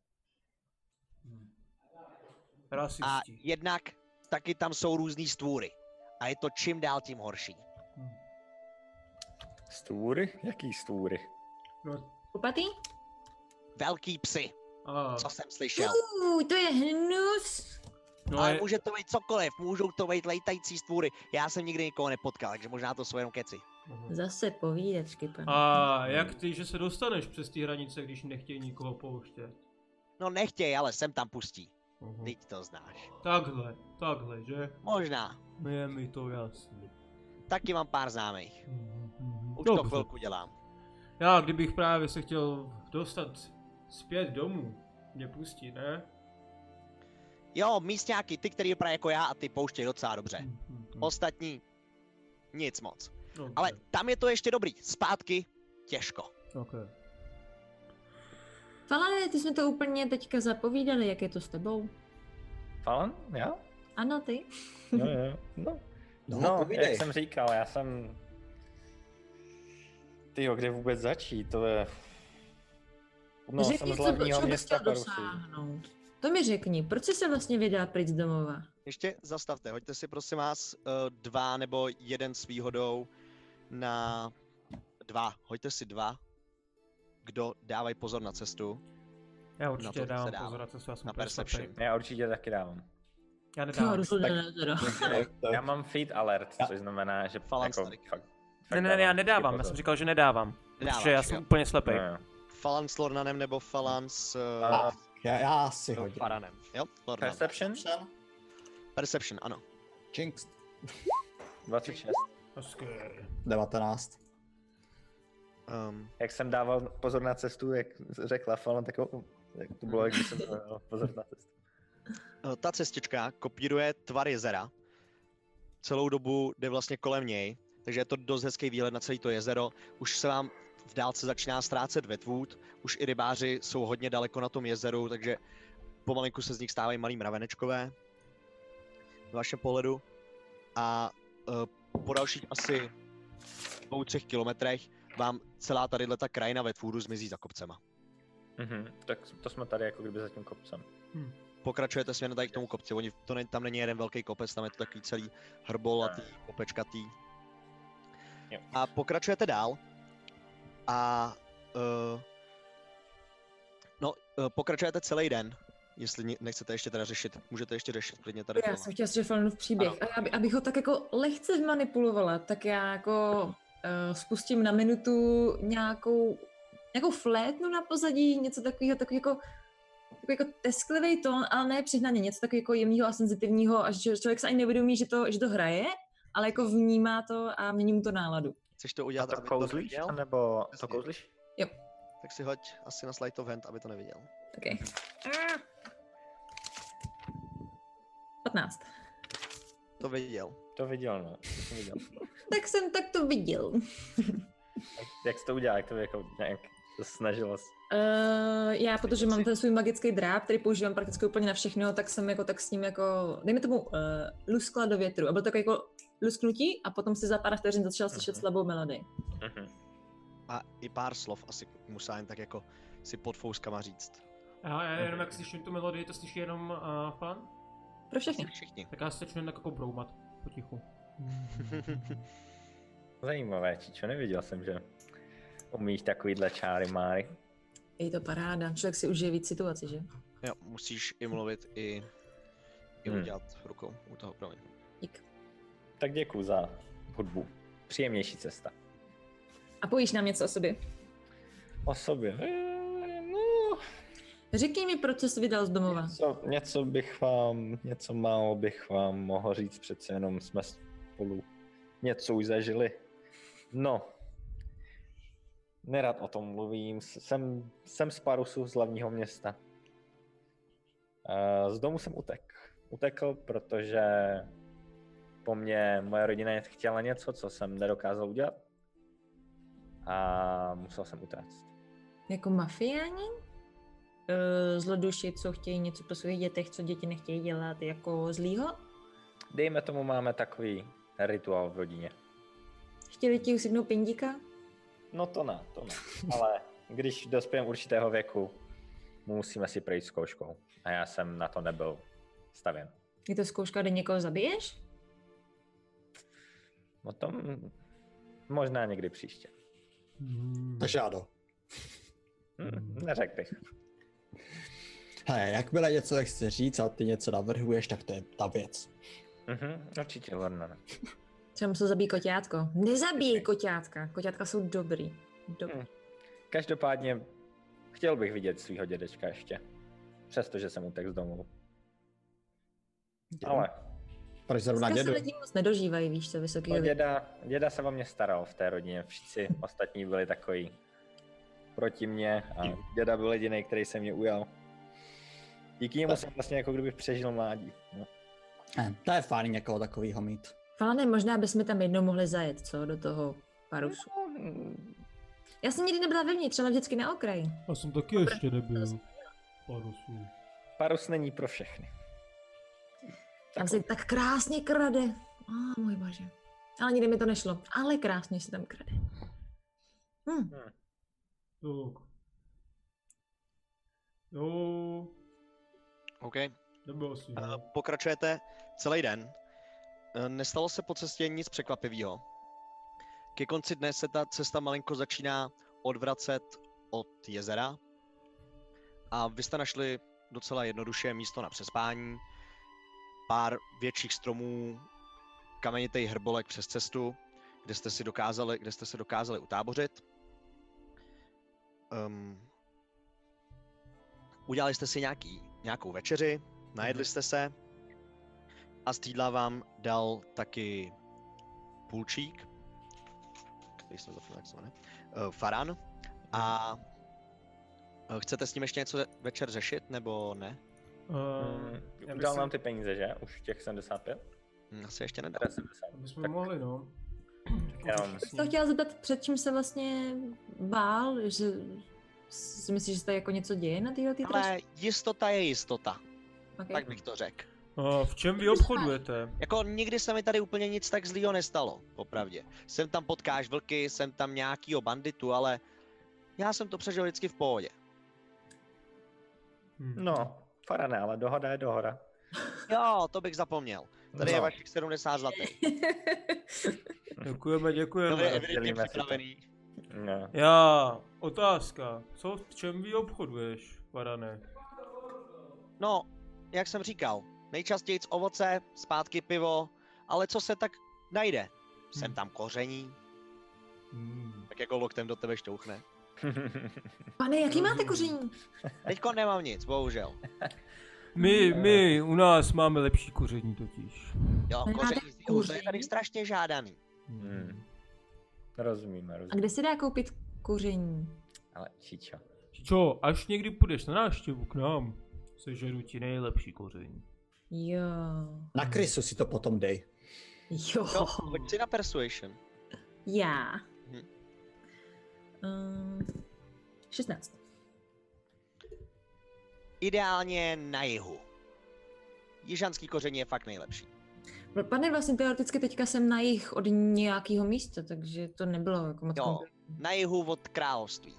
B: A
A: Rasisti.
B: jednak taky tam jsou různý stvůry. A je to čím dál tím horší.
C: Stůry? Jaký stůry?
A: No,
D: Kupatý?
B: Velký psy,
A: a,
B: co jsem slyšel.
D: Uuu, to je hnus.
A: no
B: Ale
A: je,
B: může to být cokoliv, můžou to být lejtající stvůry. Já jsem nikdy nikoho nepotkal, takže možná to jsou jenom keci.
D: Zase povídečky, pane.
A: a jak ty, že se dostaneš přes ty hranice, když nechtějí nikoho pouštět?
B: No nechtěj, ale sem tam pustí.
A: Uhum.
B: Teď to znáš.
A: Takhle, takhle, že?
B: Možná.
A: Je mi to jasný.
B: Taky mám pár známých.
A: Mhm, mhm.
B: Už to
A: Dobře.
B: chvilku dělám.
A: Já, kdybych právě se chtěl dostat zpět domů, mě pustí, ne?
B: Jo, místňáky, ty, který vypadají jako já a ty pouštějí docela dobře.
A: Mhm, mhm.
B: Ostatní, nic moc.
A: Dobře.
B: Ale tam je to ještě dobrý. Zpátky, těžko.
A: Okay.
D: Falane, ty jsme to úplně teďka zapovídali, jak je to s tebou?
C: Falan? Já?
D: Ano, ty?
C: Jo, jo. No,
E: No,
C: no
E: povídej.
C: jak jsem říkal, já jsem... Tyjo, kde vůbec začít, to je... No, jsem
D: Řekni,
C: z
D: co,
C: hlavního
D: čeho bys
C: města
D: chtěl
C: Parusy.
D: dosáhnout. To mi řekni, proč jsi se vlastně vydal pryč z domova?
B: Ještě zastavte, hoďte si prosím vás uh, dva nebo jeden s výhodou na dva. Hoďte si dva, kdo dávají pozor na cestu.
A: Já
B: Na
A: určitě
B: to se
A: dávám
B: dává.
A: pozor na cestu, já jsem
B: Na
A: úplně
B: perception.
A: slepej.
C: Já určitě taky dávám.
A: Já
D: To
A: nedávám.
D: rozhodně ne, teda.
C: Já mám feed alert,
E: Já-
C: což znamená, že
B: Falan
C: jako
B: Starik.
C: fakt,
A: Ne,
C: fakt
A: ne, ne, já
C: vždycky
A: nedávám, já
C: pozor.
A: jsem říkal, že nedávám.
B: Nedáváš,
A: Protože já jsem
B: jo.
A: úplně slepej.
C: No, jo.
B: Falan s Lornanem nebo Falan s...
C: A
B: Uh,
E: já, já si
B: No,
E: hodím.
B: Faranem. Jo, Lorna.
C: Perception?
B: Perception, ano.
E: Jinx.
C: dvacet šest.
A: Hezky.
E: devatenáct.
B: Um,
C: Jak jsem dával pozor na cestu, jak řekla Falan, tak, o, jak to bylo, jak jsem dával pozor na cestu.
B: ta cestička kopíruje tvar jezera. Celou dobu jde vlastně kolem něj, takže je to dost hezký výhled na celé to jezero. Už se vám v dálce začíná ztrácet Wetwood, už i rybáři jsou hodně daleko na tom jezeru, takže pomalinku se z nich stávají malý mravenečkové v vašem pohledu. A uh, po dalších asi dvou, třech kilometrech vám celá tady ta krajina Wetwoodu zmizí za kopcema.
C: Mhm, tak to jsme tady jako kdyby za tím kopcem.
A: Hm.
B: Pokračujete směrem tady k tomu kopci, oni, to ne, tam není jeden velký kopec, tam je to takový celý hrbolatý, kopečkatý.
C: Jo.
B: A pokračujete dál a uh, no, uh, pokračujete celý den, jestli ni- nechcete ještě teda řešit, můžete ještě řešit klidně tady.
D: Já
B: tohle.
D: jsem chtěla říct Falanův příběh.
B: Ano.
D: A aby, abych ho tak jako lehce manipulovala, tak já jako uh, spustím na minutu nějakou, nějakou flétnu na pozadí, něco takového, takový jako, takový jako tesklivý tón, ale ne přihnaně, něco takového jako jemného a senzitivního, až že člověk se ani nevědomí, že to, že to hraje, ale jako vnímá to a mění mu to náladu.
B: Chceš to
C: A
B: udělat,
C: to
B: aby to
C: kouzlíš,
B: neviděl?
C: nebo to
B: Jasně.
C: kouzlíš?
B: Tak si hoď asi na Sleight of Hand, aby to neviděl.
D: Okay. patnáct.
B: To viděl.
C: To viděl, no. To jsem viděl.
D: Tak jsem tak to viděl.
C: Jak jsi to udělal, jak to jako nějak snažila jsi?
D: Uh, já, protože mám ten svůj magický dráp, který používám prakticky úplně na všechno, tak jsem jako tak s ním jako, dejme tomu, uh, luskla do větru. A bylo to jako lusknutí a potom si za pár vteřin začala slyšet
C: Mhm.
D: slabou melodii.
C: Mhm.
B: A i pár slov asi musela jen tak jako si pod fouskama říct.
A: Já, já jenom jak slyším tu melodii, to slyší jenom uh, Falan?
D: Pro všechny.
B: Všichni.
A: Tak já se začnu jen tak jako broumat potichu.
C: Zajímavé, Čičo, neviděl jsem, že umíš takovýhle čáry máry.
D: Je to paráda, člověk si užije víc situaci, že?
B: Jo, musíš i mluvit, i, i
C: Hmm.
B: udělat rukou u toho, promiň.
D: Dík.
C: Tak děkuju za hudbu. Příjemnější cesta.
D: A povíš nám něco o sobě?
C: O sobě. Eh, No,
D: Řekni mi, proč jsi vydal z domova.
C: něco, něco bych vám, něco málo bych vám mohl říct, přece jenom jsme spolu něco už zažili. No, nerad o tom mluvím, jsem, jsem z Parusu, z hlavního města. Eh, Z domu jsem utekl. Utekl, protože po mně moje rodina chtěla něco, co jsem nedokázal udělat. A musel jsem utéct.
D: Jako mafiáni? Uh, zloduši, co chtějí něco po svých dětech, co děti nechtějí dělat, jako zlýho?
C: Dejme tomu, máme takový rituál v rodině.
D: Chtěli ti usypnout pindíka?
C: No to ne, to ne. Ale když dospějem určitého věku, musíme si projít zkouškou. A já jsem na to nebyl stavěn.
D: Je to zkouška, kde někoho zabiješ?
C: O tom možná někdy příště.
E: Takže já jdu.
C: Hm, neřekl bych.
E: Hele, jakmile něco chci říct a ty něco navrhuješ, tak to je ta věc.
C: Mhm, určitě, Lorna.
D: Třeba musel zabít koťátko. Nezabíj koťátka. Koťátka jsou dobrý. dobrý.
C: Hm. Každopádně chtěl bych vidět svého dědečka ještě. Přestože jsem utekl z domu. Ale
E: Proč zrovna
D: Dneska
E: dědu?
D: se lidi moc nedožívají, víš co, vysoký
C: no, děda, děda se o mě staral v té rodině. Všichni ostatní byli takový proti mně a děda byl jediný, který se mě ujal. Díky němu jsem vlastně jako kdyby přežil mládí. No.
E: Ne, to je fajn někoho takovýho mít.
D: Falane, možná bychom tam jednou mohli zajet, co, do toho Parusu.
C: Mm,
D: Já jsem nikdy nebyla vevnitř, ale vždycky na okraji.
A: Já jsem taky ještě nebyl. Parusu.
C: Parus není pro všechny.
D: Tam se tak krásně krade. A oh, můj bože. Ale nikdy mi to nešlo. Ale krásně se tam krade. Hm.
A: Tak. Jo,
B: OK.
A: nebyl asi.
B: Uh,
A: No.
B: pokračujete celý den. Uh, Nestalo se po cestě nic překvapivého. Ke konci dne se ta cesta malinko začíná odvracet od jezera a vy jste našli docela jednoduše místo na přespání, pár větších stromů, kamenitý hrbolek přes cestu, kde jste si dokázali, kde jste se dokázali utábořit. Um, udělali jste si nějaký, nějakou večeři, najedli jste se a z týdla vám dal taky půlčík, který jsem zapomněl, jak se jmenuje, uh, Faran. A uh, chcete s ním ještě něco večer řešit, nebo ne?
A: Uh,
C: Mm, dal nám ty peníze, že? Už těch sedmdesát pět?
B: Hm, asi ještě nedal.
C: Teda sedmdesát.
A: Bychom
C: Tak
A: mohli, no.
C: Jenom-
D: Já jsem se chtěla zeptat, před čím se vlastně bál, že si myslíš, že se tady jako něco děje na téhle trase?
B: Ale jistota je jistota,
D: Okay.
B: tak bych to řekl.
A: Uh, v čem vy obchodujete?
B: Jako nikdy se mi tady úplně nic tak zlýho nestalo, popravdě. Sem tam potkáš vlky, sem tam nějakýho banditu, ale já jsem to přežil vždycky v pohodě.
A: Hm.
C: No, Farane, ale dohoda je dohoda.
B: Jo, to bych zapomněl. Tady
C: No.
B: je vašich sedmdesát zlatých.
A: Děkujeme,
B: To je
A: děkujeme.
B: evidentně
C: Dělíme si to.
B: připravený.
C: No.
A: Já, otázka. Co, v čem vy obchoduješ, Varane?
B: No, jak jsem říkal, nejčastěji ovoce, zpátky pivo, ale co se tak najde? Sem tam koření,
A: Hmm.
B: tak jako loktem do tebe šťouchne.
D: Pane, jaký máte koření?
B: Teďko nemám nic, bohužel.
A: My, my, u nás máme lepší koření totiž.
B: Jo,
D: Nemáte
B: koření z jihu, to je tady
D: koření?
B: strašně žádaný.
C: Hmm. Rozumíme,
D: A
C: rozumíme.
D: kde se dá koupit koření?
C: Ale Čičo.
A: Čo, až někdy půjdeš na návštěvu k nám, sežeru ti nejlepší koření.
D: Jo.
E: Na krysu si to potom dej.
D: Jo.
B: No, pojď si na persuasion.
D: Já.
B: Hm.
D: Um, šestnáct.
B: Ideálně na jihu. Jižanský koření je fakt nejlepší.
D: Pane, vlastně teoreticky teďka jsem na jich od nějakého místa, takže to nebylo jako moc
B: Jo,
D: konkrétní.
B: na jihu od království.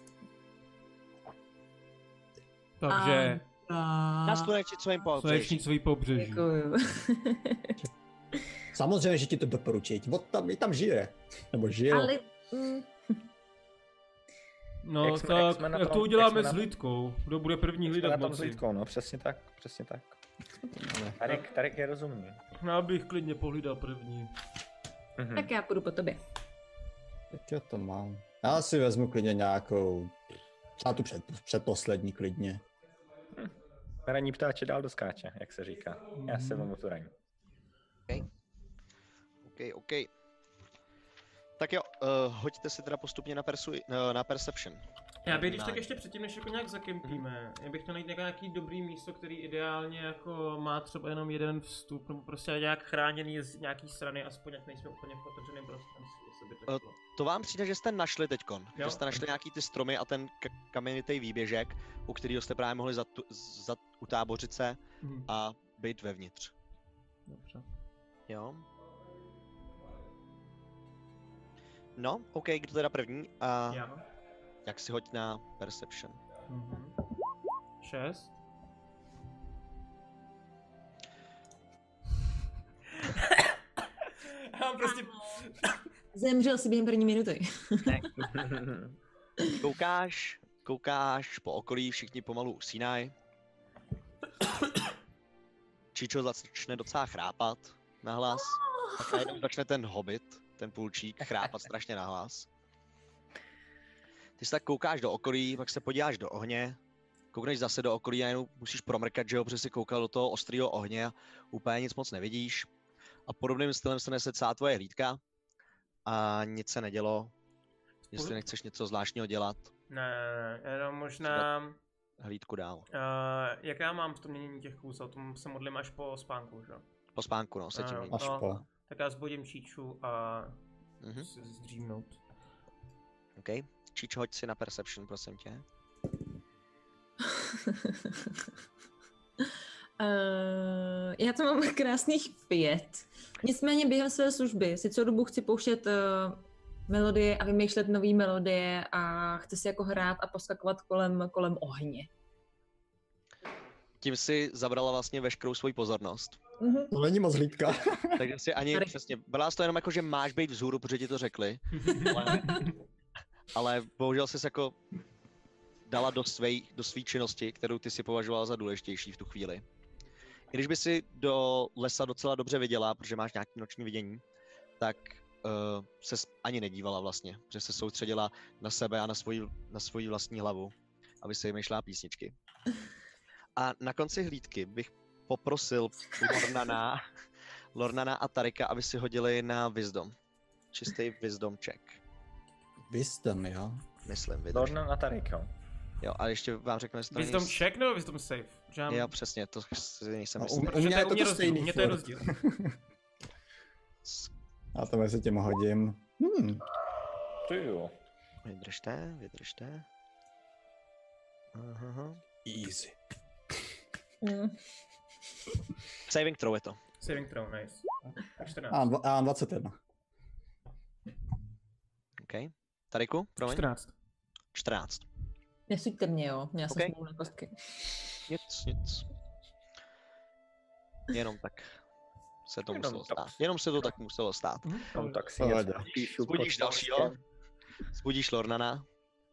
A: Takže
D: A...
B: Na slunečnicovém pobřeží.
A: slunečnicový pobřeží.
D: Děkuju.
E: Samozřejmě, že ti to doporučuji. Od tam, i tam žije. Nebo žije.
D: Ale... Mm,
A: No
C: Jak jsme- jak
A: tak,
C: jsme na
A: jak
C: tom-
A: to
C: jak
A: uděláme
C: jsme na
A: s
C: tom-
A: Lidkou? Kdo bude první
C: Jsme
A: hlídat
C: na tom s
A: moci?
C: Lidkou, no, přesně tak, přesně tak. Tarek, Tarek je rozumný.
A: Já bych klidně pohlídal první.
C: Mhm.
D: tak já půjdu po tobě.
E: Tak já to mám. Já si vezmu klidně nějakou, třeba tu před, předposlední klidně.
C: Ranní ptáče dál do skáče, jak se říká. Já se
A: Mhm.
C: vemu tu ranní.
B: OK, OK. Tak jo, uh, hoďte si teda postupně na, persu, na, na perception.
A: Já bych když tak
B: Nine.
A: ještě předtím, než jako nějak zakempíme, já bych chtěl najít nějaký dobrý místo, který ideálně jako má třeba jenom jeden vstup, nebo prostě nějak chráněný z nějaký strany, aspoň jak nejsme úplně v otevřeném prostranství, jestli by to
B: Eh,
A: šlo.
B: To vám přijde, že jste našli teďkon.
A: Jo.
B: Že jste našli nějaký ty stromy a ten k- kamenitý výběžek, u kterého jste právě mohli zatu, zat, utábořit se
A: Hm,
B: a být vevnitř.
A: dobře.
B: Jo. No, OK, kdo teda první? A
A: Já.
B: jak si hoď na perception.
A: Mhm. Šest. Já mám prostě...
D: Zemřel si během první minuty.
B: Koukáš, koukáš po okolí, všichni pomalu usínají. Čičo začne docela chrápat nahlas. Pak najednou začne ten hobbit, ten půlčík, chrápat strašně nahlas. Ty se tak koukáš do okolí, pak se podíváš do ohně, koukneš zase do okolí a jenom musíš promrkat, že jo, protože jsi koukal do toho ostrého ohně a úplně nic moc nevidíš. A podobným stylem se nese celá tvoje hlídka a nic se nedělo. Jestli nechceš něco zvláštního dělat,
A: Ne, ne, ne, jenom možná...
B: hlídku dál.
A: Uh, jak já mám v tom měnění těch kouzel, tomu se modlím až po spánku, že?
B: Po spánku, no, se tím
A: Ano.
B: mění.
E: Až
A: No.
E: po.
A: Tak já zbudím Číču a
B: Mhm.
A: si zdřímnout.
B: OK. Čičo, hoď si na perception, prosím tě.
D: Uh, já to mám krásných pět. Nicméně během své služby si celou dobu chci pouštět uh, melodie a vymýšlet nové melodie a chci si jako hrát a poskakovat kolem, kolem ohně.
B: Tím si zabrala vlastně veškerou svoji pozornost.
D: Mhm.
E: To není moc hlídka.
B: Takže si ani
D: Tady.
B: přesně, byla to jenom jako, že máš být vzhůru, protože ti to řekli, ale, ale bohužel jsi jako dala do své do svý činnosti, kterou ty si považovala za důležitější v tu chvíli. I když by si do lesa docela dobře viděla, protože máš nějaké noční vidění, tak uh, se ani nedívala vlastně, že se soustředila na sebe a na svoji, na svoji vlastní hlavu. aby si vymýšlela písničky. A na konci hlídky bych poprosil Lornana, Lornana a Tarika, aby si hodili na Wisdom. Čistý Wisdom check.
E: Wisdom, jo?
B: Myslím, vydrž.
C: Lorna a Tarik, jo.
B: Jo, a ještě vám řeknu, jestli to
A: Wisdom
B: není...
A: check nebo wisdom save? Že mám...
B: Jo, přesně, to si nejsem
E: No,
B: jistý.
E: u, u
A: Protože
E: mě
A: to
E: je
A: u
E: to
A: mě
E: to
A: rozdíl,
E: stejný
A: u mě to je
E: furt.
A: rozdíl.
E: Já to mezi tím hodím. Hmm.
C: Ty jo.
B: Vydržte, vydržte. Aha.
E: Easy.
D: Mm.
B: Saving throw je to.
A: Saving throw, nice. čtrnáct.
E: A, dva- a dvacet jedna.
B: OK. Tariku, promiň.
A: čtrnáct.
B: čtrnáct.
D: Nesuďte mě, jo. Měla jsem
B: Ok.
D: smlouvu na kostky.
B: Nic, nic. Jenom tak se to
C: Jenom
B: muselo
C: tak.
B: stát. Jenom se to tak muselo stát.
C: No, tak si
E: Pohodě.
C: něco napíšu.
B: Zbudíš
C: pod
B: dalšího?
C: postem.
B: Zbudíš Lornana.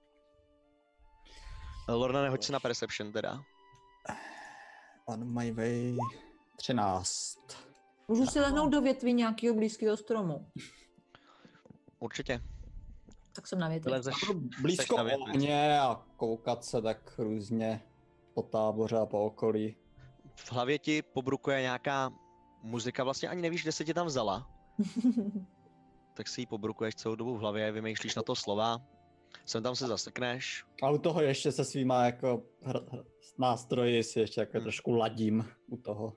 B: Lornane, hoď si na Perception teda.
E: On my way třináct.
D: Můžu si lehnout do větví nějakého blízkého stromu.
B: Určitě.
D: Tak jsem na větvi.
B: Vylezeš,
E: Blízko
B: seš na větvi.
E: ohně a koukat se tak různě po táboře a po okolí.
B: V hlavě ti pobrukuje nějaká muzika, vlastně ani nevíš, kde se ti tam vzala. Tak si ji pobrukuješ celou dobu v hlavě, vymýšlíš na to slova. Sem tam se zasekneš.
E: A u toho ještě se svýma jako hr, hr, nástroji si ještě jako
B: Hmm.
E: trošku ladím u toho.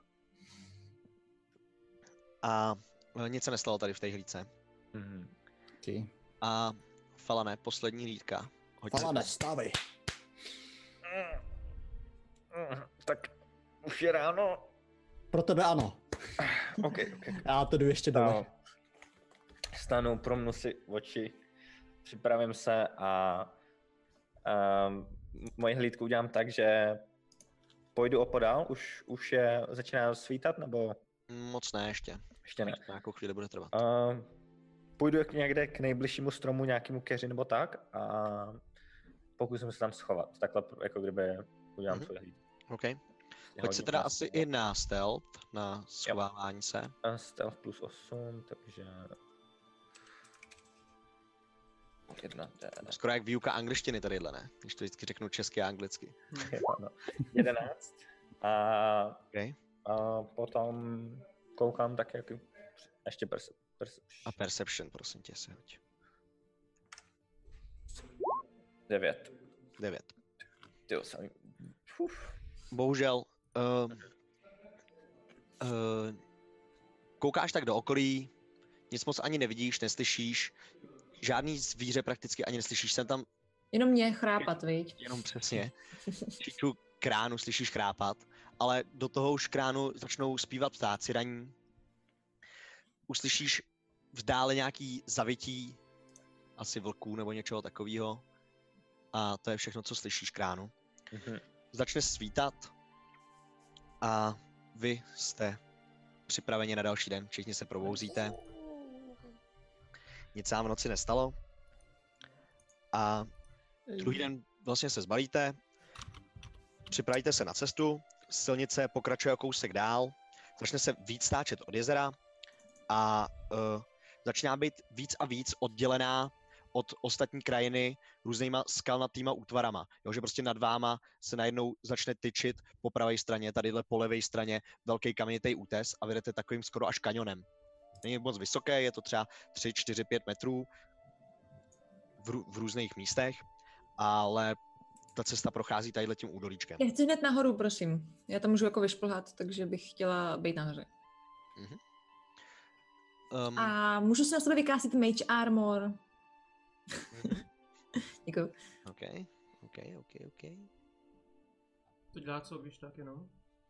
B: A e, nic se nestalo tady v té hlídce.
C: Mhm.
E: Ty.
B: A Falane, poslední hlídka. Hoď si-
E: Falane, stávej.
C: Mm, Tak už je ráno.
E: Pro tebe ano.
C: OK, OK.
E: Já to jdu ještě
C: Stanu,
E: dole.
C: stanu, promnu si oči, připravím se a um, moji hlídku udělám tak, že pojdu opodál, už, už je začíná svítat, nebo
B: Moc ne ještě.
C: ještě ne?
B: Nějakou chvíli bude trvat.
C: Uh, půjdu k někde k nejbližšímu stromu, nějakému keři nebo tak a pokusím se tam schovat. Takhle jako kdyby udělám
B: Mhm.
C: svůj hlídku.
B: OK. Hoď si teda asi i na stealth, na schovávání se.
C: A stealth plus osm, takže... Jedna, D,
B: Skoro jak výuka angličtiny tadyhle, ne? Když to vždycky řeknu česky a anglicky.
C: no. jedenáct. A,
B: OK.
C: a potom koukám tak jak ještě perce, perception.
B: A perception, prosím tě, si hoď.
C: devět.
B: devět.
C: Tyjo, jsem... Uf.
B: Bohužel, uh, uh, koukáš tak do okolí, nic moc ani nevidíš, neslyšíš, žádný zvíře prakticky ani neslyšíš, jsem tam
D: Jenom mě chrápat, viď?
B: jenom přesně. Číču kránu slyšíš chrápat, ale do toho už kránu začnou zpívat ptáci raní. Uslyšíš v dále nějaký zavití, asi vlků nebo něčeho takového. A to je všechno, co slyšíš kránu.
C: Mhm.
B: Začne svítat a vy jste připraveni na další den. Všichni se probouzíte. Nic se vám v noci nestalo. A druhý den vlastně se zbalíte, připravíte se na cestu, silnice pokračuje o kousek dál, začne se víc stáčet od jezera a uh, začíná být víc a víc oddělená od ostatní krajiny různýma skalnatýma útvarama. Jo, že prostě nad váma se najednou začne tyčit po pravé straně, tadyhle po levé straně velký kamenitý útes a vedete takovým skoro až kanionem. Není moc vysoké, je to třeba tři, čtyři, pět metrů v, rů, v různých místech, ale ta cesta prochází tadyhle tím údolíčkem.
D: Já chci hned nahoru, prosím. Já tam můžu jako vyšplhat, takže bych chtěla být nahoře.
B: Um,
D: A můžu si na sebe vykástit mage armor. Děkuju.
B: OK, OK, OK, OK.
A: To dělá co, když tak jenom?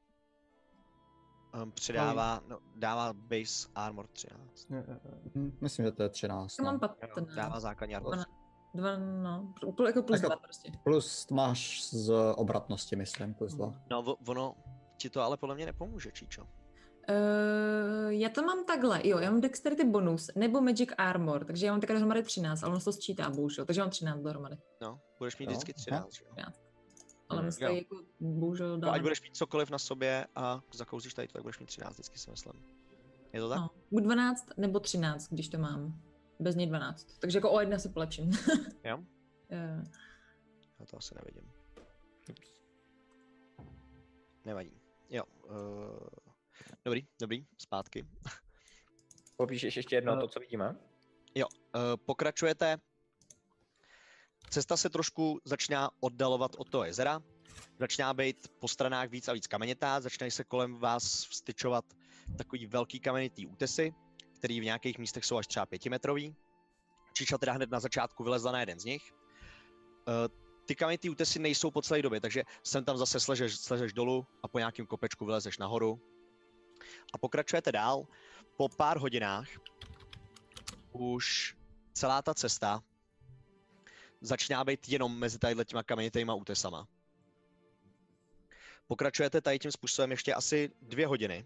B: Um, přidává, no, dává base armor třináct.
E: Hm, Myslím, že to je třináct.
D: To mám
E: No.
D: patnáct.
B: Dává základní armor.
D: Dva, dva, no. Úplně jako plus
E: Jako-
D: dva prostě.
E: Plus máš z obratnosti, myslím, plus dva.
B: No, vo- ono ti to ale podle mě nepomůže, Číčo.
D: Uh, já to mám takhle, jo, já mám dexterity bonus, nebo magic armor, takže já mám takhle dohromady třináct, ale ono se to sčítá, bohužel, takže mám třináct dohromady.
B: No, budeš mít
E: Jo,
B: vždycky třináct, že jo?
D: Ale
B: Hmm,
D: myslím,
B: jo.
D: jako bohužel
B: No,
D: dám.
B: ať budeš mít cokoliv na sobě a zakouzíš tady to, tak budeš mít třináct, vždycky si myslím. Je to tak?
D: No, buď dvanáct nebo třináct, když to mám. Bez něj dvanáct. Takže jako o jedna se polepším.
B: Jo?
D: Jo.
B: Já to asi nevidím. Nevadí. Jo. Uh... Dobrý, dobrý, zpátky.
C: Popíšeš ještě jednou
A: No.
C: to, co vidíme?
B: Jo, uh, pokračujete. Cesta se trošku začíná oddalovat od toho jezera. Začíná být po stranách víc a víc kamenitá, začínají se kolem vás vstyčovat takový velký kamenitý útesy, který v nějakých místech jsou až třeba pětimetrový. Čiča teda hned na začátku vylezla na jeden z nich. Uh, ty kamenitý útesy nejsou po celé době, takže sem tam zase sležeš, sležeš dolů a po nějakém kopečku vylezeš nahoru. A pokračujete dál. Po pár hodinách už celá ta cesta začíná být jenom mezi tadyhle těma kamenitýma útesama. Pokračujete tady tím způsobem ještě asi dvě hodiny.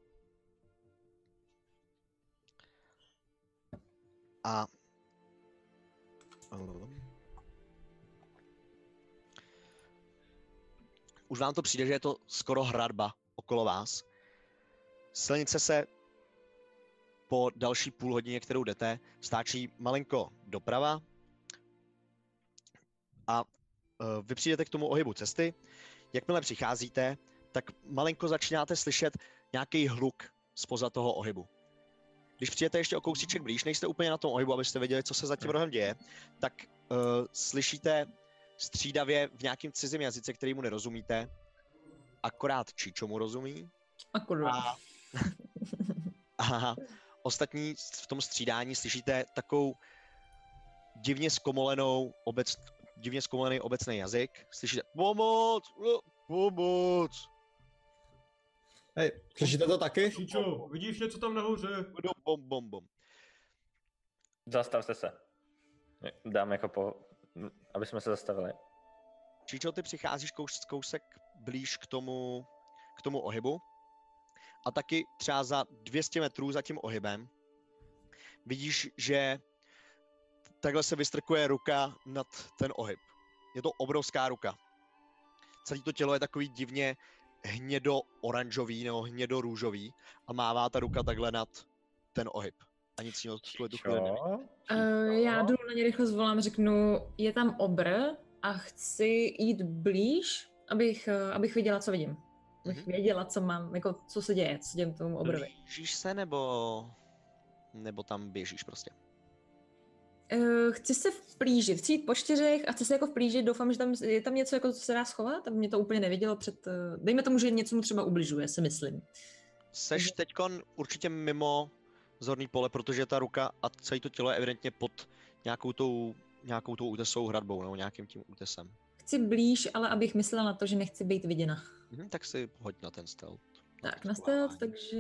B: A... Už vám to přijde, že je to skoro hradba okolo vás. Silnice se po další půl hodině, kterou jdete, stáčí malinko doprava a uh, vy přijdete k tomu ohybu cesty. Jakmile přicházíte, tak malinko začínáte slyšet nějaký hluk zpoza toho ohybu. Když přijdete ještě o kousíček blíž, nejste úplně na tom ohybu, abyste věděli, co se za tím rohem děje, tak uh, slyšíte střídavě v nějakém cizím jazyce, kterýmu nerozumíte, akorát Čičo mu rozumí.
D: Akorát.
B: A, a ostatní v tom střídání slyšíte takovou divně zkomolenou obec, divně zkomolený obecný jazyk. Slyšíte pomoc, pomoc.
E: Hej, slyšíte to taky?
A: Čičo, vidíš něco tam nahoře?
B: Bom, bom, bom.
C: Zastavte se. Dám jako po... aby jsme se zastavili.
B: Čičo, ty přicházíš kous, kousek blíž k tomu, k tomu ohybu a taky třeba za dvě stě metrů za tím ohybem vidíš, že takhle se vystrkuje ruka nad ten ohyb. Je to obrovská ruka. Celé to tělo je takový divně hnědo-oranžový nebo hnědo-růžový a mává ta ruka takhle nad ten ohyb. A nic jiného tuhle tu chvíli nevidí.
D: Uh, já jdu na ně rychle zvolám, řeknu, je tam obr a chci jít blíž, abych, uh, abych viděla, co vidím. Abych
B: Mhm.
D: věděla, co mám, jako co se děje, co dějem tomu obrovi.
B: Blížíš se nebo, nebo tam běžíš prostě?
D: Uh, chci se vplížit, chci jít po čtyřech a chci se jako vplížit, doufám, že tam je tam něco, jako, co se dá schovat, aby mě to úplně nevidělo před, uh, dejme tomu, že něco mu třeba ubližuje, si myslím.
B: Seš teďkon určitě mimo zorný pole, protože ta ruka a celé to tělo je evidentně pod nějakou tou, nějakou tou útesovou hradbou nebo nějakým tím útesem.
D: Chci blíž, ale abych myslela na to, že nechci být viděna.
B: Mhm, tak si hoď na ten stealth.
D: Tak, na stealth, takže...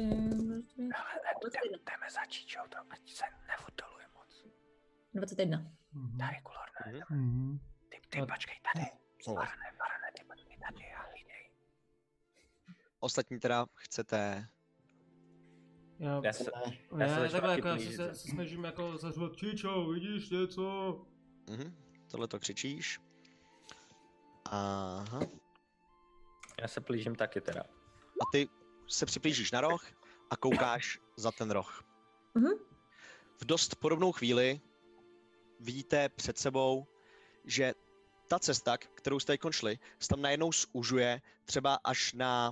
C: Jdeme za Čičou, to ať se neoddaluje moc.
D: dvacet jedna.
C: Tady, Kulorne.
A: Mhm.
C: Ty, ty
A: A-
C: počkej tady.
B: No.
C: Varne, Varne, ty počkej tady a hlídej.
B: Ostatní teda chcete...
A: Já,
C: Já se,
A: já,
C: já se začnu
A: takhle
C: taky
A: jako já
C: plížit.
A: se, se snažím jako zařvat, Čičo, vidíš něco?
B: Mhm, tohle to křičíš. Aha.
C: já se plížím taky teda.
B: A ty se připlížíš na roh a koukáš za ten roh.
D: Mhm.
B: V dost podobnou chvíli vidíte před sebou, že ta cesta, kterou jste teď šli, se tam najednou zužuje třeba až na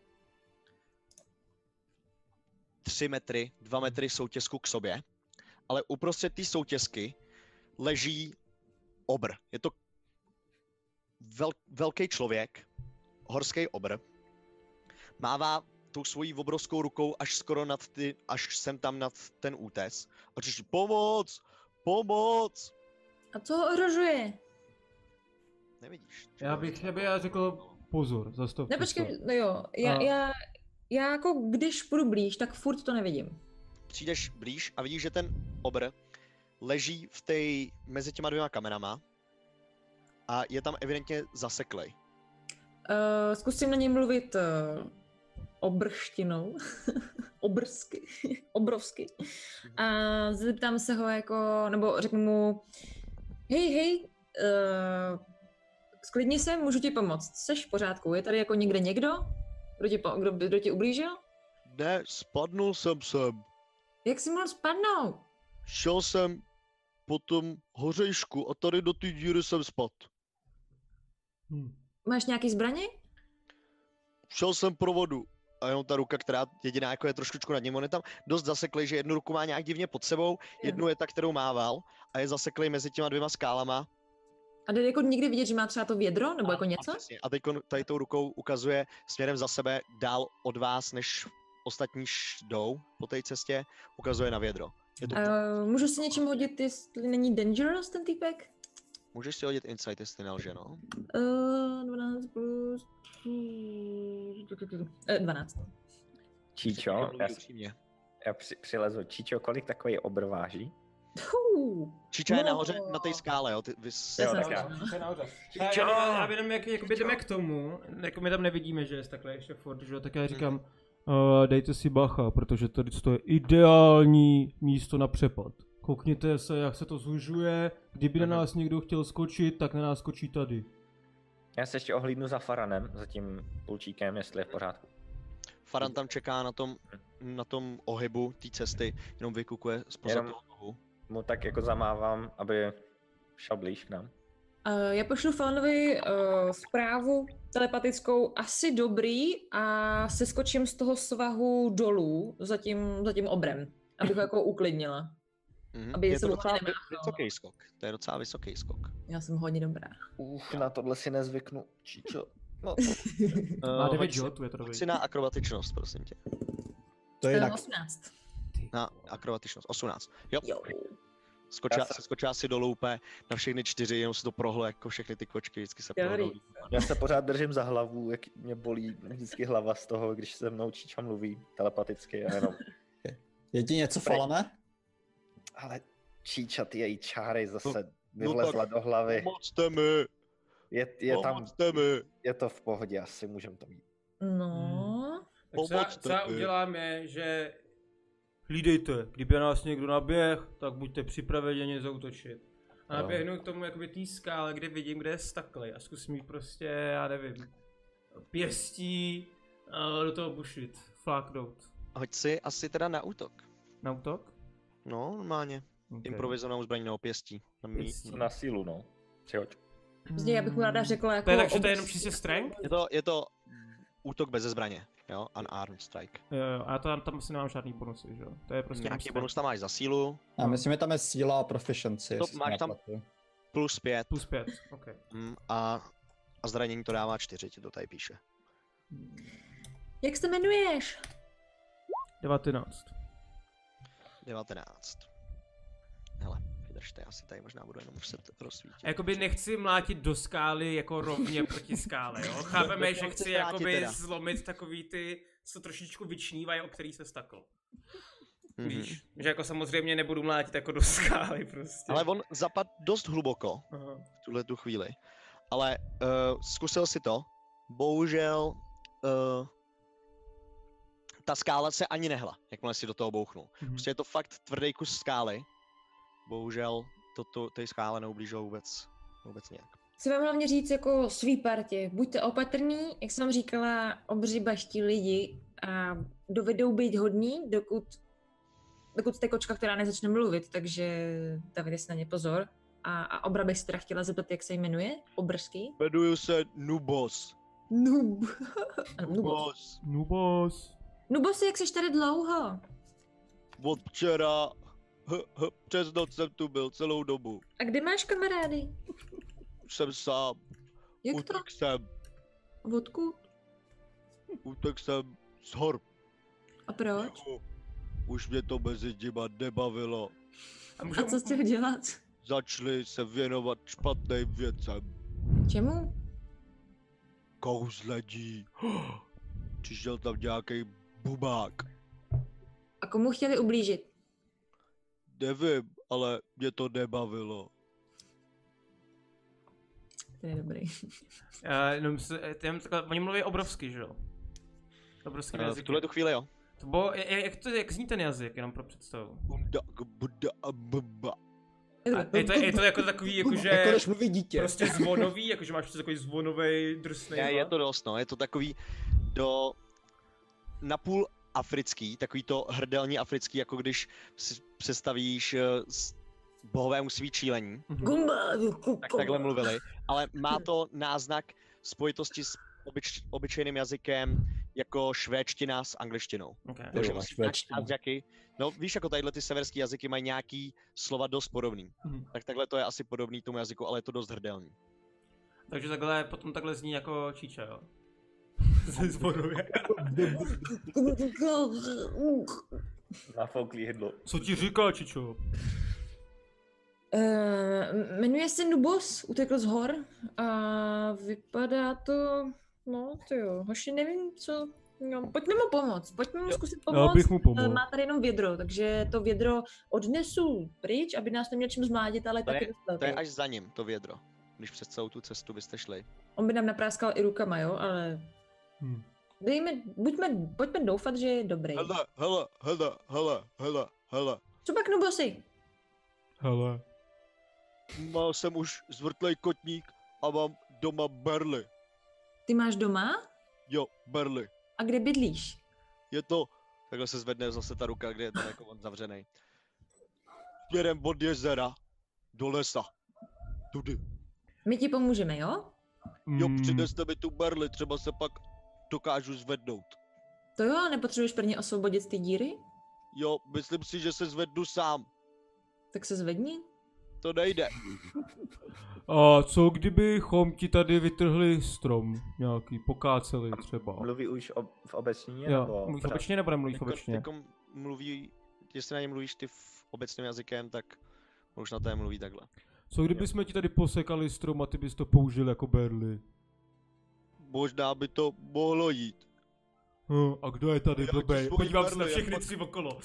B: tři metry, dva metry soutězku k sobě, ale uprostřed té soutězky leží obr. Je to vel, velký člověk, horský obr, mává tou svojí obrovskou rukou až skoro nad ty, až sem tam nad ten útes a říká pomoc, pomoc.
D: A co ho ohrožuje?
B: Nevidíš.
A: Já bych, já bych já řekl pozor, zastavte
D: Ne, počkej,
A: se.
D: no jo, já,
A: A-
D: já, já jako když půjdu blíž, tak furt to nevidím.
B: Přijdeš blíž a vidíš, že ten obr leží v té mezi těma dvěma kamenama a je tam evidentně zaseklej.
D: Uh, zkusím na něj mluvit uh, obrštinou, obrsky, obrovsky. A zeptám se ho jako, nebo řeknu mu, hej, hej, uh, sklidni se, můžu ti pomoct, seš v pořádku, je tady jako někde někdo, kdo ti, po, kdo, kdo ti ublížil?
B: Ne, spadnul jsem sem.
D: Jak jsi mohl spadnout?
B: Šel jsem po tom hořejšku a tady do té díry jsem spadl.
A: Hm.
D: Máš nějaký zbraně?
B: Šel jsem pro vodu. A jenom ta ruka, která jediná jako je trošičku nad ním, on je tam dost zaseklý, že jednu ruku má nějak divně pod sebou, jednu je ta, kterou mával a je zaseklý mezi těma dvěma skálama.
D: A jde jako někdy vidět, že má třeba to vědro, nebo
B: A,
D: jako něco?
B: A, přesně. A teď tady tou rukou ukazuje směrem za sebe dál od vás, než ostatní jdou po té cestě, ukazuje na vědro. Je to...
D: Uh, můžu si něčím hodit, jestli není dangerous ten týpek?
B: Můžeš si hodit insight, jestli nelže, no.
D: Uh, dvanáct plus... Uh, dvanáct.
C: Číčo, já, si, já při, přilezu. Číčo, kolik takový obr váží?
D: Uh,
B: Číča je nahoře na té skále, jo? Ty, vy s...
C: Jo, tak já.
A: Číčo! Já jenom jak, jak jdeme k tomu, jako my tam nevidíme, že je takhle ještě furt, že jo, tak já říkám, uh, dejte si bacha, protože tady to je ideální místo na přepad. Koukněte se, jak se to zužuje, kdyby na nás někdo chtěl skočit, tak na nás skočí tady.
C: Já se ještě ohlídnu za Faranem, za tím půlčíkem, jestli je v pořádku.
B: Faran tam čeká na tom, na tom ohybu té cesty, jenom vykukuje spoza
C: Jenom
B: toho nohu.
C: mu tak jako zamávám, aby šel blíž k nám.
D: Uh, já pošlu Falanovi uh, zprávu telepatickou, asi dobrý, a seskočím z toho svahu dolů za tím, za tím obrem, abych ho jako uklidnila.
B: Mm-hmm.
D: Aby
B: je
D: se
B: to
D: mu
B: docela
D: nemáchal.
B: vysoký skok, to je docela vysoký skok.
D: Já jsem hodně dobrá.
C: Uf, na tohle si nezvyknu, Číčo. No.
A: Má
B: Uh,
A: devět životů, je to dobrý.
B: si na akrobatičnost, prosím tě.
E: To je jinak.
D: osmnáct.
B: Na akrobatičnost, osmnáct. Jo.
D: Jo.
B: Skočila,
C: Já se-
B: se skočila si dolů úplně na všechny čtyři, jenom se to prohlo, jako všechny ty kočky, vždycky se
D: Dobrý.
B: prohlou.
C: Já se pořád držím za hlavu, jak mě bolí vždycky hlava z toho, když se mnou Číča mluví telepaticky a jenom.
E: Je ti něco, Falane?
C: Ale Číča, ty její čáry zase
B: No
C: vylezla
B: tak
C: do hlavy.
B: Pomocte mi,
C: Je, je tam,
B: pomocte mi.
C: je to v pohodě, asi můžeme to mít.
D: No.
A: Tak co, já-
B: Pomocte
A: co já
B: mi.
A: udělám je, že hlídejte, kdyby na nás někdo naběh, tak buďte připraveni ně zautočit. A
C: Jo.
A: naběhnu k tomu jakoby té skále, kde vidím, kde je staklej a zkusím jí prostě, já nevím, pěstí a do toho bušit, fláknout.
B: Hoď si asi teda na útok.
A: Na útok?
B: No, normálně.
A: Okay.
B: Improvizovanou zbraní na opěstí. Na mí...
A: Pěstí.
C: Na sílu, no. Přihoď.
D: Zde já bych mu ráda řekla jako...
A: To je tak, že to je
D: obr-
A: jenom čistě strength?
B: Je to, je to útok beze zbraně, jo? Unarmed strike.
A: Jo, jo, a já to, tam asi nemám žádný bonusy, že jo? To je prostě jenom
B: Nějaký
A: strength.
B: bonus tam máš za sílu,
E: Já myslím, že tam je síla a proficiency.
B: To
E: jestli
B: máš
E: se
B: tam-
E: nepletu.
B: plus pět.
A: Plus pět, ok.
B: Mm, a, a zranění to dává čtyři, ti to tady píše.
D: Jak se jmenuješ?
A: devatenáct.
B: devatenáct. Hele, vydržte, já si tady možná budu jenom muset rozsvítit.
A: Jakoby nechci mlátit do skály jako rovně proti skále, jo? Chápeme, že chci
B: mlátit
A: jakoby
B: teda.
A: zlomit takový ty, co trošičku vyčnívají, o který se stakl.
B: Mhm.
A: Víš, že jako samozřejmě nebudu mlátit jako do skály prostě.
B: Ale on zapadl dost hluboko
A: Aha.
B: v tuhle tu chvíli. Ale uh, zkusil si to, bohužel uh, ta skála se ani nehla, jakmile si do toho bouchnul.
A: Mhm.
B: Prostě je to fakt tvrdý kus skály. Bohužel to, to, té skále neublížilo vůbec, vůbec nějak.
D: Chci vám hlavně říct jako svý partě, buďte opatrní, jak jsem říkala, obři baští lidi a dovedou být hodní, dokud, dokud jste kočka, která nezačne mluvit, takže dávajte si na ně pozor. A, a obra bych se teda chtěla zeptat, jak se jmenuje? Obrzský?
B: Jmenuju se Nubos.
D: Nub. Ano, Nubos.
B: Nubos.
A: Nubos.
D: Nubos, jak jsi tady dlouho?
B: Od včera, h, h, přes noc jsem tu byl celou dobu.
D: A kde máš kamarády?
B: Jsem sám,
D: Jak to?
B: utek jsem,
D: Odkud?
B: utek jsem z hor.
D: A proč?
B: Jako, už mě to mezi nima nebavilo.
A: A,
D: A co jsi dělat?
B: Začali se věnovat špatným věcem.
D: Čemu?
B: Kouzlení. Přišel tam nějaký bubák.
D: A komu chtěli ublížit?
B: Nevím, ale mě to nebavilo.
D: To je dobrý.
A: Uh, jenom se, jenom takhle, oni mluví obrovsky, že jo? Obrovský
B: Uh, v
A: jazyk.
B: tuhle tu chvíli jo.
A: To bylo, jak, jak, to, jak zní ten jazyk, jenom pro představu?
B: Bunda, buda, bba.
A: A je, to, je to jako takový, jakože
E: Jako když mluví dítě.
A: prostě zvonový, jakože máš takový zvonový drsnej
B: Je, je
A: hlas?
B: to dost, no. Je to takový do napůl africký, takový to hrdelní africký, jako když si představíš uh, s bohové musí být šílení,
D: Gumba,
B: tak takhle mluvili, ale má to náznak spojitosti s obyč, obyčejným jazykem jako švédština s angličtinou.
A: Okay.
B: Takže
E: Jo,
B: musí
E: švédština.
B: nějaký jazyky. No víš, jako tadyhle ty severský jazyky mají nějaký slova dost podobný.
A: Mhm.
B: Tak takhle to je asi podobný tomu jazyku, ale je to dost hrdelný.
A: Takže takhle, potom takhle zní jako číča, jo? Ze zborově.
C: Nafouklý hydlo.
A: Co ti říká, čičo?
D: Uh, jmenuje se Nubos, utekl z hor a vypadá to, no to jo, hoši nevím co, no, pojďme mu pomoct, pojďme mu zkusit pomoct.
A: Já bych mu pomohl.
D: Eh, Má tady jenom vědro, takže to vědro odnesu pryč, aby nás neměl čím zmládit, ale
B: To
D: taky
B: je,
D: dost
B: to je
D: velký.
B: až za ním, to vědro. Když přes celou tu cestu byste šli.
D: On by nám napráskal i rukama, jo, ale
A: Hm.
D: dejme, buďme, pojďme doufat, že je dobrý.
B: Hele, hele, hele, hele, hele, hele.
D: Co pak, Nubosi?
A: Hele.
B: Mal jsem už zvrtlej kotník a mám doma berly.
D: Ty máš doma?
B: Jo, berly.
D: A kde bydlíš?
B: Je to, takhle se zvedne zase ta ruka, kde je ten jako on zavřenej. Směrem od jezera do lesa. Tudy.
D: My ti pomůžeme, jo?
B: Jo,
A: Mm,
B: přineste mi tu berly, třeba se pak dokážu zvednout.
D: To jo, nepotřebuješ prvně osvobodit ty díry?
B: Jo, myslím si, že se zvednu sám.
D: Tak se zvedni.
B: To nejde.
A: A co kdybychom ti tady vytrhli strom nějaký, pokáceli třeba?
C: Mluví už o, v obecnině?
A: Jo,
C: nebo
A: mluvíš
C: pořád?
A: obecně nebo nemluvíš
B: Jako,
A: obecně?
B: jako mluví, jestli na ně mluvíš ty v obecným jazykem, tak už na té mluví takhle.
A: Co kdyby jsme ti tady posekali strom a ty bys to použil jako berly?
B: Možná by to mohlo jít.
A: Hm, a kdo je tady
B: Já
A: blbej?
B: ti
A: Podívám se
B: berly,
A: na
B: jak
A: všechny
B: pak-
A: tři okolo.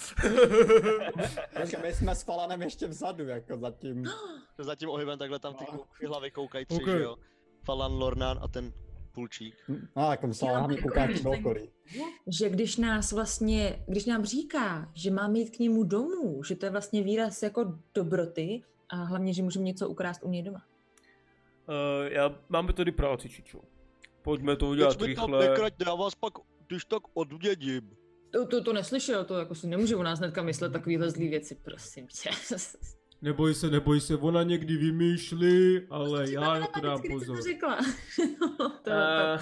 E: Takže my jsme s Falanem ještě vzadu, jako zatím.
B: Za tím ohybem takhle tam ty,
E: No.
B: kou- ty hlavy koukají tři,
A: Ok.
B: že jo? Falan, Lornan a ten půlčík.
E: No, jako musela hlavně koukat do okolí.
D: Že když nás vlastně, když nám říká, že máme jít k němu domů, že to je vlastně výraz jako dobroty a hlavně, že můžeme něco ukrást u něj doma.
A: Uh, já máme tady práci, Čičo. Pojďme to udělat
B: Teď mi tam
A: rychle.
B: nekraťte, já vás pak, když tak odměním.
D: To, to, to neslyšel, to jako si nemůže o nás hnedka myslet takovýhle zlý věci, prosím tě.
A: Neboj se, neboj se, ona někdy vymýšlí, ale já na to dám
D: Vždycky, když jsem
A: pozor.
D: to řekla. to, to,
A: Uh,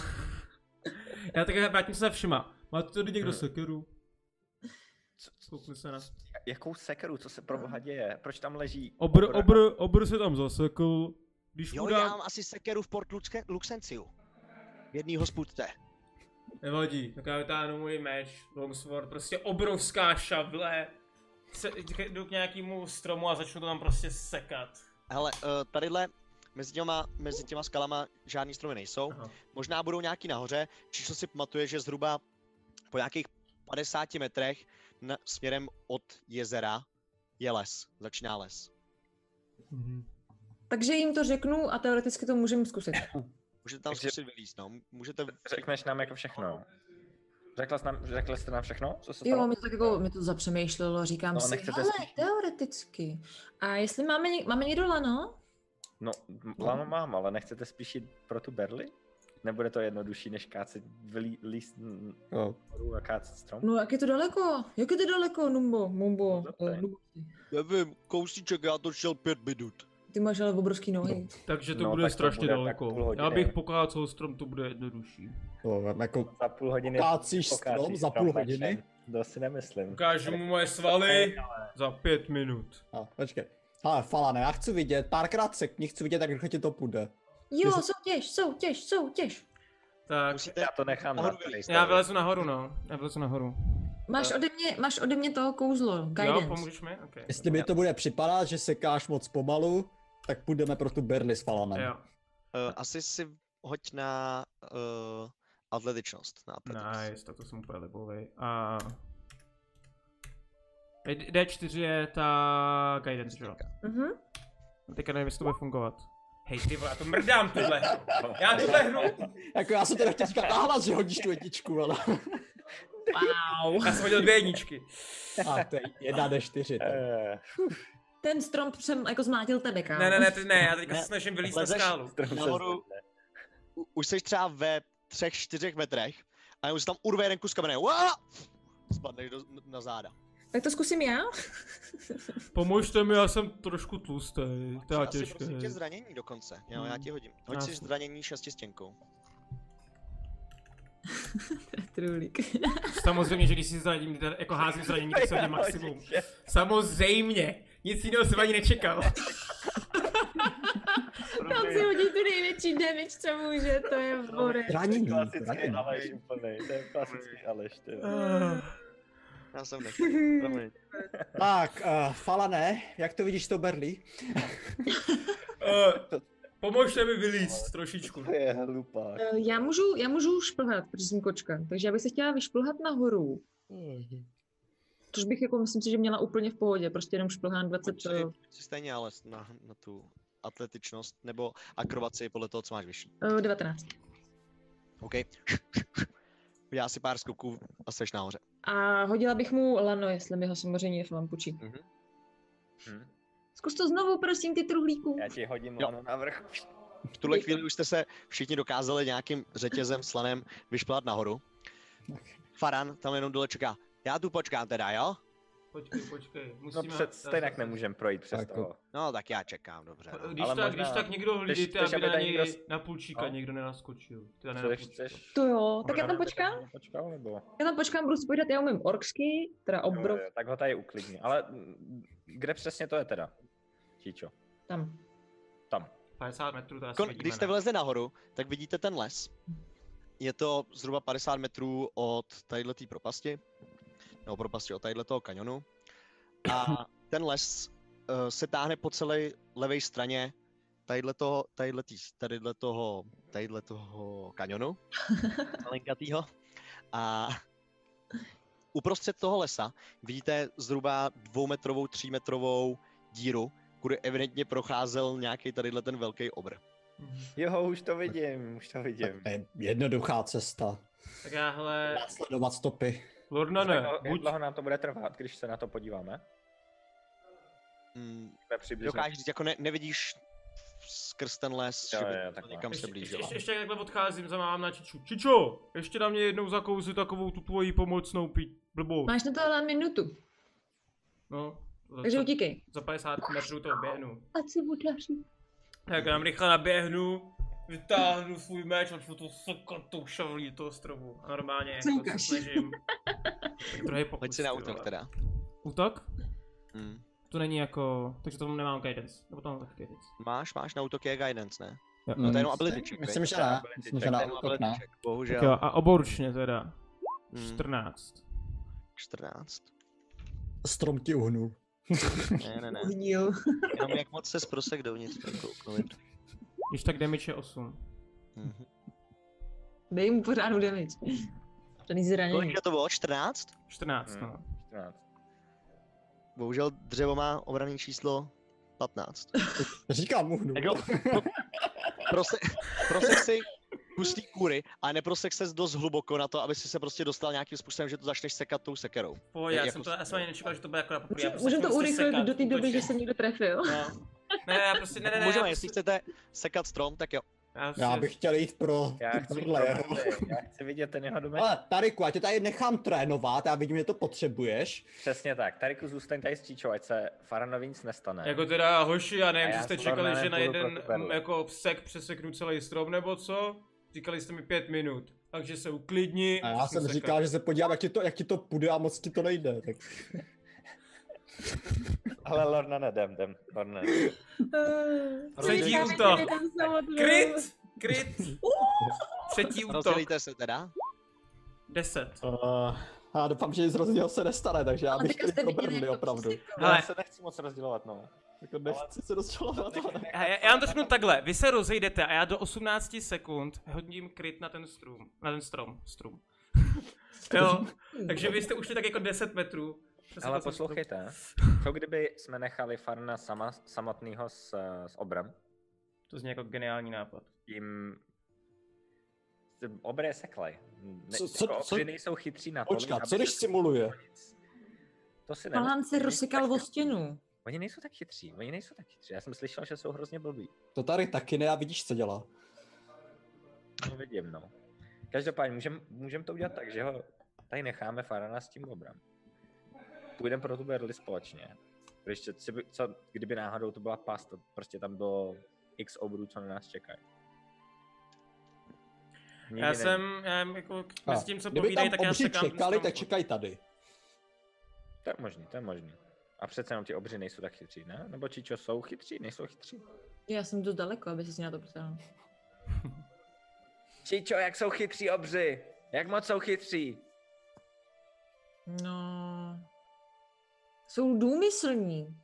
A: já také vrátím se všema. Máte tady někdo
C: Hmm.
A: sekeru?
C: Co- co-
A: Koukni se na.
C: Jakou sekeru, co se pro boha děje? Proč tam leží?
A: Obr, obr, obr se tam zasekl. Když
B: Jo,
A: mu
B: já
A: dám...
B: mám asi sekeru v Port Luxe- Luxenciu. V jedný hospůdce.
A: Nevadí, tak já vytáhnu můj meč, longsword, prostě obrovská šavle. Se, jdu k nějakému stromu a začnu to tam prostě sekat.
B: Hele, uh, tadyhle mezi těma, mezi těma skalama žádný stromy nejsou.
A: Aha.
B: Možná budou nějaký nahoře, čisto si pamatuje, že zhruba po nějakých padesáti metrech na, směrem od jezera je les, začíná les.
A: Mhm.
D: Takže jim to řeknu a teoreticky to můžeme zkusit.
B: Můžete tam
C: Takže-
B: zkusit vylízt, no. Můžete...
C: Řekneš nám jako všechno. Řekla jsi nám, řekli jste nám všechno? Co se
D: Jo,
C: stalo?
D: mi to tak jako, mi to zapřemýšlelo, říkám
C: No,
D: si,
C: nechcete
D: hele,
C: spíš-
D: teoreticky. A jestli máme, ně- máme někdo lano?
C: No, lano mám, ale nechcete spíš jít pro tu berli? Nebude to jednodušší, než kácet vylí, líst n-
E: Jo.
C: nahoru a kácet strom?
D: No, jak je to daleko? Jak je to daleko, Numbo, Mumbo?
C: No, dobře.
D: eh, Numbo.
B: Nevím, kousíček, já to šel pět minut.
D: Ty máš ale obrovský nohy.
A: Takže to
C: No,
A: bude
C: tak to
A: strašně
C: bude tak
A: daleko.
C: půl hodiny.
A: Já bych pokácel strom, to bude jednodušší.
E: To, jako
C: Za půl hodiny
E: kácíš
C: pokácíš
E: strom za
C: strom
E: půl
C: mečem.
E: hodiny?
C: To si nemyslím.
A: Ukážu mu moje svaly za pět minut.
E: A, počkej. Hele, Falane, já chci vidět, párkrát sekni, chci vidět, jak rychle ti to půjde.
D: Jo,
E: Jestli-
D: soutěž, soutěž, soutěž.
A: Tak,
B: Musíte...
C: Já to nechám na
B: nahoru
C: tady.
B: vylízt.
A: já vylezu nahoru, no. Já vylezu nahoru.
D: Máš ode mě, máš ode mě toho kouzlo,
A: Jo,
D: guidance.
A: pomůžeš mi? Okay.
E: Jestli mi to bude připadat, že sekáš moc pomalu, tak půjdeme pro tu berli s Falanem.
A: Jo,
B: Uh, asi si hoď na uh, atletičnost. Na athletics.
A: nice, tak to jsem úplně libovej. A... D čtyři je ta guidance, že jo?
D: Mhm.
A: Teďka nevím, jestli to bude fungovat. Hej ty vole, já to mrdám tohle. Já tuhle hru.
E: Jako já jsem teda chtěl říkat nahlas, že hodíš tu jedničku, ale...
D: Wow.
A: Já jsem hodil dvě jedničky.
E: A to je jedna d čtyři. tak.
C: Eh,
D: Ten strom jsem jako zmátil tebe, kámo.
A: Ne, ne, ne, ty ne, já teďka
B: Ne,
A: se snažím vylízt na
B: lezeš-
A: skálu.
C: strom se
B: Nahoru.
C: zvedne.
B: U- Už jsi třeba ve třech, čtyřech metrech a už tam urve jeden kus kamene. Uá! Spadneš do, na záda.
D: Tak to zkusím já.
A: Pomožte mi, já jsem trošku tlustý, to je
B: Asi
A: těžké.
B: prosím tě zranění dokonce. Jo, já ti hodím. Hoď si
A: Jasně.
B: zranění šestistěnkou.
D: Trulík.
A: Samozřejmě, že když si zraním, jako házím zranění, tak se hodím maximum. Samozřejmě, nic jiného jsem ani nečekal.
D: Tam si hodí tu největší damage, co může, to je borec.
E: Zranění,
C: Klasický
E: zranění.
C: Aleš úplně, to je klasický Aleš, ty jo.
B: Já jsem nechtěl. Promiň.
E: Tak, uh, Falane, jak to vidíš to Berlí?
A: Uh, pomožte mi vylízt trošičku.
C: To je hlupák.
D: Eh, Já můžu, já můžu šplhat, protože jsem kočka, takže já bych se chtěla vyšplhat nahoru. Což bych jako, myslím si, že měla úplně v pohodě, prostě jenom šplhám dvacet.
B: Pojď si, pojď si stejně ale na, na tu atletičnost nebo akrobaci podle toho, co máš vyšší.
D: Uh, devatenáct.
B: OK. Udělá si pár skoků a seš nahoře.
D: A hodila bych mu lano, jestli mi ho samozřejmě vám půjčí.
B: Mhm.
C: Hm.
D: Zkus to znovu, prosím, ty truhlíku.
C: Já ti hodím
B: Jo.
C: lano na vrch.
B: V tuhle chvíli už jste se všichni dokázali nějakým řetězem slanem vyšplat nahoru. Faran tam jenom dole čeká. Já tu počkám teda, jo?
A: Počkej, počkej,
C: No
A: musíme...
C: před, stejně nemůžem projít přes
E: Tak,
C: toho.
B: No tak já čekám, dobře. No.
A: Když
C: Ale
A: tak,
C: možná-
A: když tak někdo hlídejte,
C: chceš,
A: aby
C: aby
A: na
C: tady
A: něj,
C: někdo s-
A: na půlčíka
C: No.
A: někdo nenaskočil. Teda ne na
C: Chceš,
A: půlčíka.
C: chceš?
D: To jo, tak já tam
C: Možná by
D: počkám.
C: Počkal, nebo?
D: Já tam počkám, budu si povídat, já umím orksky, teda
C: Jo,
D: obrov,
C: jo, tak ho tady uklidni. Ale mm, kde přesně to je teda? Číčo.
D: tam.
C: Tam.
A: padesát metrů to asi
B: Kon,
A: vidíme,
B: když jste
A: ne?
B: vylezli nahoru, tak vidíte ten les. Je to zhruba padesát metrů od tadyhletý propasti. Nebo propasti od tadyhletoho kanionu. A ten les uh, se táhne po celé levé straně tadyhletoho, tadyhletý, tadyhletoho, tadyhletoho kanionu. Malinkatýho. A uprostřed toho lesa vidíte zhruba dvoumetrovou, třímetrovou díru, kudy evidentně procházel nějaký tadyhle ten velký obr.
A: Mhm.
C: Jo, už to vidím, už to vidím.
E: To je jednoduchá cesta.
A: Tak já hele,
E: Následovat stopy.
A: Lordane,
C: Tak, jak
A: buď...
C: dlouho nám to bude trvat, když se na to podíváme?
B: Mm,
C: Jsme přibližně.
B: dokážeš říct, jako ne, nevidíš skrz ten les,
C: Jo,
B: že by
C: jo,
B: to
C: takhle.
B: někam se
A: Ještě, ještě,
B: blížila.
A: ještě, ještě takhle odcházím, zamávám na Čiču. Čičo, ještě na mě jednou zakousi takovou tu tvoji pomocnou pít blbou.
D: Máš na to ale minutu,
A: No,
D: takže
A: za,
D: utíkej.
A: za padesát metrů to běhnu.
D: Ať se udaří.
A: Tak já rychle naběhnu, vytáhnu svůj meč a začnu to sekat tou šavlí do toho stromu. A normálně
D: Co
A: jako se
D: ukáž?
A: snažím. Tak druhý pokus.
B: Pojď si na
A: ty
B: útok
A: vole.
B: teda.
A: Útok?
B: Mm.
A: To není jako, takže to nemám guidance. Nebo to mám taky guidance.
B: Máš, máš na útok je guidance, ne?
A: Jo.
B: No to je jenom
E: Mm,
B: ability check,
E: Myslím,
B: viď?
E: že ne. Myslím, že na
B: Jenom
E: útok
B: ability
E: ne.
B: check,
A: Tak
B: bohužel.
A: jo, a oboručně teda.
B: Mm,
A: čtrnáct.
B: čtrnáct.
E: Strom ti uhnul.
B: Ne, ne, ne.
D: Uhnil.
B: Jenom jak moc se zprosek dovnitř kouknout.
A: Když tak damage je osm.
B: Mhm.
D: Dej mu pořádnou damage. Žádný zranění.
B: Kolik to bylo? čtrnáct?
A: čtrnáct,
C: Hmm.
A: no.
C: čtrnáct.
B: Bohužel dřevo má obranné číslo patnáct.
E: Říkám uhnul.
B: Tak jo, pro, prose, prosek si hustý kůry, ale neprosek se dost hluboko na to, aby si se prostě dostal nějakým způsobem, že to začneš sekat tou sekerou.
A: Pohodě, já
B: Jako-
A: jsem to, já jsem ani nečekal, že to bude jako na poprvé. Já prostě
D: Můžeme to
A: chci
D: urychlit
A: sekat,
D: do té doby,
A: útočit.
D: že se někdo trefil.
A: No. Ne, já prostě, ne, ne, ne.
B: Můžeme,
A: já
B: jestli
A: prostě,
B: chcete sekat strom, tak jo.
A: já, prostě,
E: Já bych chtěl jít pro
C: Já chci,
E: tohle, jo.
C: já chci vidět ten jeho domek.
E: Ale Tariku, já tě tady nechám trénovat, já vidím, že to potřebuješ.
C: Přesně tak. Tariku, zůstaň tady s Číčou, ať se Faranovi nic nestane.
A: Jako teda, hoši, já
C: A
A: nevím,
C: já
A: že jste
C: s
A: čekali,
C: Lornanem
A: že na
C: půjdu
A: jeden
C: proti Berlu.
A: m, jako sek přeseknu celý strom, nebo co? Říkali jste mi pět minut, takže se uklidni.
E: A já
A: začnu
E: jsem
A: sekat.
E: říkal, že se podívám, jak ti to, jak ti to půjde a moc ti to nejde. Tak...
C: Ale Lorna nedem, jdem. Lorna.
A: Třetí
D: Říkáme,
A: útok.
D: že tam samotnou.
A: Kryt! Kryt! Třetí útok.
B: Rozdělíte se teda.
A: Deset.
E: Uh, já doufám, že nic hrozného se nestane, takže já
D: Ale
E: bych
D: teďka
E: chtěl
D: jste
E: pro
D: viděli,
E: Burnley
D: jak to
E: opravdu.
D: přeseklo.
A: Ale-
C: Já se nechci moc rozdělovat, no.
E: Jako nechci se rozčilovat, ale...
A: Já, já vám to řeknu takhle, vy se rozejdete a já do osmnácti sekund hodím kryt na ten strom. Na ten strom. Strom. Jo, takže vy jste ušli tak jako deset metrů. Přesekl
C: Ale
A: jsem strom.
C: poslouchejte, co kdyby jsme nechali Farna sama, samotného s, s obrem?
A: To zní jako geniální nápad.
C: Tím... Obr je seklej. Ne,
E: Co- co-
C: jako
E: co-
C: obři nejsou chytří na to,
E: Počkat, co když simuluje?
C: To si nevím.
D: Pán se rozsekal o stěnu.
C: Oni nejsou tak chytří, oni nejsou tak chytří. Já jsem slyšel, že jsou hrozně blbí.
E: To tady taky ne a vidíš, co dělá.
C: No vidím, no. Každopádně můžeme můžem to udělat tak, že ho tady necháme Farana s tím obrem. půjdeme pro tu berli společně. Protože co, co, kdyby náhodou to byla past, prostě tam bylo x obrů, co na nás čekají.
A: Nikdy já jsem, já jako, s tím, co
E: kdyby
A: povídají,
E: tam
A: tak já
E: obři
A: čekám.
E: čekali, tak čekají tady.
C: To je možný, to je možný. A přece jenom ti obři nejsou tak chytří, ne? Nebo Čičo jsou chytří, nejsou chytří?
D: Já jsem dost daleko, aby si na to ptal.
C: Čičo, jak jsou chytří obři? Jak moc jsou chytří?
D: No... Jsou důmyslní.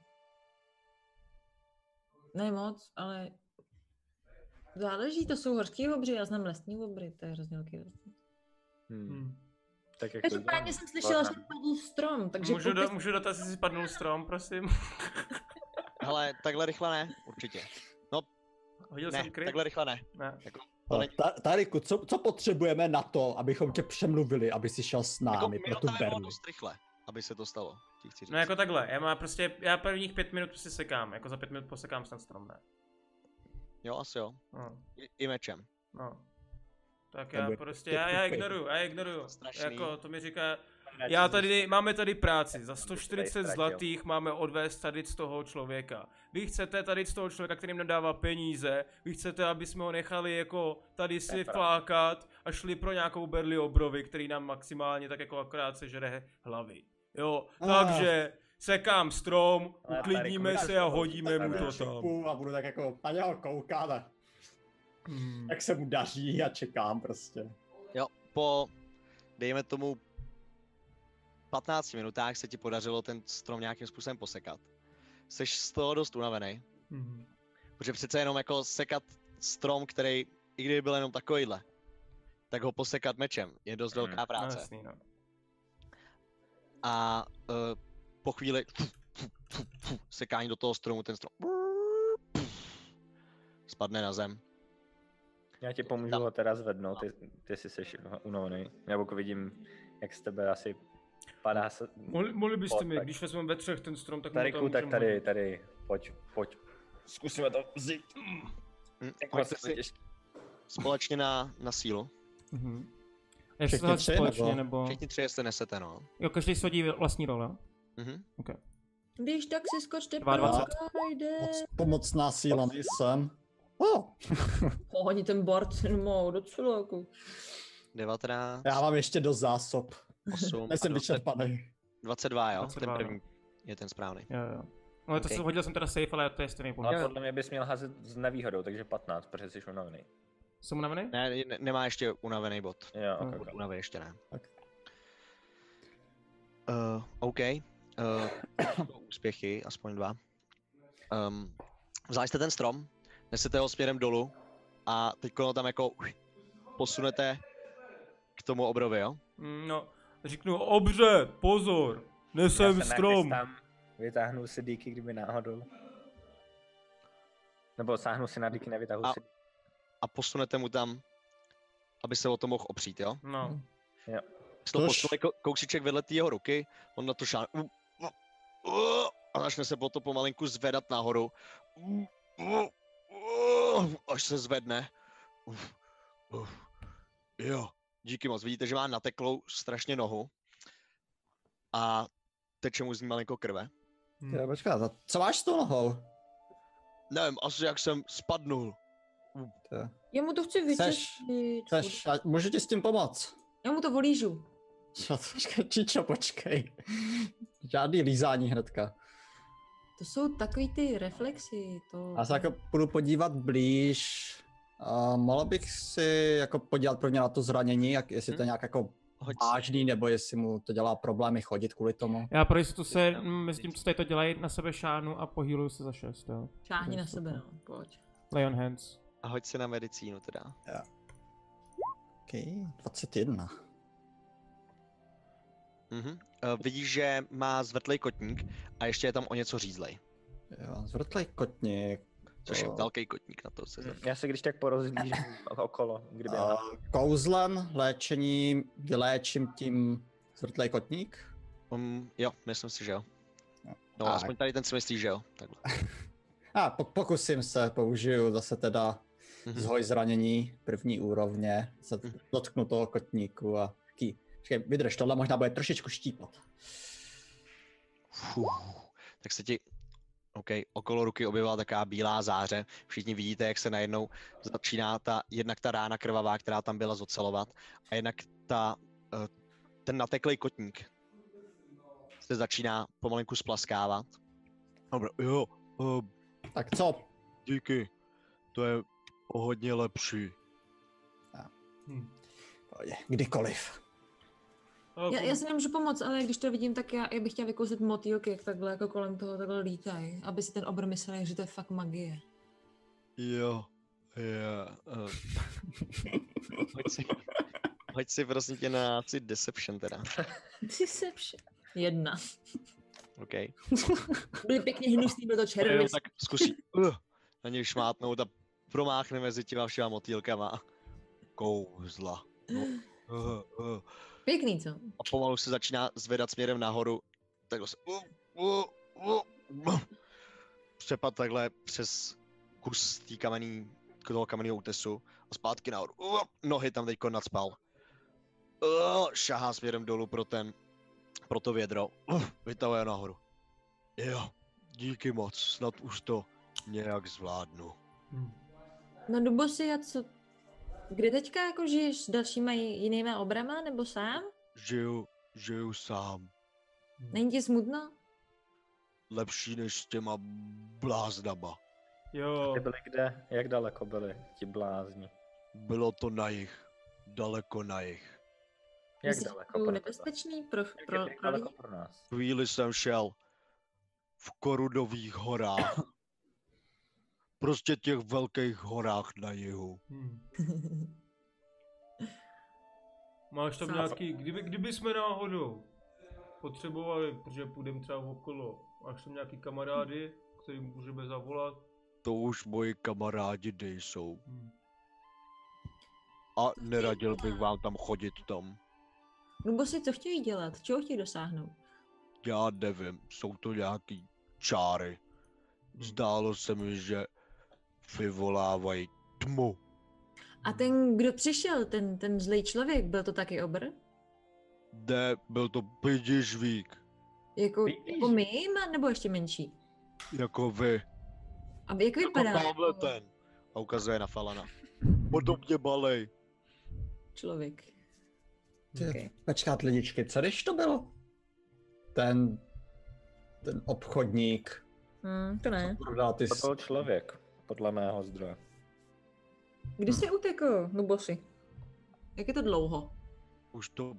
D: Ne moc, ale... Záleží, to jsou horský obři, já znám lesní obři, to je hrozně velký rozdíl.
C: Hmm. Hmm. Tak jak
D: Každopádně jsem slyšela, že padl strom, takže...
A: Můžu, do, můžu dotaz, jestli spadnul strom, prosím?
B: Hele, takhle rychle ne, určitě. No,
A: Hodil
B: ne,
A: jsem kryt?
B: takhle rychle ne.
A: Ne.
B: Jako,
E: No, ta, Tariku, co, co potřebujeme na to, abychom tě přemluvili, aby si šel s námi
B: jako,
E: pro tu
B: minuta je
E: berli?
B: dost rychle, aby se to stalo. Ti chci říct.
A: No jako takhle, já má prostě, já prvních pět minut prostě sekám, jako za pět minut posekám ten strom, ne?
B: Jo, asi jo.
A: No,
B: I, i mečem.
A: no. Tak
E: To
A: já
E: bude
A: prostě,
E: tě
A: já, já
E: tupej.
A: ignoruju, já ignoruju.
B: Strašný.
A: Jako, to mi říká, já tady, máme tady práci, za sto čtyřicet
C: ztratil.
A: zlatých máme odvést tady z toho člověka. Vy chcete tady z toho člověka, který jim nedává peníze, vy chcete, aby jsme ho nechali jako tady si flákat a šli pro nějakou berli obrovy, který nám maximálně tak jako akorát sežere hlavy. Jo,
E: Ah.
A: takže sekám strom,
C: Ale
A: uklidníme
C: tady
A: se a hodíme mu to tam.
E: Šupu a budu tak jako na něho koukat a
A: Hmm.
E: jak se mu daří a čekám prostě.
B: Jo, po, dejme tomu, patnácti minutách se ti podařilo ten strom nějakým způsobem posekat. Jseš z toho dost unavený,
A: Hmm.
B: protože přece jenom jako sekat strom, který, i kdyby byl jenom takovýhle, tak ho posekat mečem je dost
C: Hmm.
B: velká
A: No,
B: práce.
A: jasný, no.
B: A uh, po chvíli sekání do toho stromu, ten strom spadne na zem.
C: Já ti pomůžu
B: Tam.
C: ho teda zvednout, ty, ty jsi seš unavený. Já pokud vidím, jak z tebe asi padá se...
A: Mohli, mohli byste mi,
C: tak.
A: když vezmeme ve třech ten strom, tak mu
C: Tariku,
A: tam
C: tak
A: můžeme
C: tady,
A: hodit.
C: tady, pojď, pojď. Zkusíme to vzít.
B: Hm,
C: Jak
B: Hoďte
C: moc
B: si
C: těžké.
B: společně na, na sílu.
A: Mhm. Jestli
E: Všichni
A: to
E: tři,
A: společně,
E: nebo?
A: nebo...
B: Všichni tři, jestli nesete, no.
A: Jo, každý shodí vlastní role.
B: Mhm.
D: Když tak si skočte
A: dvacet dva.
D: jde.
E: Moc pomocná síla nejsem. Oh,
D: Oni ten Bart nemou docela jako.
B: devatenáct,
E: já mám ještě dost zásob.
B: osm,
E: Nejsem
B: a dvacet,
E: vyčerpaný.
B: dvacet dva, jo,
A: dvacet dva,
B: ten
A: no.
B: první je ten správný.
A: Jo, jo. Ale to
B: Okay.
A: jsem, hodil jsem teda safe, ale to je stejný
C: No
A: punkt.
C: a podle mě bys měl házet s nevýhodou, takže patnáct, protože jsi unavený.
A: Jsem unavený?
B: Ne, ne, nemá ještě unavený bod.
C: Jo,
A: No.
C: ok, ok.
B: Unavy ještě ne.
E: Tak.
B: Uh, OK. Uh, úspěchy, aspoň dva. Um, vzali jste ten strom, nesete ho směrem dolů a teď ho tam jako uh, posunete k tomu obrovi, jo?
A: Mm, no, řeknu, obře, pozor, nesem
C: Já se
A: strom.
C: nachystám, vytáhnu si díky, kdyby náhodou. Nebo sáhnu si na díky, nevytáhnu
B: A-
C: si.
B: A posunete mu tam, aby se o to mohl opřít, jo?
A: No,
B: Si to
E: Tož-
B: posunuli ko- kousíček vedle té jeho ruky, on na to šáhne uh, uh, uh, a začne se potom pomalinku zvedat nahoru. Uh, uh, uh, až se zvedne. Uh, uh, jo, díky moc. Vidíte, že má nateklou strašně nohu a teče mu z ní malinko krve.
A: hm.
E: Jo, počkej, a co máš s tou nohou?
B: Nevím, asi jak jsem spadnul.
E: To-
D: Já mu to chci vyčistit.
E: Chceš, a můžu ti s tím pomoct?
D: Já mu to volížu.
E: Čo, počkej, Čičo, počkej. Žádný lízání hnedka.
D: To jsou takový ty reflexy. To...
E: Já se jako půjdu podívat blíž. A mohl bych si jako podívat prvně na to zranění, jak, jestli to je nějak jako
B: Hoď si.
E: vážný, nebo jestli mu to dělá problémy chodit kvůli tomu.
A: Já pro jistotu se, mm, mezi tím, co tady to dělají, na sebe šáhnu a pohýluju se za šest, jo.
D: Šáhni na sebe, no. Pojď.
A: Lay on hands.
B: A hoď si na medicínu teda.
E: OK, dvacet jedna.
B: Mhm. Uh, vidíš, že má zvrtlej kotník a ještě je tam o něco řízlej.
E: Jo, zvrtlej kotník.
B: Což je
E: To-
B: velký kotník na to se
C: Hm, Já se když tak porozhlížím okolo, kdyby já...
E: A kouzlem, léčení, vyléčím tím zvrtlej kotník.
B: Um, jo, myslím si, že jo.
E: Jo.
B: No,
E: Tak.
B: aspoň tady ten si myslí, že jo. Takhle.
E: A po- pokusím se, použiju zase teda
B: Mhm.
E: zhoj zranění první úrovně, se
B: Mhm.
E: dotknu toho kotníku a taký, počkej, vydrž, tohle možná bude trošičku štípat.
B: Fuh, tak se ti OK, okolo ruky objevila taková bílá záře. Všichni vidíte, jak se najednou začíná ta, jednak ta rána krvavá, která tam byla zocelovat, a jednak ta, uh, ten nateklý kotník se začíná pomalinku splaskávat. Dobro, jo, uh,
E: Tak co?
B: díky, to je o hodně lepší.
A: Hm.
E: Pohodě, kdykoliv.
D: Já, já si nemůžu pomoct, ale když to vidím, tak já, já bych chtěla vykousit motýlky, jak takhle jako kolem toho takhle lítají, aby si ten obr myslel, že to je fakt magie.
B: Jo, jo. Uh. Hoď si, hoď si prosím tě na si Deception teda.
D: Deception. Jedna.
B: OK.
D: Byly pěkně hnusný, byl to červený.
B: Tak zkusí uh, na něj šmátnout a promáchne mezi těma všema motýlkama. Kouzla. No, uh, uh.
D: Pěkný, co?
B: A pomalu se začíná zvedat směrem nahoru. Takhle se uh, uh, uh, uh. přepad takhle přes kus tý kamenný, toho kamenného útesu a zpátky nahoru. Uh, nohy tam teďko nadspal. Uh, šahá směrem dolů pro ten, pro to vědro. Uh, vytahuje nahoru. Jo, díky moc, snad už to nějak zvládnu.
A: Hm.
D: No Dubosi, a co? Kde teďka jako žiješ s dalšíma jinýma obrama, nebo sám?
B: Žiju, žiju sám.
D: Není ti smutno?
B: Lepší než s těma bláznama.
A: Jo,
C: Ty byli kde? Jak daleko byli ti blázni?
B: Bylo to na jich. Daleko na jich.
C: Jak
D: Myslíš,
C: daleko
D: že jsou
C: pro
D: nebezpečný pro,
C: tebe?
D: pro,
C: Jak, jak
D: pro lidi?
C: daleko pro nás?
B: Chvíli jsem šel v Korudových horách. Prostě těch velkých horách na jihu.
A: hm. Máš tam
D: Sám.
A: nějaký, kdyby, kdyby jsme náhodou potřebovali, protože půjdeme třeba okolo, máš tam nějaký kamarády, kterým můžeme zavolat?
B: To už moji kamarádi nejsou.
A: Hm.
B: A neradil bych vám tam chodit tam.
D: Dubosi, co chtějí dělat? Čeho chtějí dosáhnout?
B: Já nevím, jsou to nějaký čáry. Zdálo se mi, že vyvolávají tmu.
D: A ten, kdo přišel, ten, ten zlej člověk, byl to taky obr?
B: Ne, byl to pidižvík,
D: Jako,
C: Vidíš?
D: jako my, ma- nebo ještě menší?
B: jako vy.
D: A jak
B: Jako
D: vypadá
B: tamhle ten. A ukazuje na Falana. Podobně malej.
D: člověk?
E: Ty,
D: Okay.
E: Počkat lidičky, co když to bylo? Ten, ten obchodník,
D: Hmm, to ne.
E: prodal ty...
C: To byl člověk, podle mého zdroje.
D: Kdy jsi utekl, Dubosi? Jak je to dlouho?
B: Už to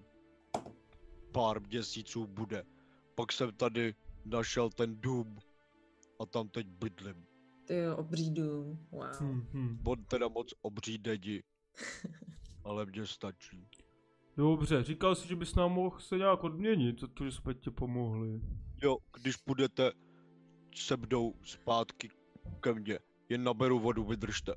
B: pár měsíců bude. Pak jsem tady našel ten dům. A tam teď bydlím.
D: Ty jo, obří dům. Wow.
A: Hm, hm.
B: On teda moc obří není. Ale mně stačí.
A: Dobře, říkal jsi, že bys nám mohl se nějak odměnit za to, že jsme ti pomohli.
B: Jo, když půjdete se mnou zpátky ke mně, jen naberu vodu, vydržte.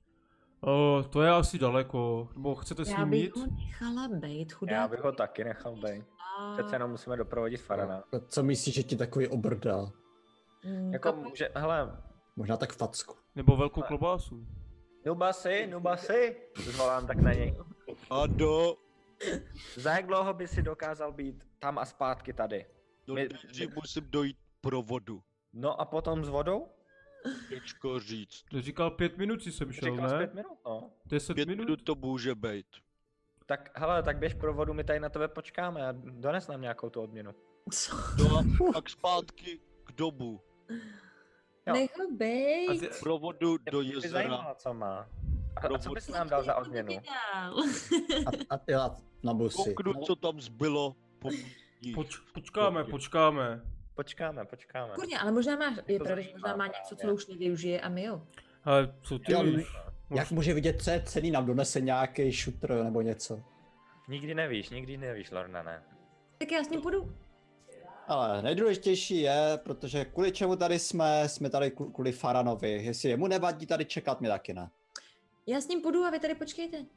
A: O, to je asi daleko, nebo chcete s
D: Já
A: ním
D: bych
A: jít?
D: ho nechala bejt,
C: Já
D: chudák.
C: bych ho taky nechal být.
D: A-
C: Přece jenom musíme doprovodit Farana.
E: Co myslíš, že ti takový obr dá?
D: Mm,
C: Jako
D: kape-
C: může, hele,
E: Možná tak facku.
A: Nebo velkou klobásu?
C: Nubasi, Nubasi, zvolám tak na něj.
B: A do...
C: Za jak dlouho by si dokázal být tam a zpátky tady?
B: No,
C: My-
B: nejdřív musím dojít pro vodu.
C: No a potom s vodou?
B: Těžko říct.
A: To říkal pět minut si jsem šel,
C: Říkal jsi pět
A: ne?
C: minut, no.
A: Deset
B: Pět
A: minut?
B: minut to může být.
C: Tak hele, tak běž pro vodu, my tady na tebe počkáme a dones nám nějakou tu odměnu.
D: Co?
B: No a pak zpátky k domu.
C: Jo.
D: Nech ho bejt.
A: A ty-
B: Pro vodu do
C: Mě by
B: jezera.
C: zajímalo, co má. A,
B: Pro
C: a co bys
B: vodu.
C: nám dal za odměnu?
D: Dál.
E: A, a já na busy.
B: Kouknu, co tam zbylo po nich.
A: Poč, počkáme, počkáme.
C: Počkáme, počkáme.
D: Kurně, ale možná má, je
C: to
D: pravda, že
C: zajímá
D: možná má
C: právě.
D: něco, co už nevyužije a my jo.
A: Ale co ty
E: Jo,
A: víš?
E: Jak může vidět, co je cený, nám donese nějaký šutr nebo něco.
C: Nikdy nevíš, nikdy nevíš, Lornane.
D: Tak já s ním půjdu.
E: Ale nejdůležitější je, protože kvůli čemu tady jsme, jsme tady kv- kvůli Faranovi. Jestli jemu nevadí tady čekat, mi taky ne.
D: Já s ním půjdu a vy tady počkejte.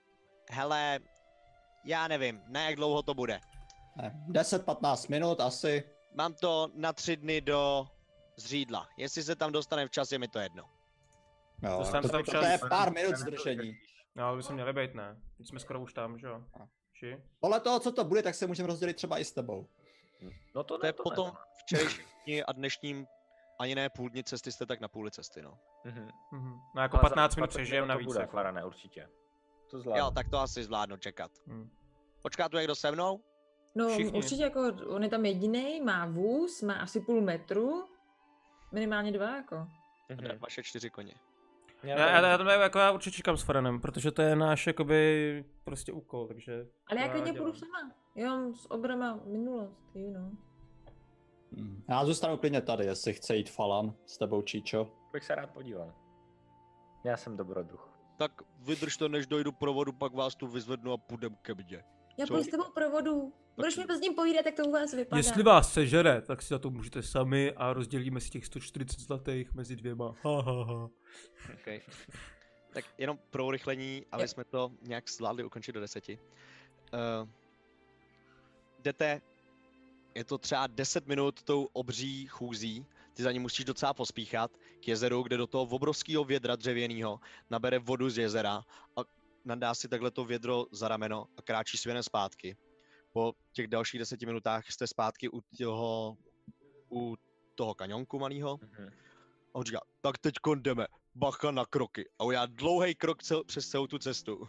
B: Hele, já nevím, na jak dlouho to bude.
E: ne deset patnáct minut asi.
B: Mám to na tři dny do Zřídla. Jestli se tam dostane včas, je mi to jedno.
E: Jo,
A: Dostaneme
E: to,
A: se tam
E: to,
A: včas.
E: to je pár minut zdržení.
A: No, ale by se měli být, ne? Teď jsme skoro už tam, že jo? Či?
E: Podle toho, co to bude, tak se můžeme rozdělit třeba i s tebou.
C: No to,
B: To je
C: ne, to
B: potom
C: ne.
B: včerejší dní a dnešním ani ne půl dní cesty, jste tak na půli cesty, no.
C: Mhm.
A: Mhm. No jako
C: Ale za
A: patnáct minut
C: dvacet
A: přežijem
C: to
A: navíc.
C: bude,
A: Jako.
C: Klarane, určitě. To zvládnu.
B: Jo, tak to asi zvládnu čekat.
A: Hm.
B: Počká tu někdo se mnou?
D: No
A: Všichni.
D: určitě jako, on je tam jediný, má vůz, má asi půl metru, minimálně dva jako.
C: Mhm.
B: Vaše čtyři koně.
C: Já
A: Já, já,
C: tady-
A: já, já, jako já určitě čekám s Faranem, protože to je náš jakoby prostě úkol, takže...
D: Ale já
A: to
D: klidně
A: dělám.
D: půjdu sama, já mám s obrama minulost, you know.
E: Hmm. Já zůstanu klidně tady, jestli chce jít Falan s tebou, Číčo.
C: Bych se rád podíval. Já jsem dobrodruh.
B: Tak vydržte, než dojdu provodu, pak vás tu vyzvednu a půjdem ke mně.
D: Já
B: Co?
D: půjdu s tebou provodu, budeš mi s ním povídat, jak to u vás vypadá.
A: Jestli vás sežere, tak si za to můžete sami a rozdělíme si těch sto čtyřicet zlatých mezi dvěma. Ha, ha, ha.
B: Okay. Tak jenom pro urychlení, aby
D: Jo.
B: jsme to nějak zvládli ukončit do deseti. Uh, jdete, je to třeba deset minut tou obří chůzí, ty za ní musíš docela pospíchat k jezeru, kde do toho obrovského vědra dřevěného nabere vodu z jezera a nadá si takhle to vědro za rameno a kráčí směrem zpátky. Po těch dalších deseti minutách jste zpátky u toho, u toho kaňonku malého.
C: Mhm.
B: A on říká, tak teď jdeme, bacha na kroky. A udělá dlouhý krok cel, přes celou tu cestu.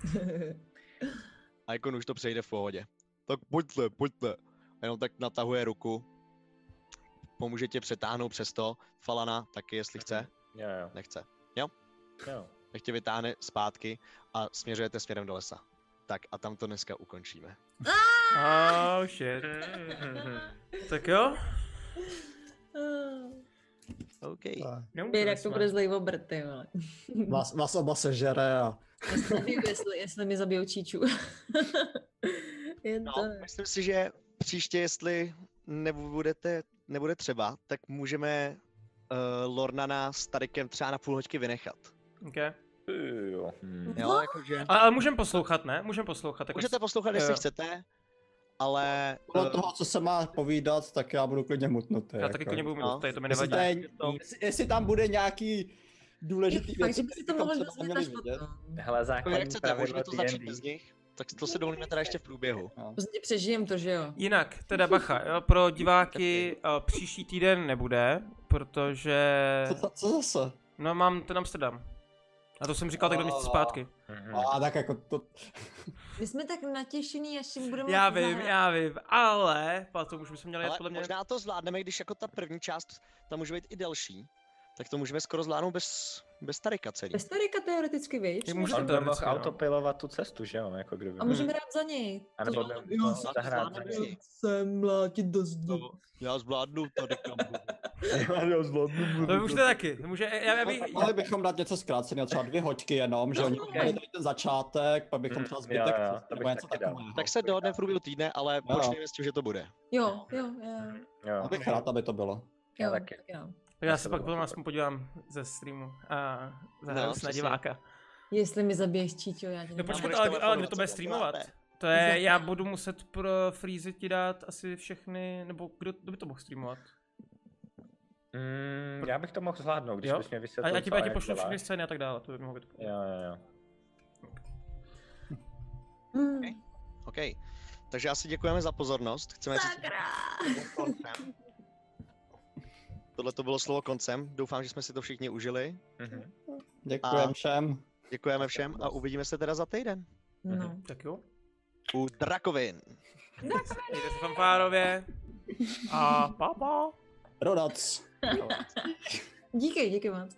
B: A jako už to přejde v pohodě. Tak pojďte, pojďte. A jenom tak natahuje ruku. Pomůže tě přetáhnout přes to. Falana taky, jestli chce.
C: Jo, jo.
B: Nechce.
C: jo.
B: Tak tě vytáhne zpátky a směřujete směrem do lesa. Tak a tam to dneska ukončíme.
A: Oh shit. Tak jo?
B: OK.
D: Bědak to bude zlej obrt, ty vole.
E: Vás, vás oba sežere a
D: Jestli, zabiju, jestli, jestli mi zabijou Číču. Je
B: No,
D: to...
B: myslím si, že příště, jestli nebudete, nebude třeba, tak můžeme uh, Lornana s Tarikem třeba na půl hoďky vynechat.
A: Okay.
C: Jo. Hmm.
B: Jo, jakože...
A: Ale, ale můžeme poslouchat, ne? Můžeme poslouchat. Jako
B: Můžete poslouchat,
A: Jo,
B: jestli
A: jo.
B: chcete, ale...
E: podle
B: eh,
E: toho, co se má povídat, tak já budu klidně mutnutý.
A: Já taky klidně budu
B: no.
A: mít, tady to mi
E: Jestli,
A: nevadí.
E: to je, jestli, jestli tam bude nějaký důležitý
D: Fakt, že
E: věc,
D: by si to
E: bychom
D: mohli
E: třeba
D: dozvědět
E: měli
D: až
E: vidět.
D: potom.
C: Hele,
B: jako
C: základní
B: jak chcete,
C: pravidlo
B: můžeme to začít
C: D and D.
B: bez nich, tak to se dovolíme teda ještě v průběhu.
E: No.
D: Prostě přižijem to, že jo?
A: Jinak, teda bacha, jo, pro diváky uh, příští týden nebude, protože...
E: Co, co, co zase?
A: No mám ten Amsterdam. A to jsem říkal tak do měsíce zpátky.
C: Mhm.
E: A tak jako to...
D: My jsme tak natěšený, až si budeme...
A: Já
D: moct
A: vím,
D: zahrát.
A: já vím, ale potom už bychom měli jet
B: Ale
A: podle mě...
B: možná to zvládneme, když jako ta první část, tam může být i delší, tak to můžeme skoro zvládnout bez, bez Tarika celý.
D: Bez Tarika teoreticky, víš?
A: Je může-
C: On by
A: to
C: mohl
A: vždycky, no.
C: autopilovat tu cestu, že jo? Jako kdyby.
D: A můžeme hrát za něj.
C: A
D: To
C: nebo
D: znamená,
C: by
D: jo,
C: mohl
D: jsem
C: zahrát za
B: zvládneme.
C: něj.
D: Jsem mlátit do zdu.
B: No, já zvládnu Tarika.
C: Já zvládnu.
A: To už to taky, to může, já, já bych...
E: Mohli bychom dát něco zkráceného, třeba dvě hoďky jenom, že
D: No,
E: oni
D: ok.
E: okay. ten začátek, pak bychom
C: Hmm,
E: třeba
C: jo,
E: zbytek
C: jo,
E: cesty
C: to
E: nebo
C: bych
E: něco
C: taky dal.
E: takového.
B: Tak se dohodne v průběhu týdne, ale
E: Jo.
B: počneme s tím, že to bude.
D: Jo, jo, jo.
C: Jo.
E: Já bych rád, aby to bylo.
C: Já
D: Jo,
C: taky.
D: jo.
A: Tak já
C: Já
A: se
C: to
A: pak
C: bylo
A: potom
C: super.
A: aspoň podívám ze streamu a zahraju
B: No,
A: si na
B: přesně.
A: diváka.
D: Jestli mi zabiješ Číčo, já tě
A: No
D: nevím.
A: počkej,
B: budeš
A: ale,
B: telefonovat,
A: ale kdo to bude
B: co
A: streamovat?
B: děláte?
A: To je, já budu muset pro Freezy ti dát asi všechny, nebo kdo, kdo by to mohl streamovat?
C: Mm, já bych to mohl zvládnout, když
A: Jo?
C: bys mě
A: A
C: vysvětlil,
A: já ti,
C: co
A: já ti
C: jak
A: pošlu
C: děláš.
A: všechny scény a tak dále, to by mohlo být.
C: Jo, jo, jo.
D: Hmm.
B: OK. Takže asi děkujeme za pozornost. Chceme říct
D: Sakra!
B: koncem. Tohle to bylo slovo koncem. Doufám, že jsme si to všichni užili.
C: Mhm.
E: Děkujem
B: A-
E: všem.
B: Děkujeme všem a uvidíme se teda za týden.
D: No.
A: Tak jo.
B: U Drakovin.
A: Mějte se fanfárově. A pa pa.
E: Rodac.
D: Díky, díky moc.